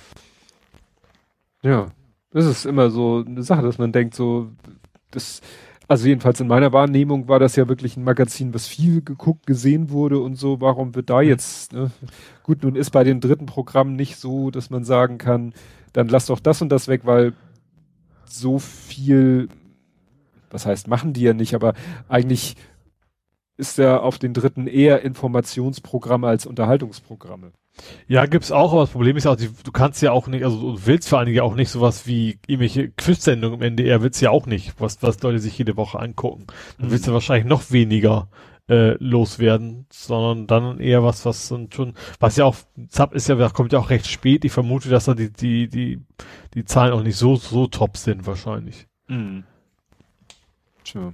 S2: Ja, das ist immer so eine Sache, dass man denkt, so, das, also jedenfalls in meiner Wahrnehmung war das ja wirklich ein Magazin, was viel geguckt, gesehen wurde und so, warum wird da jetzt, ne? Gut, nun ist bei den dritten Programmen nicht so, dass man sagen kann, dann lass doch das und das weg, weil so viel, was heißt, machen die ja nicht, aber eigentlich ist ja auf den dritten eher Informationsprogramme als Unterhaltungsprogramme.
S3: Ja, gibt's auch, aber das Problem ist auch, die, du kannst ja auch nicht, also du willst vor allen Dingen ja auch nicht sowas wie irgendwelche Quiz-Sendungen im N D R, willst du ja auch nicht, was, was Leute sich jede Woche angucken. Dann willst du wahrscheinlich noch weniger äh, loswerden, sondern dann eher was, was dann schon, was ja auch, Zapp ist ja, kommt ja auch recht spät, ich vermute, dass da die, die, die, die Zahlen auch nicht so, so top sind wahrscheinlich. Mhm.
S2: Tja.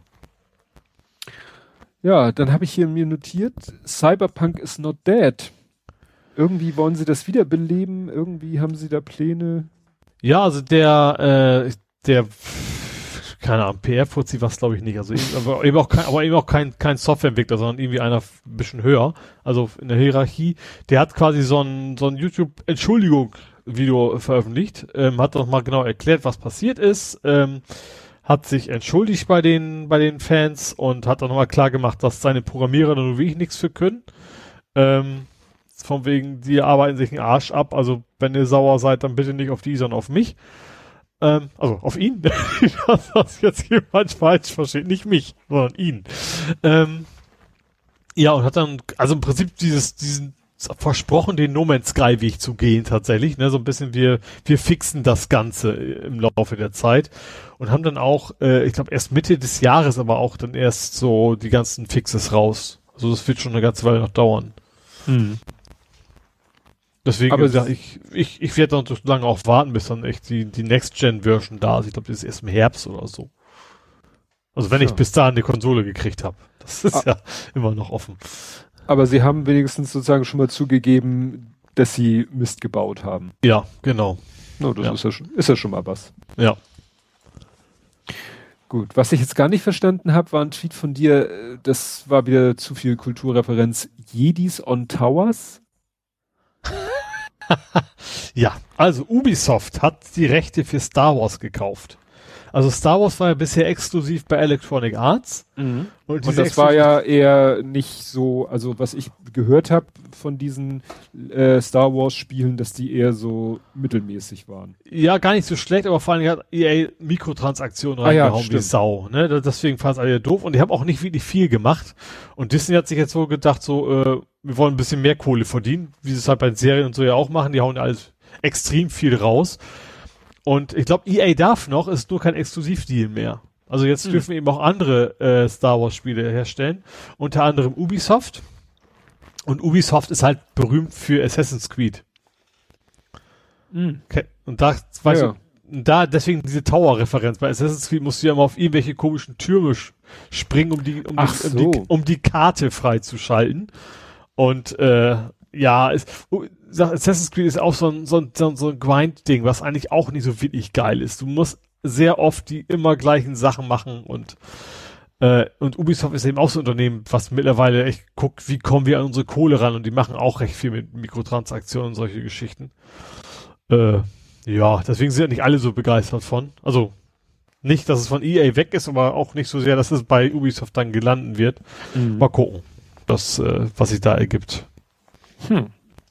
S2: Ja, dann habe ich hier mir notiert, Cyberpunk is not dead. Irgendwie wollen sie das wiederbeleben, irgendwie haben sie da Pläne.
S3: Ja, also der, äh, der, keine Ahnung, P R-Fuzzi war es glaube ich nicht, also eben, aber eben auch kein, aber eben auch kein, kein Softwareentwickler, sondern irgendwie einer ein bisschen höher, also in der Hierarchie, der hat quasi so ein, so ein YouTube-Entschuldigung-Video veröffentlicht, ähm, hat doch mal genau erklärt, was passiert ist, ähm, hat sich entschuldigt bei den, bei den Fans und hat dann nochmal klar gemacht, dass seine Programmierer nur wie ich nichts für können, ähm, von wegen, die arbeiten sich einen Arsch ab, also wenn ihr sauer seid, dann bitte nicht auf die, sondern auf mich. Ähm, also auf ihn. Das was jetzt jemand falsch versteht, nicht mich, sondern ihn. Ähm, ja, und hat dann, also im Prinzip dieses, diesen versprochen, den No Man's Sky Weg zu gehen tatsächlich, ne, so ein bisschen wir, wir fixen das Ganze im Laufe der Zeit und haben dann auch, äh, ich glaube erst Mitte des Jahres, aber auch dann erst so die ganzen Fixes raus. Also das wird schon eine ganze Weile noch dauern. Hm. Deswegen,
S2: aber
S3: ja, ich, ich, ich werde dann so lange auch warten, bis dann echt die, die Next-Gen-Version da ist. Ich glaube, das ist erst im Herbst oder so. Also wenn ja. ich bis dahin eine Konsole gekriegt habe. Das ist ah. ja immer noch offen.
S2: Aber sie haben wenigstens sozusagen schon mal zugegeben, dass sie Mist gebaut haben.
S3: Ja, genau.
S2: No, das
S3: ja.
S2: Ist, ja schon, ist ja schon mal was.
S3: Ja.
S2: Gut, was ich jetzt gar nicht verstanden habe, war ein Tweet von dir, das war wieder zu viel Kulturreferenz. Jedis on Towers?
S3: Ja, also Ubisoft hat die Rechte für Star Wars gekauft. Also Star Wars war ja bisher exklusiv bei Electronic Arts.
S2: Mhm. Und, und das war ja eher nicht so, also was ich gehört habe von diesen äh, Star Wars Spielen, dass die eher so mittelmäßig waren.
S3: Ja, gar nicht so schlecht, aber vor allem hat E A Mikrotransaktionen reingehauen ah, ja, wie Sau. Ne? Deswegen fand es alle doof und die haben auch nicht wirklich viel gemacht. Und Disney hat sich jetzt so gedacht, so, äh, wir wollen ein bisschen mehr Kohle verdienen, wie sie es halt bei den Serien und so ja auch machen. Die hauen ja alles extrem viel raus. Und ich glaube, E A darf noch, ist nur kein Exklusivdeal mehr. Also jetzt hm. dürfen eben auch andere äh, Star Wars Spiele herstellen. Unter anderem Ubisoft. Und Ubisoft ist halt berühmt für Assassin's Creed. Hm. Okay. Und da, weißt ja. du, da deswegen diese Tower-Referenz. Bei Assassin's Creed musst du ja immer auf irgendwelche komischen Türme springen, um die, um die,
S2: so.
S3: um die, um die Karte freizuschalten. Und äh, ja, ist, Assassin's Creed ist auch so ein, so ein, so ein Grind-Ding, was eigentlich auch nicht so wirklich geil ist. Du musst sehr oft die immer gleichen Sachen machen und äh, und Ubisoft ist eben auch so ein Unternehmen, was mittlerweile echt guckt, wie kommen wir an unsere Kohle ran und die machen auch recht viel mit Mikrotransaktionen und solche Geschichten. Äh, ja, deswegen sind ja nicht alle so begeistert von. Also nicht, dass es von E A weg ist, aber auch nicht so sehr, dass es bei Ubisoft dann gelandet wird. Mhm. Mal gucken, das, äh, was sich da ergibt. Hm.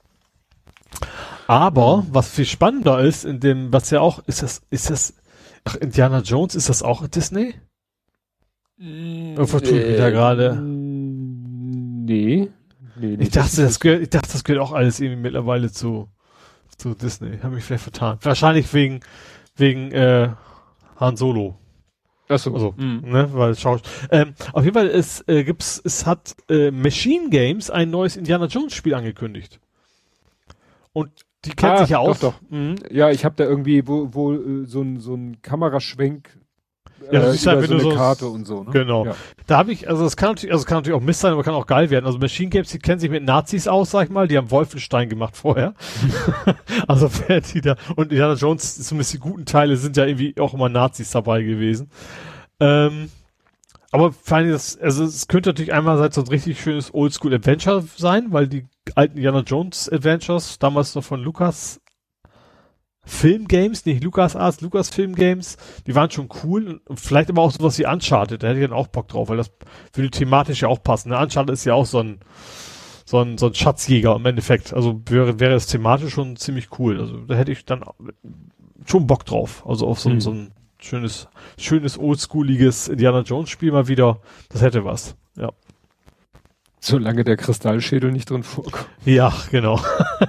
S3: Aber, was viel spannender ist, in dem, was ja auch, ist das, ist das, ach, Indiana Jones, ist das auch Disney?
S2: Mm,
S3: Oder vertue ich mich da gerade?
S2: Nee. nee, nee
S3: ich dachte, das gehört, ich dachte, das gehört auch alles irgendwie mittlerweile zu, zu Disney. Habe mich vielleicht vertan. Wahrscheinlich wegen, wegen, äh, Han Solo.
S2: Ach so.
S3: Also, mm. ne, weil Schau ähm, auf jeden Fall, es, äh, gibt's, es hat, äh, Machine Games ein neues Indiana Jones Spiel angekündigt. Und die kennt
S2: ah,
S3: sich ja auch.
S2: Doch, doch. Mhm. Ja, ich habe da irgendwie wo, wo äh, so ein so ein Kameraschwenk äh,
S3: ja, das ist halt,
S2: über
S3: wenn
S2: so
S3: du
S2: eine
S3: so
S2: Karte und so. Ne?
S3: Genau. Ja. Da habe ich, also das kann natürlich, also es kann natürlich auch Mist sein, aber kann auch geil werden. Also Machine Games, die kennen sich mit Nazis aus, sag ich mal. Die haben Wolfenstein gemacht vorher. Also wer die da und Indiana Jones, zumindest die guten Teile sind ja irgendwie auch immer Nazis dabei gewesen. Ähm, aber vor allem das, also es könnte natürlich einmal so ein richtig schönes Oldschool-Adventure sein, weil die alten Indiana Jones Adventures, damals noch von Lucas Film Games, nicht Lucas Arts, Lucas Film Games, die waren schon cool und vielleicht aber auch sowas wie Uncharted, da hätte ich dann auch Bock drauf, weil das würde thematisch ja auch passen. Ne? Uncharted ist ja auch so ein so ein, so ein Schatzjäger im Endeffekt, also wäre, wäre es thematisch schon ziemlich cool, also da hätte ich dann schon Bock drauf, also auf so, mhm. so ein schönes, schönes oldschooliges Indiana Jones Spiel mal wieder, das hätte was, ja.
S2: Solange der Kristallschädel nicht drin vorkommt.
S3: Ja, genau.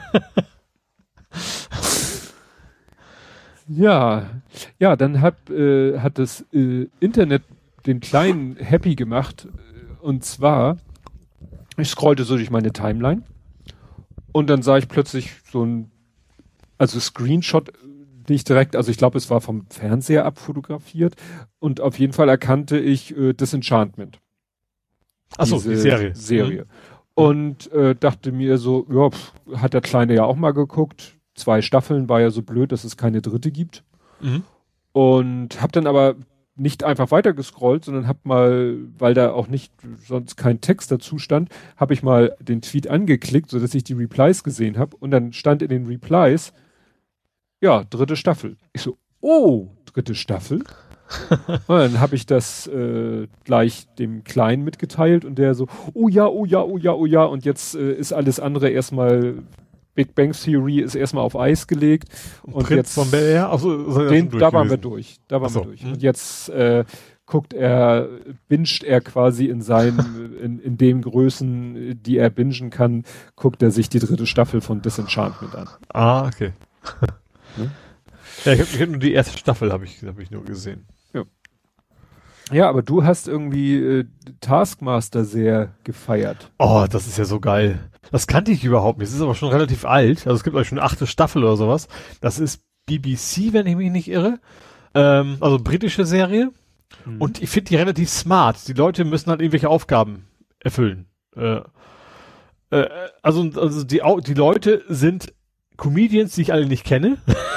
S2: ja, ja, dann hat, äh, hat das äh, Internet den Kleinen happy gemacht. Und zwar, ich scrollte so durch meine Timeline und dann sah ich plötzlich so ein, also Screenshot, nicht direkt, also ich glaube, es war vom Fernseher abfotografiert und auf jeden Fall erkannte ich äh, Disenchantment.
S3: Achso, die Serie.
S2: Serie. Mhm. Und äh, dachte mir so, ja, pff, hat der Kleine ja auch mal geguckt. Zwei Staffeln, war ja so blöd, dass es keine dritte gibt. Mhm. Und hab dann aber nicht einfach weiter gescrollt, sondern hab mal, weil da auch nicht sonst kein Text dazu stand, habe ich mal den Tweet angeklickt, so dass ich die Replies gesehen habe. Und dann stand in den Replies, ja, dritte Staffel. Ich so, oh, dritte Staffel? Und dann habe ich das äh, gleich dem Kleinen mitgeteilt und der so, oh ja, oh ja, oh ja, oh ja, und jetzt äh, ist alles andere erstmal, Big Bang Theory ist erstmal auf Eis gelegt. Und
S3: Prinz
S2: jetzt,
S3: von Bel-Air? Achso,
S2: den, da waren wir durch, da waren
S3: so.
S2: wir durch.
S3: Hm.
S2: Und jetzt äh, guckt er, binscht er quasi in seinen, in, in den Größen, die er bingen kann, guckt er sich die dritte Staffel von Disenchantment an.
S3: Ah, okay.
S2: Hm?
S3: Ja, ich habe hab nur die erste Staffel habe ich, hab ich nur gesehen.
S2: Ja. Ja, aber du hast irgendwie äh, Taskmaster sehr gefeiert.
S3: Oh, das ist ja so geil. Das kannte ich überhaupt nicht. Das ist aber schon relativ alt. Also es gibt euch schon eine achte Staffel oder sowas. Das ist B B C, wenn ich mich nicht irre. Ähm, also britische Serie. Mhm. Und ich finde die relativ smart. Die Leute müssen halt irgendwelche Aufgaben erfüllen. Äh, äh, also also die, die Leute sind Comedians, die ich alle nicht kenne.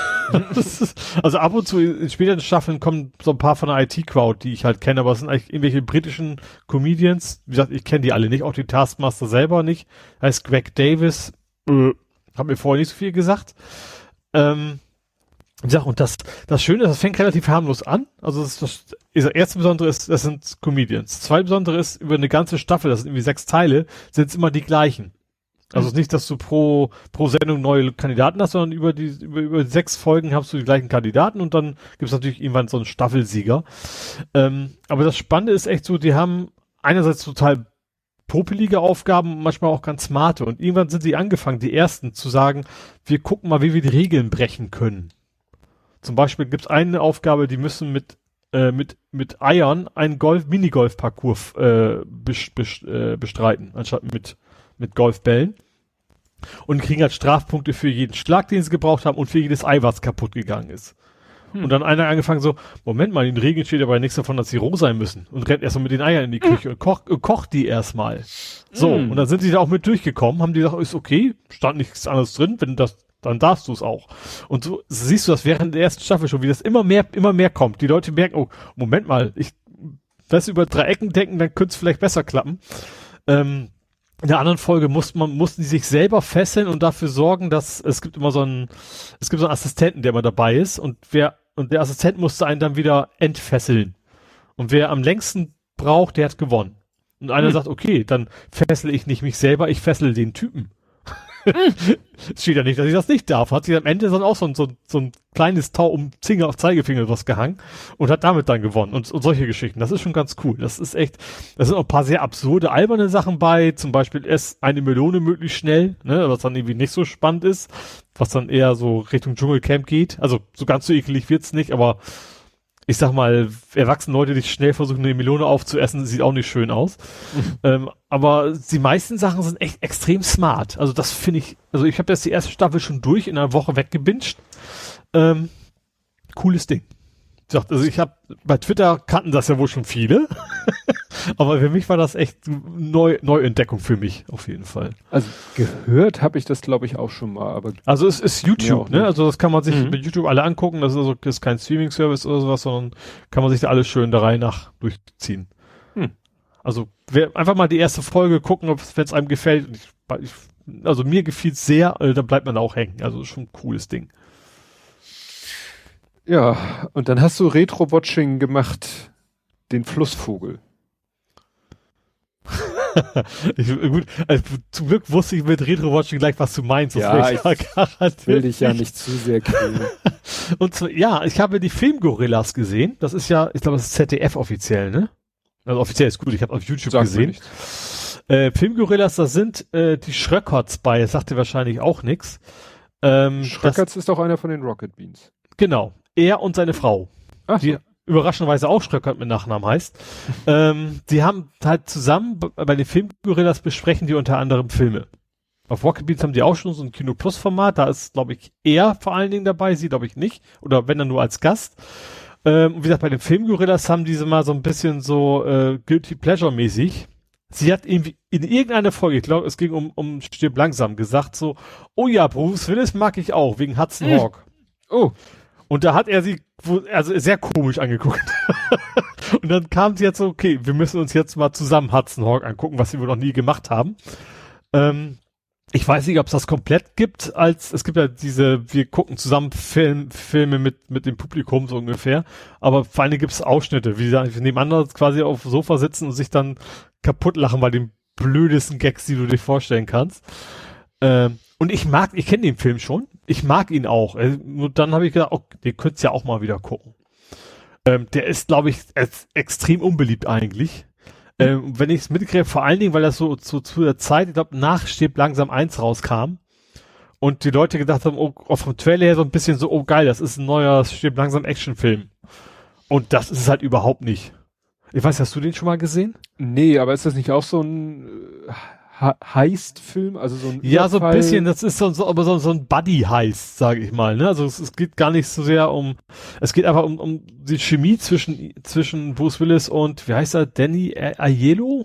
S3: Ist, also ab und zu in späteren Staffeln kommen so ein paar von der I T-Crowd, die ich halt kenne, aber es sind eigentlich irgendwelche britischen Comedians. Wie gesagt, ich kenne die alle nicht, auch die Taskmaster selber nicht. Heißt Greg Davis, äh, hat mir vorher nicht so viel gesagt. Ähm, wie gesagt, und das, das Schöne ist, das fängt relativ harmlos an. Also das, das, das erste Besondere ist, das sind Comedians. Zwei Besondere ist, über eine ganze Staffel, das sind irgendwie sechs Teile, sind es immer die gleichen. Also es ist nicht, dass du pro, pro Sendung neue Kandidaten hast, sondern über die, über, über sechs Folgen hast du die gleichen Kandidaten und dann gibt es natürlich irgendwann so einen Staffelsieger. Ähm, aber das Spannende ist echt so, die haben einerseits total popelige Aufgaben, manchmal auch ganz smarte und irgendwann sind sie angefangen, die ersten zu sagen, wir gucken mal, wie wir die Regeln brechen können. Zum Beispiel gibt es eine Aufgabe, die müssen mit, äh, mit, mit Eiern einen Golf, Minigolf-Parcours äh, bes, bes, äh, bestreiten, anstatt mit mit Golfbällen und kriegen halt Strafpunkte für jeden Schlag, den sie gebraucht haben und für jedes Ei, was kaputt gegangen ist. Hm. Und dann einer angefangen so, Moment mal, in den Regeln steht aber nichts davon, dass sie roh sein müssen und rennt erstmal mit den Eiern in die Küche und kocht, und kocht die erstmal. So, hm. Und dann sind sie da auch mit durchgekommen, haben die gesagt, ist okay, stand nichts anderes drin, wenn das, dann darfst du es auch. Und so siehst du das während der ersten Staffel schon, wie das immer mehr, immer mehr kommt. Die Leute merken, oh, Moment mal, ich, das über drei Ecken denken, dann könnte es vielleicht besser klappen. Ähm, In der anderen Folge musste man, mussten die sich selber fesseln und dafür sorgen, dass es gibt immer so einen, es gibt so einen Assistenten, der immer dabei ist und wer, und der Assistent musste einen dann wieder entfesseln. Und wer am längsten braucht, der hat gewonnen. Und einer hm. sagt, okay, dann fessel ich nicht mich selber, ich fessel den Typen. Es steht ja nicht, dass ich das nicht darf. Hat sich am Ende dann auch so ein, so, so ein kleines Tau um Finger auf Zeigefinger was gehangen und hat damit dann gewonnen und, und solche Geschichten. Das ist schon ganz cool. Das ist echt, da sind auch ein paar sehr absurde, alberne Sachen bei. Zum Beispiel ess eine Melone möglichst schnell, ne, was dann irgendwie nicht so spannend ist, was dann eher so Richtung Dschungelcamp geht. Also so ganz so eklig wird's nicht, aber ich sag mal, erwachsene Leute, die schnell versuchen, eine Melone aufzuessen, sieht auch nicht schön aus. Mhm. Ähm, aber die meisten Sachen sind echt extrem smart. Also das finde ich, also ich habe jetzt die erste Staffel schon durch, in einer Woche weggebinged. Ähm, cooles Ding. Ich sag, also ich habe, bei Twitter kannten das ja wohl schon viele. Aber für mich war das echt neu, Neuentdeckung für mich, auf jeden Fall.
S2: Also gehört habe ich das, glaube ich, auch schon mal. Aber
S3: also es ist YouTube, ne? Also das kann man sich mhm. mit YouTube alle angucken. Das ist also das ist kein Streaming-Service oder sowas, sondern kann man sich da alles schön der Reihe nach durchziehen. Hm. Also wer, einfach mal die erste Folge gucken, wenn es einem gefällt. Ich, ich, also mir gefiel es sehr, äh, da bleibt man auch hängen. Also ist schon ein cooles Ding.
S2: Ja, und dann hast du Retro-Watching gemacht, den Flussvogel.
S3: ich, gut, also, zum Glück wusste ich mit Retro-Watching gleich, was du meinst.
S2: Ja, ich will dich ja nicht zu sehr kriegen.
S3: Und zwar, ja, ich habe die Filmgorillas gesehen. Das ist ja, ich glaube, das ist Z D F offiziell, ne? Also offiziell ist gut, ich habe auf YouTube Sag gesehen. Äh, Filmgorillas, da sind äh, die Schröckerts bei, das sagt dir wahrscheinlich auch nix. Ähm,
S2: Schröckerts ist doch einer von den Rocket Beans.
S3: Genau, er und seine Frau.
S2: Ach so.
S3: Die überraschenderweise auch Schröckert mit Nachnamen heißt. ähm, die haben halt zusammen b- bei den Filmgorillas besprechen die unter anderem Filme. Auf Rocket Beans haben die auch schon so ein Kino Plus Format, da ist, glaube ich, er vor allen Dingen dabei, sie glaube ich nicht, oder wenn dann nur als Gast. Ähm, und wie gesagt, bei den Filmgorillas haben diese mal so ein bisschen so äh, Guilty Pleasure mäßig. Sie hat irgendwie in irgendeiner Folge, ich glaube, es ging um, um Stirb langsam, gesagt so, oh ja, Bruce Willis mag ich auch, wegen Hudson
S2: hm.
S3: Hawk.
S2: Oh.
S3: Und da hat er sie, also sehr komisch angeguckt. Und dann kam sie jetzt so, okay, wir müssen uns jetzt mal zusammen Hudson Hawk angucken, was wir wohl noch nie gemacht haben. Ähm, Ich weiß nicht, ob es das komplett gibt, als es gibt ja diese, wir gucken zusammen Film, Filme mit mit dem Publikum so ungefähr, aber vor allem gibt es Ausschnitte, wie sie nebeneinander quasi auf dem Sofa sitzen und sich dann kaputt lachen bei den blödesten Gags, die du dir vorstellen kannst. Ähm, und ich mag, ich kenne den Film schon, ich mag ihn auch. Äh, nur dann habe ich gedacht, okay, den könntest du ja auch mal wieder gucken. Ähm, der ist, glaube ich, extrem unbeliebt eigentlich. Ähm, wenn ich es mitkriege, vor allen Dingen, weil das so zu, zu der Zeit, ich glaube, nach Stirb langsam eins rauskam und die Leute gedacht haben, oh, auch vom Trailer her so ein bisschen so, oh geil, das ist ein neuer Stirb langsam Actionfilm. Und das ist es halt überhaupt nicht. Ich weiß, hast du den schon mal gesehen?
S2: Nee, aber ist das nicht auch so ein äh, Heist-Film? Also so ein
S3: Ja,
S2: Überfall?
S3: so ein bisschen, das ist so, so, aber so, so ein Buddy-Heist, sage ich mal. Ne? Also es, es geht gar nicht so sehr um, es geht einfach um, um die Chemie zwischen zwischen Bruce Willis und, wie heißt er, Danny Aiello?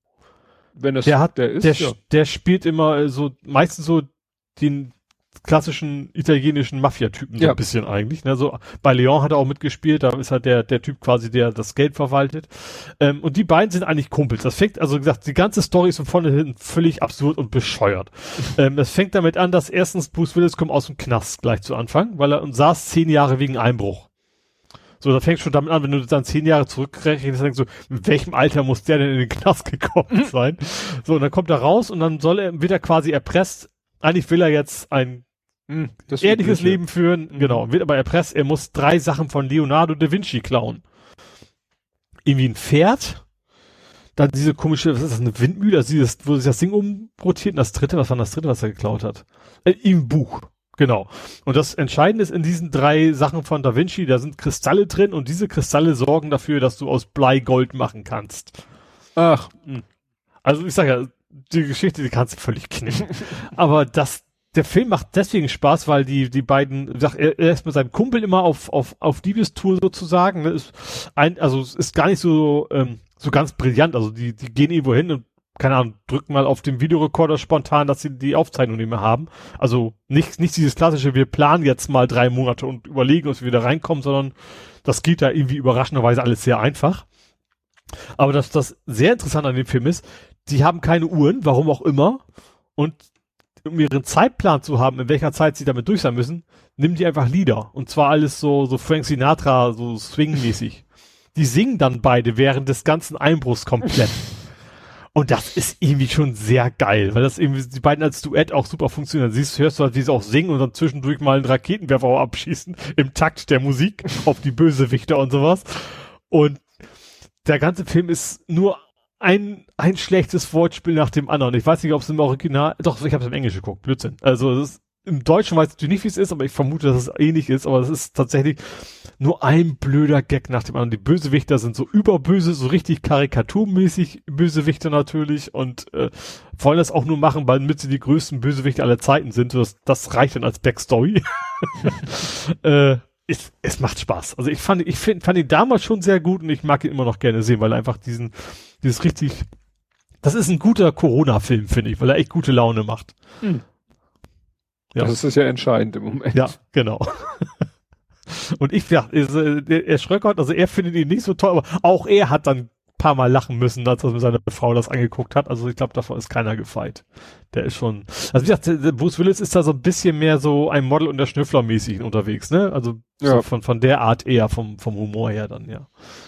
S2: Wenn das
S3: der hat,
S2: der ist,
S3: der,
S2: ja.
S3: der spielt immer so, meistens so den klassischen italienischen Mafia-Typen so
S2: ja.
S3: ein bisschen eigentlich. Ne? So, bei Leon hat er auch mitgespielt, da ist halt der der Typ quasi, der das Geld verwaltet. Ähm, und die beiden sind eigentlich Kumpels. Das fängt, also gesagt, die ganze Story ist von vorne hin völlig absurd und bescheuert. ähm, es fängt damit an, dass erstens Bruce Willis kommt aus dem Knast gleich zu Anfang, weil er und saß zehn Jahre wegen Einbruch. So, da fängt schon damit an, wenn du dann zehn Jahre zurückrechnest, dann denkst du, in welchem Alter muss der denn in den Knast gekommen sein? So, und dann kommt er raus und dann soll er, wird er quasi erpresst. Eigentlich will er jetzt ein
S2: hm,
S3: ehrliches Leben führen, mhm. genau, wird aber erpresst, er muss drei Sachen von Leonardo da Vinci klauen. Irgendwie ein Pferd, dann diese komische, was ist das, eine Windmühle, also dieses, wo sich das Ding umrotiert, und das dritte, was war das dritte, was er geklaut hat? Äh, Im Buch. Genau. Und das Entscheidende ist in diesen drei Sachen von Da Vinci, da sind Kristalle drin und diese Kristalle sorgen dafür, dass du aus Blei Gold machen kannst.
S2: Ach. Mh.
S3: Also ich sag ja, die Geschichte, die kannst du völlig knicken. Aber das, der Film macht deswegen Spaß, weil die, die beiden, sag, er, er ist mit seinem Kumpel immer auf, auf, auf Liebestour sozusagen. Ne? Ist ein, also es ist gar nicht so, ähm, so ganz brillant. Also die, die gehen irgendwo hin und keine Ahnung, drücken mal auf den Videorekorder spontan, dass sie die Aufzeichnung nicht mehr haben. Also nicht, nicht dieses klassische, wir planen jetzt mal drei Monate und überlegen, ob wir wieder reinkommen, sondern das geht da irgendwie überraschenderweise alles sehr einfach. Aber dass das sehr interessant an dem Film ist, die haben keine Uhren, warum auch immer, und um ihren Zeitplan zu haben, in welcher Zeit sie damit durch sein müssen, nehmen die einfach Lieder. Und zwar alles so, so Frank Sinatra, so swing-mäßig. Die singen dann beide während des ganzen Einbruchs komplett. Und das ist irgendwie schon sehr geil, weil das irgendwie die beiden als Duett auch super funktionieren. Siehst, hörst du halt, wie sie auch singen und dann zwischendurch mal einen Raketenwerfer auch abschießen im Takt der Musik auf die Bösewichter und sowas. Und der ganze Film ist nur ein ein schlechtes Wortspiel nach dem anderen. Ich weiß nicht, ob es im Original, doch, ich habe es im Englischen geguckt, Blödsinn. Also das ist, im Deutschen weiß ich natürlich nicht, wie es ist, aber ich vermute, dass es ähnlich ist, aber es ist tatsächlich nur ein blöder Gag nach dem anderen. Die Bösewichter sind so überböse, so richtig karikaturmäßig Bösewichter natürlich und äh, wollen das auch nur machen, weil mit sie die größten Bösewichter aller Zeiten sind. Das, das reicht dann als Backstory. äh, es, es macht Spaß. Also ich fand, ich find, fand ihn damals schon sehr gut und ich mag ihn immer noch gerne sehen, weil er einfach diesen, dieses richtig, das ist ein guter Corona-Film, finde ich, weil er echt gute Laune macht.
S2: Hm.
S3: Ja.
S2: Das ist ja entscheidend im Moment.
S3: Ja, genau. Und ich, ja, er Schröckert, also er findet ihn nicht so toll, aber auch er hat dann ein paar Mal lachen müssen, als er mit seiner Frau das angeguckt hat. Also ich glaube, davon ist keiner gefeit. Der ist schon, also wie gesagt, Bruce Willis ist da so ein bisschen mehr so ein Model- und der Schnüffler-mäßig unterwegs, ne? Also
S2: ja.
S3: so von, von der Art eher, vom, vom Humor her dann, ja.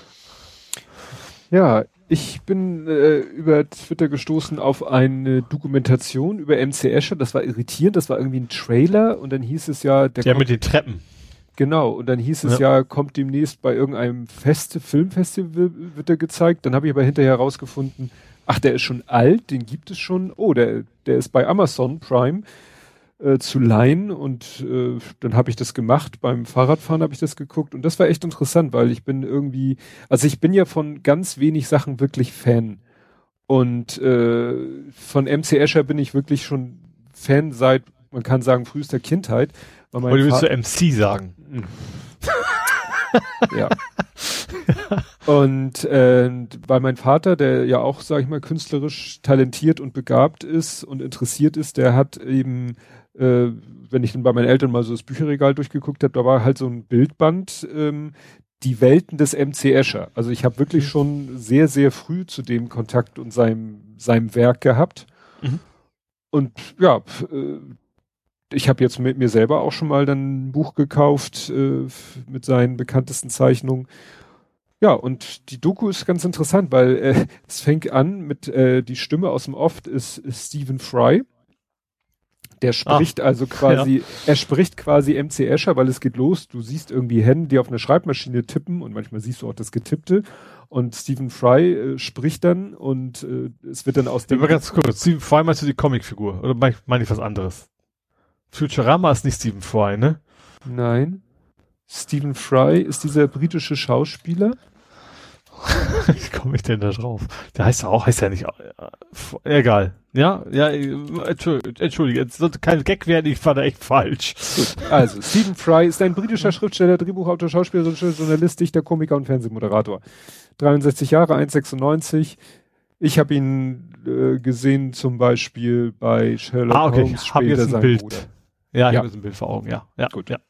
S2: Ja, ich bin äh, über Twitter gestoßen auf eine Dokumentation über M C Escher. Das war irritierend, das war irgendwie ein Trailer und dann hieß es ja... Der,
S3: der
S2: kommt,
S3: mit den Treppen.
S2: Genau, und dann hieß es ja, ja kommt demnächst bei irgendeinem Feste, Filmfestival wird er gezeigt. Dann habe ich aber hinterher herausgefunden, ach, der ist schon alt, den gibt es schon. Oh, der, der ist bei Amazon Prime äh, zu leihen und äh, dann habe ich das gemacht. Beim Fahrradfahren habe ich das geguckt und das war echt interessant, weil ich bin irgendwie, also ich bin ja von ganz wenig Sachen wirklich Fan. Und äh, von M C Escher bin ich wirklich schon Fan seit, man kann sagen, frühester Kindheit.
S3: Oder willst du M C sagen?
S2: Ja. Und äh, weil mein Vater, der ja auch, sag ich mal, künstlerisch talentiert und begabt ist und interessiert ist, der hat eben, äh, wenn ich dann bei meinen Eltern mal so das Bücherregal durchgeguckt habe, da war halt so ein Bildband, ähm, die Welten des M C Escher. Also ich habe wirklich schon sehr, sehr früh zu dem Kontakt und seinem, seinem Werk gehabt. Mhm. und ja, äh, ich habe jetzt mit mir selber auch schon mal dann ein Buch gekauft äh, mit seinen bekanntesten Zeichnungen. Ja, und die Doku ist ganz interessant, weil äh, es fängt an mit, äh, die Stimme aus dem Off ist, ist Stephen Fry. Der spricht ah, also quasi, ja. er spricht quasi M C Escher, weil es geht los, du siehst irgendwie Hände, die auf einer Schreibmaschine tippen und manchmal siehst du auch das Getippte und Stephen Fry äh, spricht dann und äh, es wird dann aus dem...
S3: Aber ganz kurz, Stephen Fry meinst du die Comicfigur oder meine mein ich was anderes? Futurama ist nicht Stephen Fry, ne?
S2: Nein. Stephen Fry ist dieser britische Schauspieler.
S3: Wie komme ich denn da drauf? Der heißt ja auch, heißt ja nicht, äh, egal. Ja, ja, entschuldige, jetzt sollte kein Gag werden, ich war da echt falsch.
S2: Gut, also, Stephen Fry ist ein britischer Schriftsteller, Drehbuchautor, Schauspieler, Journalist, Dichter, Komiker und Fernsehmoderator. dreiundsechzig Jahre, eins Komma sechsundneunzig. Ich habe ihn äh, gesehen zum Beispiel bei Sherlock
S3: ah, okay.
S2: Holmes,
S3: hab jetzt ein Bild.
S2: Bruder.
S3: Ja, ich
S2: ja.
S3: habe jetzt ein Bild vor Augen, ja. Ja,
S2: gut.
S3: Ja.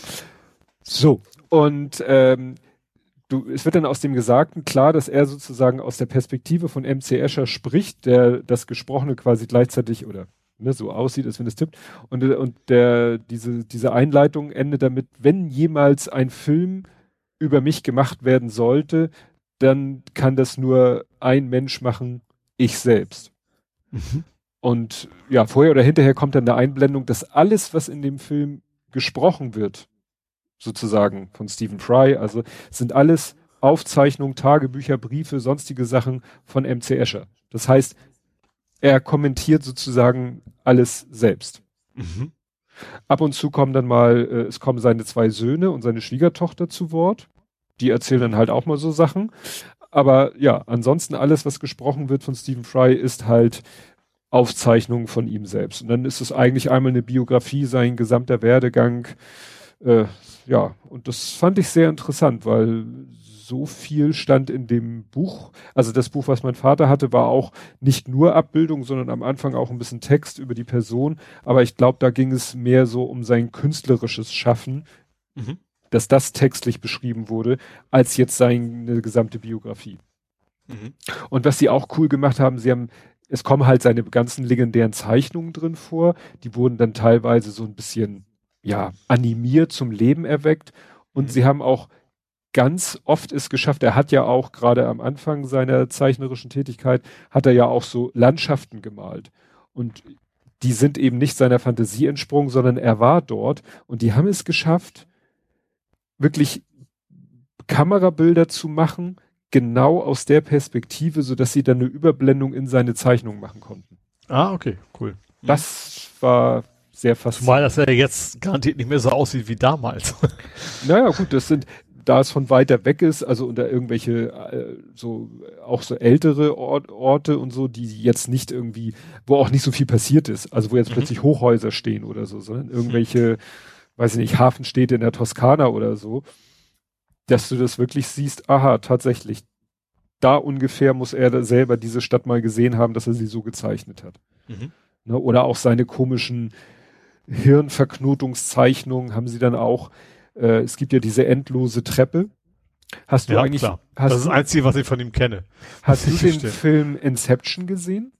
S2: So, und ähm, Du, es wird dann aus dem Gesagten klar, dass er sozusagen aus der Perspektive von M C Escher spricht, der das Gesprochene quasi gleichzeitig oder ne, so aussieht, als wenn es tippt. Und, und der, diese, diese Einleitung endet damit, wenn jemals ein Film über mich gemacht werden sollte, dann kann das nur ein Mensch machen, ich selbst. Mhm. Und ja, vorher oder hinterher kommt dann eine Einblendung, dass alles, was in dem Film gesprochen wird, sozusagen von Stephen Fry, also sind alles Aufzeichnungen, Tagebücher, Briefe, sonstige Sachen von M C Escher. Das heißt, er kommentiert sozusagen alles selbst. Mhm. Ab und zu kommen dann mal, äh, es kommen seine zwei Söhne und seine Schwiegertochter zu Wort. Die erzählen dann halt auch mal so Sachen. Aber ja, ansonsten alles, was gesprochen wird von Stephen Fry, ist halt Aufzeichnungen von ihm selbst. Und dann ist es eigentlich einmal eine Biografie, sein gesamter Werdegang. Äh, ja, und das fand ich sehr interessant, weil so viel stand in dem Buch. Also das Buch, was mein Vater hatte, war auch nicht nur Abbildung, sondern am Anfang auch ein bisschen Text über die Person. Aber ich glaube, da ging es mehr so um sein künstlerisches Schaffen, mhm. dass das textlich beschrieben wurde, als jetzt seine gesamte Biografie. Mhm. Und was sie auch cool gemacht haben, sie haben, es kommen halt seine ganzen legendären Zeichnungen drin vor. Die wurden dann teilweise so ein bisschen ja, animiert, zum Leben erweckt. Und mhm. sie haben auch ganz oft es geschafft, er hat ja auch gerade am Anfang seiner zeichnerischen Tätigkeit, hat er ja auch so Landschaften gemalt. Und die sind eben nicht seiner Fantasie entsprungen, sondern er war dort. Und die haben es geschafft, wirklich Kamerabilder zu machen, genau aus der Perspektive, sodass sie dann eine Überblendung in seine Zeichnung machen konnten.
S3: Ah, okay, cool.
S2: Das war sehr faszinierend.
S3: Zumal, dass er jetzt garantiert nicht mehr so aussieht wie damals.
S2: Naja, gut, das sind, da es von weiter weg ist, also unter irgendwelche, äh, so, auch so ältere Ort, Orte und so, die jetzt nicht irgendwie, wo auch nicht so viel passiert ist, also wo jetzt mhm. plötzlich Hochhäuser stehen oder so, sondern irgendwelche, mhm. weiß ich nicht, Hafenstädte in der Toskana oder so, dass du das wirklich siehst, aha, tatsächlich, da ungefähr muss er da selber diese Stadt mal gesehen haben, dass er sie so gezeichnet hat. Mhm. Ne, oder auch seine komischen Hirnverknotungszeichnungen haben sie dann auch. Äh, es gibt ja diese endlose Treppe. Hast du
S3: ja,
S2: eigentlich?
S3: Klar.
S2: Hast
S3: das ist
S2: du,
S3: das Einzige, was ich von ihm kenne.
S2: Hast du den verstehen. Film Inception gesehen?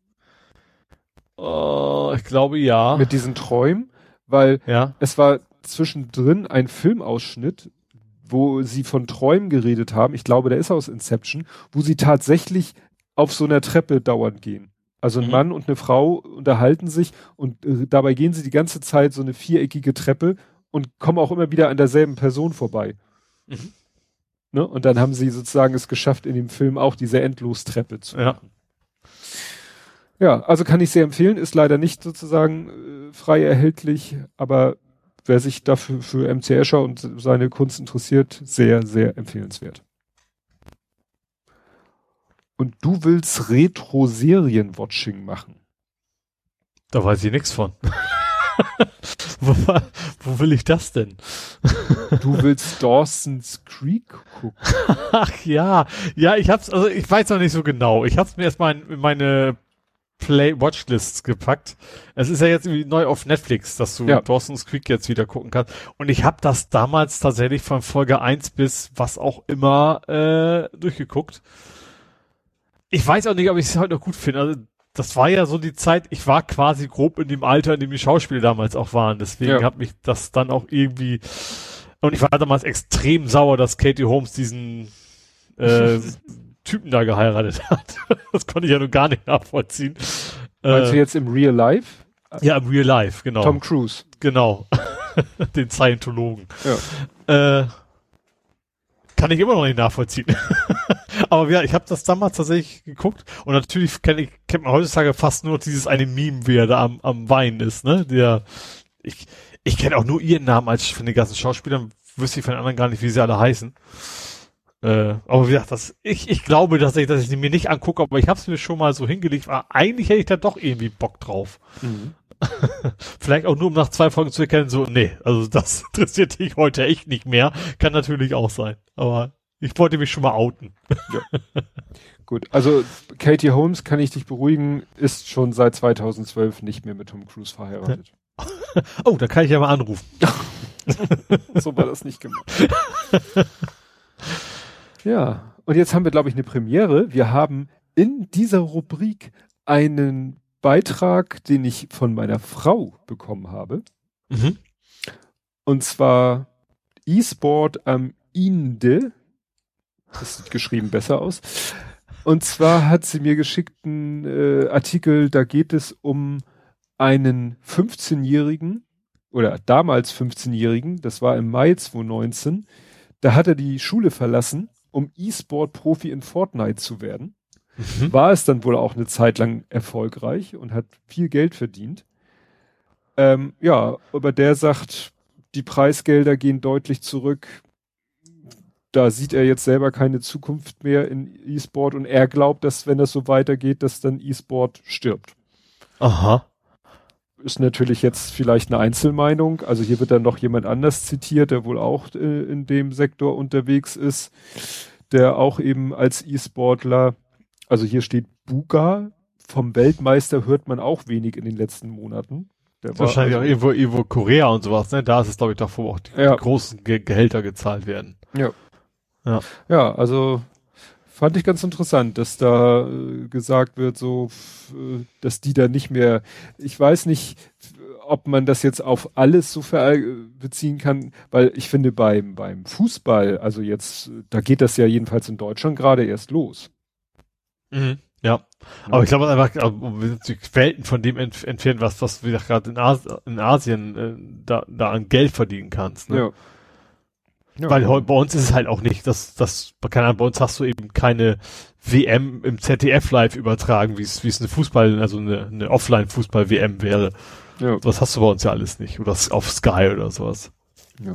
S3: Uh, ich glaube ja.
S2: Mit diesen Träumen, weil
S3: ja.
S2: es war zwischendrin ein Filmausschnitt, wo sie von Träumen geredet haben. Ich glaube, der ist aus Inception, wo sie tatsächlich auf so einer Treppe dauernd gehen. Also ein mhm. Mann und eine Frau unterhalten sich und äh, dabei gehen sie die ganze Zeit so eine viereckige Treppe und kommen auch immer wieder an derselben Person vorbei. Mhm. Ne? Und dann haben sie sozusagen es geschafft, in dem Film auch diese Endlostreppe zu machen. Ja, ja, also kann ich sehr empfehlen, ist leider nicht sozusagen äh, frei erhältlich, aber wer sich dafür für M C Escher und seine Kunst interessiert, sehr, sehr empfehlenswert. Und du willst Retro-Serien-Watching machen.
S3: Da weiß ich nichts von. wo, wo will ich das denn?
S2: Du willst Dawson's Creek gucken.
S3: Ach ja, ja, ich hab's, also ich weiß noch nicht so genau. Ich hab's mir erstmal in, in meine Play-Watchlists gepackt. Es ist ja jetzt irgendwie neu auf Netflix, dass du ja. Dawson's Creek jetzt wieder gucken kannst. Und ich habe das damals tatsächlich von Folge eins bis was auch immer äh, durchgeguckt. Ich weiß auch nicht, ob ich es heute noch gut finde. Also das war ja so die Zeit, ich war quasi grob in dem Alter, in dem die Schauspieler damals auch waren. Deswegen
S2: ja.
S3: hat mich das dann auch irgendwie, und ich war damals extrem sauer, dass Katie Holmes diesen äh, Typen da geheiratet hat. Das konnte ich ja nun gar nicht nachvollziehen.
S2: Meinst
S3: äh,
S2: du jetzt im Real Life?
S3: Ja, im Real Life, genau.
S2: Tom Cruise.
S3: Genau. Den Scientologen.
S2: Ja.
S3: Äh, kann ich immer noch nicht nachvollziehen. Aber ja, ich habe das damals tatsächlich geguckt und natürlich kenn ich, kennt man heutzutage fast nur dieses eine Meme, wie er da am, am Weinen ist, ne? Der, ich, ich kenne auch nur ihren Namen als von den ganzen Schauspielern, wüsste ich von den anderen gar nicht, wie sie alle heißen. Äh, aber wie gesagt, das, ich, ich glaube, dass ich, dass ich sie mir nicht angucke, aber ich habe es mir schon mal so hingelegt, aber eigentlich hätte ich da doch irgendwie Bock drauf. Mhm. Vielleicht auch nur, um nach zwei Folgen zu erkennen, so, nee, also das interessiert dich heute echt nicht mehr. Kann natürlich auch sein. Aber ich wollte mich schon mal outen.
S2: Ja. Gut, also Katie Holmes, kann ich dich beruhigen, ist schon seit zweitausendzwölf nicht mehr mit Tom Cruise verheiratet.
S3: Oh, da kann ich ja mal anrufen.
S2: So war das nicht gemacht. Ja, und jetzt haben wir, glaube ich, eine Premiere. Wir haben in dieser Rubrik einen Beitrag, den ich von meiner Frau bekommen habe. Mhm. Und zwar E-Sport am Inde. Das sieht geschrieben besser aus. Und zwar hat sie mir geschickt einen äh, Artikel, da geht es um einen fünfzehnjährigen oder damals fünfzehnjährigen, das war im Mai zweitausendneunzehn, da hat er die Schule verlassen, um E-Sport-Profi in Fortnite zu werden. Mhm. War es dann wohl auch eine Zeit lang erfolgreich und hat viel Geld verdient. Ähm, ja, aber der sagt, die Preisgelder gehen deutlich zurück. Da sieht er jetzt selber keine Zukunft mehr in E-Sport und er glaubt, dass wenn das so weitergeht, dass dann E-Sport stirbt.
S3: Aha.
S2: Ist natürlich jetzt vielleicht eine Einzelmeinung. Also hier wird dann noch jemand anders zitiert, der wohl auch äh, in dem Sektor unterwegs ist, der auch eben als E-Sportler, also hier steht Buga, vom Weltmeister hört man auch wenig in den letzten Monaten. Der
S3: Wahrscheinlich
S2: war,
S3: also, auch irgendwo, irgendwo Korea und sowas, ne? Da ist es, glaube ich, davor auch die,
S2: ja.
S3: die großen Ge- Gehälter gezahlt werden.
S2: Ja.
S3: Ja.
S2: Ja, also fand ich ganz interessant, dass da äh, gesagt wird, so, f- äh, dass die da nicht mehr, ich weiß nicht, ob man das jetzt auf alles so ver beziehen kann, weil ich finde beim, beim Fußball, also jetzt, da geht das ja jedenfalls in Deutschland gerade erst los.
S3: Mhm. Ja. Aber ja. Ich glaube einfach, wir sind die Welten von dem ent- entfernt, was, was wir gerade in, As- in Asien äh, da, da an Geld verdienen kannst. Ne?
S2: Ja. Ja.
S3: Weil heu- bei uns ist es halt auch nicht, dass, dass, keine Ahnung, bei uns hast du eben keine W M im Z D F live übertragen, wie es, wie es eine Fußball, also eine, eine Offline-Fußball-W M wäre. Ja. Das hast du bei uns ja alles nicht. Oder auf Sky oder sowas.
S2: Ja.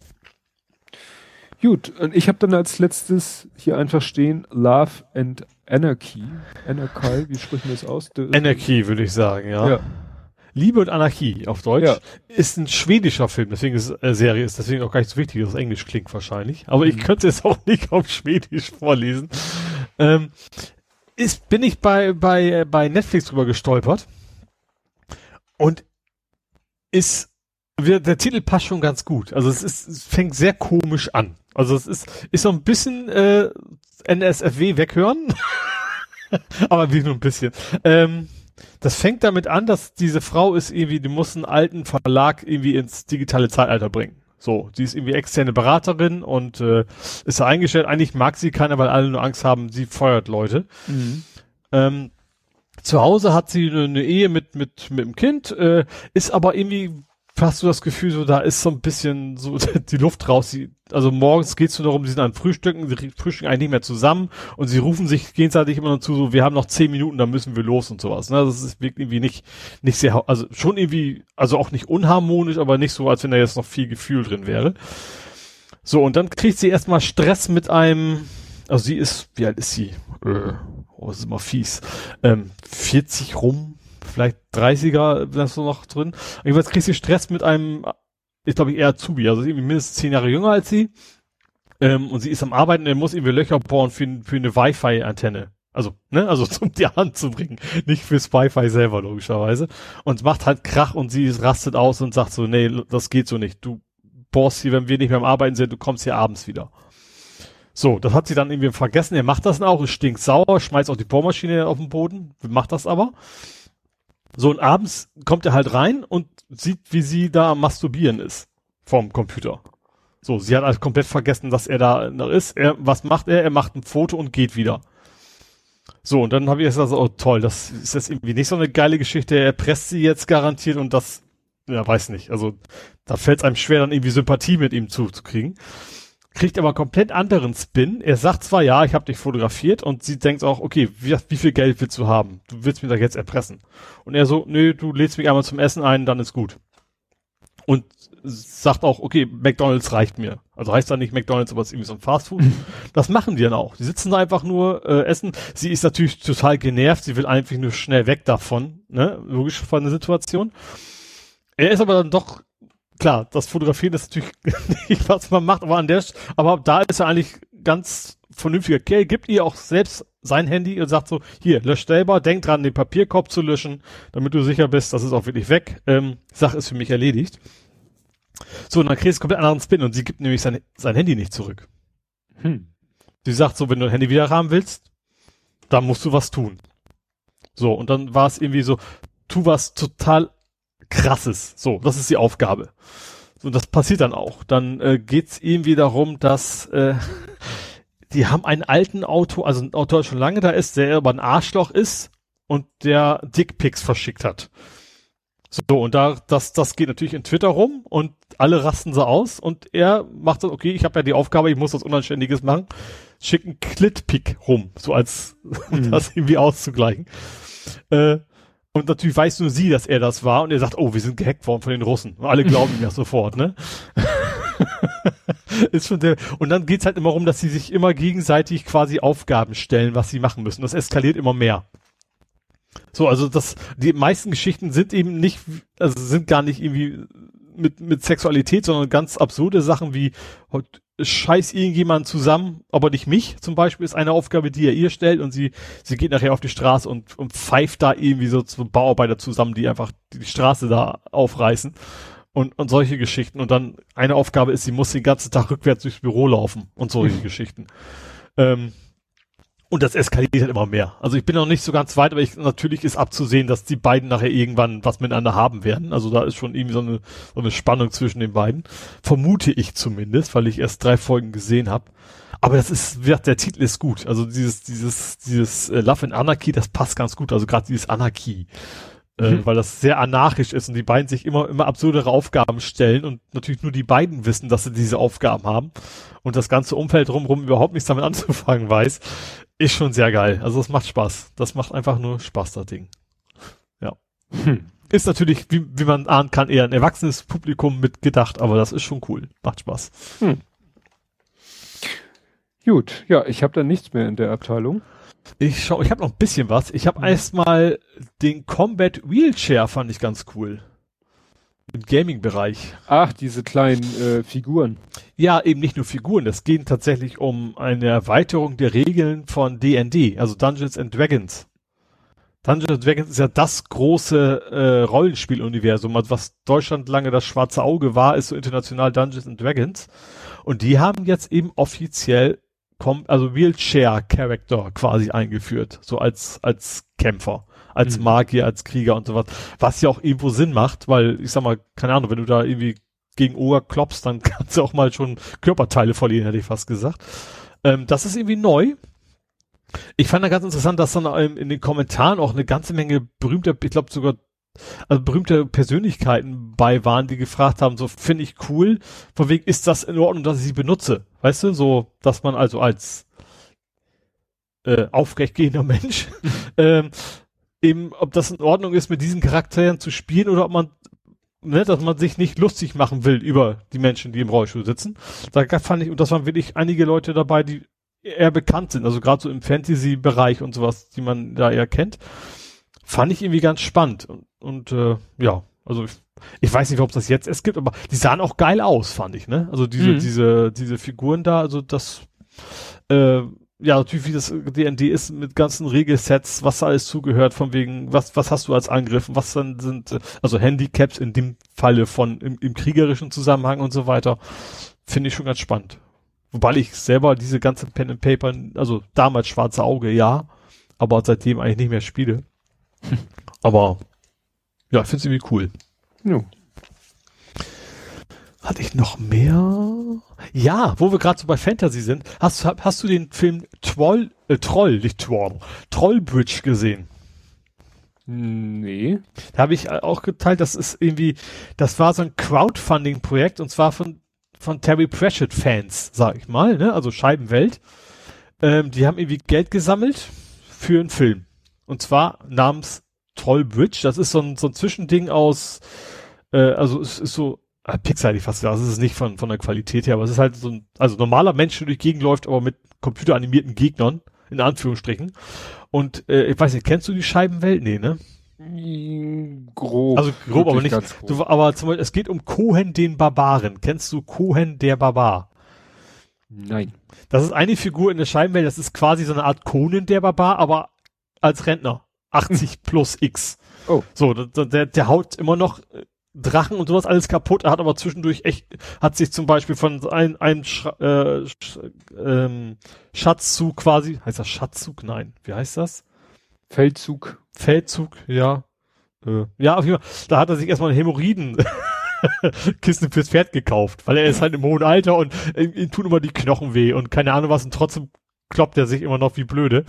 S2: Gut, und ich habe dann als letztes hier einfach stehen, Love and Anarchy. Anarchy, wie spricht man das aus?
S3: Anarchy, würde ich sagen, ja. ja. Liebe und Anarchie auf Deutsch. Ja. Ist ein schwedischer Film, deswegen ist äh, Serie ist deswegen auch gar nicht so wichtig, dass es Englisch klingt wahrscheinlich. Aber mhm. ich könnte es auch nicht auf Schwedisch vorlesen. Ähm, ist, bin ich bei, bei, bei Netflix drüber gestolpert. Und ist, wir, der Titel passt schon ganz gut. Also es ist, es fängt sehr komisch an. Also es ist, ist so ein bisschen äh, N S F W weghören. Aber wie nur ein bisschen. Ähm, Das fängt damit an, dass diese Frau ist irgendwie, die muss einen alten Verlag irgendwie ins digitale Zeitalter bringen. So, sie ist irgendwie externe Beraterin und äh, ist da eingestellt. Eigentlich mag sie keiner, weil alle nur Angst haben, sie feuert Leute. Mhm. Ähm, zu Hause hat sie eine, eine Ehe mit mit mit dem Kind, äh, ist aber irgendwie, hast du das Gefühl, so da ist so ein bisschen so die Luft raus. Sie, also morgens geht's nur darum, sie sind an Frühstücken, sie frühstücken eigentlich nicht mehr zusammen und sie rufen sich gegenseitig immer noch zu, so, wir haben noch zehn Minuten, dann müssen wir los und sowas. Ne? Das ist wirklich irgendwie nicht, nicht sehr, also schon irgendwie, also auch nicht unharmonisch, aber nicht so, als wenn da jetzt noch viel Gefühl drin wäre. So, und dann kriegt sie erstmal Stress mit einem, also sie ist, wie alt ist sie? Äh, oh, das ist immer fies. Ähm, vierzig rum, vielleicht dreißiger, das so noch drin. Jedenfalls kriegt sie Stress mit einem, ist glaube ich eher Azubi, also irgendwie mindestens zehn Jahre jünger als sie. Ähm, und sie ist am Arbeiten, er muss irgendwie Löcher bohren für, für eine Wi-Fi-Antenne. Also, ne, also zum die Hand zu bringen. Nicht fürs Wi-Fi selber, logischerweise. Und macht halt Krach und sie rastet aus und sagt so, nee, das geht so nicht. Du bohrst hier, wenn wir nicht mehr am Arbeiten sind, du kommst hier abends wieder. So, das hat sie dann irgendwie vergessen. Er macht das auch, ist stinksauer, schmeißt auch die Bohrmaschine auf den Boden, macht das aber. So, und abends kommt er halt rein und sieht, wie sie da am Masturbieren ist. Vorm Computer. So, sie hat also komplett vergessen, dass er da noch ist. Er, was macht er? Er macht ein Foto und geht wieder. So, und dann habe ich gesagt, oh toll, das ist jetzt irgendwie nicht so eine geile Geschichte. Er presst sie jetzt garantiert und das, ja, weiß nicht. Also, da fällt es einem schwer, dann irgendwie Sympathie mit ihm zuzukriegen. Kriegt aber einen komplett anderen Spin. Er sagt zwar, ja, ich habe dich fotografiert und sie denkt auch, okay, wie, wie viel Geld willst du haben? Du willst mich doch jetzt erpressen. Und er so, nö, du lädst mich einmal zum Essen ein, dann ist gut. Und sagt auch, okay, McDonald's reicht mir. Also heißt da nicht McDonald's, aber es ist irgendwie so ein Fastfood. Das machen die dann auch. Die sitzen da einfach nur, äh, essen. Sie ist natürlich total genervt. Sie will einfach nur schnell weg davon, ne? Logisch von der Situation. Er ist aber dann doch, klar, das Fotografieren ist natürlich nicht, was man macht, aber an der, aber da ist er eigentlich ganz vernünftiger Kerl, gibt ihr auch selbst sein Handy und sagt so, hier, lösch selber, denk dran, den Papierkorb zu löschen, damit du sicher bist, das ist auch wirklich weg. Ähm, Sache ist für mich erledigt. So, und dann kriegst du komplett anderen Spin und sie gibt nämlich sein, sein Handy nicht zurück. Hm. Sie sagt so, wenn du ein Handy wieder haben willst, dann musst du was tun. So, und dann war es irgendwie so, tu was total Krasses. So, das ist die Aufgabe. So, und das passiert dann auch. Dann äh, geht's irgendwie darum, dass äh, die haben einen alten Auto, also ein Auto, der schon lange da ist, der aber ein Arschloch ist und der Dickpics verschickt hat. So, und da, das, das geht natürlich in Twitter rum und alle rasten so aus und er macht so, okay, ich habe ja die Aufgabe, ich muss was Unanständiges machen, schickt einen Clitpic rum, so als, um mhm. das irgendwie auszugleichen. Äh, und natürlich weiß nur sie, dass er das war und er sagt, oh, wir sind gehackt worden von den Russen. Und alle glauben ihm ja sofort, ne? Ist schon der, und dann geht's halt immer rum, dass sie sich immer gegenseitig quasi Aufgaben stellen, was sie machen müssen. Das eskaliert immer mehr. So, also das, die meisten Geschichten sind eben nicht, also sind gar nicht irgendwie mit, mit Sexualität, sondern ganz absurde Sachen wie, scheiß irgendjemand zusammen, aber nicht mich, zum Beispiel, ist eine Aufgabe, die er ihr stellt und sie, sie geht nachher auf die Straße und, und pfeift da irgendwie so zwei Bauarbeiter zusammen, die einfach die Straße da aufreißen und, und solche Geschichten. Und dann eine Aufgabe ist, sie muss den ganzen Tag rückwärts durchs Büro laufen und solche Geschichten. Ähm, Und das eskaliert halt immer mehr. Also ich bin noch nicht so ganz weit, aber ich, natürlich ist abzusehen, dass die beiden nachher irgendwann was miteinander haben werden. Also da ist schon irgendwie so eine, so eine Spannung zwischen den beiden. Vermute ich zumindest, weil ich erst drei Folgen gesehen habe. Aber das ist, der Titel ist gut. Also dieses, dieses, dieses Love and Anarchy, das passt ganz gut. Also gerade dieses Anarchie. Mhm. Äh, weil das sehr anarchisch ist und die beiden sich immer, immer absurdere Aufgaben stellen und natürlich nur die beiden wissen, dass sie diese Aufgaben haben und das ganze Umfeld drumherum überhaupt nichts damit anzufangen weiß. Ist schon sehr geil. Also es macht Spaß. Das macht einfach nur Spaß, das Ding. Ja. Hm. Ist natürlich, wie, wie man ahnen kann, eher ein erwachsenes Publikum mitgedacht, aber das ist schon cool. Macht Spaß. Hm.
S2: Gut, ja, ich habe da nichts mehr in der Abteilung.
S3: Ich schau, ich habe noch ein bisschen was. Ich habe hm. erstmal den Combat Wheelchair, fand ich ganz cool. Im Gaming-Bereich.
S2: Ach, diese kleinen äh, Figuren.
S3: Ja, eben nicht nur Figuren. Es geht tatsächlich um eine Erweiterung der Regeln von D und D, also Dungeons and Dragons. Dungeons and Dragons ist ja das große äh, Rollenspieluniversum, was Deutschland lange das schwarze Auge war, ist so international Dungeons and Dragons. Und die haben jetzt eben offiziell also Wheelchair-Character quasi eingeführt, so als als Kämpfer, als mhm. Magier, als Krieger und sowas, was ja auch irgendwo Sinn macht, weil, ich sag mal, keine Ahnung, wenn du da irgendwie gegen Oger klopfst, dann kannst du auch mal schon Körperteile verlieren, hätte ich fast gesagt. Ähm, das ist irgendwie neu. Ich fand da ganz interessant, dass dann ähm, in den Kommentaren auch eine ganze Menge berühmter, ich glaube sogar also berühmte Persönlichkeiten bei waren, die gefragt haben, so finde ich cool, von wegen ist das in Ordnung, dass ich sie benutze, weißt du, so, dass man also als äh, aufrechtgehender Mensch ähm, eben, ob das in Ordnung ist, mit diesen Charakteren zu spielen oder ob man, ne, dass man sich nicht lustig machen will über die Menschen, die im Rollstuhl sitzen. Da fand ich, und das waren wirklich einige Leute dabei, die eher bekannt sind, also gerade so im Fantasy-Bereich und sowas, die man da eher kennt. Fand ich irgendwie ganz spannend. Und, und äh, ja, also ich, ich weiß nicht, ob es das jetzt erst gibt, aber die sahen auch geil aus, fand ich, ne? Also diese, mhm. diese, diese Figuren da, also das, äh, ja, natürlich wie das D und D ist mit ganzen Regelsets, was da alles zugehört, von wegen, was, was hast du als Angriff, was dann sind, also Handicaps in dem Falle von, im, im kriegerischen Zusammenhang und so weiter, finde ich schon ganz spannend. Wobei ich selber diese ganze Pen and Paper, also damals Schwarze Auge, ja, aber seitdem eigentlich nicht mehr spiele. Aber ja, ich finde es irgendwie cool.
S2: Ja.
S3: Hatte ich noch mehr? Ja, wo wir gerade so bei Fantasy sind, hast, hast du den Film Troll, äh, Troll, nicht Troll, Trollbridge gesehen?
S2: Nee.
S3: Da habe ich auch geteilt, das ist irgendwie, das war so ein Crowdfunding-Projekt und zwar von von Terry Pratchett-Fans, sag ich mal, ne, also Scheibenwelt. Ähm, die haben irgendwie Geld gesammelt für einen Film. Und zwar namens Trollbridge. Das ist so ein, so ein Zwischending aus, äh, also es ist so, äh, Pixar hätte ich fast gesagt, das ist nicht von, von der Qualität her, aber es ist halt so ein, also normaler Mensch, der durch die Gegend läuft, aber mit computeranimierten Gegnern, in Anführungsstrichen. Und, äh, ich weiß nicht, kennst du die Scheibenwelt? Nee, ne?
S2: Grob.
S3: Also grob, aber nicht.
S2: Grob.
S3: Du, aber zum Beispiel, es geht um Cohen den Barbaren. Kennst du Cohen der Barbar?
S2: Nein.
S3: Das ist eine Figur in der Scheibenwelt, das ist quasi so eine Art Conan der Barbar, aber als Rentner. achtzig plus X.
S2: Oh.
S3: So, der, der, der haut immer noch Drachen und sowas alles kaputt, er hat aber zwischendurch echt, hat sich zum Beispiel von ein, einem Sch, äh, Sch, ähm, Schatzzug quasi, heißt das Schatzzug? Nein. Wie heißt das?
S2: Feldzug.
S3: Feldzug, ja. Äh, ja, auf jeden Fall. Da hat er sich erstmal eine Hämorrhoiden-Kiste fürs Pferd gekauft, weil er ist halt im hohen Alter und äh, ihm tun immer die Knochen weh und keine Ahnung was und trotzdem kloppt er sich immer noch wie blöde.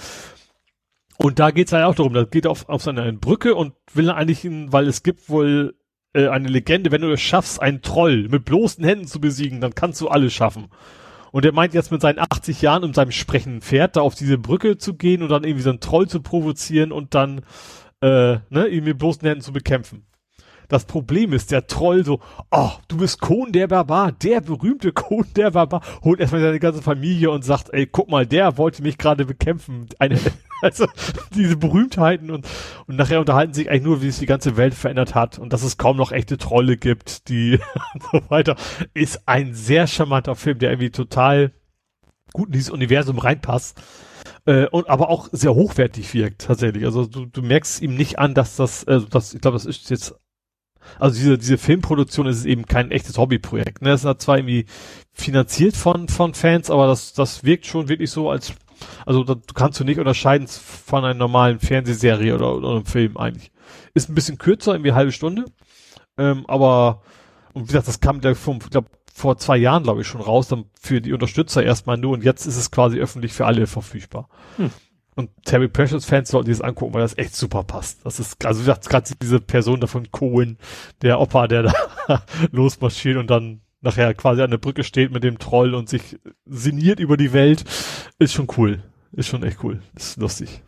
S3: Und da geht's halt auch darum, da geht er auf, auf seine Brücke und will eigentlich, in, weil es gibt wohl äh, eine Legende, wenn du es schaffst, einen Troll mit bloßen Händen zu besiegen, dann kannst du alles schaffen. Und er meint jetzt mit seinen achtzig Jahren und seinem sprechenden Pferd da auf diese Brücke zu gehen und dann irgendwie so einen Troll zu provozieren und dann äh, ne, ihn mit bloßen Händen zu bekämpfen. Das Problem ist, der Troll so, oh, du bist Conan der Barbar, der berühmte Conan der Barbar, holt erstmal seine ganze Familie und sagt, ey, guck mal, der wollte mich gerade bekämpfen. Eine, also diese Berühmtheiten und, und nachher unterhalten sich eigentlich nur, wie es die ganze Welt verändert hat und dass es kaum noch echte Trolle gibt, die und so weiter. Ist ein sehr charmanter Film, der irgendwie total gut in dieses Universum reinpasst. Äh, und aber auch sehr hochwertig wirkt, tatsächlich. Also du, du merkst ihm nicht an, dass das, äh, das ich glaube, das ist jetzt, also diese, diese Filmproduktion ist eben kein echtes Hobbyprojekt. Ne? Das ist zwar irgendwie finanziert von, von Fans, aber das, das wirkt schon wirklich so, als, also da kannst du nicht unterscheiden von einer normalen Fernsehserie oder, oder einem Film eigentlich. Ist ein bisschen kürzer, irgendwie eine halbe Stunde. Ähm, aber, und wie gesagt, das kam da vom, ich glaube, vor zwei Jahren, glaube ich, schon raus, dann für die Unterstützer erstmal nur und jetzt ist es quasi öffentlich für alle verfügbar. Hm. Und Terry Pratchett-Fans sollten dieses angucken, weil das echt super passt. Das ist, also wie gesagt, gerade diese Person da von Cohen, der Opa, der da losmarschiert und dann nachher quasi an der Brücke steht mit dem Troll und sich sinniert über die Welt, ist schon cool. Ist schon echt cool. Ist lustig.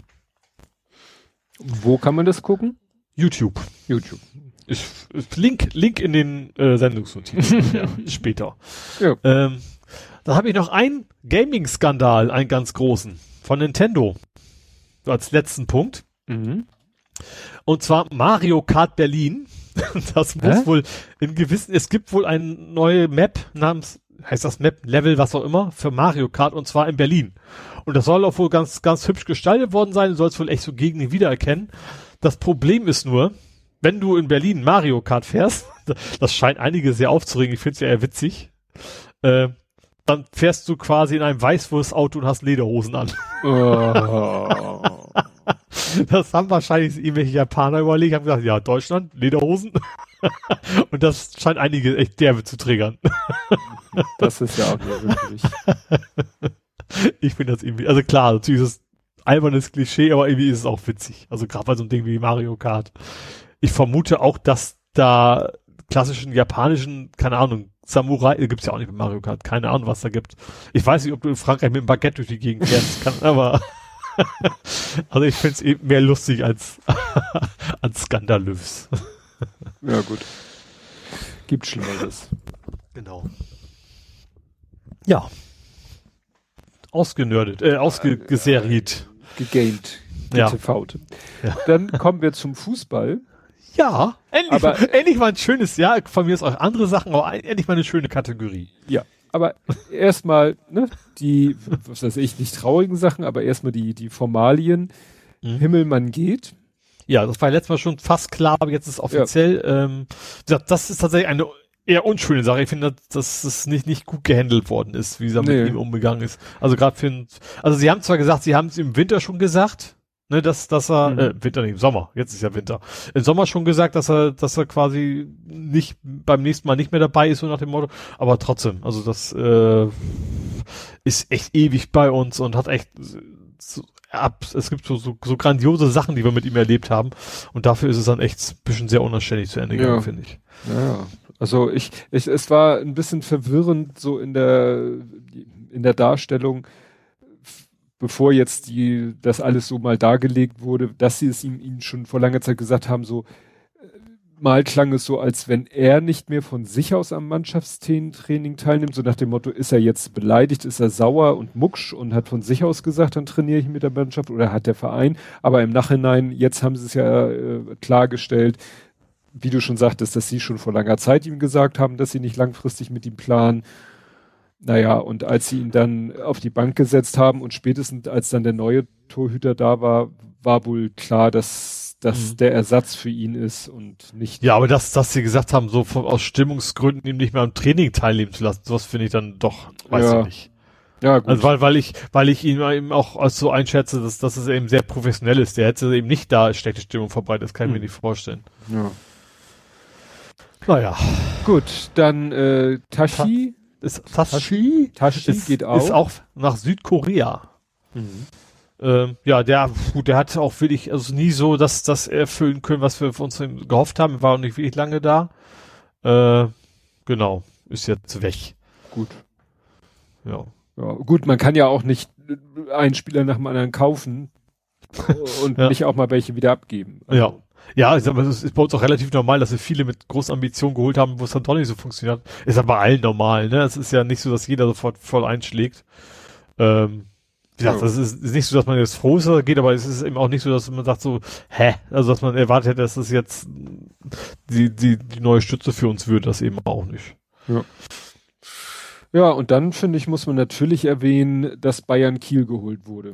S2: Wo kann man das gucken?
S3: YouTube.
S2: YouTube.
S3: Ich, ich, Link, Link in den äh, Sendungsnotizen. Ja, später. Ja. Ähm, dann habe ich noch einen Gaming-Skandal, einen ganz großen, von Nintendo. Als letzten Punkt. Mhm. Und zwar Mario Kart Berlin. Das muss Hä? wohl in gewissen, es gibt wohl eine neue Map namens, heißt das Map, Level, was auch immer, für Mario Kart und zwar in Berlin. Und das soll auch wohl ganz, ganz hübsch gestaltet worden sein, du sollst wohl echt so Gegenden wiedererkennen. Das Problem ist nur, wenn du in Berlin Mario Kart fährst, das scheint einige sehr aufzuregen, ich finde es ja eher witzig, äh, dann fährst du quasi in einem Weißwurstauto und hast Lederhosen an. Oh. Das haben wahrscheinlich irgendwelche Japaner überlegt, haben gesagt, ja, Deutschland, Lederhosen. Und das scheint einige echt derbe zu triggern.
S2: Das ist ja auch wirklich.
S3: Ich finde das irgendwie, also klar, natürlich ist es albernes Klischee, aber irgendwie ist es auch witzig. Also gerade bei so einem Ding wie Mario Kart. Ich vermute auch, dass da klassischen japanischen, keine Ahnung, Samurai, gibt's ja auch nicht bei Mario Kart, keine Ahnung, was da gibt. Ich weiß nicht, ob du in Frankreich mit einem Baguette durch die Gegend fährst, kann, aber also ich find's eben mehr lustig als als skandalös.
S2: Ja, gut. Gibt Schlimmeres.
S3: Genau. Ja. Ausgenördet, äh, ausgeseriert.
S2: Äh, gegamed.
S3: Ja.
S2: Getefaut. Ja. Dann kommen wir zum Fußball.
S3: Ja, endlich, aber, mal, endlich mal ein schönes Jahr. Von mir ist auch andere Sachen, aber endlich mal eine schöne Kategorie.
S2: Ja, aber erstmal, ne, die, was weiß ich, nicht traurigen Sachen, aber erstmal die, die Formalien. Mhm. Himmelmann geht.
S3: Ja, das war letztes Mal schon fast klar, aber jetzt ist offiziell, ja. ähm, das ist tatsächlich eine eher unschöne Sache. Ich finde, dass es nicht, nicht gut gehandelt worden ist, wie sie nee. mit ihm umgegangen ist. Also gerade für ein, also sie haben zwar gesagt, sie haben es im Winter schon gesagt, ne, dass, dass er, mhm. äh, Winter nicht, im Sommer, jetzt ist ja Winter. Im Sommer schon gesagt, dass er, dass er quasi nicht, beim nächsten Mal nicht mehr dabei ist, so nach dem Motto, aber trotzdem, also das, äh, ist echt ewig bei uns und hat echt, so, ab, es gibt so, so, so grandiose Sachen, die wir mit ihm erlebt haben und dafür ist es dann echt ein bisschen sehr unanständig zu Ende gegangen, ja. finde ich.
S2: Ja, also ich, ich, es war ein bisschen verwirrend so in der, in der Darstellung, bevor jetzt die, das alles so mal dargelegt wurde, dass sie es ihm, ihnen schon vor langer Zeit gesagt haben, so, mal klang es so, als wenn er nicht mehr von sich aus am Mannschaftstraining teilnimmt, so nach dem Motto, ist er jetzt beleidigt, ist er sauer und mucksch und hat von sich aus gesagt, dann trainiere ich mit der Mannschaft oder hat der Verein, aber im Nachhinein, jetzt haben sie es ja äh, klargestellt, wie du schon sagtest, dass sie schon vor langer Zeit ihm gesagt haben, dass sie nicht langfristig mit ihm planen. Naja, und als sie ihn dann auf die Bank gesetzt haben und spätestens als dann der neue Torhüter da war, war wohl klar, dass das mhm. der Ersatz für ihn ist und nicht...
S3: Ja, aber dass, dass sie gesagt haben, so von, aus Stimmungsgründen ihm nicht mehr am Training teilnehmen zu lassen, sowas finde ich dann doch, weiß
S2: ja.
S3: ich nicht.
S2: Ja, gut.
S3: Also weil, weil ich, weil ich ihn eben auch als so einschätze, dass, dass es eben sehr professionell ist. Der hätte eben nicht da schlechte Stimmung verbreitet, das kann ich mhm. mir nicht vorstellen.
S2: Ja.
S3: Naja.
S2: Gut, dann äh, Tashi.
S3: Ta- ist Tashi?
S2: Tashi
S3: ist,
S2: geht auch.
S3: Ist auch nach Südkorea. Mhm. Ähm, ja, der, gut, der hat auch wirklich, also nie so das, das erfüllen können, was wir von uns gehofft haben. War auch nicht wirklich lange da. Äh, genau. Ist jetzt weg.
S2: Gut.
S3: Ja.
S2: Ja. Gut, man kann ja auch nicht einen Spieler nach dem anderen kaufen und ja. nicht auch mal welche wieder abgeben.
S3: Also, ja. Ja, ich sag mal, es ist bei uns auch relativ normal, dass wir viele mit großen Ambitionen geholt haben, wo es dann doch nicht so funktioniert hat. Ist aber bei allen normal, ne? Es ist ja nicht so, dass jeder sofort voll einschlägt. Ähm, wie gesagt, es ja. ist, ist nicht so, dass man jetzt froh ist, dass er geht, aber es ist eben auch nicht so, dass man sagt so, hä? Also, dass man erwartet hätte, dass das jetzt die, die, die neue Stütze für uns wird, das eben auch nicht.
S2: Ja. Ja, und dann, finde ich, muss man natürlich erwähnen, dass Bayern Kiel geholt wurde.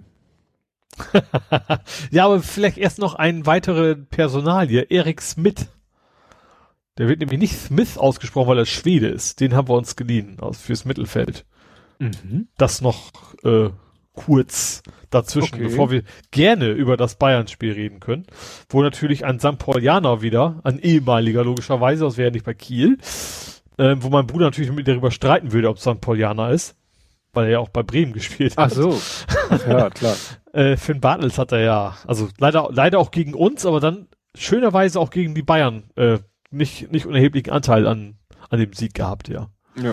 S3: Ja, aber vielleicht erst noch ein weitere Personalie, Erik Smith. Der wird nämlich nicht Smith ausgesprochen, weil er Schwede ist. Den haben wir uns geliehen aus, fürs Mittelfeld. Mhm. Das noch äh, kurz dazwischen, okay. Bevor wir gerne über das Bayern-Spiel reden können. Wo natürlich ein Sankt Paulianer wieder, ein ehemaliger logischerweise, das wäre ja nicht bei Kiel, äh, wo mein Bruder natürlich mit darüber streiten würde, ob es Sankt Paulianer ist. Weil er ja auch bei Bremen gespielt hat.
S2: Ach so. Ach ja, klar.
S3: äh, Finn Bartels hat er ja, also leider leider auch gegen uns, aber dann schönerweise auch gegen die Bayern äh, nicht nicht unerheblichen Anteil an an dem Sieg gehabt, ja.
S2: Ja.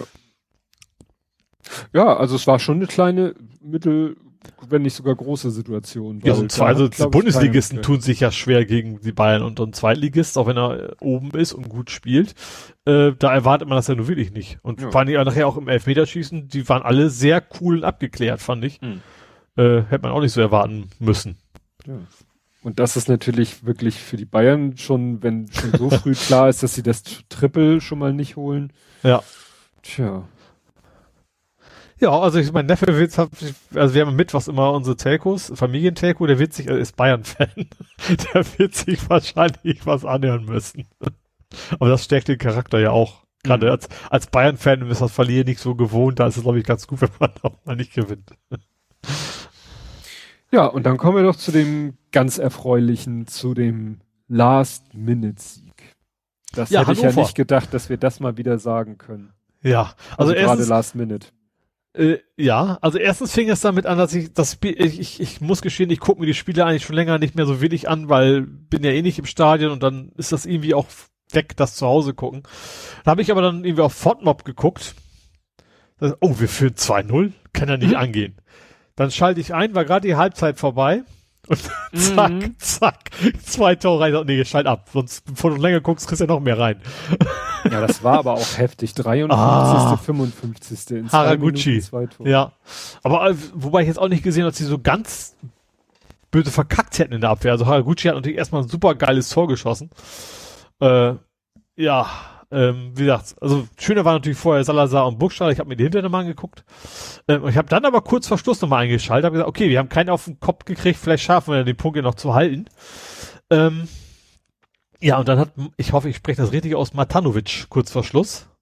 S2: Ja, also es war schon eine kleine, mittel, wenn nicht sogar große Situation.
S3: Ja, und zwar, also die Bundesligisten tun sich ja schwer gegen die Bayern und und Zweitligist, auch wenn er äh, oben ist und gut spielt. Äh, da erwartet man das ja nur wirklich nicht. Und ja. Fand ich auch nachher auch im Elfmeterschießen, die waren alle sehr cool und abgeklärt, fand ich. Mhm. Äh, hätte man auch nicht so erwarten müssen.
S2: Ja. Und das ist natürlich wirklich für die Bayern schon, wenn schon so früh klar ist, dass sie das Triple schon mal nicht holen.
S3: Ja.
S2: Tja.
S3: Ja, also ich mein Neffe wird, also wir haben mittwochs immer unsere Telcos, Familientelco, der wird sich, er ist Bayern-Fan, der wird sich wahrscheinlich was anhören müssen. Aber das stärkt den Charakter ja auch. Gerade mhm. als, als Bayern-Fan ist das Verlieren nicht so gewohnt, da ist es, glaube ich, ganz gut, wenn man auch mal nicht gewinnt.
S2: Ja, und dann kommen wir doch zu dem ganz Erfreulichen, zu dem Last-Minute-Sieg. Das ja, hätte Hannover. Ich ja nicht gedacht, dass wir das mal wieder sagen können.
S3: Ja,
S2: also, also gerade Last-Minute.
S3: Äh, ja, also erstens fing es damit an, dass ich das Spiel, ich, ich, ich muss gestehen, ich gucke mir die Spiele eigentlich schon länger nicht mehr so willig an, weil bin ja eh nicht im Stadion und dann ist das irgendwie auch weg, das zu Hause gucken. Da habe ich aber dann irgendwie auf Fortmob geguckt. Das, oh, wir führen zwei null? Kann ja nicht mhm. angehen. Dann schalte ich ein, war gerade die Halbzeit vorbei und zack, mhm. zack, zwei Tore rein. Nee, schalt ab, sonst bevor du länger guckst, kriegst du ja noch mehr rein.
S2: Ja, das war aber auch heftig. dreiundfünfzigste Ah, fünfundfünfzigste in
S3: Haraguchi. Ja, aber äh, wobei ich jetzt auch nicht gesehen habe, dass sie so ganz böse verkackt hätten in der Abwehr. Also Haraguchi hat natürlich erstmal ein super geiles Tor geschossen. Äh, ja, ähm, wie gesagt, also schöner war natürlich vorher Salazar und Burgstaller. Ich habe mir die hinterher mal angeguckt. Ähm, ich habe dann aber kurz vor Schluss nochmal eingeschaltet. Habe gesagt, okay, wir haben keinen auf den Kopf gekriegt. Vielleicht schaffen wir den Punkt ja noch zu halten. Ähm, Ja, und dann hat, ich hoffe, ich spreche das richtig aus, Matanovic kurz vor Schluss.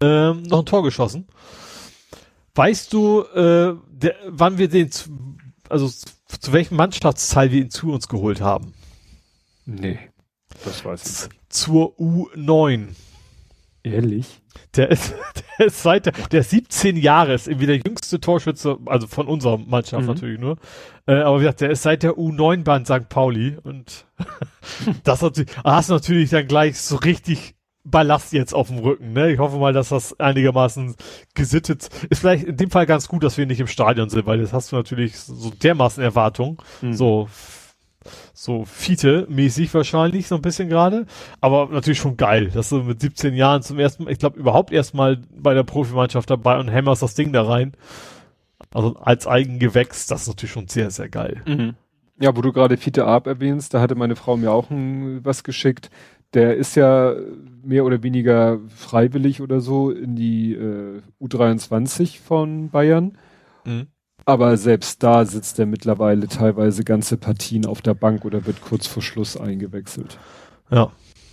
S3: ähm, noch ein Tor geschossen. Weißt du, äh, der, wann wir den, zu, also zu welchem Mannschaftsteil wir ihn zu uns geholt haben?
S2: Nee, das weiß ich nicht.
S3: Zur U neun.
S2: Ehrlich?
S3: Der ist, der ist seit der, der ist siebzehn Jahre, ist irgendwie der jüngste Torschütze, also von unserer Mannschaft mhm. natürlich nur. Äh, aber wie gesagt, der ist seit der U neun bei Sankt Pauli und das natürlich, hast du natürlich dann gleich so richtig Ballast jetzt auf dem Rücken, ne? Ich hoffe mal, dass das einigermaßen gesittet ist. Vielleicht in dem Fall ganz gut, dass wir nicht im Stadion sind, weil jetzt hast du natürlich so dermaßen Erwartungen, mhm. so so Fiete-mäßig wahrscheinlich, so ein bisschen gerade, aber natürlich schon geil, dass du mit siebzehn Jahren zum ersten Mal, ich glaube überhaupt erstmal bei der Profimannschaft dabei und hämmerst das Ding da rein, also als Eigengewächs, das ist natürlich schon sehr, sehr geil.
S2: Mhm. Ja, wo du gerade Fiete Arp erwähnst, da hatte meine Frau mir auch ein, was geschickt, der ist ja mehr oder weniger freiwillig oder so in die äh, U dreiundzwanzig von Bayern, mhm. aber selbst da sitzt er mittlerweile teilweise ganze Partien auf der Bank oder wird kurz vor Schluss eingewechselt.
S3: Ja.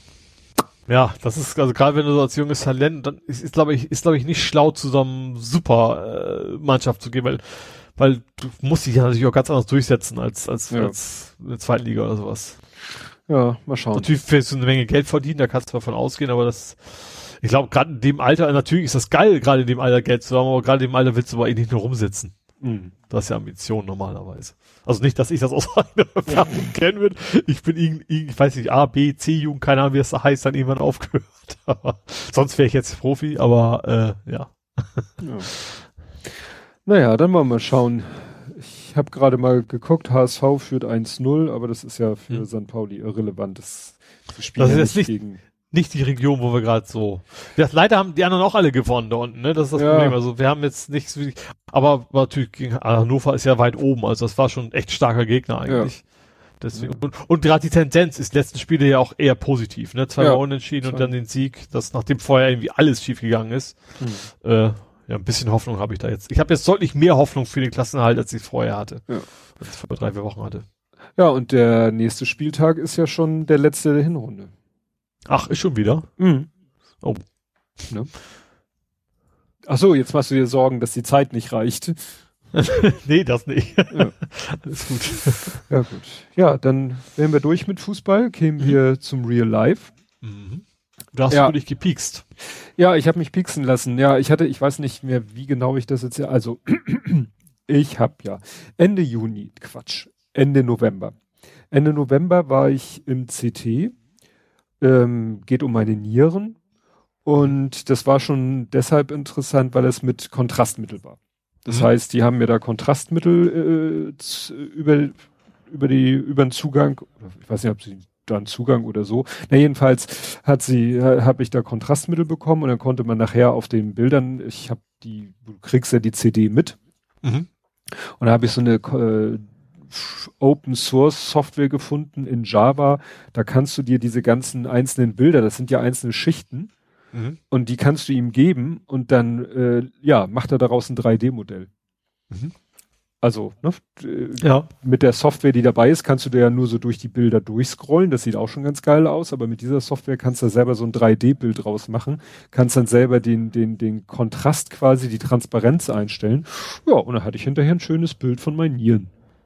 S3: Ja, das ist, also gerade wenn du so als junges Talent, dann ist, ist glaube ich, ist glaube ich nicht schlau, zusammen super äh, Mannschaft zu gehen, weil, weil du musst dich ja natürlich auch ganz anders durchsetzen als, als, ja. als in der zweiten Liga oder sowas.
S2: Ja, mal schauen.
S3: Natürlich willst du eine Menge Geld verdienen, da kannst du davon ausgehen, aber das, ich glaube, gerade in dem Alter, natürlich ist das geil, gerade in dem Alter Geld zu haben, aber gerade in dem Alter willst du aber eigentlich nicht nur rumsitzen. Mhm. Das ist ja Ambition normalerweise. Also nicht, dass ich das aus eigener Erfahrung kennen würde. Ich bin irgendwie, ich weiß nicht, A, B, C-Jugend, keine Ahnung, wie das da heißt, dann irgendwann aufgehört. Aber sonst wäre ich jetzt Profi, aber äh, ja.
S2: ja. Naja, dann wollen wir mal schauen. Ich habe gerade mal geguckt, H S V führt eins null, aber das ist ja für hm. Sankt Pauli irrelevant. Das, das Spiel
S3: das ist
S2: ja
S3: nicht, nicht gegen nicht die Region, wo wir gerade so. Das, leider haben die anderen auch alle gewonnen da unten, ne? Das ist das ja. Problem. Also wir haben jetzt nichts, aber natürlich gegen Hannover ist ja weit oben, also das war schon ein echt starker Gegner eigentlich. Ja. Deswegen. Und, und gerade die Tendenz ist letzten Spiele ja auch eher positiv, ne? Zweimal ja. unentschieden und dann den Sieg, das nachdem vorher irgendwie alles schief gegangen ist. Hm. Äh, ja, ein bisschen Hoffnung habe ich da jetzt. Ich habe jetzt deutlich mehr Hoffnung für den Klassenerhalt, als ich vorher hatte. Ja. Als ich vor drei, vier Wochen hatte.
S2: Ja, und der nächste Spieltag ist ja schon der letzte der Hinrunde.
S3: Ach, ist schon wieder?
S2: Mhm. Oh. Ne? Ach so, jetzt machst du dir Sorgen, dass die Zeit nicht reicht.
S3: Nee, das nicht.
S2: Ja.
S3: Ist gut.
S2: Ja, gut. Ja, dann wären wir durch mit Fußball, kämen wir mhm. zum Real Life.
S3: Mhm. Du hast
S2: ja.
S3: du dich gepiekst.
S2: Ja, ich habe mich pieksen lassen. Ja, ich hatte, ich weiß nicht mehr, wie genau ich das jetzt, also ich habe ja Ende Juni, Quatsch, Ende November. Ende November war ich im C T, ähm, geht um meine Nieren und das war schon deshalb interessant, weil es mit Kontrastmittel war. Das mhm. heißt, die haben mir da Kontrastmittel äh, z- über über die über den Zugang, ich weiß nicht, ob sie da einen Zugang oder so. Na jedenfalls hat sie, habe ich da Kontrastmittel bekommen und dann konnte man nachher auf den Bildern, ich habe die, du kriegst ja die C D mit mhm. und da habe ich so eine äh, Open Source Software gefunden in Java. Da kannst du dir diese ganzen einzelnen Bilder, das sind ja einzelne Schichten mhm. und die kannst du ihm geben und dann äh, ja macht er daraus ein drei D Modell. Mhm. Also, ne,
S3: ja.
S2: mit der Software, die dabei ist, kannst du dir ja nur so durch die Bilder durchscrollen. Das sieht auch schon ganz geil aus, aber mit dieser Software kannst du selber so ein drei D Bild draus machen. Kannst dann selber den, den, den Kontrast quasi, die Transparenz einstellen. Ja, und dann hatte ich hinterher ein schönes Bild von meinen Nieren.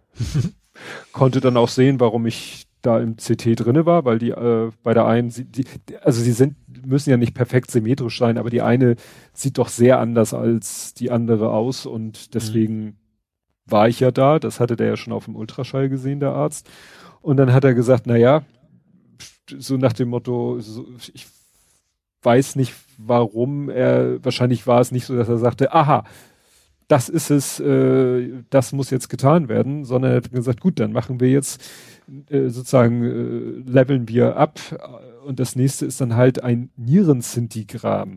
S2: Konnte dann auch sehen, warum ich da im C T drinne war, weil die, äh, bei der einen, die, also die sind, müssen ja nicht perfekt symmetrisch sein, aber die eine sieht doch sehr anders als die andere aus und deswegen mhm. war ich ja da, das hatte der ja schon auf dem Ultraschall gesehen, der Arzt. Und dann hat er gesagt, na ja, so nach dem Motto, so, ich weiß nicht, warum er, wahrscheinlich war es nicht so, dass er sagte, aha, das ist es, äh, das muss jetzt getan werden, sondern er hat gesagt, gut, dann machen wir jetzt äh, sozusagen, äh, leveln wir ab und das nächste ist dann halt ein Nierenszintigramm.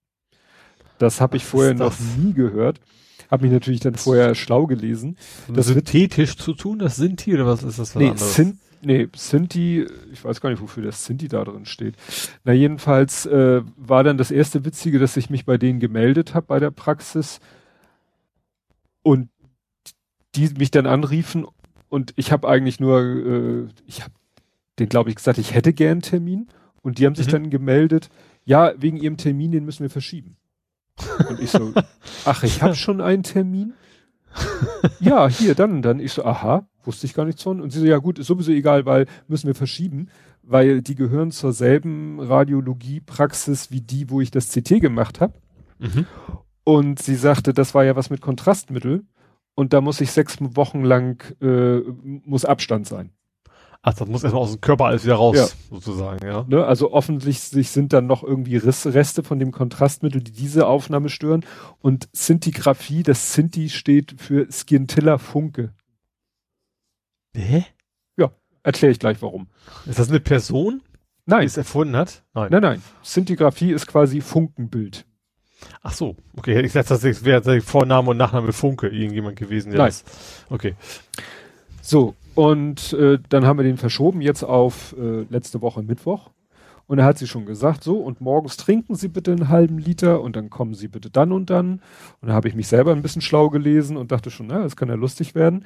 S2: Das habe ich vorher noch nie gehört. Habe mich natürlich dann vorher schlau gelesen.
S3: Das synthetisch zu tun, das Sinti oder was ist das für
S2: nee, Sin, nee, Sinti, ich weiß gar nicht, wofür das Sinti da drin steht. Na jedenfalls äh, war dann das erste Witzige, dass ich mich bei denen gemeldet habe bei der Praxis und die mich dann anriefen und ich habe eigentlich nur, äh, ich habe den glaube ich gesagt, ich hätte gern einen Termin und die haben sich mhm. dann gemeldet, ja, wegen ihrem Termin, den müssen wir verschieben. Und ich so, ach, ich habe schon einen Termin? Ja, hier, dann und dann. Ich so, aha, wusste ich gar nichts von. Und sie so, ja gut, ist sowieso egal, weil müssen wir verschieben, weil die gehören zur selben Radiologiepraxis wie die, wo ich das C T gemacht habe.
S3: Mhm.
S2: Und sie sagte, das war ja was mit Kontrastmittel und da muss ich sechs Wochen lang, äh, muss Abstand sein.
S3: Ach, das muss erstmal aus dem Körper alles wieder raus,
S2: ja.
S3: sozusagen, ja.
S2: Ne, also offensichtlich sind dann noch irgendwie Riss, Reste von dem Kontrastmittel, die diese Aufnahme stören. Und Szintigraphie, das Scinti steht für Scintilla Funke.
S3: Hä?
S2: Ja, erkläre ich gleich warum.
S3: Ist das eine Person,
S2: Nein.
S3: die es erfunden hat?
S2: Nein. Nein, nein. Szintigraphie ist quasi Funkenbild.
S3: Ach so, okay. Ich dachte, das wäre Vorname und Nachname Funke irgendjemand gewesen. Der
S2: Nein.
S3: Das, okay.
S2: So, und äh, dann haben wir den verschoben jetzt auf äh, letzte Woche Mittwoch. Und da hat sie schon gesagt, so, und morgens trinken Sie bitte einen halben Liter und dann kommen Sie bitte dann und dann. Und da habe ich mich selber ein bisschen schlau gelesen und dachte schon, na, das kann ja lustig werden.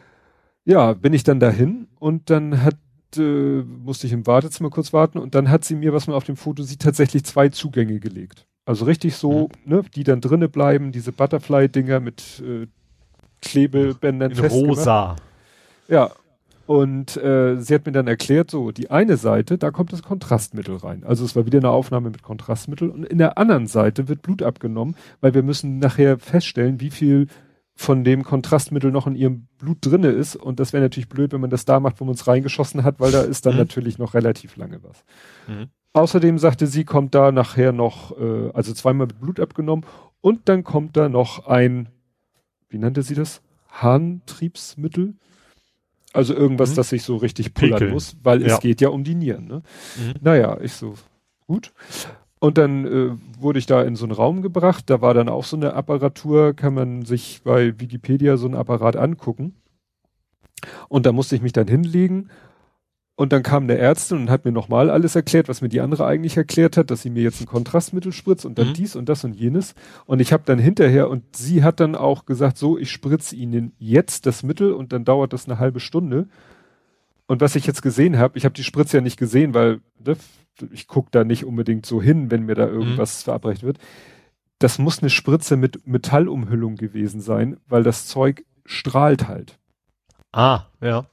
S2: Ja, bin ich dann dahin und dann hat, äh, musste ich im Wartezimmer kurz warten und dann hat sie mir, was man auf dem Foto sieht, tatsächlich zwei Zugänge gelegt. Also richtig so, mhm. ne, die dann drinnen bleiben, diese Butterfly-Dinger mit äh, Klebebändern
S3: in rosa.
S2: Ja, und äh, sie hat mir dann erklärt, so, die eine Seite, da kommt das Kontrastmittel rein. Also es war wieder eine Aufnahme mit Kontrastmittel und in der anderen Seite wird Blut abgenommen, weil wir müssen nachher feststellen, wie viel von dem Kontrastmittel noch in ihrem Blut drinne ist und das wäre natürlich blöd, wenn man das da macht, wo man es reingeschossen hat, weil da ist dann mhm. natürlich noch relativ lange was. Mhm. Außerdem sagte sie, kommt da nachher noch, äh, also zweimal mit Blut abgenommen und dann kommt da noch ein, wie nannte sie das? Harntriebsmittel? Also irgendwas, mhm. das sich so richtig pullern Pickel. muss, weil ja. es geht ja um die Nieren. Ne? Mhm. Naja, ich so, gut. Und dann äh, wurde ich da in so einen Raum gebracht, da war dann auch so eine Apparatur, kann man sich bei Wikipedia so einen Apparat angucken. Und da musste ich mich dann hinlegen und dann kam eine Ärztin und hat mir nochmal alles erklärt, was mir die andere eigentlich erklärt hat, dass sie mir jetzt ein Kontrastmittel spritzt und dann mhm. dies und das und jenes. Und ich habe dann hinterher, und sie hat dann auch gesagt, so, ich spritze Ihnen jetzt das Mittel und dann dauert das eine halbe Stunde. Und was ich jetzt gesehen habe, ich habe die Spritze ja nicht gesehen, weil ne, ich gucke da nicht unbedingt so hin, wenn mir da irgendwas mhm. verabreicht wird. Das muss eine Spritze mit Metallumhüllung gewesen sein, weil das Zeug strahlt halt.
S3: Ah, ja.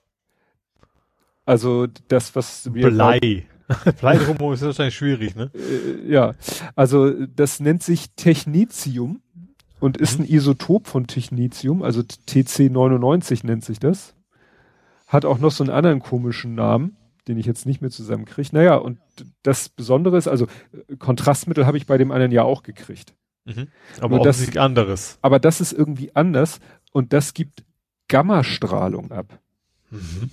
S2: Also das, was wir...
S3: Blei. Blei drumherum ist wahrscheinlich schwierig, ne?
S2: Äh, ja, also das nennt sich Technetium und ist mhm. ein Isotop von Technetium, also T C neunundneunzig nennt sich das. Hat auch noch so einen anderen komischen Namen, den ich jetzt nicht mehr zusammenkriege. Naja, und das Besondere ist, also Kontrastmittel habe ich bei dem anderen ja auch gekriegt.
S3: Mhm. Aber auch das, anderes.
S2: Aber das ist irgendwie anders und das gibt Gammastrahlung ab.
S3: Mhm.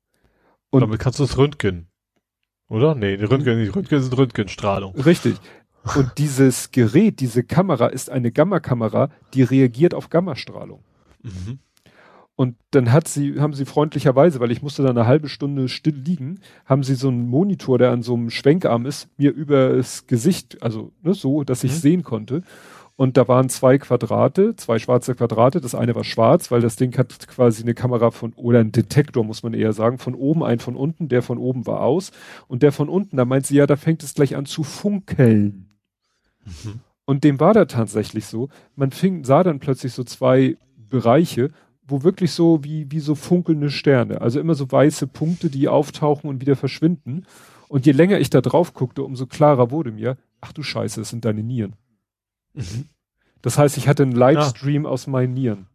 S3: Und damit kannst du das Röntgen, oder? Nee, die Röntgen, die Röntgen sind Röntgenstrahlung.
S2: Richtig. Und dieses Gerät, diese Kamera ist eine Gammakamera, die reagiert auf Gammastrahlung. Mhm. Und dann hat sie, haben sie freundlicherweise, weil ich musste da eine halbe Stunde still liegen, haben sie so einen Monitor, der an so einem Schwenkarm ist, mir über das Gesicht, also ne, so, dass ich mhm. sehen konnte. Und da waren zwei Quadrate, zwei schwarze Quadrate. Das eine war schwarz, weil das Ding hat quasi eine Kamera von, oder ein Detektor, muss man eher sagen, von oben, ein von unten. Der von oben war aus. Und der von unten, da meint sie, ja, da fängt es gleich an zu funkeln. Mhm. Und dem war da tatsächlich so. Man fing, sah dann plötzlich so zwei Bereiche, wo wirklich so wie, wie so funkelnde Sterne. Also immer so weiße Punkte, die auftauchen und wieder verschwinden. Und je länger ich da drauf guckte, umso klarer wurde mir, ach du Scheiße, das sind deine Nieren. Mhm. Das heißt, ich hatte einen Livestream ja. aus meinen Nieren.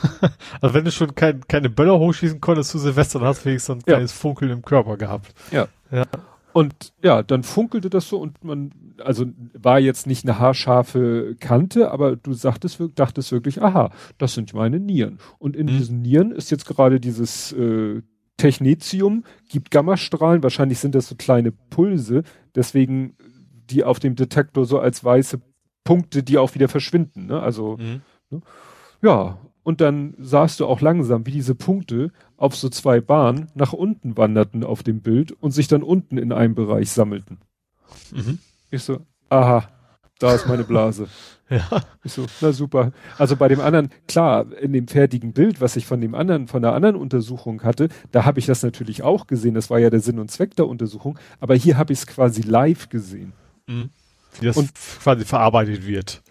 S3: Also wenn du schon kein, keine Böller hochschießen konntest zu Silvester, dann hast du wenigstens so ein kleines ja. Funkeln im Körper gehabt.
S2: Ja. ja. Und ja, dann funkelte das so und man, also war jetzt nicht eine haarscharfe Kante, aber du sagtest, dachtest wirklich, aha, das sind meine Nieren. Und in mhm. diesen Nieren ist jetzt gerade dieses äh, Technetium, gibt Gammastrahlen, wahrscheinlich sind das so kleine Pulse, deswegen die auf dem Detektor so als weiße Punkte, die auch wieder verschwinden, ne? Also, mhm. ne? Ja, und dann sahst du auch langsam, wie diese Punkte auf so zwei Bahnen nach unten wanderten auf dem Bild und sich dann unten in einem Bereich sammelten. Mhm. Ich so, aha, da ist meine Blase.
S3: Ja.
S2: Ich so, na super. Also bei dem anderen, klar, in dem fertigen Bild, was ich von dem anderen, von der anderen Untersuchung hatte, da habe ich das natürlich auch gesehen. Das war ja der Sinn und Zweck der Untersuchung. Aber hier habe ich es quasi live gesehen.
S3: Mhm. Wie das und, quasi verarbeitet wird.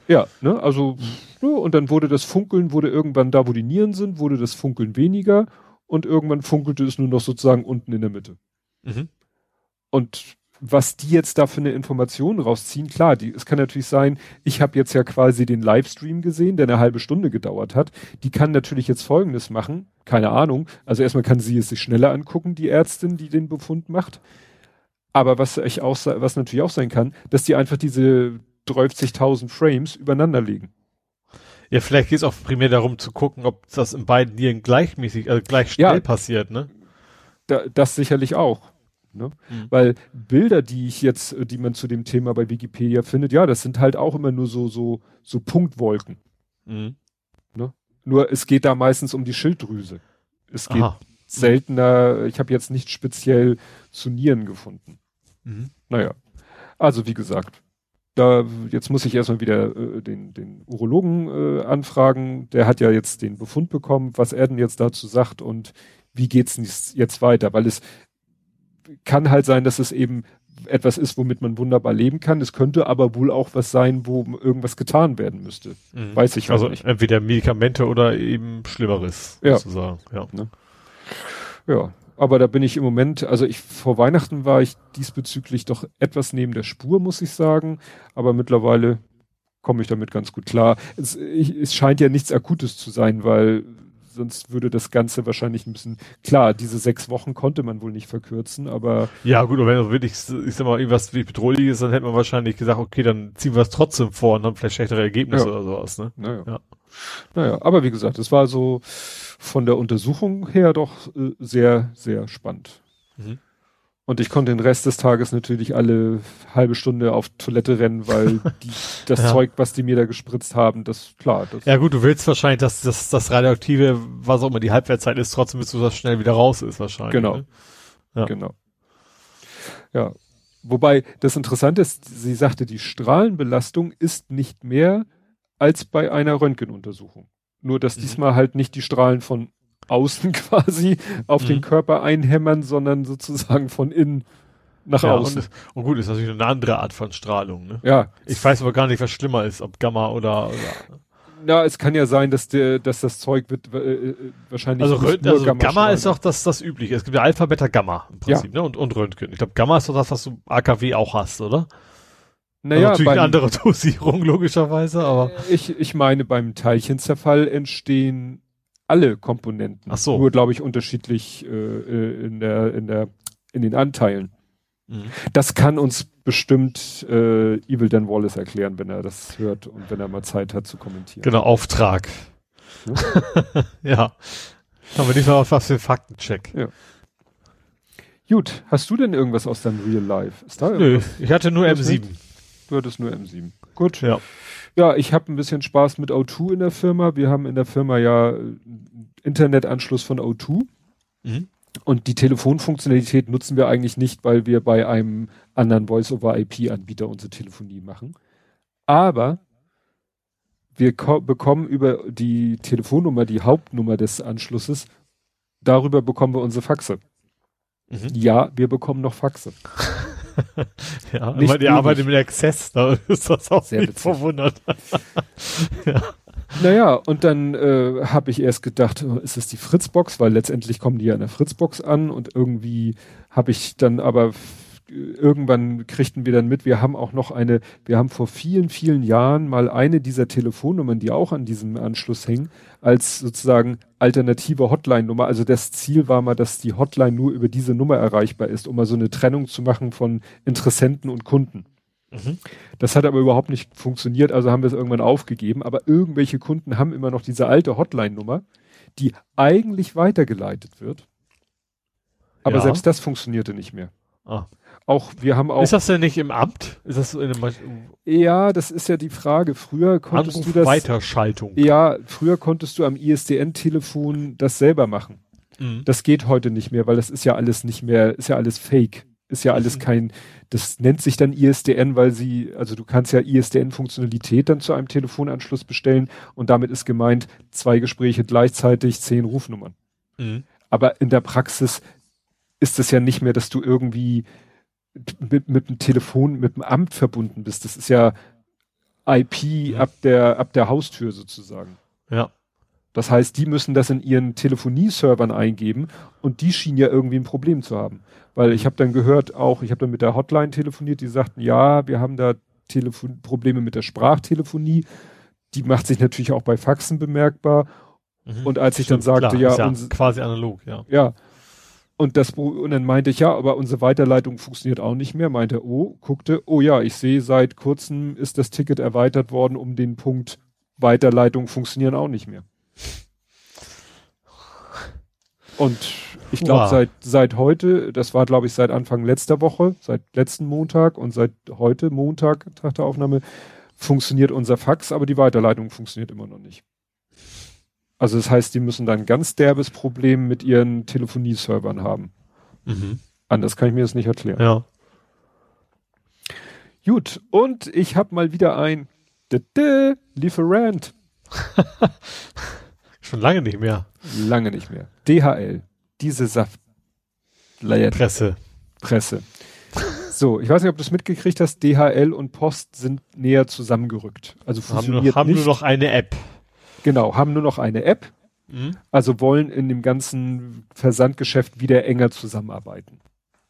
S2: Ja, ne, also, ne, und dann wurde das Funkeln, wurde irgendwann da, wo die Nieren sind, wurde das Funkeln weniger und irgendwann funkelte es nur noch sozusagen unten in der Mitte.
S3: Mhm.
S2: Und was die jetzt da für eine Information rausziehen, klar, die, es kann natürlich sein, ich habe jetzt ja quasi den Livestream gesehen, der eine halbe Stunde gedauert hat. Die kann natürlich jetzt Folgendes machen, keine Ahnung. Also erstmal kann sie es sich schneller angucken, die Ärztin, die den Befund macht. Aber was ich auch, was natürlich auch sein kann, dass die einfach diese dreißigtausend Frames übereinander legen.
S3: Ja, vielleicht geht es auch primär darum zu gucken, ob das in beiden Nieren gleichmäßig, also gleich schnell
S2: Ja,
S3: passiert, ne?
S2: Da, das sicherlich auch. Ne? Mhm. Weil Bilder, die ich jetzt, die man zu dem Thema bei Wikipedia findet, ja, das sind halt auch immer nur so, so, so Punktwolken. Mhm. Ne? Nur es geht da meistens um die Schilddrüse. Es geht Aha. seltener, ich habe jetzt nicht speziell zu Nieren gefunden. Mhm. Naja. Also wie gesagt, da, jetzt muss ich erstmal wieder äh, den, den Urologen äh, anfragen. Der hat ja jetzt den Befund bekommen, was er denn jetzt dazu sagt und wie geht's jetzt weiter? Weil es kann halt sein, dass es eben etwas ist, womit man wunderbar leben kann. Es könnte aber wohl auch was sein, wo irgendwas getan werden müsste. Mhm. Weiß ich
S3: also
S2: nicht.
S3: Also entweder Medikamente oder eben Schlimmeres,
S2: ja.
S3: sozusagen. Ja.
S2: Ne? Ja, aber da bin ich im Moment, also ich vor Weihnachten war ich diesbezüglich doch etwas neben der Spur, muss ich sagen. Aber mittlerweile komme ich damit ganz gut klar. Es, ich, es scheint ja nichts Akutes zu sein, weil sonst würde das Ganze wahrscheinlich ein bisschen, klar, diese sechs Wochen konnte man wohl nicht verkürzen, aber.
S3: Ja, gut, aber wenn das wirklich, ich sag mal, irgendwas wie bedrohlich ist, dann hätte man wahrscheinlich gesagt, okay, dann ziehen wir es trotzdem vor und haben vielleicht schlechtere Ergebnisse ja. oder sowas, ne?
S2: Naja. Ja. Naja, aber wie gesagt, es war so von der Untersuchung her doch äh, sehr, sehr spannend. Mhm. Und ich konnte den Rest des Tages natürlich alle halbe Stunde auf Toilette rennen, weil die, das ja. Zeug, was die mir da gespritzt haben, das, klar. Das
S3: ja gut, du willst wahrscheinlich, dass das, das Radioaktive, was auch immer die Halbwertszeit ist, trotzdem bis du das schnell wieder raus ist wahrscheinlich.
S2: Genau.
S3: Ne?
S2: Ja. Genau. Ja. Wobei das Interessante ist, sie sagte, die Strahlenbelastung ist nicht mehr als bei einer Röntgenuntersuchung. Nur, dass mhm. diesmal halt nicht die Strahlen von außen quasi auf mhm. den Körper einhämmern, sondern sozusagen von innen nach ja, außen.
S3: Und, und gut, ist natürlich eine andere Art von Strahlung, ne?
S2: Ja.
S3: Ich weiß aber gar nicht, was schlimmer ist, ob Gamma oder, oder
S2: na, es kann ja sein, dass der, dass das Zeug wird äh, wahrscheinlich
S3: also, Rönt, also Gamma, Gamma ist doch das, das Übliche. Es gibt ja Alpha, Beta, Gamma im Prinzip, ja. ne? Und, und Röntgen. Ich glaube, Gamma ist doch das, was du A K W auch hast, oder?
S2: Naja,
S3: also natürlich beim, eine andere Dosierung, logischerweise, aber.
S2: Ich, ich meine, beim Teilchenzerfall entstehen alle Komponenten.
S3: Ach so.
S2: Nur, glaube ich, unterschiedlich äh, in der, in der, in den Anteilen. Mhm. Das kann uns bestimmt äh, Evil Dan Wallace erklären, wenn er das hört und wenn er mal Zeit hat zu kommentieren.
S3: Genau, Auftrag. Hm? Ja. Haben wir diesmal was für Faktencheck.
S2: Ja. Gut, hast du denn irgendwas aus deinem Real Life? Ist da
S3: Nö, ich hatte nur M sieben.
S2: Du hattest nur M sieben. Gut.
S3: Ja.
S2: Ja, ich habe ein bisschen Spaß mit O zwei in der Firma. Wir haben in der Firma ja Internetanschluss von O zwei. Mhm. Und die Telefonfunktionalität nutzen wir eigentlich nicht, weil wir bei einem anderen Voice-over-I P-Anbieter unsere Telefonie machen. Aber wir bekommen über die Telefonnummer, die Hauptnummer des Anschlusses, darüber bekommen wir unsere Faxe. Mhm. Ja, wir bekommen noch Faxe.
S3: Ja, nicht aber die arbeitet mit Access, da ist das auch
S2: sehr
S3: nicht verwundert. Ja.
S2: Naja, und dann äh, habe ich erst gedacht, oh, ist es die Fritzbox, weil letztendlich kommen die ja in der Fritzbox an und irgendwie habe ich dann aber irgendwann kriegten wir dann mit, wir haben auch noch eine, wir haben vor vielen, vielen Jahren mal eine dieser Telefonnummern, die auch an diesem Anschluss hängen, als sozusagen alternative Hotline-Nummer. Also das Ziel war mal, dass die Hotline nur über diese Nummer erreichbar ist, um mal so eine Trennung zu machen von Interessenten und Kunden. Mhm. Das hat aber überhaupt nicht funktioniert, also haben wir es irgendwann aufgegeben. Aber irgendwelche Kunden haben immer noch diese alte Hotline-Nummer, die eigentlich weitergeleitet wird. Aber ja. Selbst das funktionierte nicht mehr.
S3: Ah.
S2: Auch, wir haben auch.
S3: Ist das denn nicht im Amt? Ist das in einem
S2: Ja, das ist ja die Frage. Früher konntest
S3: Anruf
S2: du das.
S3: Weiterschaltung.
S2: Ja, früher konntest du am I S D N-Telefon das selber machen. Mhm. Das geht heute nicht mehr, weil das ist ja alles nicht mehr, ist ja alles Fake. Ist ja alles mhm. kein, das nennt sich dann I S D N, weil sie, also du kannst ja I S D N-Funktionalität dann zu einem Telefonanschluss bestellen und damit ist gemeint, zwei Gespräche gleichzeitig, zehn Rufnummern. Mhm. Aber in der Praxis ist es ja nicht mehr, dass du irgendwie mit, mit dem Telefon, mit dem Amt verbunden bist. Das ist ja I P
S3: ja.
S2: ab der, ab der Haustür sozusagen.
S3: Ja.
S2: Das heißt, die müssen das in ihren Telefonieservern eingeben und die schienen ja irgendwie ein Problem zu haben. Weil ich habe dann gehört auch, ich habe dann mit der Hotline telefoniert, die sagten, ja, wir haben da Telefon Probleme mit der Sprachtelefonie. Die macht sich natürlich auch bei Faxen bemerkbar.
S3: Mhm.
S2: Und als ich
S3: Stimmt,
S2: dann sagte,
S3: klar,
S2: ja,
S3: ist ja
S2: uns,
S3: quasi analog, ja.
S2: ja, und das, und dann meinte ich, ja, aber unsere Weiterleitung funktioniert auch nicht mehr. Meinte, oh, guckte, oh ja, ich sehe, seit kurzem ist das Ticket erweitert worden um den Punkt Weiterleitung funktionieren auch nicht mehr. Und ich glaube,
S3: Wow.
S2: seit, seit heute, das war, glaube ich, seit Anfang letzter Woche, seit letzten Montag und seit heute Montag, Tag der Aufnahme, funktioniert unser Fax, aber die Weiterleitung funktioniert immer noch nicht. Also das heißt, die müssen dann ein ganz derbes Problem mit ihren Telefonieservern haben.
S3: Mhm.
S2: Anders kann ich mir das nicht erklären.
S3: Ja.
S2: Gut, und ich habe mal wieder ein D -d Lieferant.
S3: Schon lange nicht mehr.
S2: Lange nicht mehr. D H L. Diese Saft.
S3: Presse.
S2: Presse. So, ich weiß nicht, ob du es mitgekriegt hast, D H L und Post sind näher zusammengerückt. Also
S3: Haben,
S2: fusioniert
S3: nur, haben
S2: nicht.
S3: nur noch eine App.
S2: Genau, haben nur noch eine App.
S3: Mhm.
S2: Also wollen in dem ganzen Versandgeschäft wieder enger zusammenarbeiten.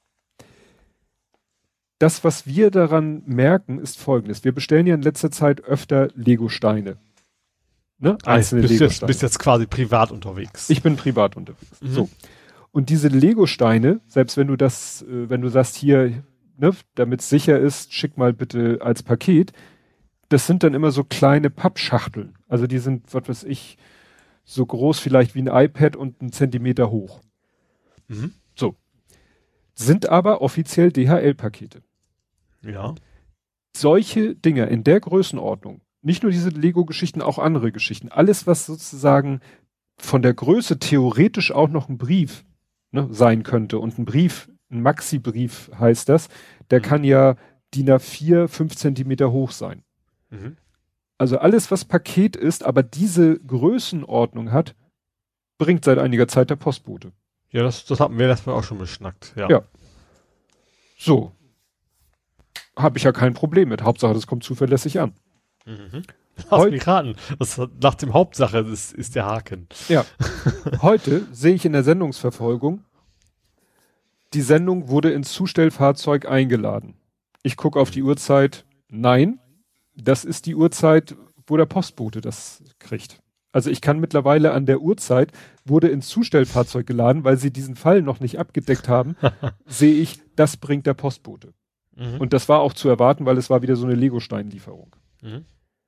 S2: Das, was wir daran merken, ist Folgendes. Wir bestellen ja in letzter Zeit öfter Lego-Steine. Ne? Einzelne
S3: bist,
S2: Lego-Steine.
S3: jetzt, bist jetzt quasi privat unterwegs.
S2: Ich bin privat unterwegs.
S3: Mhm.
S2: So. Und diese Lego-Steine, selbst wenn du das, äh, wenn du sagst, hier, ne, damit es sicher ist, schick mal bitte als Paket, das sind dann immer so kleine Pappschachteln. Also die sind, was weiß ich, so groß vielleicht wie ein iPad und einen Zentimeter hoch.
S3: Mhm.
S2: So. Sind aber offiziell D H L-Pakete.
S3: Ja.
S2: Solche Dinger in der Größenordnung, nicht nur diese Lego-Geschichten, auch andere Geschichten, alles, was sozusagen von der Größe theoretisch auch noch ein Brief, ne, sein könnte. Und ein Brief, ein Maxi-Brief heißt das, der
S3: Mhm.
S2: kann ja D I N A vier, fünf Zentimeter hoch sein.
S3: Mhm.
S2: Also alles, was Paket ist, aber diese Größenordnung hat, bringt seit einiger Zeit der Postbote.
S3: Ja, das, das hatten wir letztes Mal auch schon beschnackt. Ja.
S2: Ja. So. Habe ich ja kein Problem mit. Hauptsache, das kommt zuverlässig an.
S3: Mhm. Lass
S2: Heut-
S3: mich raten. Das, nach dem Hauptsache ist, ist der Haken.
S2: Ja. Heute sehe ich in der Sendungsverfolgung, die Sendung wurde ins Zustellfahrzeug eingeladen. Ich gucke auf die Uhrzeit. Nein, das ist die Uhrzeit, wo der Postbote das kriegt. Also ich kann mittlerweile an der Uhrzeit, wurde ins Zustellfahrzeug geladen, weil sie diesen Fall noch nicht abgedeckt haben, sehe ich, das bringt der Postbote.
S3: Mhm.
S2: Und das war auch zu erwarten, weil es war wieder so eine Lego-Stein-Lieferung.
S3: Mhm.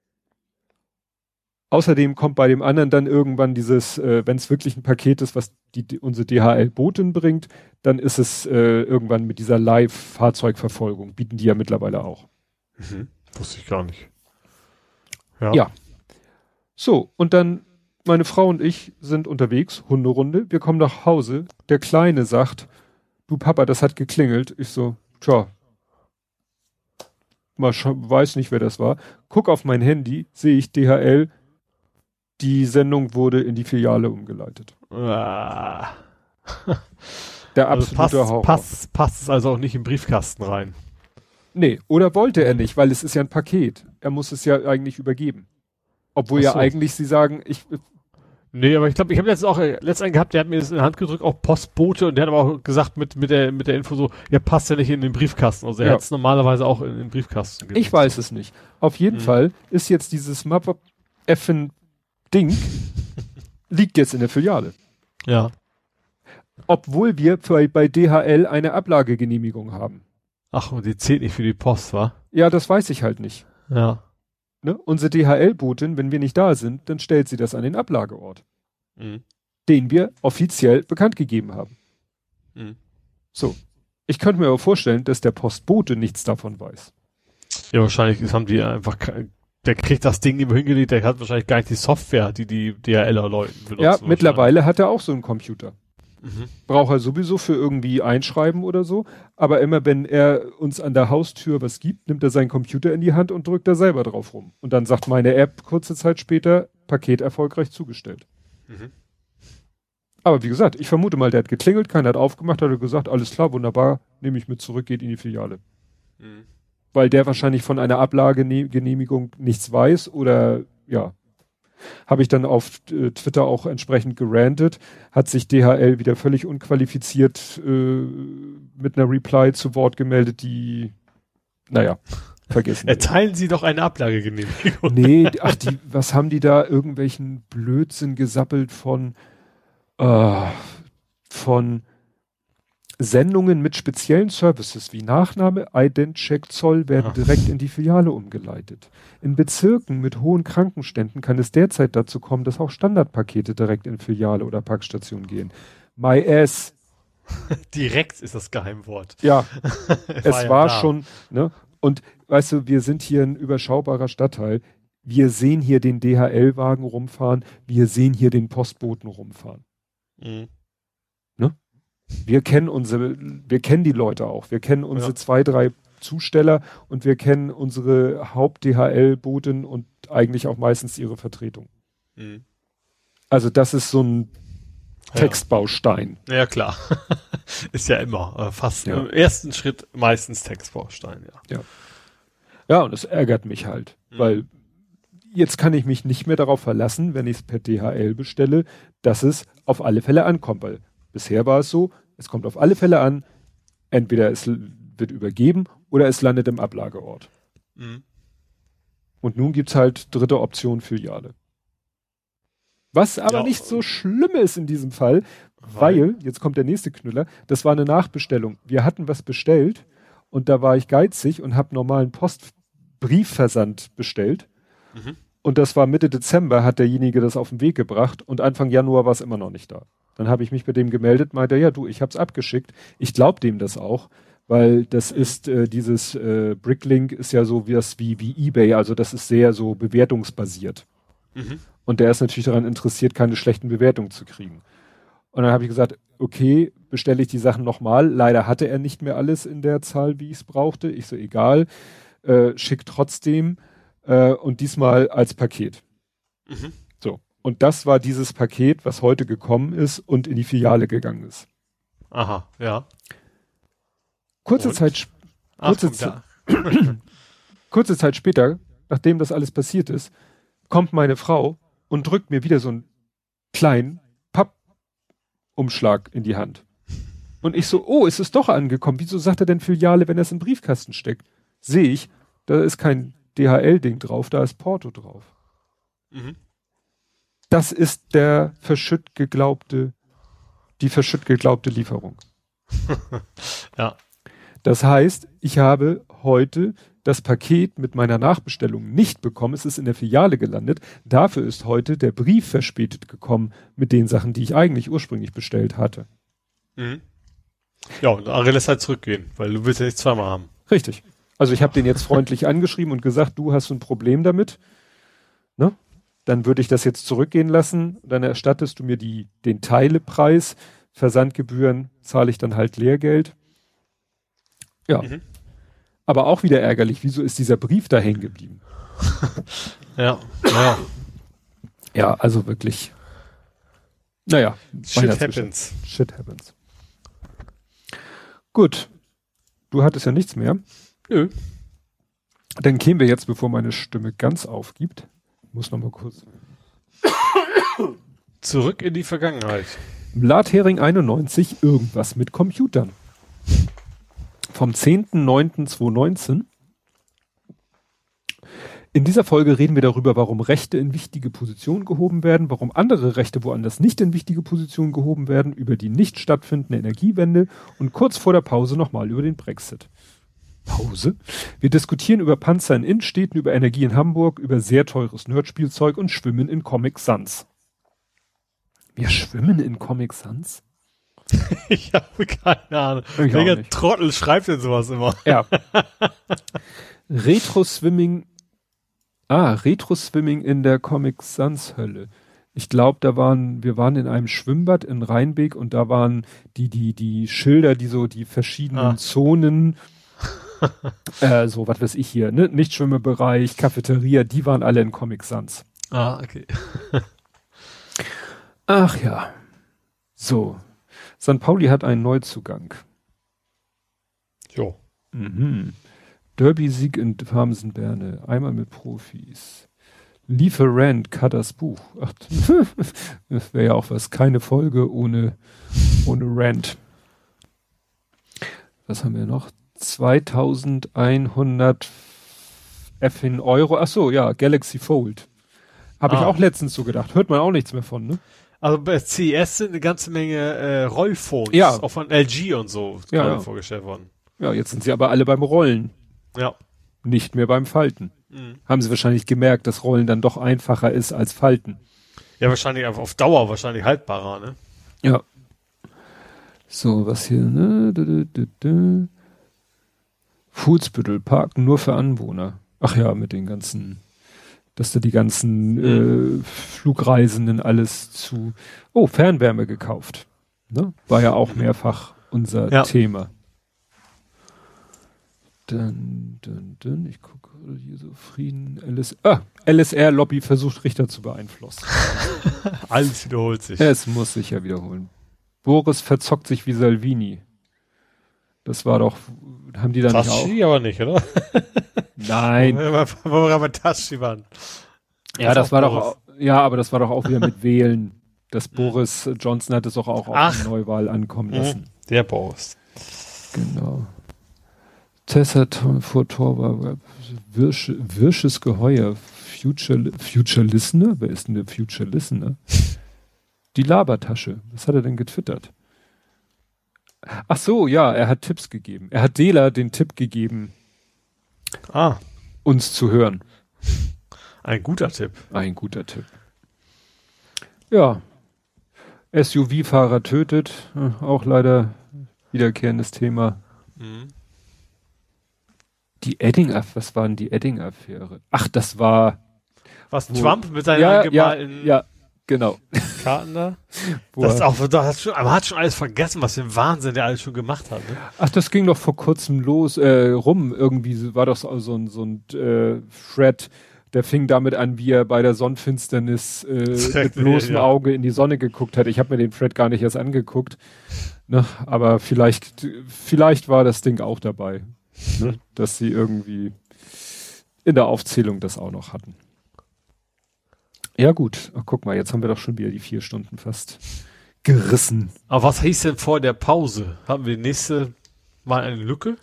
S2: Außerdem kommt bei dem anderen dann irgendwann dieses, äh, wenn es wirklich ein Paket ist, was die, die unsere D H L-Botin bringt, dann ist es äh, irgendwann mit dieser Live-Fahrzeugverfolgung, bieten die ja mittlerweile auch.
S3: Mhm. Wusste ich gar nicht. Ja.
S2: Ja. So, und dann meine Frau und ich sind unterwegs, Hunderunde, wir kommen nach Hause, der Kleine sagt, du Papa, das hat geklingelt. Ich so, tja, mal schon, weiß nicht, wer das war. Guck auf mein Handy, sehe ich D H L, die Sendung wurde in die Filiale umgeleitet.
S3: Ah.
S2: Der
S3: Also
S2: absolute
S3: passt,
S2: Horror.
S3: passt, passt es also auch nicht im Briefkasten rein.
S2: Nee, oder wollte er nicht, weil es ist ja ein Paket. Er muss es ja eigentlich übergeben. Obwohl
S3: Ach
S2: ja
S3: so.
S2: eigentlich sie sagen, ich,
S3: Nee, aber ich glaube, ich habe letztens auch äh, letztens einen gehabt, der hat mir das in die Hand gedrückt, auch Postbote, und der hat aber auch gesagt mit mit der mit der Info so, ja, passt ja nicht in den Briefkasten. Also er
S2: Ja.
S3: hätte es normalerweise auch in den Briefkasten gesetzt.
S2: ich weiß es nicht. Auf jeden
S3: Mhm.
S2: Fall ist jetzt dieses Mapper-Effen Ding liegt jetzt in der Filiale.
S3: Ja.
S2: Obwohl wir bei, bei D H L eine Ablagegenehmigung haben.
S3: Ach, und die zählt nicht für die Post, wa?
S2: Ja, das weiß ich halt nicht.
S3: Ja.
S2: Ne? Unsere D H L-Botin, wenn wir nicht da sind, dann stellt sie das an den Ablageort,
S3: Mhm.
S2: den wir offiziell bekannt gegeben haben.
S3: Mhm.
S2: So. Ich könnte mir aber vorstellen, dass der Postbote nichts davon weiß.
S3: Ja, wahrscheinlich das haben die einfach, ke- der kriegt das Ding immer hingelegt, der hat wahrscheinlich gar nicht die Software, die die D H L-Leute benutzen.
S2: Ja, mittlerweile hat er auch so einen Computer.
S3: Mhm.
S2: Braucht er sowieso für irgendwie Einschreiben oder so. Aber immer wenn er uns an der Haustür was gibt, nimmt er seinen Computer in die Hand und drückt da selber drauf rum. Und dann sagt meine App kurze Zeit später, Paket erfolgreich zugestellt.
S3: Mhm.
S2: Aber wie gesagt, ich vermute mal, der hat geklingelt, keiner hat aufgemacht, hat er gesagt, alles klar, wunderbar, nehme ich mit zurück, geht in die Filiale.
S3: Mhm.
S2: weil der wahrscheinlich von einer Ablagegenehmigung nichts weiß oder ja. Habe ich dann auf äh, Twitter auch entsprechend gerantet, hat sich D H L wieder völlig unqualifiziert äh, mit einer Reply zu Wort gemeldet, die, naja, vergessen.
S3: Erteilen Sie doch eine Ablagegenehmigung.
S2: Nee, ach, die, was haben die da, irgendwelchen Blödsinn gesappelt von, äh, von Sendungen mit speziellen Services wie Nachname, Ident-Check, Zoll werden
S3: Ach.
S2: direkt in die Filiale umgeleitet. In Bezirken mit hohen Krankenständen kann es derzeit dazu kommen, dass auch Standardpakete direkt in Filiale oder Packstation gehen. My ass.
S3: Direkt ist das Geheimwort.
S2: Ja, es
S3: war ja
S2: war
S3: da.
S2: schon, ne? Und weißt du, wir sind hier ein überschaubarer Stadtteil. Wir sehen hier den D H L-Wagen rumfahren. Wir sehen hier den Postboten rumfahren.
S3: Mhm.
S2: Wir kennen unsere, wir kennen die Leute auch. Wir kennen unsere
S3: Ja.
S2: zwei, drei Zusteller und wir kennen unsere Haupt-D H L-Boten und eigentlich auch meistens ihre Vertretung.
S3: Mhm.
S2: Also das ist so ein
S3: Ja.
S2: Textbaustein.
S3: Ja, klar. Ist ja immer äh, fast
S2: Ja.
S3: im ersten Schritt meistens Textbaustein, ja.
S2: Ja, und es ärgert mich halt,
S3: Mhm.
S2: weil jetzt kann ich mich nicht mehr darauf verlassen, wenn ich es per D H L bestelle, dass es auf alle Fälle ankommt, weil bisher war es so, es kommt auf alle Fälle an, entweder es wird übergeben oder es landet im Ablageort.
S3: Mhm.
S2: Und nun gibt's halt dritte Option Filiale. Was aber
S3: Ja.
S2: nicht so schlimm ist in diesem Fall, weil, jetzt kommt der nächste Knüller, das war eine Nachbestellung. Wir hatten was bestellt und da war ich geizig und habe normalen Postbriefversand bestellt.
S3: Mhm.
S2: Und das war Mitte Dezember, hat derjenige das auf den Weg gebracht und Anfang Januar war es immer noch nicht da. Dann habe ich mich bei dem gemeldet, meinte, ja du, ich hab's abgeschickt. Ich glaub dem das auch, weil das ist äh, dieses äh, Bricklink ist ja so wie das wie, wie eBay, also das ist sehr so bewertungsbasiert.
S3: Mhm.
S2: Und der ist natürlich daran interessiert, keine schlechten Bewertungen zu kriegen. Und dann habe ich gesagt, okay, bestelle ich die Sachen nochmal. Leider hatte er nicht mehr alles in der Zahl, wie ich es brauchte. Ich so, egal, äh, schick trotzdem äh, und diesmal als Paket.
S3: Mhm.
S2: So. Und das war dieses Paket, was heute gekommen ist und in die Filiale gegangen ist.
S3: Aha, ja.
S2: Kurze
S3: Und?
S2: Zeit,
S3: Ach,
S2: kurze,
S3: kommt
S2: Ze-
S3: da.
S2: kurze Zeit später, nachdem das alles passiert ist, kommt meine Frau und drückt mir wieder so einen kleinen Pappumschlag in die Hand. Und ich so, oh, ist es doch angekommen. Wieso sagt er denn Filiale, wenn er es in den Briefkasten steckt? Sehe ich, da ist kein D H L-Ding drauf, da ist Porto drauf.
S3: Mhm.
S2: Das ist der verschütt geglaubte, die verschütt geglaubte Lieferung.
S3: Ja.
S2: Das heißt, ich habe heute das Paket mit meiner Nachbestellung nicht bekommen. Es ist in der Filiale gelandet. Dafür ist heute der Brief verspätet gekommen mit den Sachen, die ich eigentlich ursprünglich bestellt hatte.
S3: Mhm. Ja, und Ariel lässt halt zurückgehen, weil du willst ja nicht zweimal haben.
S2: Richtig. Also ich habe den jetzt freundlich angeschrieben und gesagt, du hast ein Problem damit. Ne? Dann würde ich das jetzt zurückgehen lassen. Dann erstattest du mir die, den Teilepreis. Versandgebühren zahle ich dann halt Lehrgeld. Ja.
S3: Mhm.
S2: Aber auch wieder ärgerlich. Wieso ist dieser Brief da hängen geblieben?
S3: Ja, naja.
S2: Ja, also wirklich. Naja.
S3: Shit
S2: Weihnachtsgeschäft.
S3: happens.
S2: Shit happens. Gut. Du hattest ja nichts mehr.
S3: Nö.
S2: Dann kämen wir jetzt, bevor meine Stimme ganz aufgibt. Muss noch mal kurz.
S3: Zurück in die Vergangenheit.
S2: Blathering einundneunzig, irgendwas mit Computern. Vom zehnten neunten zweitausendneunzehn. In dieser Folge reden wir darüber, warum Rechte in wichtige Positionen gehoben werden, warum andere Rechte woanders nicht in wichtige Positionen gehoben werden, über die nicht stattfindende Energiewende und kurz vor der Pause nochmal über den Brexit. Pause? Wir diskutieren über Panzer in Innenstädten, über Energie in Hamburg, über sehr teures Nerdspielzeug und Schwimmen in Comic Sans. Wir schwimmen in Comic Sans?
S3: Ich habe keine Ahnung.
S2: Ich auch
S3: Welcher
S2: nicht.
S3: Trottel schreibt denn sowas immer?
S2: Ja. Retro-Swimming. Ah, Retro-Swimming in der Comic Sans Hölle. Ich glaube, da waren, wir waren in einem Schwimmbad in Rheinbeek und da waren die, die, die Schilder, die so die verschiedenen
S3: Ah.
S2: Zonen, äh, so, was weiß ich hier, ne? Nichtschwimmebereich, Cafeteria, die waren alle in Comic Sans.
S3: Ah, okay.
S2: Ach ja. So. Sankt Pauli hat einen Neuzugang.
S3: Jo.
S2: Mhm. Derby-Sieg in Farmsen-Berne. Einmal mit Profis. Lieferant, Cutters Buch. Ach, das wäre ja auch was. Keine Folge ohne, ohne Rant. Was haben wir noch? zweitausendeinhundert F in Euro. Ach so, ja, Galaxy Fold. Habe ah. ich auch letztens so gedacht. Hört man auch nichts mehr von, ne?
S3: Also bei C E S sind eine ganze Menge äh, Rollphones.
S2: Ja.
S3: Auch von L G und so
S2: ja, ja.
S3: vorgestellt worden.
S2: Ja, jetzt sind sie aber alle beim Rollen.
S3: Ja.
S2: Nicht mehr beim Falten.
S3: Mhm.
S2: Haben sie wahrscheinlich gemerkt, dass Rollen dann doch einfacher ist als Falten.
S3: Ja, wahrscheinlich einfach auf Dauer wahrscheinlich haltbarer, ne?
S2: Ja. So, was hier, ne? Du, du, du, du. Fuhlsbüttel, Parken nur für Anwohner. Ach ja, mit den ganzen, dass da die ganzen mhm. äh, Flugreisenden alles zu, oh, Fernwärme gekauft. Ne? War ja auch mehrfach unser ja. Thema. Dann, dann, dann, ich gucke hier so Frieden, L S, ah, L S R-Lobby versucht Richter zu beeinflussen.
S3: Alles wiederholt sich.
S2: Es muss sich ja wiederholen. Boris verzockt sich wie Salvini. Das war doch, haben die da nicht auch?
S3: Taschi aber nicht, oder?
S2: Nein.
S3: Wo wir bei Taschi waren.
S2: Ja, das, das war Boris. Doch, ja, aber das war doch auch wieder mit Wählen. Das Boris Johnson hat es doch auch auf die Neuwahl ankommen lassen.
S3: Der Boris.
S2: Genau. Tessa vor Tor war Wirsche, Wirsches Geheuer. Future, Future Listener? Wer ist denn der Future Listener? Die Labertasche. Was hat er denn getwittert? Ach so, ja, er hat Tipps gegeben. Er hat Dela den Tipp gegeben,
S3: ah.
S2: uns zu hören.
S3: Ein guter Tipp.
S2: Ein guter Tipp. Ja. S U V-Fahrer tötet. Auch leider wiederkehrendes Thema. Mhm. Die Edding-Affäre, was waren die Edding-Affäre? Ach, das war...
S3: Was, wo, Trump mit seinen
S2: ja,
S3: gemalten...
S2: Ja, ja, genau.
S3: Karten da? Das ist auch, da hat schon, aber hat schon alles vergessen, was für ein Wahnsinn der alles schon gemacht hat. Ne?
S2: Ach, das ging doch vor kurzem los, äh, rum. Irgendwie war doch so, so ein, so ein äh, Thread, der fing damit an, wie er bei der Sonnenfinsternis äh, mit bloßem ja. Auge in die Sonne geguckt hat. Ich habe mir den Thread gar nicht erst angeguckt. Ne? Aber vielleicht, vielleicht war das Ding auch dabei. Ne? Dass sie irgendwie in der Aufzählung das auch noch hatten. Ja gut, ach, guck mal, jetzt haben wir doch schon wieder die vier Stunden fast gerissen.
S3: Aber was hieß denn vor der Pause? Haben wir nächste Mal eine Lücke?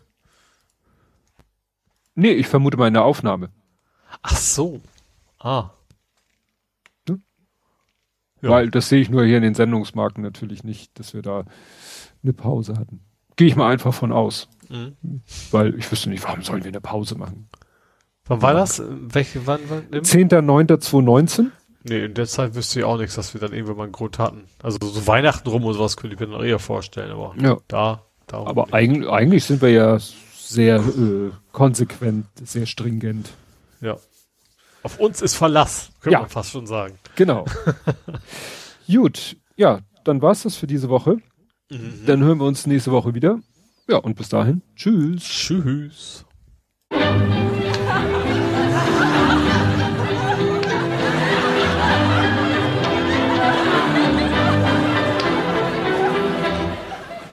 S2: Nee, ich vermute mal in der Aufnahme.
S3: Ach so. Ah.
S2: Ne? Ja. Weil das sehe ich nur hier in den Sendungsmarken natürlich nicht, dass wir da eine Pause hatten. Gehe ich mal einfach von aus. Mhm. Weil ich wüsste nicht, warum sollen wir eine Pause machen?
S3: Wann war das? Welche, wann, wann?
S2: zehnter neunter zweitausendneunzehn
S3: Nee, in der Zeit wüsste ich auch nichts, dass wir dann irgendwann mal einen Grund hatten. Also so Weihnachten rum und sowas könnte ich mir noch eher vorstellen, aber
S2: ja.
S3: da, darum
S2: aber eigentlich, eigentlich sind wir ja sehr äh, konsequent, sehr stringent.
S3: Ja. Auf uns ist Verlass, könnte
S2: ja.
S3: man fast schon sagen.
S2: Genau. Gut, ja, dann war's das für diese Woche. Mhm. Dann hören wir uns nächste Woche wieder. Ja, und bis dahin. Tschüss.
S3: Tschüss.